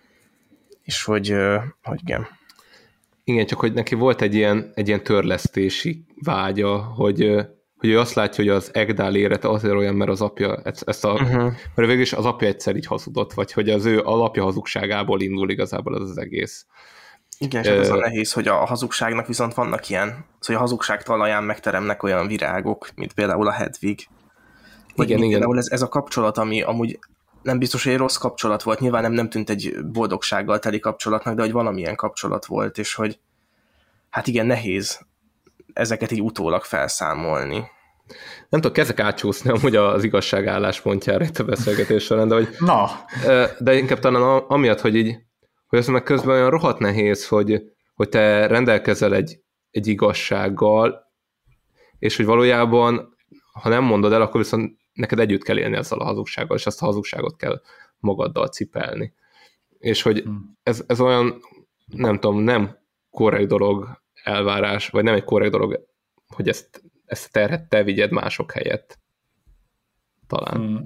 Speaker 6: És hogy igen.
Speaker 8: Igen, csak hogy neki volt egy ilyen törlesztési vágya, hogy ő azt látja, hogy az Egdál élete azért olyan, mert az apja mert végül is az apja egyszer így hazudott, vagy hogy az ő alapja hazugságából indul igazából az egész.
Speaker 6: Igen, és az a nehéz, hogy a hazugságnak viszont vannak ilyen, szóval a hazugság talaján megteremnek olyan virágok, mint például a Hedvig. Igen. Például ez a kapcsolat, ami amúgy nem biztos, hogy egy rossz kapcsolat volt, nyilván nem tűnt egy boldogsággal teli kapcsolatnak, de hogy valamilyen kapcsolat volt, és hogy hát igen, nehéz ezeket így utólag felszámolni.
Speaker 8: Nem tudok, kezdek átcsúszni amúgy az igazság álláspontjára itt a beszélgetés során, de hogy de inkább talán amiatt, hogy azt meg közben olyan rohadt nehéz, hogy te rendelkezel egy igazsággal, és hogy valójában, ha nem mondod el, akkor viszont neked együtt kell élni ezzel a hazugsággal, és azt a hazugságot kell magaddal cipelni. És hogy ez olyan, nem tudom, nem korrekt dolog elvárás, vagy nem egy korrekt dolog, hogy ezt a terhet te vigyed mások helyett. Talán.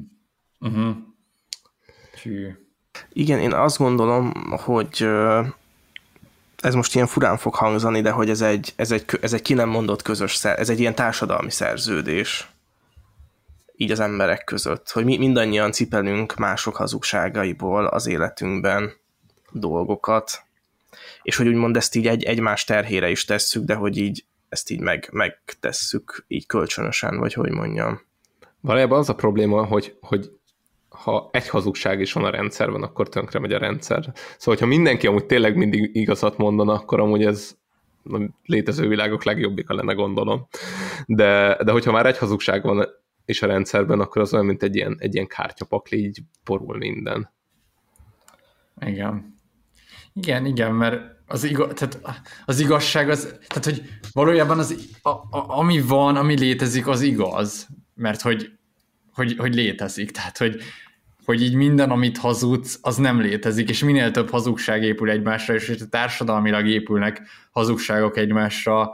Speaker 6: Igen, én azt gondolom, hogy ez most ilyen furán fog hangzani, de hogy ez egy ki nem mondott közös, ez egy ilyen társadalmi szerződés így az emberek között, hogy mi mindannyian cipelünk mások hazugságaiból az életünkben dolgokat, és hogy úgymond ezt így egymás terhére is tesszük, de hogy így ezt így megtesszük így kölcsönösen, vagy hogy mondjam.
Speaker 8: Valójában az a probléma, hogy ha egy hazugság is van a rendszerben, akkor tönkre megy a rendszer. Szóval, hogyha mindenki amúgy tényleg mindig igazat mondana, akkor amúgy ez a létező világok legjobbika lenne, gondolom. De hogyha már egy hazugság van is a rendszerben, akkor az olyan, mint egy ilyen kártyapakli, így borul minden.
Speaker 7: Igen, mert az igazság az, tehát hogy valójában ami van, ami létezik, az igaz, mert hogy létezik, tehát hogy így minden, amit hazudsz, az nem létezik, és minél több hazugság épül egymásra, és társadalmilag épülnek hazugságok egymásra.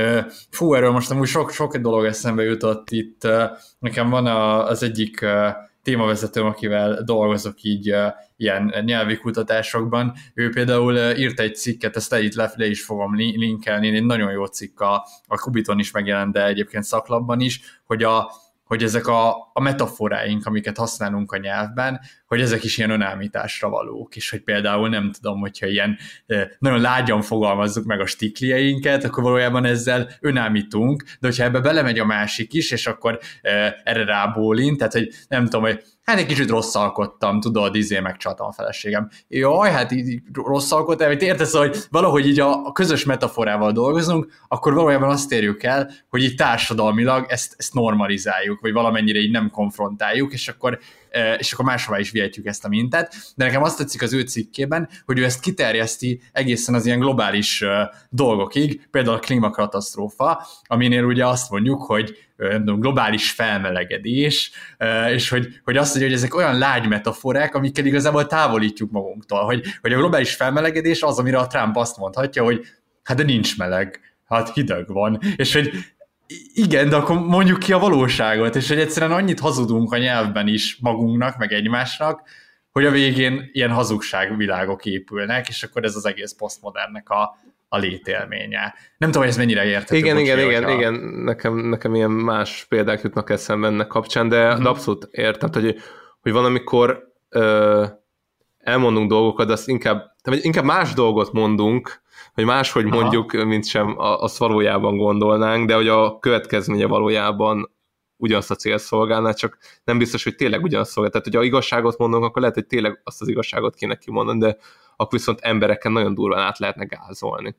Speaker 7: Erről most amúgy sok dolog eszembe jutott itt. Nekem van az egyik témavezetőm, akivel dolgozok így ilyen nyelvi kutatásokban, ő például írt egy cikket, ezt le is fogom linkelni, egy nagyon jó cikk a Kubiton is megjelent, de egyébként szaklapban is, hogy ezek a metaforáink, amiket használunk a nyelvben, hogy ezek is ilyen önállításra valók, és hogy például nem tudom, hogyha ilyen nagyon lágyan fogalmazzuk meg a stiklieinket, akkor valójában ezzel önállítunk, de hogyha ebbe belemegy a másik is, és akkor erre rábólint, tehát hogy nem tudom, hogy hát egy kicsit rosszalkodtam, tudod, megcsaltam a feleségem. Jaj, hát így rosszalkodtam, hogy értesz, hogy valahogy így a közös metaforával dolgozunk, akkor valójában azt érjük el, hogy így társadalmilag ezt normalizáljuk, vagy valamennyire így nem konfrontáljuk, és akkor máshová is vihetjük ezt a mintát. De nekem azt tetszik az ő cikkében, hogy ő ezt kiterjeszti egészen az ilyen globális dolgokig, például a klímakatasztrófa, aminél ugye azt mondjuk, hogy nem tudom, globális felmelegedés, és hogy azt mondja, hogy ezek olyan lágy metaforák, amikkel igazából távolítjuk magunktól, hogy a globális felmelegedés az, amire a Trump azt mondhatja, hogy hát de nincs meleg, hát hideg van, és hogy igen, de akkor mondjuk ki a valóságot, és hogy egyszerűen annyit hazudunk a nyelvben is magunknak, meg egymásnak, hogy a végén ilyen hazugságvilágok épülnek, és akkor ez az egész posztmodernnek a létélménye. Nem tudom, hogy ez mennyire érthető.
Speaker 8: Igen, nekem ilyen más példák jutnak eszembe ennek kapcsán, de abszolút értem, hogy van, amikor elmondunk dolgokat, de azt inkább más dolgot mondunk, hogy máshogy mondjuk, mint sem azt valójában gondolnánk, de hogy a következménye valójában ugyanazt a célt szolgálná, csak nem biztos, hogy tényleg ugyanazt szolgál. Tehát, hogyha igazságot mondunk, akkor lehet, hogy tényleg azt az igazságot kéne kimondani, de akkor viszont embereken nagyon durván át lehetne gázolni.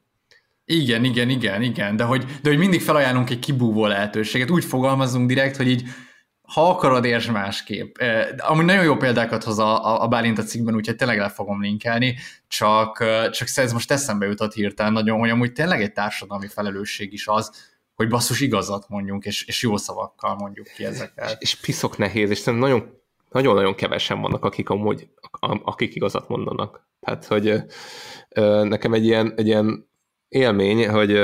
Speaker 7: Igen, de hogy mindig felajánlunk egy kibúvó lehetőséget, úgy fogalmazunk direkt, hogy így ha akarod, értsd másképp. Amúgy nagyon jó példákat hoz a Bálint a cikkben, úgyhogy tényleg le fogom linkelni, csak ez most eszembe jutott hirtelen nagyon, hogy amúgy tényleg egy társadalmi felelősség is az, hogy basszus igazat mondjunk, és jó szavakkal mondjuk ki ezeket.
Speaker 8: És piszok nehéz, és nagyon-nagyon kevesen vannak, akik igazat mondanak. Tehát, hogy nekem egy ilyen élmény, hogy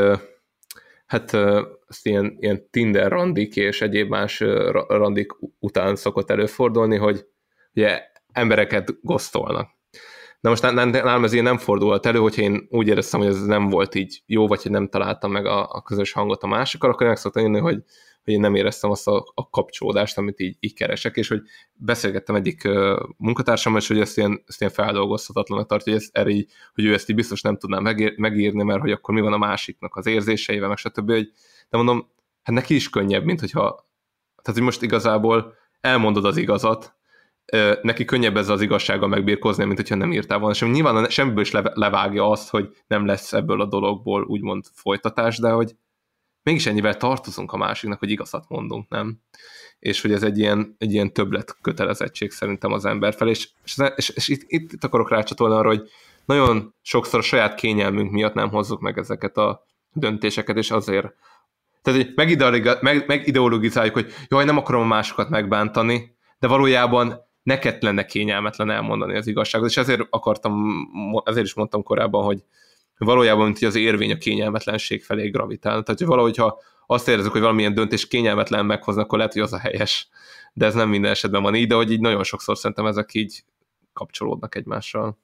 Speaker 8: ezt ilyen Tinder randik és egyéb más randik után szokott előfordulni, hogy ugye embereket gosztolnak. Na most nálam ez ilyen nem fordulhat elő, hogyha én úgy éreztem, hogy ez nem volt így jó, vagy hogy nem találtam meg a közös hangot a másikkal, akkor meg szoktam jönni, hogy én nem éreztem azt a kapcsolódást, amit így keresek, és hogy beszélgettem egyik munkatársammal, és hogy ezt ilyen feldolgozhatatlanak tartja, hogy ő ezt így biztos nem tudná megírni, mert hogy akkor mi van a másiknak az érzéseivel, meg stb. De mondom, hát neki is könnyebb, mint hogyha, tehát hogy most igazából elmondod az igazat, neki könnyebb ezzel az igazsággal megbirkózni, mint hogyha nem írtál volna. És nyilván semmiből is levágja azt, hogy nem lesz ebből a dologból úgymond folytatás, de hogy mégis ennyivel tartozunk a másiknak, hogy igazat mondunk, nem? És hogy ez egy ilyen többlet kötelezettség szerintem az ember felé, és itt akarok rácsatolni arra, hogy nagyon sokszor a saját kényelmünk miatt nem hozzuk meg ezeket a döntéseket, és azért tehát, hogy megideologizáljuk, hogy jaj, nem akarom a másokat megbántani, de valójában neked lenne kényelmetlen elmondani az igazságot, és ezért is mondtam korábban, hogy valójában mint az érvény a kényelmetlenség felé gravitál. Tehát, hogy valahogy, ha azt érezzük, hogy valamilyen döntés kényelmetlen meghoznak, akkor lehet, hogy az a helyes. De ez nem minden esetben van így, de hogy így nagyon sokszor szerintem ezek így kapcsolódnak egymással.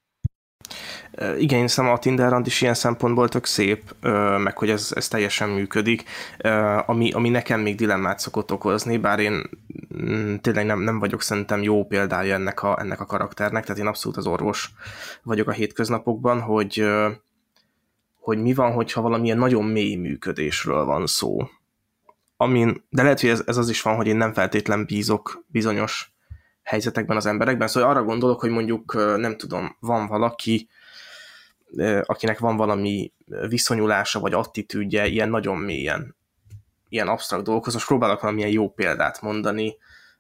Speaker 6: Igen, én szerintem a Tinder rand is ilyen szempontból tök szép, meg hogy ez teljesen működik, ami nekem még dilemmát szokott okozni, bár én tényleg nem vagyok szerintem jó példája ennek a karakternek, tehát én abszolút az orvos vagyok a hétköznapokban, hogy mi van, hogyha valamilyen nagyon mély működésről van szó. De lehet, hogy ez az is van, hogy én nem feltétlen bízok bizonyos helyzetekben az emberekben, szóval arra gondolok, hogy mondjuk nem tudom, van valaki, akinek van valami viszonyulása vagy attitűdje ilyen nagyon mélyen, ilyen absztrakt dolgokhoz. Most próbálok valamilyen jó példát mondani,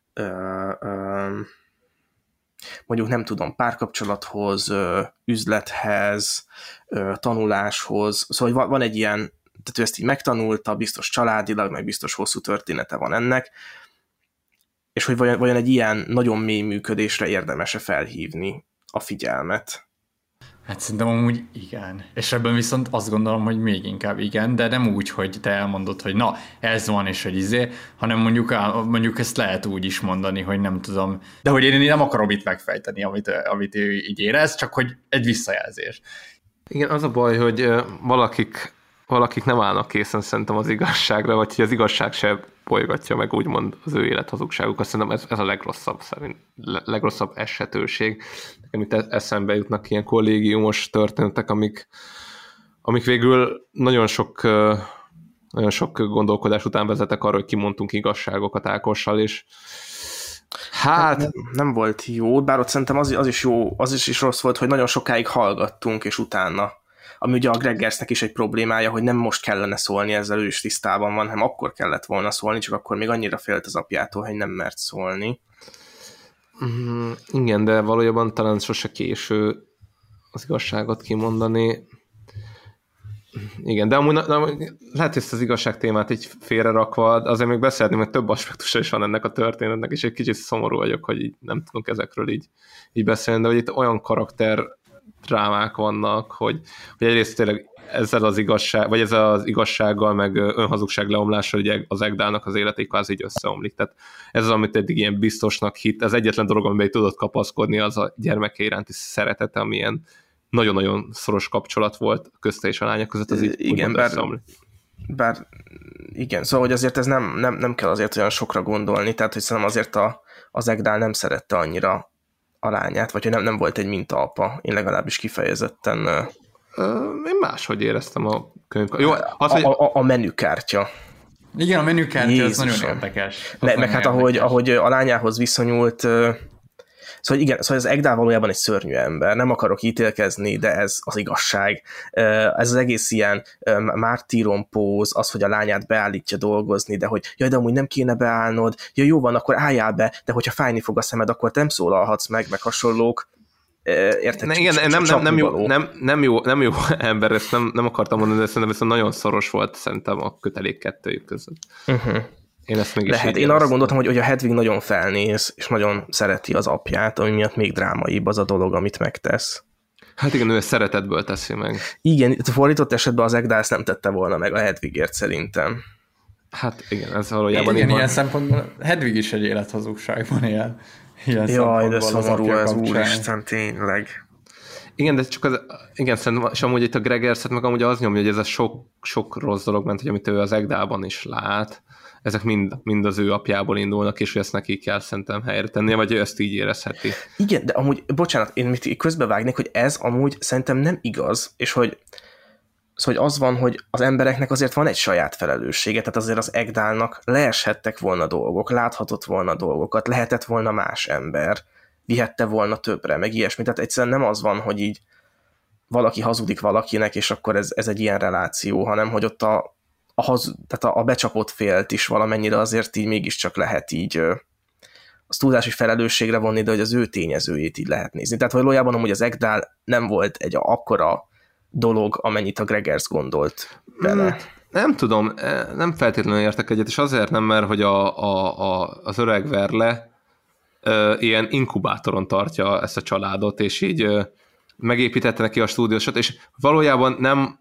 Speaker 6: mondjuk nem tudom, párkapcsolathoz, üzlethez, tanuláshoz, szóval van egy ilyen, tehát ő ezt így megtanulta, biztos családilag, meg biztos hosszú története van ennek, és hogy vajon egy ilyen nagyon mély működésre érdemes-e felhívni a figyelmet.
Speaker 7: Hát szerintem amúgy igen. És ebben viszont azt gondolom, hogy még inkább igen, de nem úgy, hogy te elmondod, hogy na, ez van, és hogy hanem mondjuk ezt lehet úgy is mondani, hogy nem tudom, de hogy én nem akarom itt megfejteni, amit ő így érez, csak hogy egy visszajelzés.
Speaker 8: Igen, az a baj, hogy valakik nem állnak készen szerintem az igazságra, vagy hogy az igazság se bolygatja meg úgymond az ő élethazugságukat. Szerintem ez a legrosszabb esetőség. Nekem itt eszembe jutnak ilyen kollégiumos történetek, amik végül nagyon sok gondolkodás után vezetek arra, hogy kimondtunk igazságokat Ákossal, és hát
Speaker 6: nem volt jó, bár ott szerintem az is jó, az is rossz volt, hogy nagyon sokáig hallgattunk, és utána. Ami ugye a Greggersnek is egy problémája, hogy nem most kellene szólni, ezzel ő is tisztában van, hanem akkor kellett volna szólni, csak akkor még annyira félt az apjától, hogy nem mert szólni.
Speaker 8: Igen, de valójában talán sose késő az igazságot kimondani. Igen, de amúgy lehet, hogy ezt az igazság témát így félrerakva, azért még beszélni, mert több aspektusa is van ennek a történetnek, és egy kicsit szomorú vagyok, hogy így nem tudunk ezekről így beszélni, de hogy itt olyan karakter drámák vannak, hogy egyrészt tényleg ezzel az igazsággal, meg önhazugság leomlással ugye az Egdálnak az élete kvázi így összeomlik. Tehát ez az, amit eddig ilyen biztosnak hitt. Ez egyetlen dolog, amiben tudott kapaszkodni, az a gyermeke iránti szeretete, amilyen nagyon-nagyon szoros kapcsolat volt közte és a lánya között, az így
Speaker 6: igen, bár igen, szóval hogy azért ez nem kell azért olyan sokra gondolni, tehát hogy szerintem azért az Egdál nem szerette annyira a lányát, vagy hogy nem volt egy mintaapa, én legalábbis kifejezetten...
Speaker 8: Én máshogy éreztem a könyv...
Speaker 6: Jó, a menükártya.
Speaker 7: Igen, a menükártya az nagyon érdekes.
Speaker 6: Meg hát ahogy a lányához viszonyult... Szóval igen, szóval az Egdál valójában egy szörnyű ember, nem akarok ítélkezni, de ez az igazság. Ez az egész ilyen mártíron póz, az, hogy a lányát beállítja dolgozni, de hogy jaj, de amúgy nem kéne beállnod, ja, jó van, akkor álljál be, de hogyha fájni fog a szemed, akkor te nem szólalhatsz meg hasonlók. Érted?
Speaker 8: Igen, nem jó ember, ezt nem akartam mondani, de szerintem viszont nagyon szoros volt szerintem a kötelék kettőjük között. Én ezt mégis
Speaker 6: lehet. Én arra gondoltam, hogy a Hedwig nagyon felnéz, és nagyon szereti az apját, ami miatt még drámaibb az a dolog, amit megtesz.
Speaker 8: Hát igen, ő szeretetből teszi meg.
Speaker 6: Igen, fordított esetben az Egdál ezt nem tette volna meg a Hedwigért szerintem.
Speaker 8: Hát igen, ez valójában
Speaker 7: igen, ilyen szempontból Hedwig is egy élethazugságban él.
Speaker 6: Jaj, de szomorú ez, úristen, tényleg.
Speaker 8: Igen, de csak igen, szerintem, és amúgy itt a Greggerset meg amúgy az nyomja, hogy ez a sok rossz dolog ment, hogy amit ő az Egdálban is lát, ezek mind az ő apjából indulnak, és hogy ezt neki kell szerintem helyre tennie, vagy ő ezt így érezheti.
Speaker 6: Igen, de amúgy, bocsánat, én közbevágnék, hogy ez amúgy szerintem nem igaz, és hogy szóval az van, hogy az embereknek azért van egy saját felelőssége, tehát azért az Egdálnak leeshettek volna dolgok, láthatott volna dolgokat, lehetett volna más ember, vihette volna többre, meg ilyesmi, tehát egyszerűen nem az van, hogy így valaki hazudik valakinek, és akkor ez egy ilyen reláció, hanem hogy ott tehát a becsapott félt is valamennyire azért így mégiscsak lehet így az túlzási felelősségre vonni, de hogy az ő tényezőjét így lehet nézni. Tehát valójában amúgy az Egdál nem volt egy akkora dolog, amennyit a Greggers gondolt bele.
Speaker 8: Nem tudom, nem feltétlenül értek egyet, és azért nem, mert hogy az öreg Verle ilyen inkubátoron tartja ezt a családot, és így megépítette neki a stúdiósot, és valójában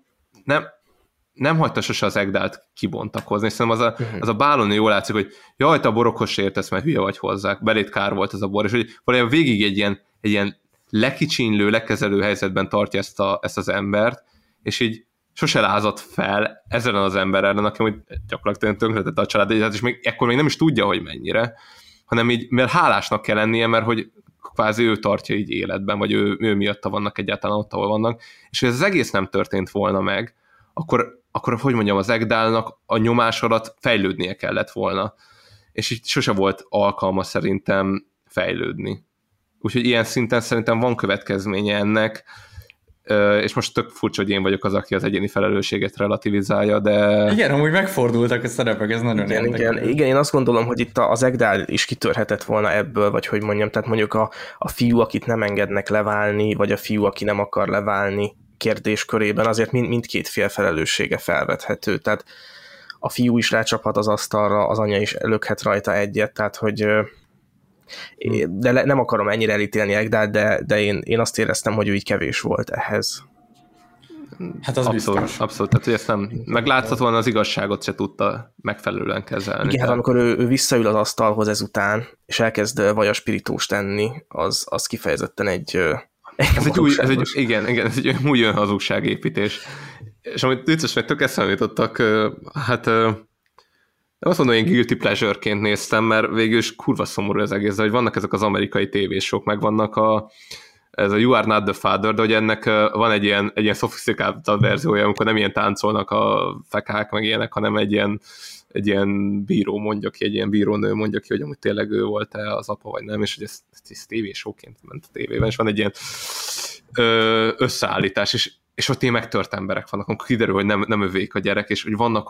Speaker 8: nem hagyta sose az Egdált kibontakozni, és szerintem az a bálon jól látszik, hogy jaj, te a borokhoz se értesz, mert hülye vagy hozzá, belét kár volt ez a bor, és hogy valójában végig egy ilyen lekicsinlő, lekezelő helyzetben tartja ezt az embert, és így sose lázadt fel ezen az ember ellen, aki úgy gyakorlatilag tönkretette a családot, és ekkor még nem is tudja, hogy mennyire, hanem így, mert hálásnak kell lennie, mert hogy kvázi ő tartja így életben, vagy ő miatta vannak egyáltalán ott, ahol vannak, és hogy ez az egész nem történt volna meg, akkor hogy mondjam, az Egdálnak a nyomás alatt fejlődnie kellett volna. És így sose volt alkalma szerintem fejlődni. Úgyhogy ilyen szinten szerintem van következménye ennek, és most tök furcsa, hogy én vagyok az, aki az egyéni felelősséget relativizálja, de...
Speaker 7: Igen, amúgy megfordultak a szerepek, ez nagyon érdekes.
Speaker 6: Igen, én azt gondolom, hogy itt az Egdál is kitörhetett volna ebből, vagy hogy mondjam, tehát mondjuk a fiú, akit nem engednek leválni, vagy a fiú, aki nem akar leválni kérdéskörében, azért mindkét fél felelőssége felvethető, tehát a fiú is rácsaphat az asztalra, az anya is lökhet rajta egyet, tehát hogy De nem akarom ennyire elítélni Ekdalt, de én azt éreztem, hogy ő így kevés volt ehhez.
Speaker 7: Hát az
Speaker 8: abszolút,
Speaker 7: biztos.
Speaker 8: abszolút, tehát hogy ezt nem, megláthatóan az igazságot se tudta megfelelően kezelni.
Speaker 6: Igen, hát amikor ő visszaül az asztalhoz ezután, és elkezd vajaspirítóst tenni, az kifejezetten ez egy új önhazugságépítés. És amit vicces, meg tök eszembe jutottak, hát nem azt mondom, hogy én guilty pleasure-ként néztem, mert végül is kurva szomorú az egész, de hogy vannak ezek az amerikai tévésok, meg vannak ez a You Are Not The Father, de hogy ennek van egy ilyen szofisztikáltabb verziója, amikor nem ilyen táncolnak a fekák, meg ilyenek, hanem egy ilyen bíró mondja ki, egy ilyen bírónő mondja ki, hogy amúgy tényleg ő volt-e az apa, vagy nem, és hogy ez tévésóként ment a tévében, és van egy ilyen összeállítás, és ott ilyen megtört emberek vannak, amikor kiderül, hogy nem övék a gyerek, és hogy vannak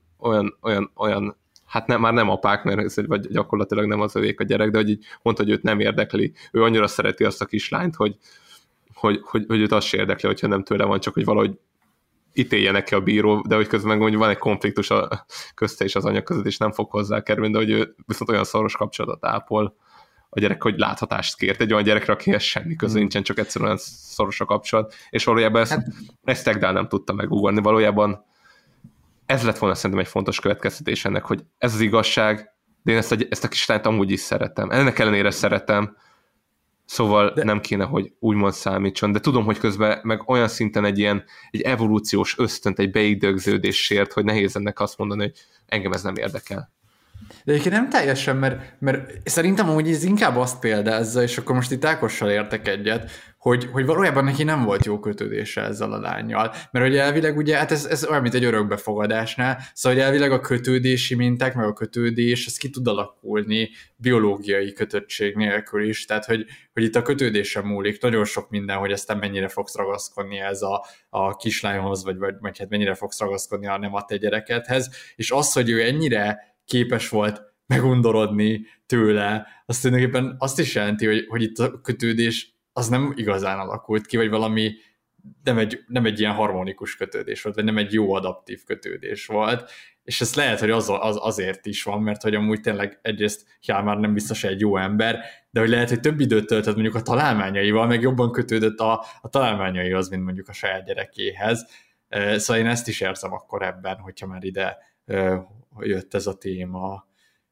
Speaker 6: olyan hát már nem apák, mert vagy gyakorlatilag nem az övék a gyerek, de hogy így mondta, hogy őt nem érdekli. Ő annyira szereti azt a kislányt, hogy őt azt se érdekli, hogyha nem tőle van, csak hogy valahogy ítélje neki a bíró, de hogy közben meg van egy konfliktus a közte és az anya között, és nem fog hozzá kerülni, de hogy ő viszont olyan szoros kapcsolatot ápol a gyerek, hogy láthatást kért egy olyan gyerekre, akihez semmi köze nincsen, csak egyszerűen olyan szoros a kapcsolat, és valójában ezt Ekdal nem tudta megugorni. Valójában ez lett volna szerintem egy fontos következtetés ennek, hogy ez az igazság, de én ezt a kislányt amúgy is szeretem. Ennek ellenére szeretem, szóval nem kéne, hogy úgymond számítson, de tudom, hogy közben meg olyan szinten egy evolúciós ösztönt, egy beidegződés sért, hogy nehéz ennek azt mondani, hogy engem ez nem érdekel.
Speaker 7: De egyébként nem teljesen, mert szerintem amúgy ez inkább azt példázza, és akkor most itt Ákossal értek egyet, hogy valójában neki nem volt jó kötődése ezzel a lánnyal. Mert hogy elvileg ugye, hát ez olyan, mint egy örökbefogadásnál, szóval hogy elvileg a kötődési minták, meg a kötődés, ez ki tud alakulni biológiai kötöttség nélkül is, tehát hogy itt a kötődésen múlik nagyon sok minden, hogy aztán mennyire fogsz ragaszkodni ez a kislányhoz, vagy hát mennyire fogsz ragaszkodni a nem a te gyerekedhez, és az, hogy ő ennyire képes volt megundorodni tőle, azt tulajdonképpen azt is jelenti, hogy itt a kötődés az nem igazán alakult ki, vagy valami nem egy ilyen harmonikus kötődés volt, vagy nem egy jó adaptív kötődés volt, és ez lehet, hogy azért is van, mert hogy amúgy tényleg egyrészt már nem biztos egy jó ember, de hogy lehet, hogy több időt töltött mondjuk a találmányaival, meg jobban kötődött a találmányaihoz, mint mondjuk a saját gyerekéhez. Szóval én ezt is érzem akkor ebben, hogyha már ide jött ez a téma.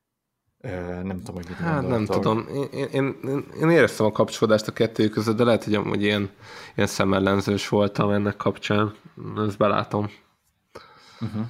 Speaker 7: Nem tudom, hogy mit
Speaker 8: gondoltam. Nem tudom. Én éreztem a kapcsolódást a kettő között, de lehet, hogy amúgy ilyen szemellenzős voltam ennek kapcsán. Ezt belátom.
Speaker 7: Uh-huh.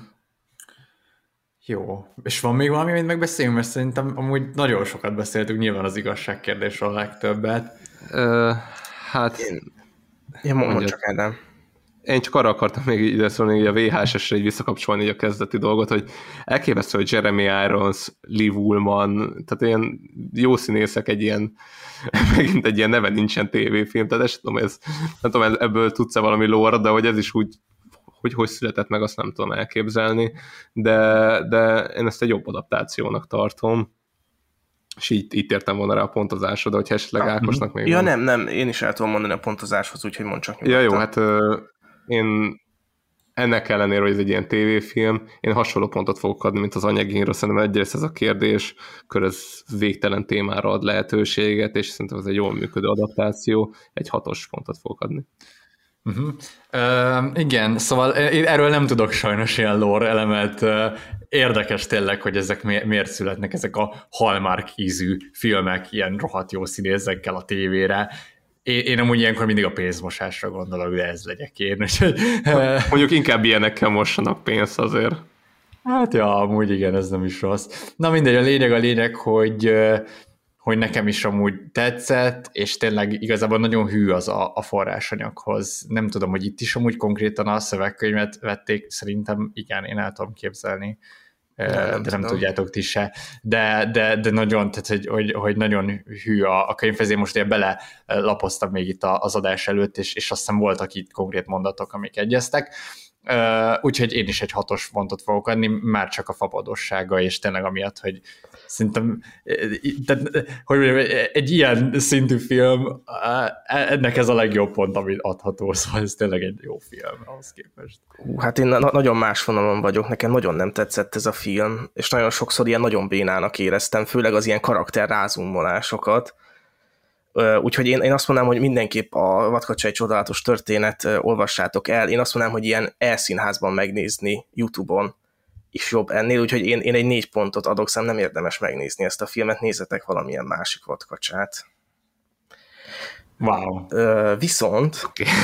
Speaker 7: Jó. És van még valami, amit megbeszéljünk? Mert szerintem amúgy nagyon sokat beszéltünk, nyilván az igazságkérdésről a legtöbbet.
Speaker 8: Hát...
Speaker 6: Én mondom csak Ádám.
Speaker 8: Én csak arra akartam még ide szólni, hogy a VHS-esre így visszakapcsolni a kezdeti dolgot, hogy elképesztő, hogy Jeremy Irons, Liv Ullmann, tehát ilyen jó színészek megint egy ilyen neve nincsen tévéfilm, tehát nem tudom, ebből tudsz-e valami lore, de hogy ez is úgy, hogy született meg, azt nem tudom elképzelni, de én ezt egy jobb adaptációnak tartom, és így értem volna rá a pontozásra, de hogyha esetleg Ákosnak még...
Speaker 6: Ja, nem, én is el tudom mondani a pontozáshoz, úgyhogy mondd csak
Speaker 8: nyugodtan. Ja, jó, hát én ennek ellenére, hogy ez egy ilyen tévéfilm, én hasonló pontot fogok adni, mint az anyagínra, szerintem egyrészt ez a kérdés, kör ez végtelen témára ad lehetőséget, és szerintem ez egy jól működő adaptáció, egy 6-os pontot fogok adni.
Speaker 7: Uh-huh. Igen, szóval én erről nem tudok sajnos ilyen lore elemet. Érdekes tényleg, hogy ezek miért születnek, ezek a Hallmark ízű filmek ilyen rohadt jó színészekkel a tévére. Én amúgy ilyenkor mindig a pénzmosásra gondolok, de ez legyek én.
Speaker 8: Mondjuk inkább ilyenekkel mossanak pénzt azért.
Speaker 7: Hát ja, amúgy igen, ez nem is rossz. Na mindegy, a lényeg, hogy nekem is amúgy tetszett, és tényleg igazából nagyon hű az a forrásanyaghoz. Nem tudom, hogy itt is amúgy konkrétan a szövegkönyvet vették, szerintem igen, én el tudom képzelni, de nem tudjátok ti se. De nagyon, tehát hogy nagyon hű a könyvhez. Én most ilyen belelapoztam még itt az adás előtt, és azt hiszem voltak itt konkrét mondatok, amik egyeztek. úgyhogy én is egy 6-os pontot fogok adni, már csak a fapadossága, és tényleg amiatt, hogy szerintem hogy egy ilyen szintű film, ennek ez a legjobb pont, amit adható, szóval ez tényleg egy jó film ahhoz képest.
Speaker 6: Hát én nagyon más vonalon vagyok, nekem nagyon nem tetszett ez a film, és nagyon sokszor ilyen nagyon bénának éreztem, főleg az ilyen karakter rázummolásokat. Úgyhogy én azt mondanám, hogy mindenképp a Vadkacsa egy csodálatos történet, olvassátok el. Én azt mondanám, hogy ilyen elszínházban megnézni YouTube-on is jobb ennél, úgyhogy én egy 4 pontot adok, szerintem nem érdemes megnézni ezt a filmet, nézzetek valamilyen másik Vadkacsát.
Speaker 7: Wow.
Speaker 6: Viszont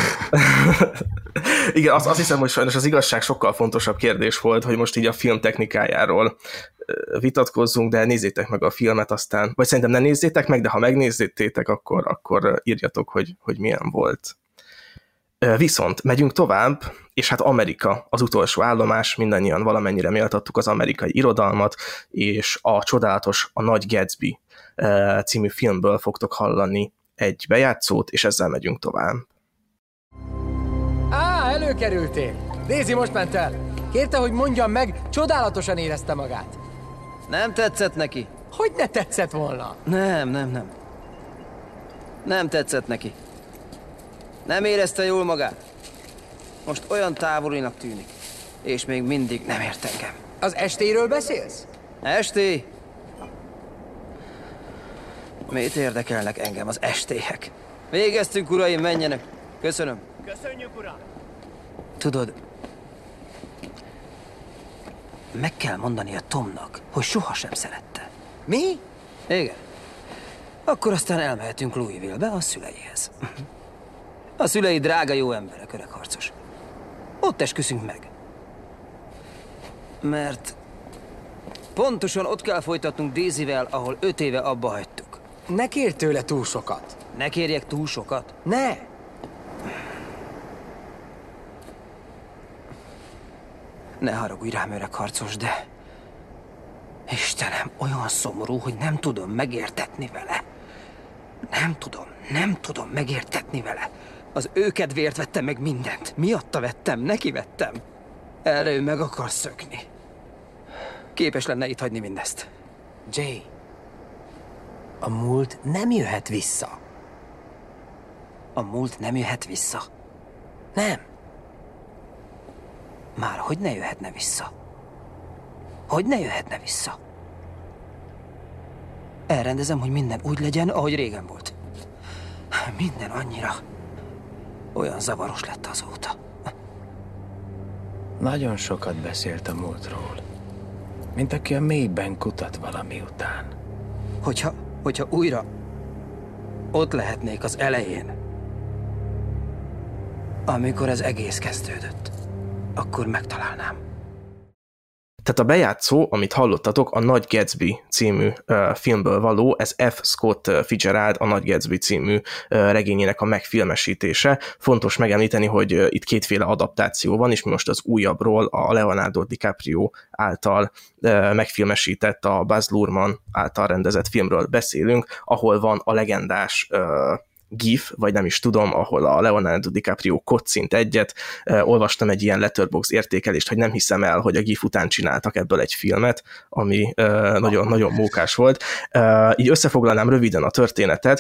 Speaker 6: igen, azt hiszem, hogy sajnos az igazság sokkal fontosabb kérdés volt, hogy most így a film technikájáról vitatkozzunk, de nézzétek meg a filmet aztán, vagy szerintem ne nézzétek meg, de ha megnézzétek, akkor írjatok, hogy milyen volt. Viszont megyünk tovább, és hát Amerika az utolsó állomás, mindannyian valamennyire méltattuk az amerikai irodalmat, és a csodálatos A Nagy Gatsby című filmből fogtok hallani egy bejátszót, és ezzel megyünk tovább.
Speaker 14: Előkerültél! Daisy most ment el. Kérte, hogy mondjam meg, csodálatosan érezte magát.
Speaker 15: Nem tetszett neki?
Speaker 14: Hogy ne tetszett volna?
Speaker 15: Nem. Nem tetszett neki. Nem érezte jól magát. Most olyan távolinak tűnik. És még mindig nem ért engem.
Speaker 14: Az estéről beszélsz?
Speaker 15: Esté? Mit érdekelnek engem az estéhek? Végeztünk, uraim, menjenek. Köszönöm.
Speaker 4: Köszönjük, uram!
Speaker 15: Tudod, meg kell mondani a Tomnak, hogy sohasem szerette.
Speaker 14: Mi?
Speaker 15: Igen. Akkor aztán elmehetünk Louisville-be a szüleihez. A szülei drága jó emberek, öreg harcos. Ott esküszünk meg. Mert pontosan ott kell folytatnunk Daisyvel, ahol 5 éve abba hagytuk.
Speaker 14: Ne kérj tőle túl sokat.
Speaker 15: Ne kérjek túl sokat?
Speaker 14: Ne!
Speaker 15: Ne haragudj rám, öreg harcos, de... Istenem, olyan szomorú, hogy nem tudom megértetni vele. Nem tudom megértetni vele. Az ő kedvéért vettem meg mindent. Miatta vettem, neki vettem. Erre ő meg akar szökni. Képes lenne itt hagyni mindezt.
Speaker 14: Jay, a múlt nem jöhet vissza.
Speaker 15: A múlt nem jöhet vissza?
Speaker 14: Nem.
Speaker 15: Már hogy ne jöhetne vissza? Hogy ne jöhetne vissza? Elrendezem, hogy minden úgy legyen, ahogy régen volt. Minden annyira olyan zavaros lett azóta.
Speaker 14: Nagyon sokat beszélt a múltról. Mint aki a mélyben kutat valami után.
Speaker 15: Hogyha újra ott lehetnék az elején, amikor ez egész kezdődött, akkor megtalálnám.
Speaker 6: Tehát a bejátszó, amit hallottatok, a Nagy Gatsby című filmből való, ez F. Scott Fitzgerald a Nagy Gatsby című regényének a megfilmesítése. Fontos megemlíteni, hogy itt kétféle adaptáció van, és mi most az újabbról, a Leonardo DiCaprio által megfilmesített, a Baz Luhrmann által rendezett filmről beszélünk, ahol van a legendás GIF, vagy nem is tudom, ahol a Leonardo DiCaprio koccint egyet. Olvastam egy ilyen Letterboxd értékelést, hogy nem hiszem el, hogy a GIF után csináltak ebből egy filmet, ami nagyon mókás volt. Így összefoglalnám röviden a történetet.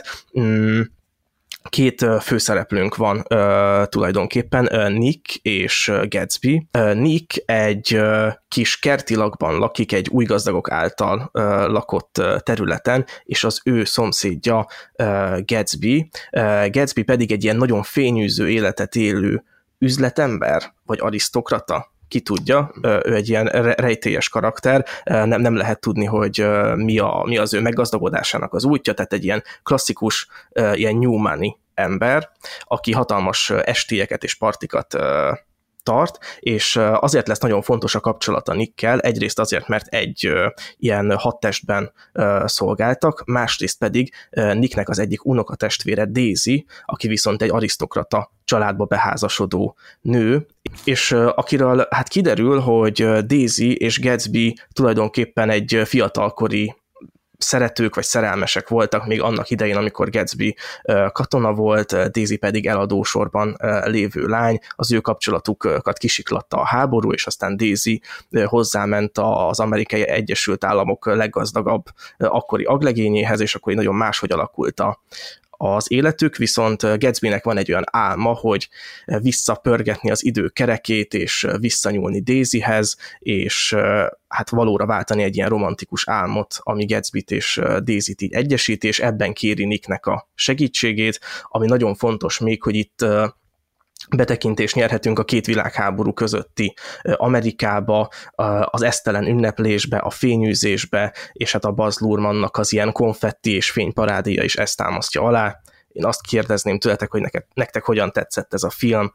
Speaker 6: 2 főszereplőnk van tulajdonképpen, Nick és Gatsby. Nick egy kis kerti lakban lakik, egy új gazdagok által lakott területen, és az ő szomszédja Gatsby. Gatsby pedig egy ilyen nagyon fényűző életet élő üzletember, vagy arisztokrata, ki tudja, ő egy ilyen rejtélyes karakter, nem lehet tudni, hogy mi az ő meggazdagodásának az útja, tehát egy ilyen klasszikus, ilyen new money ember, aki hatalmas estélyeket és partikat tart, és azért lesz nagyon fontos a kapcsolata Nickkel, egyrészt azért, mert egy ilyen hadtestben szolgáltak, másrészt pedig Nicknek az egyik unokatestvére Daisy, aki viszont egy arisztokrata családba beházasodó nő, és akiről hát kiderül, hogy Daisy és Gatsby tulajdonképpen egy fiatalkori szeretők vagy szerelmesek voltak még annak idején, amikor Gatsby katona volt, Daisy pedig eladósorban lévő lány, az ő kapcsolatukat kisiklatta a háború, és aztán Daisy hozzáment az Amerikai Egyesült Államok leggazdagabb akkori aglegényéhez, és akkor nagyon máshogy alakult az életük, viszont Gatsbynek van egy olyan álma, hogy visszapörgetni az idő kerekét, és visszanyúlni Daisyhez, és hát valóra váltani egy ilyen romantikus álmot, ami Gatsbyt és Daisyt így egyesíti, és ebben kéri Nicknek a segítségét, ami nagyon fontos még, hogy itt betekintést nyerhetünk a két világháború közötti Amerikába, az esztelen ünneplésbe, a fényűzésbe, és hát a Baz Luhrmannnak az ilyen konfetti és fényparádéja is ezt támasztja alá. Én azt kérdezném tőletek, hogy nektek hogyan tetszett ez a film?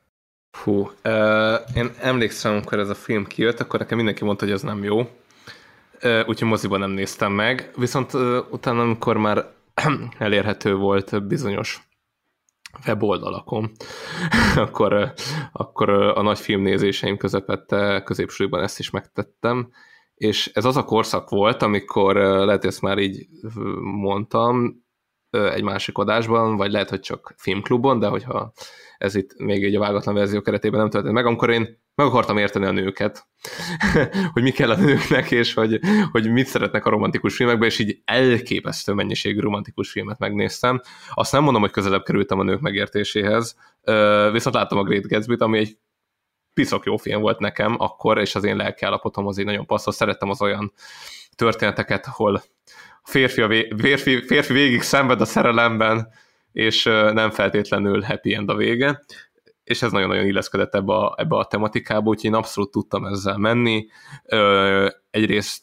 Speaker 8: Én emlékszem, amikor ez a film kijött, akkor nekem mindenki mondta, hogy ez nem jó. Úgyhogy moziban nem néztem meg. Viszont utána, amikor már elérhető volt bizonyos weboldalakon, akkor a nagy filmnézéseim közepette középsúlyban ezt is megtettem, és ez az a korszak volt, amikor lehet, hogy ezt már így mondtam egy másik adásban, vagy lehet, hogy csak filmklubon, de hogyha ez itt még egy a vágatlan verzió keretében nem történt meg, amikor én meg akartam érteni a nőket, hogy mi kell a nőknek, és hogy mit szeretnek a romantikus filmekben, és így elképesztő mennyiségű romantikus filmet megnéztem. Azt nem mondom, hogy közelebb kerültem a nők megértéséhez, viszont láttam a Great Gatsby-t, ami egy piszok jó film volt nekem akkor, és az én lelkiállapotom az így nagyon passzol. Szerettem az olyan történeteket, ahol a férfi végig szenved a szerelemben, és nem feltétlenül happy end a vége, és ez nagyon-nagyon illeszkedett ebbe a tematikába, úgyhogy én abszolút tudtam ezzel menni. Egyrészt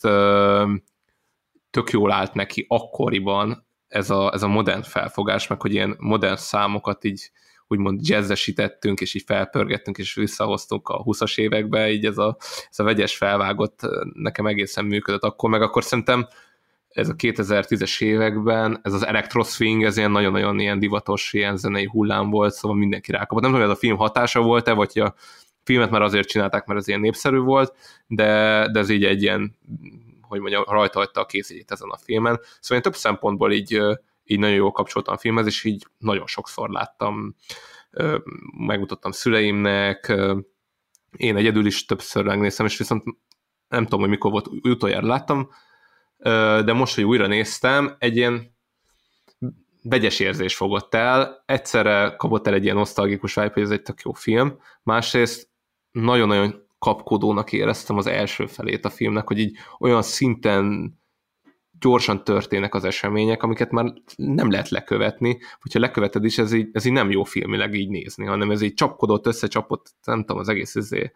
Speaker 8: tök jól állt neki akkoriban ez a modern felfogás, meg hogy ilyen modern számokat így úgymond jazzesítettünk, és így felpörgettünk, és visszahoztunk a 20-as évekbe, így ez a vegyes felvágott nekem egészen működött akkor, meg akkor szerintem ez a 2010-es években, ez az electro-swing, ez ilyen nagyon-nagyon ilyen divatos, ilyen zenei hullám volt, szóval mindenki rákapott. Nem tudom, hogy ez a film hatása volt-e, vagy a filmet már azért csinálták, mert ez ilyen népszerű volt, de ez így egy ilyen, hogy mondjam, rajta hagyta a kézjegyét ezen a filmen. Szóval én több szempontból így nagyon jól kapcsoltam a filmhez, és így nagyon sokszor láttam, megmutattam szüleimnek, én egyedül is többször megnéztem, és viszont nem tudom, hogy mikor volt utoljára láttam, de most, hogy újra néztem, egy ilyen vegyes érzés fogott el. Egyszerre kapott el egy ilyen nosztalgikus vibe, hogy ez egy tök jó film. Másrészt nagyon-nagyon kapkodónak éreztem az első felét a filmnek, hogy így olyan szinten gyorsan történnek az események, amiket már nem lehet lekövetni. Hogyha leköveted is, ez így nem jó filmileg így nézni, hanem ez így csapkodott, összecsapott, nem tudom, az egész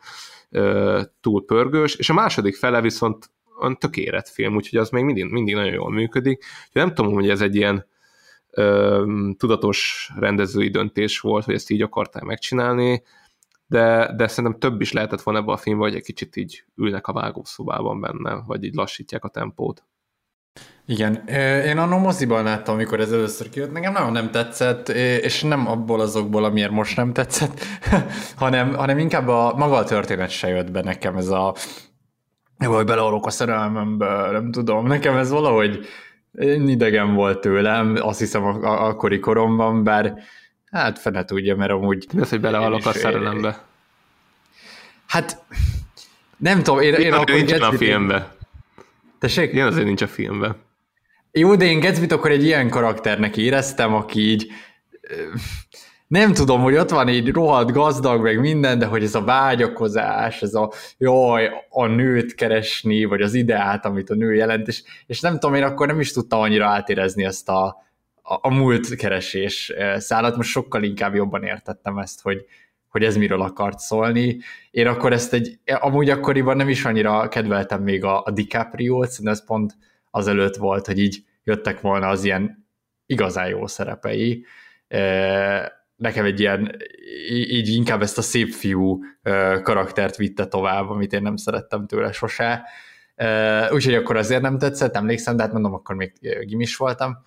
Speaker 8: túl pörgős. És a második fele viszont tök érett film, úgyhogy az még mindig nagyon jól működik. Úgyhogy nem tudom, hogy ez egy ilyen tudatos rendezői döntés volt, hogy ezt így akarták megcsinálni, de szerintem több is lehetett volna ebben a filmben, hogy egy kicsit így ülnek a vágószobában benne, vagy így lassítják a tempót.
Speaker 7: Igen, én annól moziban láttam, amikor ez először kijött, nekem nagyon nem tetszett, és nem abból azokból, amiért most nem tetszett, hanem inkább maga a történet se jött be nekem, ez a vagy beleolok a szerelmembe, nem tudom, nekem ez valahogy idegen volt tőlem, azt hiszem akkori koromban, bár hát fene tudja, mert amúgy...
Speaker 8: Mi az, hogy beleolok a szerelembe?
Speaker 7: Hát nem tudom, én akkor...
Speaker 8: Nincs a filmben.
Speaker 7: Tessék?
Speaker 8: Ilyen azért nincs a filmben.
Speaker 7: Jó, de én Gatsbyt akkor egy ilyen karakternek éreztem, aki így... Nem tudom, hogy ott van így rohadt gazdag, meg minden, de hogy ez a vágyakozás, ez a nőt keresni, vagy az ideát, amit a nő jelent, és nem tudom, én akkor nem is tudtam annyira átérezni ezt a múlt keresés szállat, most sokkal inkább jobban értettem ezt, hogy ez miről akart szólni. Én akkor ezt amúgy akkoriban nem is annyira kedveltem még a DiCaprio-t, szerintem ez pont azelőtt volt, hogy így jöttek volna az ilyen igazán jó szerepei. Nekem egy ilyen, így inkább ezt a szép fiú karaktert vitte tovább, amit én nem szerettem tőle sose. Úgyhogy akkor azért nem tetszett, emlékszem, de hát mondom, akkor még gimis voltam.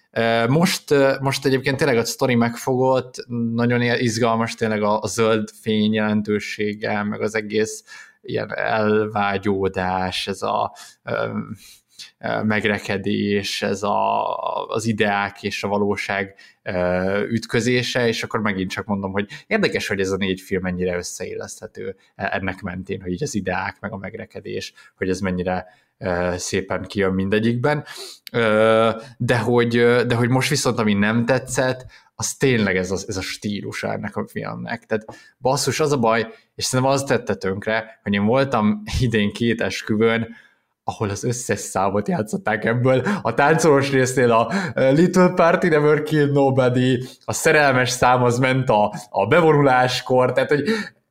Speaker 7: Most egyébként tényleg a sztori megfogott, nagyon izgalmas tényleg a zöld fény jelentősége, meg az egész ilyen elvágyódás, ez a megrekedés, ez az ideák és a valóság ütközése, és akkor megint csak mondom, hogy érdekes, hogy ez a 4 film mennyire összeilleszthető ennek mentén, hogy így az ideák, meg a megrekedés, hogy ez mennyire szépen kijön mindegyikben, de hogy most viszont ami nem tetszett, az tényleg ez a stílusa ennek a filmnek. Tehát basszus, az a baj, és szerintem az tette tönkre, hogy én voltam idén 2 esküvőn, ahol az összes számot játszották ebből. A táncolós résznél a Little Party Never Killed Nobody, a szerelmes szám az ment a bevonuláskor, tehát hogy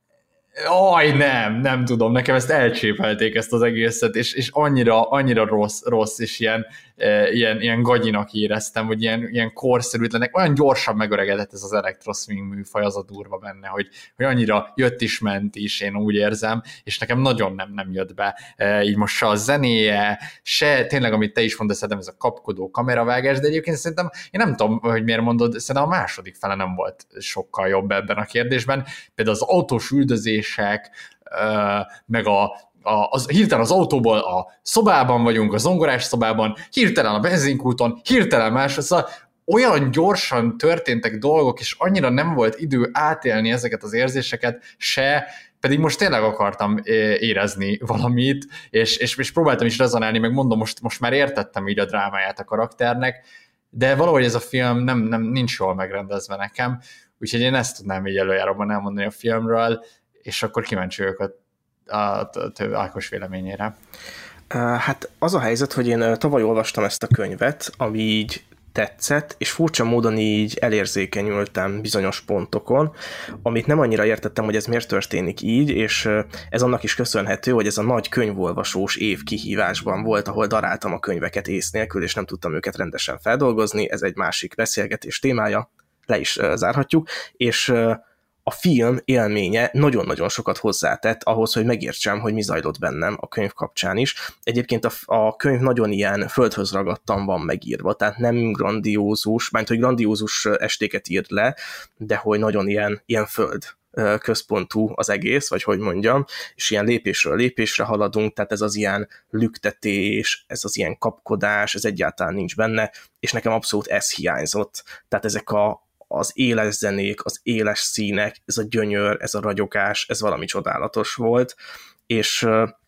Speaker 7: nem tudom, nekem ezt elcsépelték ezt az egészet, és annyira rossz, és ilyen gagyinak éreztem, hogy ilyen korszerűtlenek, olyan gyorsan megöregedett ez az elektroswing műfaj, az a durva benne, hogy annyira jött is, ment is, én úgy érzem, és nekem nagyon nem jött be. Így most se a zenéje, se tényleg, amit te is mondasz, szerintem ez a kapkodó kameravágás, de egyébként szerintem, én nem tudom, hogy miért mondod, szerintem a második fele nem volt sokkal jobb ebben a kérdésben. Például az autós üldözések, meg hirtelen az autóból a szobában vagyunk, a zongorás szobában, hirtelen a benzinkúton, hirtelen más, szóval olyan gyorsan történtek dolgok, és annyira nem volt idő átélni ezeket az érzéseket se, pedig most tényleg akartam érezni valamit, és próbáltam is rezonálni, meg mondom, most már értettem így a drámáját a karakternek, de valahogy ez a film nincs jól megrendezve nekem, úgyhogy én ezt tudnám így előjáróban elmondani a filmről, és akkor kíváncsi vagyok a Ákos véleményére.
Speaker 6: Hát az a helyzet, hogy én tavaly olvastam ezt a könyvet, ami így tetszett, és furcsa módon így elérzékenyültem bizonyos pontokon, amit nem annyira értettem, hogy ez miért történik így, és ez annak is köszönhető, hogy ez a nagy könyvolvasós év kihívásban volt, ahol daráltam a könyveket ész nélkül, és nem tudtam őket rendesen feldolgozni, ez egy másik beszélgetés témája, le is zárhatjuk, és a film élménye nagyon-nagyon sokat hozzátett ahhoz, hogy megértsem, hogy mi zajlott bennem a könyv kapcsán is. Egyébként a könyv nagyon ilyen földhöz ragadtan van megírva, tehát nem grandiózus, mert hogy grandiózus estéket írt le, de hogy nagyon ilyen föld központú az egész, vagy hogy mondjam, és ilyen lépésről lépésre haladunk, tehát ez az ilyen lüktetés, ez az ilyen kapkodás, ez egyáltalán nincs benne, és nekem abszolút ez hiányzott. Tehát ezek az éles zenék, az éles színek, ez a gyönyör, ez a ragyogás, ez valami csodálatos volt, és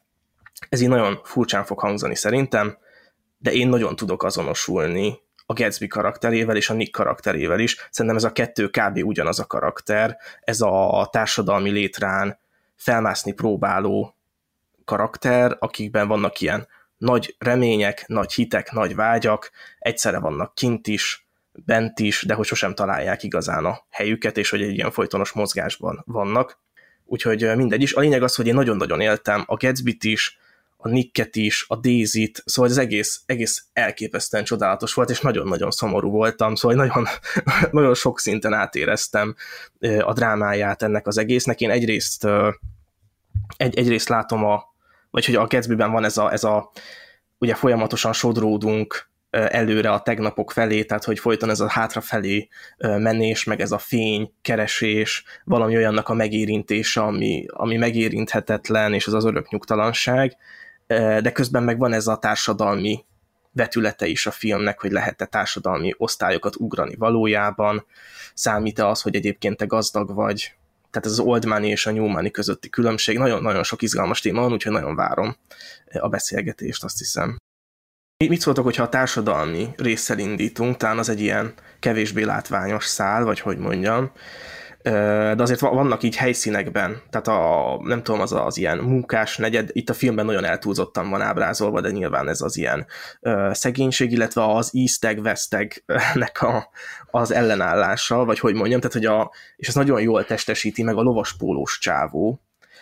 Speaker 6: ez így nagyon furcsán fog hangzani szerintem, de én nagyon tudok azonosulni a Gatsby karakterével és a Nick karakterével is. Szerintem ez a 2 kb. Ugyanaz a karakter, ez a társadalmi létrán felmászni próbáló karakter, akikben vannak ilyen nagy remények, nagy hitek, nagy vágyak, egyszerre vannak kint is, bent is, de hogy sosem találják igazán a helyüket, és hogy egy ilyen folytonos mozgásban vannak. Úgyhogy mindegy is. A lényeg az, hogy én nagyon-nagyon éltem a Gatsbyt is, a Nicket is, a Daisy-t, szóval az egész elképesztően csodálatos volt, és nagyon-nagyon szomorú voltam, szóval nagyon, nagyon sok szinten átéreztem a drámáját ennek az egésznek. Én egyrészt látom vagy hogy a Gatsbyben van ez a ugye folyamatosan sodródunk előre a tegnapok felé, tehát hogy folyton ez a hátrafelé menés, meg ez a fény, keresés, valami olyannak a megérintése, ami megérinthetetlen, és az örök nyugtalanság, de közben meg van ez a társadalmi vetülete is a filmnek, hogy lehet-e társadalmi osztályokat ugrani valójában, számít-e az, hogy egyébként te gazdag vagy, tehát ez az old money és a new money közötti különbség, nagyon-nagyon sok izgalmas téma van, úgyhogy nagyon várom a beszélgetést, azt hiszem. Mit szóltok, hogyha a társadalmi résszel indítunk, talán az egy ilyen kevésbé látványos szál, vagy hogy mondjam, de azért vannak így helyszínekben, tehát nem tudom, az ilyen munkás negyed, itt a filmben nagyon eltúlzottan van ábrázolva, de nyilván ez az ilyen szegénység, illetve az East-nek az ellenállása, vagy hogy mondjam, tehát és ez nagyon jól testesíti meg a lovaspólós csávó.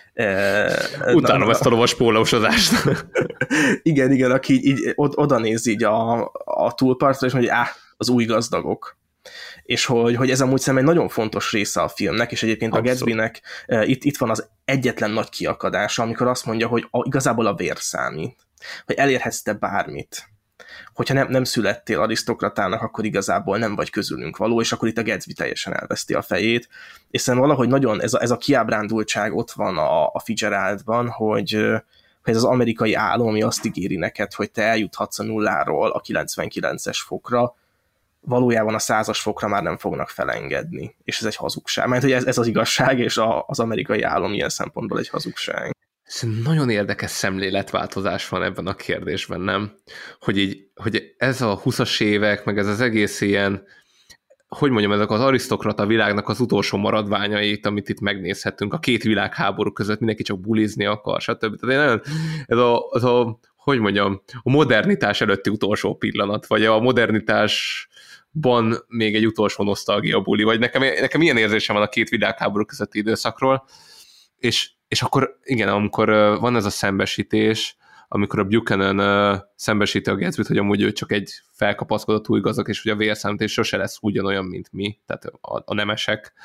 Speaker 8: Utánom ezt a lovaspólósodást.
Speaker 6: igen, aki így oda néz így a túlpartra, és mondja, hogy az új gazdagok. És hogy ez amúgy szerintem egy nagyon fontos része a filmnek, és egyébként abszolút. A Gatsbynek itt van az egyetlen nagy kiakadása, amikor azt mondja, hogy igazából a vér számít. Hogy elérhetsz te bármit. Hogyha nem születtél arisztokratának, akkor igazából nem vagy közülünk való, és akkor itt a Gatsby teljesen elveszti a fejét. És szerintem valahogy nagyon ez a kiábrándultság ott van a Fitzgeraldban, hogy hogy ez az amerikai álom, ami azt ígéri neked, hogy te eljuthatsz a nulláról a 99-es fokra, valójában a 100-as fokra már nem fognak felengedni. És ez egy hazugság. Mert hogy ez az igazság, és az amerikai álom ilyen szempontból egy hazugság.
Speaker 8: Nagyon érdekes szemléletváltozás van ebben a kérdésben, nem? Hogy ez a 20-as évek, meg ez az egész ilyen, hogy mondjam, ezek az arisztokrata világnak az utolsó maradványait, amit itt megnézhetünk, a két világháború között mindenki csak bulizni akar, stb. Tehát hogy mondjam, a modernitás előtti utolsó pillanat, vagy a modernitásban még egy utolsó nosztalgia buli, vagy nekem ilyen érzésem van a két világháború közötti időszakról, és akkor igen, amikor van ez a szembesítés, amikor a Buchanan szembesíti a Gatsbyt, hogy amúgy ő csak egy felkapaszkodott új gazdag, és hogy a vérszámítés sose lesz ugyanolyan, mint mi, tehát a nemesek,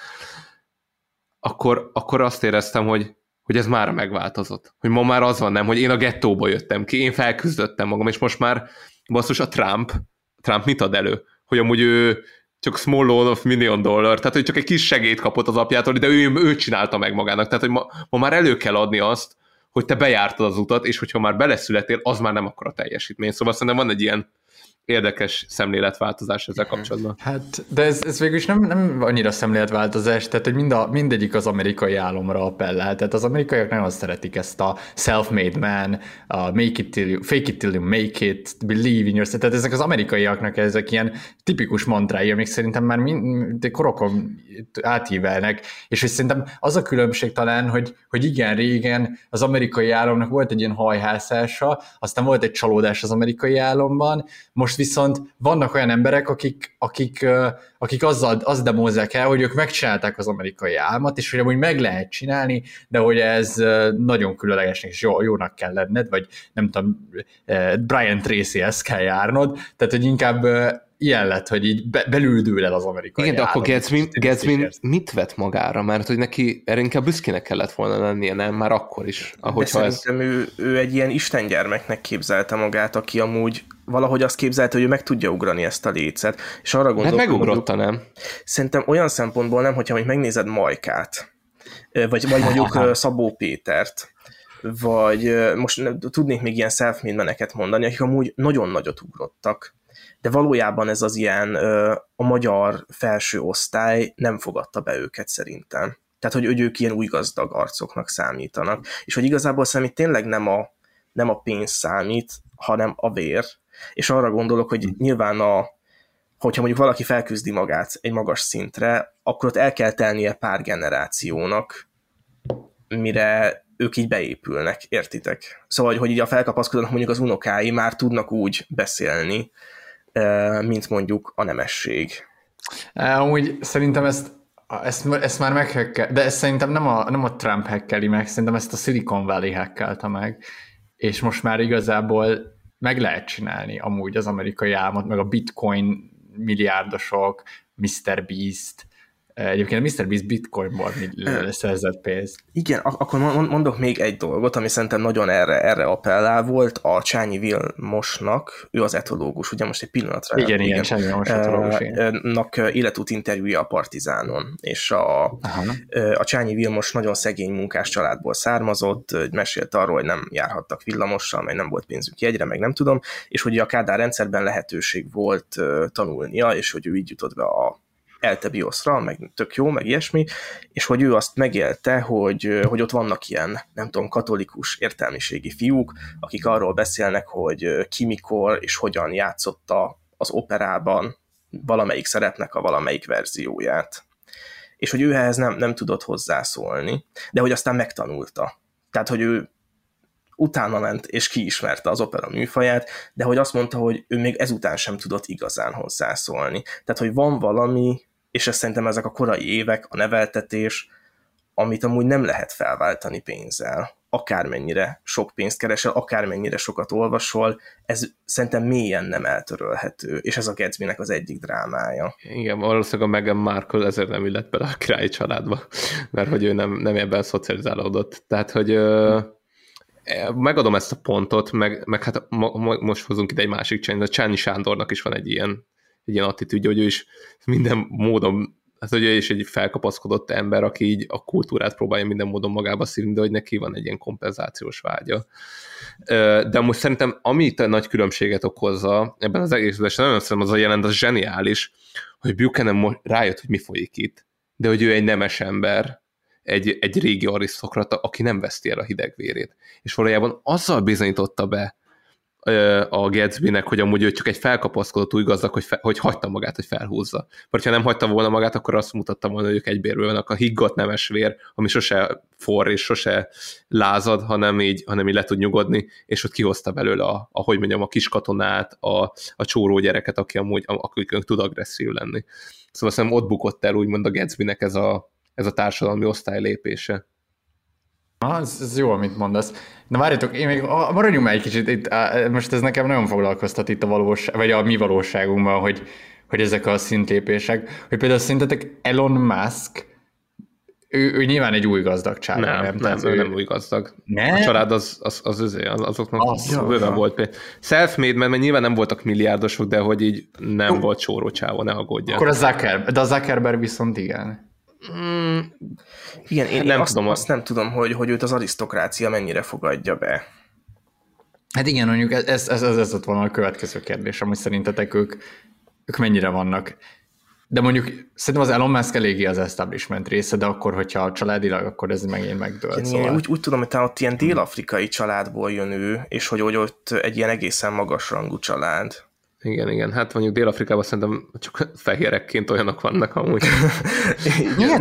Speaker 8: akkor azt éreztem, hogy ez már megváltozott. Hogy ma már az van, nem, hogy én a gettóba jöttem ki, én felküzdöttem magam, és most már basszus a Trump mit ad elő? Hogy amúgy ő csak small loan of $1 million, tehát hogy csak egy kis segélyt kapott az apjától, de ő csinálta meg magának. Tehát, hogy ma már elő kell adni azt, hogy te bejártad az utat, és hogyha már beleszületél, az már nem akkora teljesítmény. Szóval szerintem van egy ilyen érdekes szemléletváltozás ezzel kapcsolatban.
Speaker 7: Hát, de ez végül is nem annyira szemléletváltozás, tehát hogy mindegyik az amerikai álomra appellál. Tehát az amerikaiak nagyon szeretik ezt a self-made man, a fake it till you make it, believe in yourself. Tehát ezek az amerikaiaknak ezek ilyen tipikus mantrái, amik szerintem már korokon átívelnek, és hogy szerintem az a különbség talán, hogy igen, régen az amerikai álomnak volt egy ilyen hajhászása, aztán volt egy csalódás az amerikai álomban, most viszont vannak olyan emberek, akik azt demózzák el, hogy ők megcsinálták az amerikai álmat, és hogy amúgy meg lehet csinálni, de hogy ez nagyon különlegesnek és jónak kell lenned, vagy nem tudom, Brian Tracy-hez kell járnod, tehát hogy inkább ilyen lett, hogy így belüldül el az amerikai
Speaker 8: állam. Igen, de akkor Gatsby
Speaker 6: mit
Speaker 8: vett magára? Mert hogy neki erre inkább büszkének kellett volna lennie, nem? Már akkor is.
Speaker 6: De szerintem ő egy ilyen istengyermeknek képzelte magát, aki amúgy valahogy azt képzelte, hogy ő meg tudja ugrani ezt a lécet. És arra gondolok,
Speaker 8: megugrotta, nem?
Speaker 6: Szerintem olyan szempontból nem, hogyha megnézed Majkát, vagy mondjuk Szabó Pétert, vagy most tudnék még ilyen self-made meneket mondani, akik amúgy nagyon nagyot ugrottak. De valójában ez az ilyen a magyar felső osztály nem fogadta be őket szerintem. Tehát, hogy ők ilyen új gazdag arcoknak számítanak. És hogy igazából számít tényleg nem a pénz számít, hanem a vér. És arra gondolok, hogy nyilván hogyha mondjuk valaki felküzdi magát egy magas szintre, akkor ott el kell telnie pár generációnak, mire ők így beépülnek, értitek? Szóval, hogy így a felkapaszkodónak mondjuk az unokái már tudnak úgy beszélni, mint mondjuk a nemesség.
Speaker 7: Amúgy szerintem ezt már meghekkel, de ezt szerintem nem a Trump hackeli meg, szerintem ezt a Silicon Valley hackelte meg, és most már igazából meg lehet csinálni amúgy az amerikai álmot, meg a bitcoin milliárdosok, Mr. Beast, egyébként a Mr. Beast bitcoinból szerzett pénzt.
Speaker 6: Igen, akkor mondok még egy dolgot, ami szerintem nagyon erre appellál volt, a Csányi Vilmosnak, ő az etológus, ugye most egy pillanatra.
Speaker 7: Igen, Csányi Vilmos etológus,
Speaker 6: életút interjúja a Partizánon, és a Csányi Vilmos nagyon szegény munkás családból származott, mesélt arról, hogy nem járhattak villamossal, mert nem volt pénzük jegyre, meg nem tudom, és hogy a Kádár rendszerben lehetőség volt tanulnia, és hogy ő így jutott be a ELTE BIOS-ra, meg tök jó, meg ilyesmi, és hogy ő azt megélte, hogy ott vannak ilyen, nem tudom, katolikus értelmiségi fiúk, akik arról beszélnek, hogy ki mikor és hogyan játszotta az operában valamelyik szerepnek a valamelyik verzióját. És hogy ő ehhez nem tudott hozzászólni, de hogy aztán megtanulta. Tehát, hogy ő utána ment és kiismerte az opera műfaját, de hogy azt mondta, hogy ő még ezután sem tudott igazán hozzászólni. Tehát, hogy van valami, és ezt szerintem ezek a korai évek, a neveltetés, amit amúgy nem lehet felváltani pénzzel. Akármennyire sok pénzt keresel, akármennyire sokat olvasol, ez szerintem mélyen nem eltörölhető, és ez a Gatsbynek az egyik drámája.
Speaker 8: Igen, valószínűleg a Meghan Markle ezért nem illett bele a királyi családba, mert hogy ő nem ebben szocializálódott. Tehát, hogy megadom ezt a pontot, meg hát most hozunk ide egy másik Csányi, a Csányi Sándornak is van egy ilyen attitűdje, hogy ő is minden módon hát ugye is egy felkapaszkodott ember, aki így a kultúrát próbálja minden módon magába szívni, de hogy neki van egy ilyen kompenzációs vágya. De most szerintem, ami itt a nagy különbséget okozza ebben az egészben, és nagyon szerintem az a jelent, az zseniális, hogy Buchanan rájött, hogy mi folyik itt, de hogy ő egy nemes ember, egy régi arisztokrata, aki nem veszti el a hidegvérét. És valójában azzal bizonyította be a Gatsbynek, hogy amúgy ő csak egy felkapaszkodott új gazdag, hogy hagyta magát, hogy felhúzza. Mert ha nem hagyta volna magát, akkor azt mutatta volna, hogy ők egybérből vannak. A higgadt nemes vér, ami sose forr és sose lázad, hanem így le tud nyugodni, és ott kihozta belőle a kis katonát, a csóró gyereket, akik tud agresszív lenni. Szóval szerintem ott bukott el úgymond a Gatsbynek ez a társadalmi osztály lépése.
Speaker 7: Ez jó, amit mondasz. Na várjatok, én még maradjunk már egy kicsit, itt, most ez nekem nagyon foglalkoztat itt a valóság, vagy a mi valóságunkban, hogy ezek a szintlépések, hogy például szerintetek Elon Musk, ő nyilván egy új gazdag család.
Speaker 8: Nem, ő nem új gazdag.
Speaker 7: Nem?
Speaker 8: A család azoknak bőven volt pénz. Self-made, mert nyilván nem voltak milliárdosok, de hogy így nem volt csóró csáva, ne aggódjál.
Speaker 7: Akkor a Zuckerberg viszont igen.
Speaker 6: Igen, én azt nem tudom, hogy őt az arisztokrácia mennyire fogadja be.
Speaker 7: Hát igen, mondjuk ez ott volna a következő kérdés, hogy szerintetek ők mennyire vannak. De mondjuk szerintem az Elon Musk eléggé az establishment része, de akkor, hogyha családilag, akkor ez megint megdőlt.
Speaker 6: Szóval. Úgy tudom, hogy ott ilyen dél-afrikai családból jön ő, és hogy ott egy ilyen egészen magasrangú család.
Speaker 8: Igen, hát mondjuk Dél-Afrikában szerintem csak fehérekként olyanok vannak amúgy.
Speaker 7: Igen,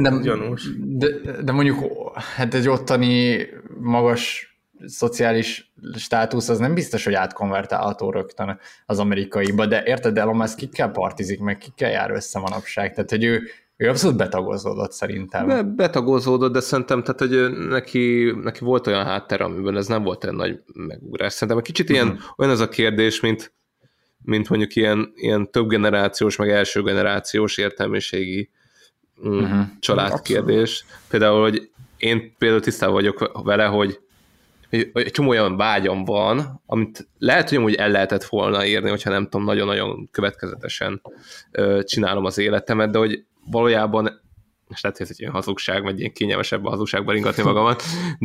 Speaker 7: de mondjuk hát egy ottani magas szociális státusz az nem biztos, hogy átkonvertálható rögtön az amerikaiba, de érted, Elon Musk kikkel partizik, meg kikkel jár össze manapság, tehát hogy ő abszolút betagozódott szerintem.
Speaker 8: Betagozódott, de szerintem, tehát, hogy neki volt olyan háttere, amiben ez nem volt olyan nagy megugrás. Szerintem egy kicsit olyan az a kérdés, mint mondjuk ilyen több generációs, meg első generációs értelmiségi családkérdés. Például, hogy én tisztában vagyok vele, hogy egy csomó olyan vágyam van, amit lehet, hogy amúgy el lehetett volna írni, hogyha nem tudom, nagyon-nagyon következetesen csinálom az életemet, de hogy valójában, és lehet, hogy ez egy ilyen hazugság, vagy ilyen kényelmesebb a hazugságban ringatni magamat,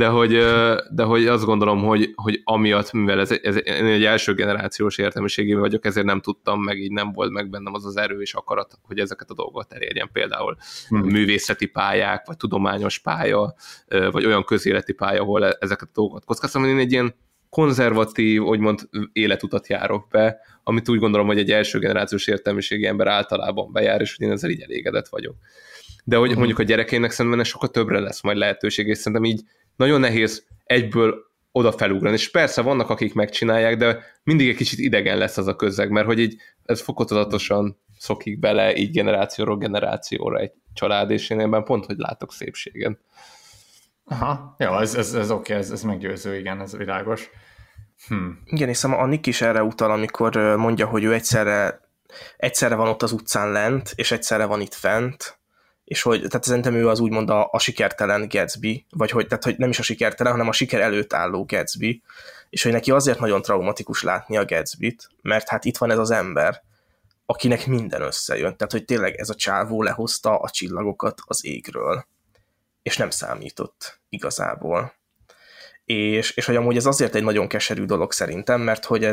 Speaker 8: de hogy azt gondolom, hogy amiatt, mivel én egy első generációs értelmiségében vagyok, ezért nem tudtam, meg így nem volt meg bennem az erő és akarat, hogy ezeket a dolgokat elérjen. Például művészeti pályák, vagy tudományos pálya, vagy olyan közéleti pálya, ahol ezeket a dolgokat kockáztam. Én egy ilyen konzervatív, úgymond életutat járok be, amit úgy gondolom, hogy egy első generációs értelmiségi ember általában bejár, és hogy én ezzel így elégedett vagyok. De hogy mondjuk a gyerekeinek szerintem sokkal többre lesz majd lehetőség, és szerintem így nagyon nehéz egyből oda felugrani. És persze vannak, akik megcsinálják, de mindig egy kicsit idegen lesz az a közeg, mert hogy így ez fokozatosan szokik bele így generációról generációra egy család, és én ebben pont, hogy látok szépségen.
Speaker 7: Aha, jó, ez oké, ez meggyőző, igen, ez világos.
Speaker 6: Igen, és a Nick is erre utal, amikor mondja, hogy ő egyszerre van ott az utcán lent, és egyszerre van itt fent, és hogy, tehát szerintem ő az úgymond a sikertelen Gatsby, vagy tehát, hogy nem is a sikertelen, hanem a siker előtt álló Gatsby, és hogy neki azért nagyon traumatikus látni a Gatsbyt, mert hát itt van ez az ember, akinek minden összejön, tehát hogy tényleg ez a csávó lehozta a csillagokat az égről, és nem számított igazából. És hogy amúgy ez azért egy nagyon keserű dolog szerintem, mert hogy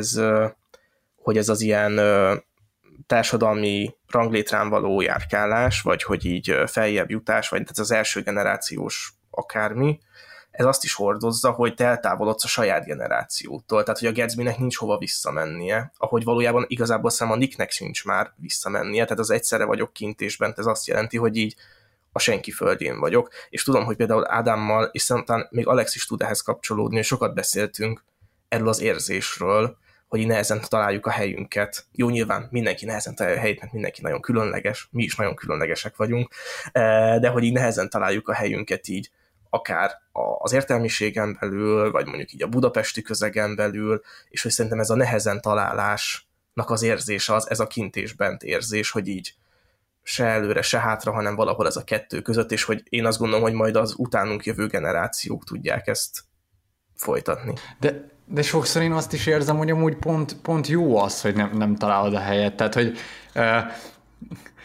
Speaker 6: ez az ilyen társadalmi ranglétrán való járkálás, vagy hogy így feljebb jutás, vagy tehát az első generációs akármi, ez azt is hordozza, hogy te eltávolodsz a saját generációtól, tehát hogy a Gatsbynek nincs hova visszamennie, ahogy valójában igazából szerintem a Nicknek sincs már visszamennie, tehát az egyszerre vagyok kint és bent, ez azt jelenti, hogy így a senki földjén vagyok, és tudom, hogy például Ádámmal, és szerintem még Alex is tud ehhez kapcsolódni, és sokat beszéltünk erről az érzésről, hogy így nehezen találjuk a helyünket. Jó, nyilván mindenki nehezen találja a helyét, mert mindenki nagyon különleges, mi is nagyon különlegesek vagyunk, de hogy így nehezen találjuk a helyünket így, akár az értelmiségen belül, vagy mondjuk így a budapesti közegen belül, és hogy szerintem ez a nehezen találásnak az érzése, ez a kint és bent érzés, hogy így se előre, se hátra, hanem valahol ez a kettő között, és hogy én azt gondolom, hogy majd az utánunk jövő generációk tudják ezt folytatni.
Speaker 7: De sokszor én azt is érzem, hogy amúgy pont jó az, hogy nem találod a helyet. Tehát, hogy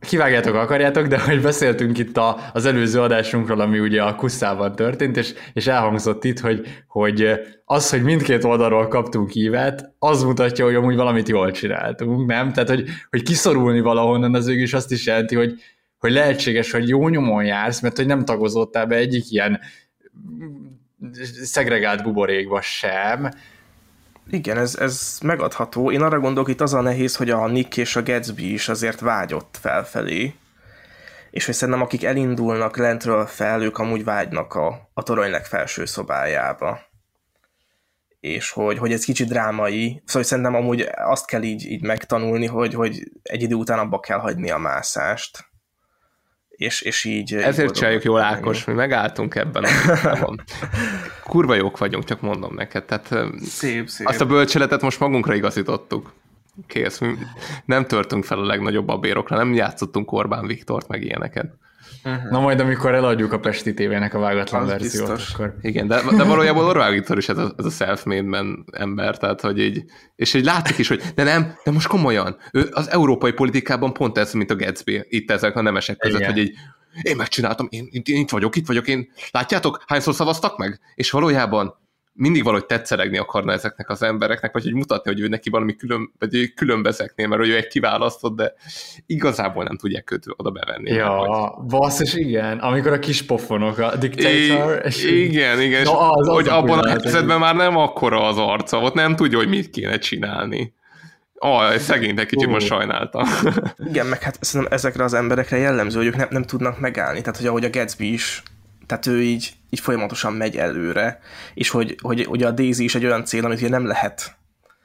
Speaker 7: kivágjátok, akarjátok, de hogy beszéltünk itt az előző adásunkról, ami ugye a Kusszában történt, és elhangzott itt, hogy az, hogy mindkét oldalról kaptunk ívet, az mutatja, hogy amúgy valamit jól csináltunk, nem? Tehát, hogy kiszorulni valahonnan az is azt is jelenti, hogy lehetséges, hogy jó nyomon jársz, mert hogy nem tagozódtál be egyik ilyen szegregált buborékba sem.
Speaker 6: Igen, ez megadható. Én arra gondolok, itt az a nehéz, hogy a Nick és a Gatsby is azért vágyott felfelé, és hogy szerintem akik elindulnak lentről fel, ők amúgy vágynak a torony legfelső szobájába. És hogy ez kicsit drámai, szóval szerintem amúgy azt kell így megtanulni, hogy egy idő után abba kell hagyni a mászást. És így...
Speaker 8: Ezért csináljuk jól, Ákos, mi megálltunk ebben a kurva jók vagyunk, csak mondom neked. Tehát
Speaker 6: szép.
Speaker 8: Azt a bölcseletet most magunkra igazítottuk. Kész, mi nem törtünk fel a legnagyobb babérokra, nem játszottunk Orbán Viktort, meg ilyeneket.
Speaker 7: Na majd, amikor eladjuk a Pesti TV-nek a vágatlan verziót, akkor...
Speaker 8: Igen, de valójában Orbán Viktor is ez a self-made ember, tehát hogy így, és így látszik is, hogy de most komolyan, ő az európai politikában pont ez, mint a Gatsby, itt ezek a nemesek között, igen. Hogy így, én megcsináltam, én itt vagyok, én, látjátok, hányszor szavaztak meg? És valójában mindig valahogy tetszelegni akarna ezeknek az embereknek, vagy hogy mutatni, hogy ő neki valami különbözeknél, mert ő egy kiválasztott, de igazából nem tudják őt oda bevenni.
Speaker 7: Ja, basszus, igen. Amikor a kis pofonok, a dictator.
Speaker 8: Igen, és hogy abban a helyzetben már nem akkora az arca, ott nem tudja, hogy mit kéne csinálni. Szegényt egy kicsit most sajnáltam.
Speaker 6: Igen, meg hát szerintem ezekre az emberekre jellemző, hogy ők nem tudnak megállni. Tehát, hogy ahogy a Gatsby is, tehát ő így folyamatosan megy előre, és hogy a Daisy is egy olyan cél, amit ugye nem lehet,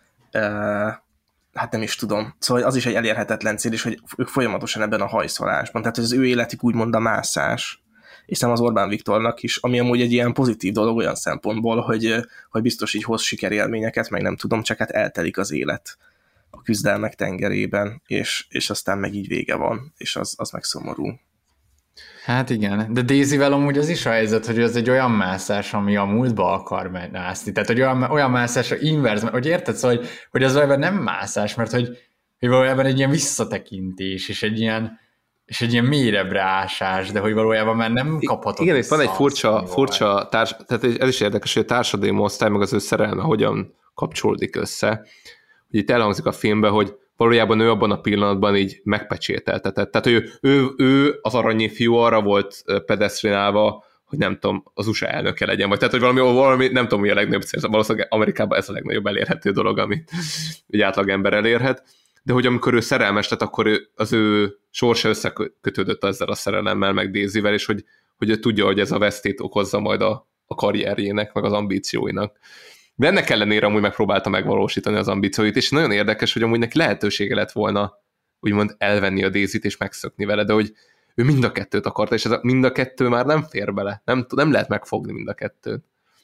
Speaker 6: hát nem is tudom, szóval az is egy elérhetetlen cél, és hogy ők folyamatosan ebben a hajszolásban, tehát az ő életük úgymond a mászás, és nem az Orbán Viktornak is, ami amúgy egy ilyen pozitív dolog olyan szempontból, hogy biztos így hoz sikerélményeket, meg nem tudom, csak hát eltelik az élet a küzdelmek tengerében, és aztán meg így vége van, és az meg szomorú.
Speaker 7: Hát igen, de Daisyvel amúgy az is a helyzet, hogy ez egy olyan mászás, ami a múltba akar mászni. Tehát, hogy olyan mászás, inverz, hogy érted, szóval, hogy az valójában nem mászás, mert hogy valójában egy ilyen visszatekintés, és egy ilyen mélyebbre ásás, de hogy valójában már nem kaphatod.
Speaker 8: Igen, itt van egy furcsa tehát ez is érdekes, hogy a társadalmi osztály meg az ő szerelme hogyan kapcsolódik össze. Hogy itt elhangzik a filmben, hogy valójában ő abban a pillanatban így megpecsételtetett. Tehát ő az aranyi fiú arra volt pedesztrinálva, hogy nem tudom, az USA elnöke legyen, vagy tehát, hogy valami nem tudom, mi a legnagyobb cél, valószínűleg Amerikában ez a legnagyobb elérhető dolog, amit egy átlag ember elérhet, de hogy amikor ő szerelmes lett, akkor az ő sorsa összekötődött ezzel a szerelemmel, meg Daisyvel, és hogy ő tudja, hogy ez a vesztét okozza majd a karrierjének, meg az ambícióinak. De ennek ellenére amúgy megpróbálta megvalósítani az ambícióit, és nagyon érdekes, hogy amúgy neki lehetősége lett volna úgymond elvenni a Daisyt és megszökni vele, de hogy ő mind a kettőt akarta, és mind a kettő már nem fér bele. Nem lehet megfogni mind a kettőt.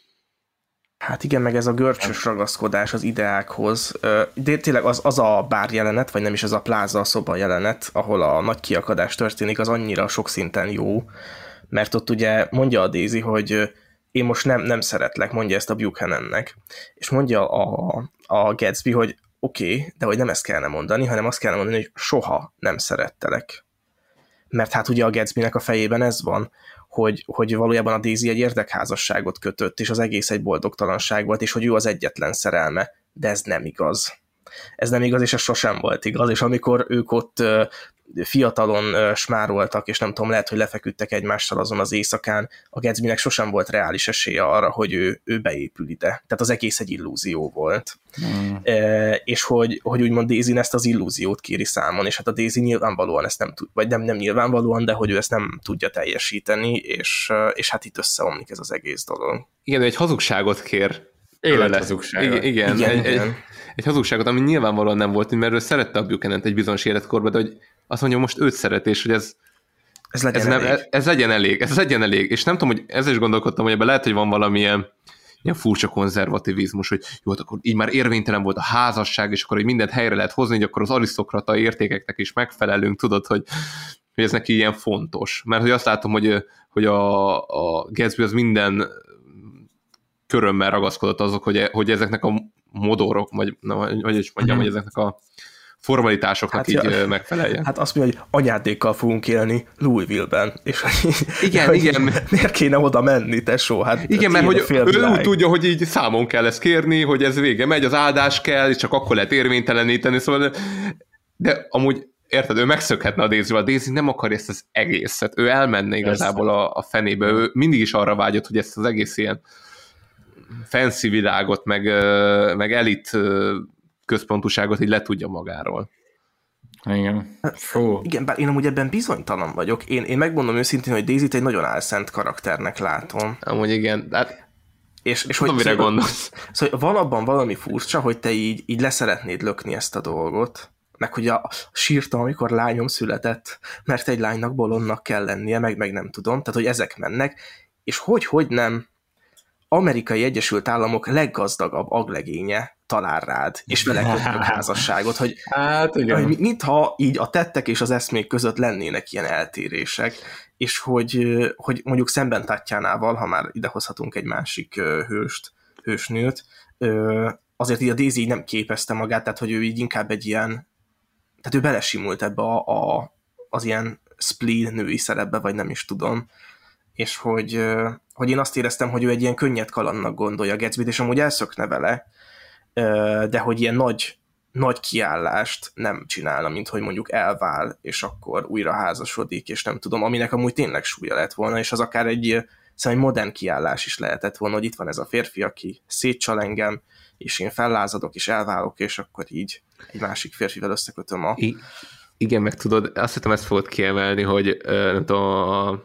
Speaker 6: Hát igen, meg ez a görcsös ragaszkodás az ideákhoz. De tényleg az a bár jelenet, vagy nem is az a pláza szoba jelenet, ahol a nagy kiakadás történik, az annyira sok szinten jó, mert ott ugye mondja a Daisy, hogy én most nem szeretlek, mondja ezt a Buchanannek. És mondja a Gatsby, hogy oké, de hogy nem ezt kellene mondani, hanem azt kellene mondani, hogy soha nem szerettelek. Mert hát ugye a Gatsbynek a fejében ez van, hogy valójában a Daisy egy érdekházasságot kötött, és az egész egy boldogtalanság volt, és hogy ő az egyetlen szerelme, de ez nem igaz. Ez nem igaz, és ez sosem volt igaz, és amikor ők ott fiatalon smároltak, és nem tudom, lehet, hogy lefeküdtek egymással azon az éjszakán, a Gatsbynek sosem volt reális esélye arra, hogy ő beépül ide. Tehát az egész egy illúzió volt. És hogy úgymond Daisy ezt az illúziót kéri számon, és hát a Daisy nyilvánvalóan ezt nem tud, vagy nem nyilvánvalóan, de hogy ő ezt nem tudja teljesíteni, és hát itt összeomlik ez az egész dolog.
Speaker 8: Igen, ő egy hazugságot kér.
Speaker 7: Élethazugságot.
Speaker 8: Igen. Egy hazugságot, ami nyilvánvalóan nem volt, mert ő szerette a Buchanan-t egy bizonyos életkorban, de hogy azt mondja, most őt szeret, és hogy ez legyen elég. És nem tudom, hogy ezzel is gondolkodtam, hogy ebben lehet, hogy van valamilyen ilyen furcsa konzervativizmus, hogy jó, akkor így már érvénytelen volt a házasság, és akkor hogy mindent helyre lehet hozni, hogy akkor az arisztokrata értékeknek is megfelelünk, tudod, hogy ez neki ilyen fontos. Mert hogy azt látom, hogy a Gatsby az minden körömmel ragaszkodott azok, hogy ezeknek a modorok, vagy hogy is mondjam, hogy ezeknek a formalitásoknak így megfeleljen.
Speaker 6: Hát azt mondja, hogy anyádékkal fogunk élni Louisville-ben, és
Speaker 8: igen,
Speaker 6: hogy
Speaker 8: igen.
Speaker 6: Miért kéne oda menni, tesó? Hát
Speaker 8: igen, mert hogy ő úgy tudja, hogy így számon kell ezt kérni, hogy ez vége megy, az áldás kell, és csak akkor lehet érvényteleníteni, szóval de amúgy érted, ő megszökhetne a Daisy-val, a Daisy nem akarja ezt az egészet, ő elmenne igazából a fenébe, ő mindig is arra vágyott, hogy ezt az egész ilyen fancy világot, meg elit központúságot így le tudja magáról.
Speaker 7: Igen.
Speaker 6: Igen, bár én amúgy ebben bizonytalan vagyok. Én megmondom őszintén, hogy Daisy-t egy nagyon álszent karakternek látom.
Speaker 8: Amúgy igen, hát
Speaker 6: és hogy
Speaker 8: mire gondolsz?
Speaker 6: Szóval van abban valami furcsa, hogy te így leszeretnéd lökni ezt a dolgot, meg hogy sírtam, amikor lányom született, mert egy lánynak bolondnak kell lennie, meg nem tudom, tehát hogy ezek mennek, és hogy nem Amerikai Egyesült Államok leggazdagabb aglegénye talál rád, és vele kötök házasságot, hogy, hogy mintha így a tettek és az eszmék között lennének ilyen eltérések, és hogy mondjuk szemben Tatjánával, ha már idehozhatunk egy másik hősnőt, azért így a Daisy nem képezte magát, tehát hogy ő így inkább egy ilyen, tehát ő belesimult ebbe az ilyen spleen női szerepbe, vagy nem is tudom, és hogy én azt éreztem, hogy ő egy ilyen könnyed kalandnak gondolja Gatsbyt, és amúgy elszökne vele, de hogy ilyen nagy kiállást nem csinálna, mint hogy mondjuk elvál, és akkor újra házasodik, és nem tudom, aminek amúgy tényleg súlya lett volna, és az akár egy modern kiállás is lehetett volna, hogy itt van ez a férfi, aki szétcsal engem, és én fellázadok, és elválok, és akkor így egy másik férfivel összekötöm
Speaker 8: Igen, meg tudod, azt hiszem ezt fogod kiemelni, hogy nem tudom,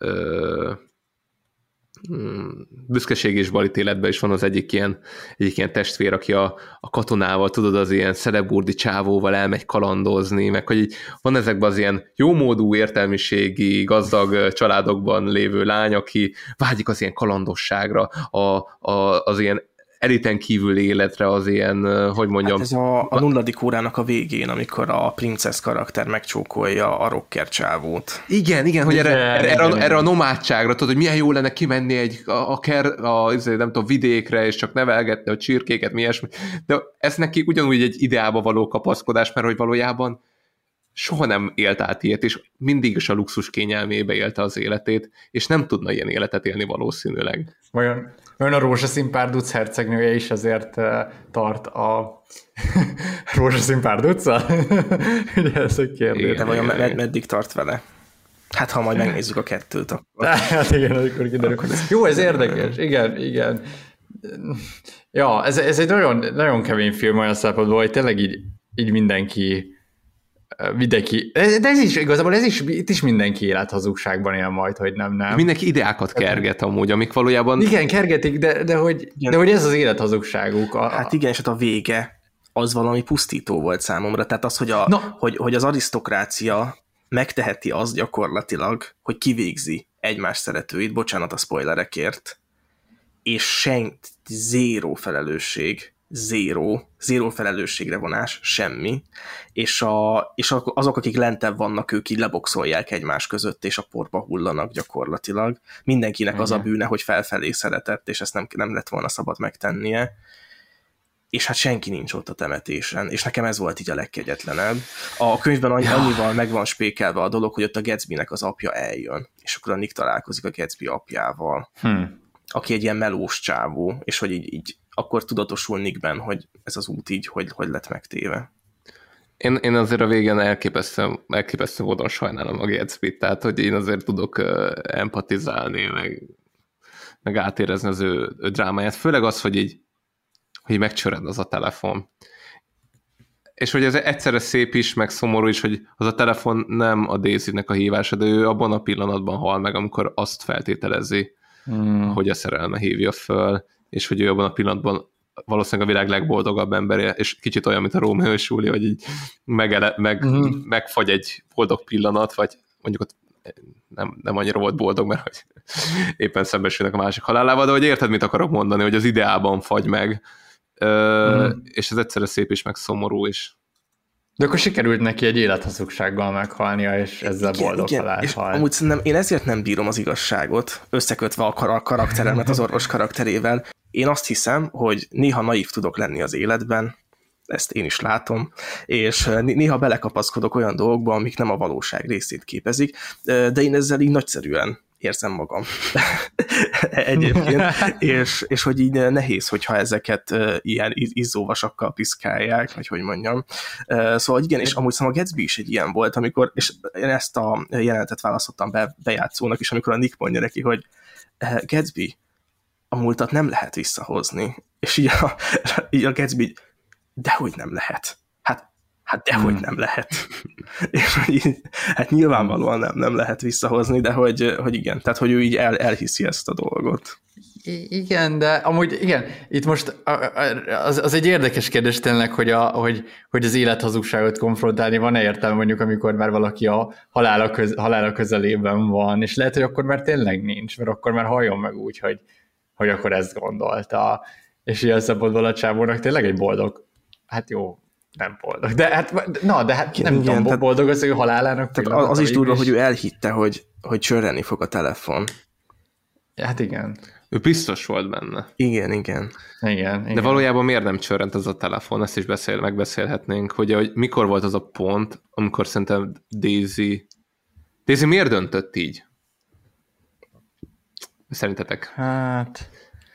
Speaker 8: Büszkeség és Balit életben is van az egyik ilyen testvér, aki a katonával, tudod, az ilyen szeleburdi csávóval elmegy kalandozni, meg hogy így van ezekben az ilyen jómódú, értelmiségi, gazdag családokban lévő lány, aki vágyik az ilyen kalandosságra, az ilyen eliten kívül életre, az ilyen, hogy mondjam...
Speaker 6: Hát ez a 0. órának a végén, amikor a princesz karakter megcsókolja a rocker csávót.
Speaker 8: Igen, hogy erre a nomádságra, tudod, hogy milyen jó lenne kimenni nem tudom, vidékre, és csak nevelgetni a csirkéket, mi ilyesmi. De ez neki ugyanúgy egy ideába való kapaszkodás, mert hogy valójában soha nem élt át ilyet, és mindig is a luxus kényelmébe élte az életét, és nem tudna ilyen életet élni valószínűleg.
Speaker 7: Olyan a rózsaszín párduc hercegnője is azért tart a rózsaszín párduccal? Ugye ez a kérdés.
Speaker 6: De vajon meddig tart vele? Hát ha majd megnézzük a 2-t, akkor...
Speaker 7: Hát igen, akkor kiderül. Jó, ez érdekes. Igen. Ja, ez egy nagyon, nagyon kemény film olyan szempontból, hogy tényleg így mindenki vidéki. De ez is igazából, itt is mindenki élethazugságban él majd, hogy nem.
Speaker 8: Mindenki ideákat kerget amúgy, amik valójában...
Speaker 7: Igen, kergetik, de hogy ez az élethazugságuk.
Speaker 6: Hát igen, és hát a vége az valami pusztító volt számomra. Tehát az, hogy az arisztokrácia megteheti azt gyakorlatilag, hogy kivégzi egymás szeretőit, bocsánat a spoilerekért, és zéró felelősség, zéró felelősségre vonás, semmi, és azok, akik lentebb vannak, ők így leboxolják egymás között, és a porba hullanak gyakorlatilag. Mindenkinek az a bűne, hogy felfelé szeretett, és ezt nem lett volna szabad megtennie. És hát senki nincs ott a temetésen, és nekem ez volt így a legkegyetlenebb. A könyvben annyival meg van spékelve a dolog, hogy ott a Gatsbynek az apja eljön, és akkor a Nick találkozik a Gatsby apjával, aki egy ilyen melós csávó, és hogy így akkor tudatosul Nickben, hogy ez az út így, hogy lett megtéve.
Speaker 8: Én azért a végén elképesztő módon sajnálom a Gatsbyt, tehát hogy én azért tudok empatizálni, meg átérezni az ő drámáját, főleg az, hogy így megcsöröd az a telefon. És hogy ez egyszerre szép is, meg szomorú is, hogy az a telefon nem a Daisy-nek a hívása, de ő abban a pillanatban hal meg, amikor azt feltételezi, hogy a szerelme hívja föl, és hogy ő abban a pillanatban valószínűleg a világ legboldogabb embere, és kicsit olyan, mint a Rómeó és Júlia, hogy így megfagy egy boldog pillanat, vagy mondjuk ott nem annyira volt boldog, mert hogy éppen szembesülnek a másik halálával, de hogy érted, mit akarok mondani, hogy az ideában fagy meg, és ez egyszerre szép is, meg szomorú is.
Speaker 7: De akkor sikerült neki egy élethazugsággal meghalnia, és ezzel boldog halált hal.
Speaker 6: Amúgy szerintem én ezért nem bírom az igazságot, összekötve a karakteremet az orvos karakterével. Én azt hiszem, hogy néha naív tudok lenni az életben, ezt én is látom, és néha belekapaszkodok olyan dolgokba, amik nem a valóság részét képezik, de én ezzel így nagyszerűen érzem magam egyébként, és hogy így nehéz, hogyha ezeket ilyen izzóvasakkal piszkálják, vagy hogy mondjam. Szóval igen, és amúgy szóval a Gatsby is egy ilyen volt, amikor, és én ezt a jelenetet választottam bejátszónak, és amikor a Nick mondja neki, hogy Gatsby, a múltat nem lehet visszahozni. És így a Gatsby, dehogy nem lehet. Hát dehogy nem lehet. És hogy így, hát nyilvánvalóan nem lehet visszahozni, de hogy igen, tehát hogy ő így elhiszi ezt a dolgot.
Speaker 7: Igen, de amúgy igen, itt most az egy érdekes kérdés tényleg, hogy az élethazugságot konfrontálni van-e értelme mondjuk, amikor már valaki a halála közelében van, és lehet, hogy akkor már tényleg nincs, mert akkor már halljon meg úgy, hogy akkor ezt gondolta. És ilyen szempontból a csávónak tényleg egy boldog, hát jó, nem boldog. De hát, nem tudom, boldog az ő halálának.
Speaker 6: Tehát az is durva, hogy ő elhitte, hogy csörrenni fog a telefon.
Speaker 7: Hát igen.
Speaker 8: Ő biztos volt benne.
Speaker 7: Igen.
Speaker 8: De valójában miért nem csörrent az a telefon? Ezt is megbeszélhetnénk, hogy mikor volt az a pont, amikor szerintem Daisy miért döntött így? Szerintetek?
Speaker 7: Hát...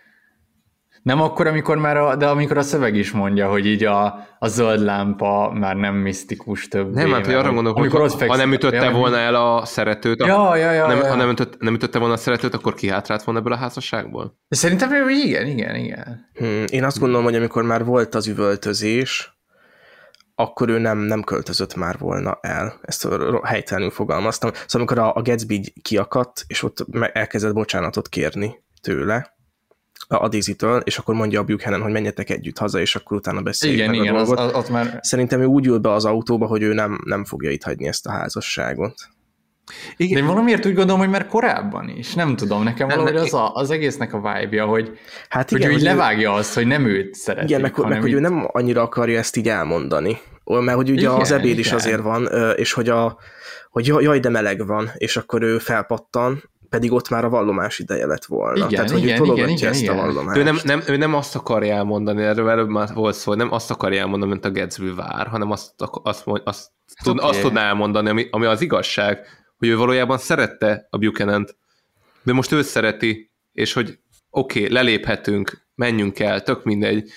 Speaker 7: Nem akkor, amikor a szöveg is mondja, hogy így a zöld lámpa már nem misztikus többé.
Speaker 8: Nem, hát hogy arra gondolok, hogy ha nem ütötte volna el a szeretőt, ha nem ütötte volna a szeretőt, akkor kihátrált volna ebből a házasságból?
Speaker 7: Szerintem igen.
Speaker 6: Én azt gondolom, hogy amikor már volt az üvöltözés, akkor ő nem költözött már volna el. Ezt helytelenül fogalmaztam. Szóval amikor a Gatsby kiakadt, és ott elkezdett bocsánatot kérni tőle, a Daisy-től, és akkor mondja a Buchanan, hogy menjetek együtt haza, és akkor utána beszéljük meg a dolgot. Az már... Szerintem ő úgy ül be az autóba, hogy ő nem fogja itt hagyni ezt a házasságot.
Speaker 7: Igen. De én valamiért úgy gondolom, hogy már korábban is. Nem tudom, nekem valahogy az egésznek a vibe-ja, hogy,
Speaker 6: hát igen,
Speaker 7: hogy ő így levágja azt, hogy nem őt szeretik.
Speaker 6: Igen, meg hogy ő nem annyira akarja ezt így elmondani. Mert hogy ugye az ebéd is azért van, és hogy jaj, de meleg van, és akkor ő felpattan, pedig ott már a vallomás ideje lett volna.
Speaker 7: Igen,
Speaker 6: tehát, hogy ő tologatja ezt a vallomást.
Speaker 8: Ő nem azt akarja elmondani, erről előbb már volt szó, nem azt akarja elmondani, mint a Gatsby vár, hanem azt tudná elmondani, ami az igazság, hogy ő valójában szerette a Buchanan-t, de most őt szereti, és hogy oké, leléphetünk, menjünk el, tök mindegy,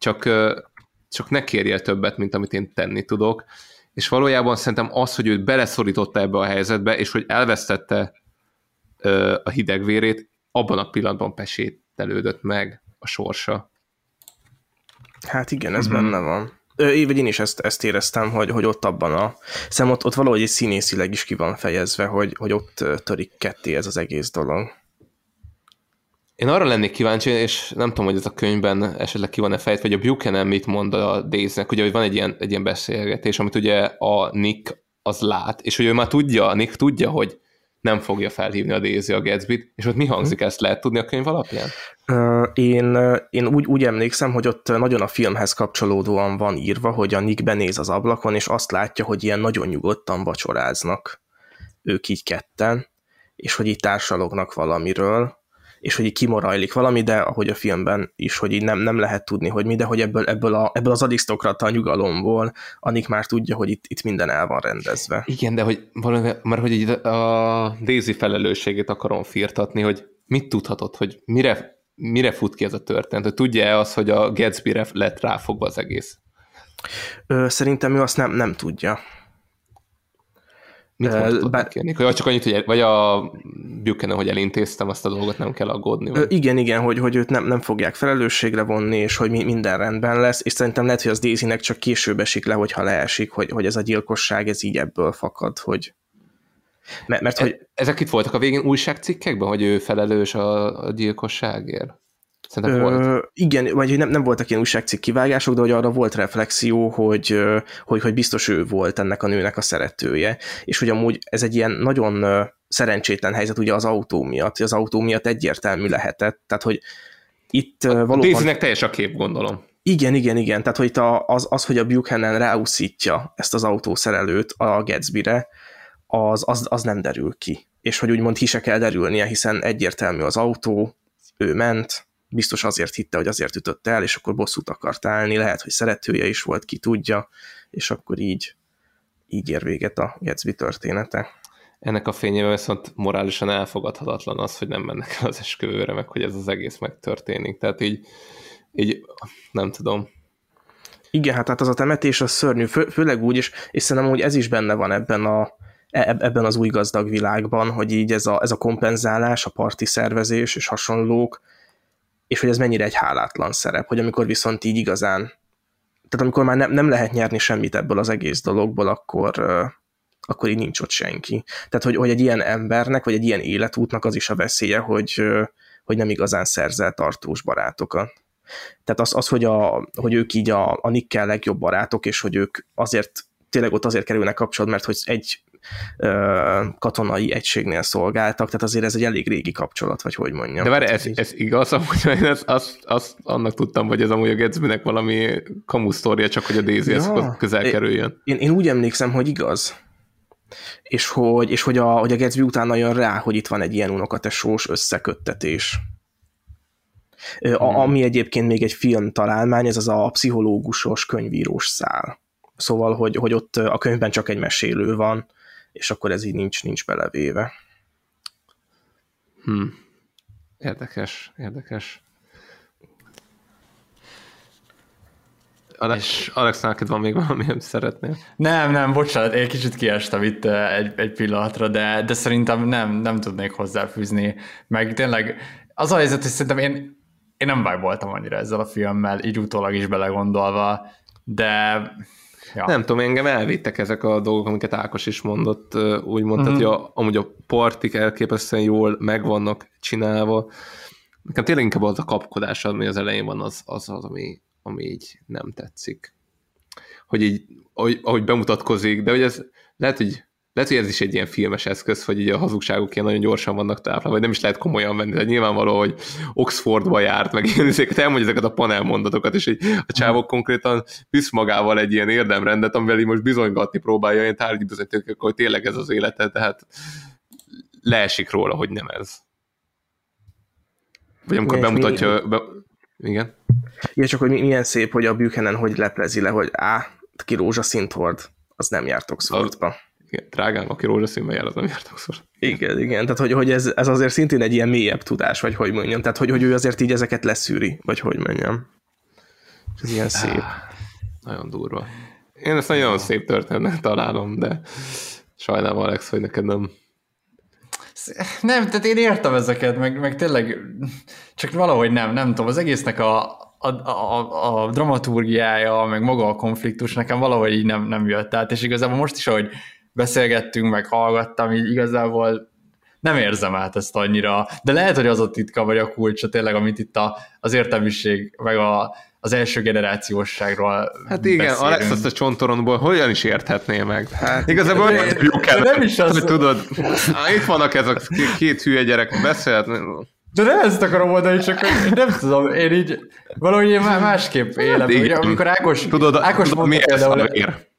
Speaker 8: csak ne kérjél többet, mint amit én tenni tudok. És valójában szerintem az, hogy őt beleszorította ebbe a helyzetbe, és hogy elvesztette a hidegvérét, abban a pillanatban pesételődött meg a sorsa.
Speaker 6: Hát igen, ez benne van. Én is ezt éreztem, hogy ott abban szerintem ott valahogy egy színészileg is ki van fejezve, hogy ott törik ketté ez az egész dolog.
Speaker 8: Én arra lennék kíváncsi, és nem tudom, hogy ez a könyvben esetleg ki van-e fejtve, hogy a Buchanan mit mond a Daisy-nek, ugye, hogy van egy ilyen beszélgetés, amit ugye a Nick az lát, és hogy ő már tudja, Nick tudja, hogy nem fogja felhívni a Daisy a Gatsbyt, és ott mi hangzik, ezt lehet tudni a könyv alapján?
Speaker 6: Én úgy emlékszem, hogy ott nagyon a filmhez kapcsolódóan van írva, hogy a Nick benéz az ablakon, és azt látja, hogy ilyen nagyon nyugodtan vacsoráznak ők így ketten, és hogy így társalognak valamiről, és hogy így kimorajlik valami, de ahogy a filmben is, hogy így nem lehet tudni, hogy mi, de hogy ebből az arisztokrata nyugalomból Nick már tudja, hogy itt minden el van rendezve.
Speaker 8: Igen, de hogy mert hogy így a Daisy felelősségét akarom firtatni, hogy mit tudhatod, hogy mire fut ki ez a történet, hogy tudja-e az, hogy a Gatsbyre lett ráfogva az egész?
Speaker 6: Szerintem ő azt nem tudja.
Speaker 8: Mit mondtad kérni? Hogy csak annyit, vagy a Buchanan, hogy elintéztem azt a dolgot, nem kell aggódni? Vagy?
Speaker 6: Igen, hogy őt nem fogják felelősségre vonni, és hogy minden rendben lesz, és szerintem lehet, hogy az Daisy-nek csak később esik le, hogyha leesik, hogy ez a gyilkosság, ez így ebből fakad, hogy... Mert hogy...
Speaker 8: Ezek itt voltak a végén újságcikkekben, hogy ő felelős a gyilkosságért? Szerintem volt.
Speaker 6: Igen, vagy nem voltak ilyen újságcikk kivágások, de hogy arra volt reflexió, hogy biztos ő volt ennek a nőnek a szeretője, és hogy amúgy ez egy ilyen nagyon szerencsétlen helyzet ugye az autó miatt egyértelmű lehetett, tehát hogy itt valóban...
Speaker 8: A Daisy-nek teljes a kép, gondolom.
Speaker 6: Igen, tehát hogy itt az, hogy a Buchanan ráúszítja ezt az autószerelőt a Gatsbyre, az nem derül ki. És hogy úgymond ki se kell derülnie, hiszen egyértelmű az autó, ő ment, biztos azért hitte, hogy azért ütötte el, és akkor bosszút akart állni, lehet, hogy szeretője is volt, ki tudja, és akkor így ér véget a Gatsby története.
Speaker 8: Ennek a fényében viszont morálisan elfogadhatatlan az, hogy nem mennek el az esküvőre, meg hogy ez az egész megtörténik. Tehát így nem tudom.
Speaker 6: Igen, hát az a temetés az szörnyű, főleg úgy, és szerintem, hogy ez is benne van ebben az új gazdag világban, hogy így ez a kompenzálás, a parti szervezés és hasonlók, és hogy ez mennyire egy hálátlan szerep, hogy amikor viszont így igazán, tehát amikor már nem lehet nyerni semmit ebből az egész dologból, akkor így nincs ott senki. Tehát, hogy egy ilyen embernek, vagy egy ilyen életútnak az is a veszélye, hogy nem igazán szerzel tartós barátokat. Tehát az hogy ők így a Nickkel legjobb barátok, és hogy ők tényleg ott azért kerülnek kapcsolatba, mert hogy egy katonai egységnél szolgáltak, tehát azért ez egy elég régi kapcsolat, vagy hogy mondjam.
Speaker 8: De várj, ez igaz, amúgy én azt annak tudtam, hogy ez amúgy a Gatsbynek valami kamusztória, csak hogy a Daisyhez közel kerüljön.
Speaker 6: Én úgy emlékszem, hogy igaz. És hogy a Gatsby utána jön rá, hogy itt van egy ilyen unokatesós összeköttetés. Ami egyébként még egy film találmány, ez az a pszichológusos, könyvírós szál. Szóval, hogy ott a könyvben csak egy mesélő van, és akkor ez így nincs belevéve.
Speaker 8: Érdekes. Alex, neked van még valami, amit szeretnél?
Speaker 7: Nem, bocsánat, én kicsit kiestem itt egy pillanatra, de szerintem nem tudnék hozzáfűzni. Meg tényleg az a helyzet, hogy szerintem én nem vibe-oltam annyira ezzel a filmmel, így utólag is belegondolva, de... Ja.
Speaker 8: Nem tudom, engem elvittek ezek a dolgok, amiket Ákos is mondott, úgy mondtad, hogy amúgy a partik elképesztően jól meg vannak csinálva. Nekem tényleg inkább az a kapkodás, ami az elején van, az ami így nem tetszik. Hogy így, ahogy bemutatkozik, de hogy ez lehet, hogy ez is egy ilyen filmes eszköz, hogy így a hazugságok ilyen nagyon gyorsan vannak táplálva, vagy nem is lehet komolyan venni. Tehát nyilvánvaló, hogy Oxfordba járt, meg ilyen elmondja ezeket a panelmondatokat, és így a csávok konkrétan visz magával egy ilyen érdemrendet, amivel így most bizonygatni próbálja ilyen tárgyi bizonyítékok, hogy tényleg ez az élete, tehát leesik róla, hogy nem ez. Vagy amikor bemutatja... Igen?
Speaker 6: Igen, csak hogy milyen szép, hogy a Buchanan hogy leplezi le, hogy ki rózsaszínt hord, az nem járt Oxfordba.
Speaker 8: Igen, drágám, aki rózsaszínben jár, az nem járt Oxford.
Speaker 6: Igen, tehát hogy ez azért szintén egy ilyen mélyebb tudás, vagy hogy mondjam, tehát hogy ő azért így ezeket leszűri, vagy hogy mondjam. Ez ilyen szép.
Speaker 8: Nagyon durva. Én ezt nagyon szép történetnek találom, de sajnálom, Alex, hogy neked nem.
Speaker 7: Nem, tehát én értem ezeket, meg tényleg csak valahogy nem tudom, az egésznek a dramaturgiája, meg maga a konfliktus nekem valahogy így nem jött át, és igazából most is, ahogy beszélgettünk, meg hallgattam, így igazából nem érzem át ezt annyira, de lehet, hogy az a titka, vagy a kulcsa tényleg, amit itt az értelmiség, meg az első generációsságról
Speaker 8: hát igen, beszélünk. Alex azt a csontoronból hogyan is érthetné meg? Hát, igazából olyan jó kell,
Speaker 7: nem is az,
Speaker 8: hogy tudod, itt vannak ez a két hülye gyerek, beszélhetni.
Speaker 7: De nem ezt akarom mondani, csak nem tudom, én így valahogy én másképp élem. Ugye, amikor Ákos mondta például...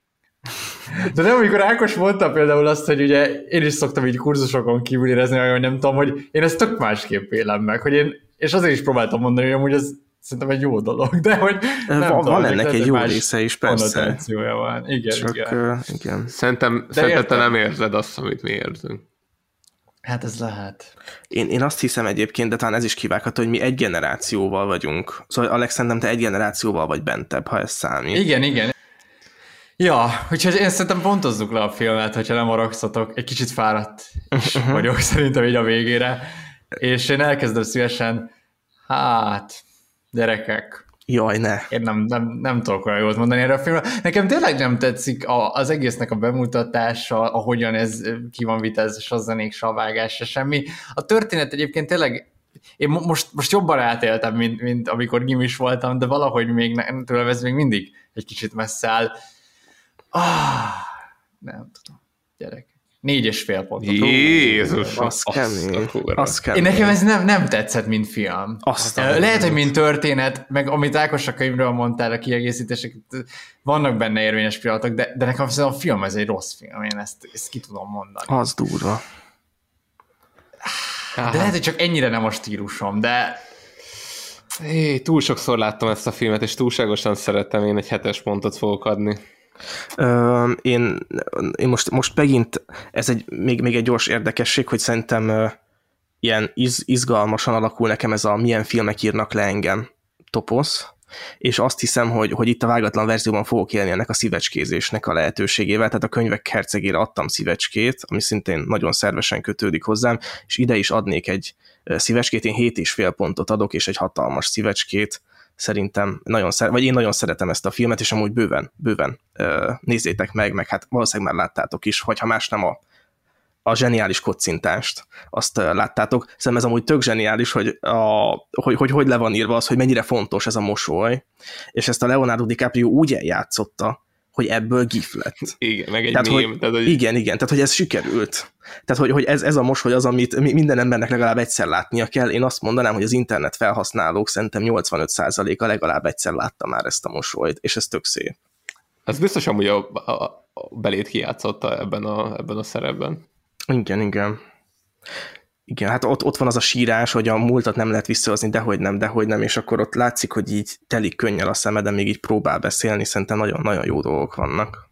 Speaker 7: De nem, amikor Ákos mondta például azt, hogy ugye én is szoktam így kurzusokon kívül érezni, hogy nem tudom, hogy én ezt tök másképp élem meg, hogy és azért is próbáltam mondani, hogy amúgy ez szerintem egy jó dolog, de hogy nem
Speaker 6: van
Speaker 7: tudom,
Speaker 6: ennek egy jó része is, persze.
Speaker 7: Van. Igen.
Speaker 8: Szerintem te nem érzed azt, amit mi érzünk.
Speaker 7: Hát ez lehet.
Speaker 6: Én azt hiszem egyébként, de talán ez is kivágható, hogy mi egy generációval vagyunk. Szóval Alex, szerintem te egy generációval vagy bentebb, ha ez számít.
Speaker 7: Igen. Ja, úgyhogy én szerintem pontozzuk le a filmet, hogyha nem haragszatok. Egy kicsit fáradt is vagyok szerintem így a végére. És én elkezdem szívesen, gyerekek.
Speaker 6: Jaj, ne.
Speaker 7: Én nem tudok olyan jót mondani erre a filmre. Nekem tényleg nem tetszik az egésznek a bemutatása, ahogyan ez ki van vitezve, se a zenék, se a vágás, se semmi. A történet egyébként tényleg, én most jobban átéltem, mint amikor gimis voltam, de valahogy még tőlem ez még mindig egy kicsit messze áll. Nem tudom, gyerek. 4,5 pontot.
Speaker 8: Jézus,
Speaker 6: az kemény.
Speaker 7: Én nekem ez nem tetszett, mint film. Lehet, hogy mint történet, meg amit Ákos a könyvről mondtál, a kiegészítések, vannak benne érvényes pillanatok, de nekem a film ez egy rossz film, én ezt ki tudom mondani.
Speaker 6: Az durva.
Speaker 7: De lehet, hogy csak ennyire nem a stílusom, de
Speaker 8: Túl sokszor láttam ezt a filmet, és túlságosan szeretem, én egy 7-es pontot fogok adni.
Speaker 6: Én most megint, ez még egy gyors érdekesség, hogy szerintem ilyen izgalmasan alakul nekem ez a milyen filmek írnak le engem toposz, és azt hiszem, hogy itt a vágatlan verzióban fogok élni ennek a szívecskézésnek a lehetőségével, tehát a könyvek hercegére adtam szívecskét, ami szintén nagyon szervesen kötődik hozzám, és ide is adnék egy szívecskét, én 7,5 pontot adok, és egy hatalmas szívecskét, szerintem vagy én nagyon szeretem ezt a filmet, és amúgy bőven nézzétek meg hát valószínűleg már láttátok is, vagy ha más nem a zseniális kocintást, azt láttátok. Szerintem ez amúgy tök zseniális, hogy le van írva az, hogy mennyire fontos ez a mosoly, és ezt a Leonardo DiCaprio úgy eljátszotta, hogy ebből gif lett.
Speaker 8: Igen, meg egy mém.
Speaker 6: Igen, tehát hogy ez sikerült. Tehát hogy ez a mosoly az, amit minden embernek legalább egyszer látnia kell. Én azt mondanám, hogy az internet felhasználók szerintem 85%-a legalább egyszer látta már ezt a mosolyt, és ez tök szép.
Speaker 8: Ez biztos amúgy a belét kijátszotta ebben a szerepben.
Speaker 6: Igen, hát ott van az a sírás, hogy a múltat nem lehet visszahozni, dehogy nem, és akkor ott látszik, hogy így telik könnyel a szemed, de még így próbál beszélni, szerintem nagyon-nagyon jó dolgok vannak.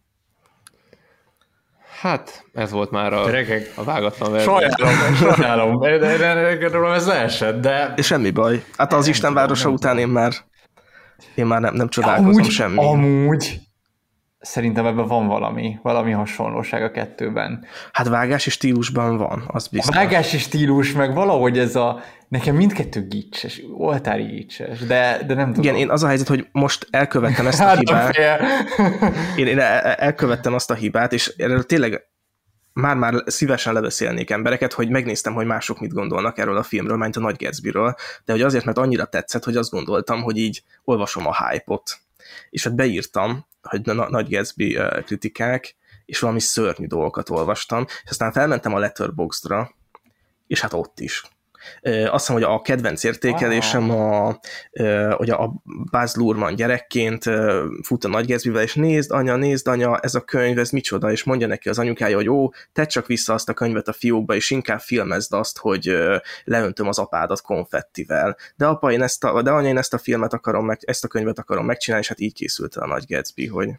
Speaker 8: Hát, ez volt már a vágatlan verzió.
Speaker 7: Sajnálom, ez leesett, de...
Speaker 6: Semmi baj. Hát az Istenvárosa után én már nem csodálkozom semmi.
Speaker 7: Amúgy szerintem ebben van valami hasonlóság a kettőben.
Speaker 6: Hát vágási stílusban van, az biztos.
Speaker 7: A vágási stílus, meg valahogy ez nekem mindkettő gicses, oltári gicses, de nem tudom.
Speaker 6: Igen, én az a helyzet, hogy most elkövettem ezt a hibát. Én elkövettem azt a hibát, és erről tényleg már szívesen lebeszélnék embereket, hogy megnéztem, hogy mások mit gondolnak erről a filmről, mint a Nagy Gatsbyről, de hogy azért, mert annyira tetszett, hogy azt gondoltam, hogy így olvasom a hype-ot. És hát beírtam, hogy Nagy Gatsby kritikák, és valami szörnyű dolgokat olvastam, és aztán felmentem a Letterboxdra, és hát ott is. Azt hiszem, hogy a kedvenc értékelésem hogy a Baz Luhrmann gyerekként fut a Nagy Gatsbyvel, és nézd anya, ez a könyv, ez micsoda, és mondja neki az anyukája, hogy tedd csak vissza azt a könyvet a fiókba, és inkább filmezd azt, hogy leöntöm az apádat konfettivel. De apa, én ezt a filmet akarom, ezt a könyvet akarom megcsinálni, és hát így készült el a Nagy Gatsby, hogy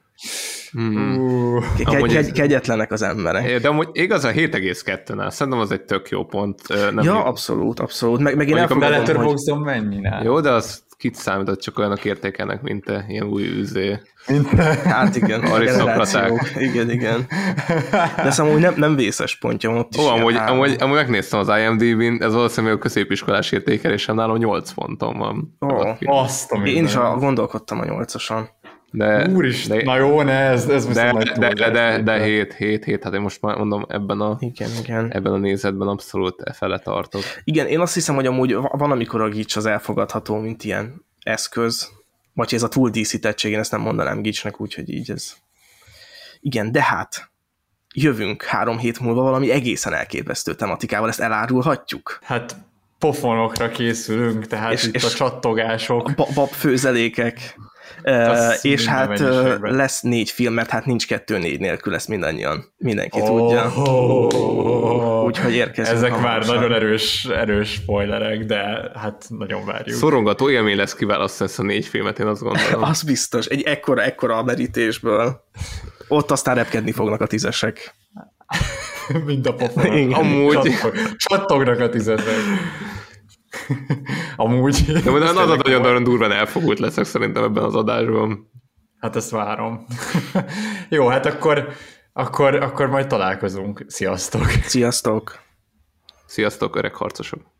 Speaker 6: kegyetlenek az emberek.
Speaker 8: De amúgy igazán 7,2-nál, szerintem az egy tök jó pont.
Speaker 6: Abszolút. Meg én elfogadom,
Speaker 7: hogy... Letterboxdon mennyire?
Speaker 8: Jó, de az kit számított, csak olyanok értékelnek, mint te, ilyen új üzé.
Speaker 6: Hát igen,
Speaker 8: arisztokraták.
Speaker 6: Igen. De szóval nem vészes pontja ott is.
Speaker 8: Amúgy megnéztem az IMDb-n, ez valószínűleg a középiskolás értékelésem, nálam 8 ponton van.
Speaker 6: Én is gondolkodtam a 8-ason.
Speaker 7: Úristen, na jó, ez
Speaker 8: de 7, hát én most már mondom, ebben a nézetben abszolút fele tartok.
Speaker 6: Igen, én azt hiszem, hogy amúgy van, amikor a gics az elfogadható, mint ilyen eszköz, vagy ez a túl díszítettség, én ezt nem mondanám gicsnek, úgyhogy így ez. Igen, de hát jövünk 3 hét múlva valami egészen elképesztő tematikával, ezt elárulhatjuk?
Speaker 7: Hát pofonokra készülünk, tehát itt a csattogások.
Speaker 6: Babfőzelékek. És hát lesz 4 film, mert hát nincs 2-4 nélkül, ezt mindenki tudja. Úgyhogy érkezünk.
Speaker 7: Ezek már nagyon erős spoilerek, de hát nagyon várjuk.
Speaker 8: Szorongató élmény lesz kiválasztani ezt a 4 filmet, én azt gondolom.
Speaker 6: Az biztos, egy ekkora a merítésből. Ott aztán repkedni fognak a 10-esek.
Speaker 7: Mind a pofonok.
Speaker 8: Amúgy.
Speaker 7: Csattognak a 10-esek. Amúgy.
Speaker 8: De az nagyon durván elfogult leszek szerintem ebben az adásban.
Speaker 7: Hát ezt várom. Jó, hát akkor majd találkozunk. Sziasztok!
Speaker 6: Sziasztok!
Speaker 8: Sziasztok, öreg harcosok!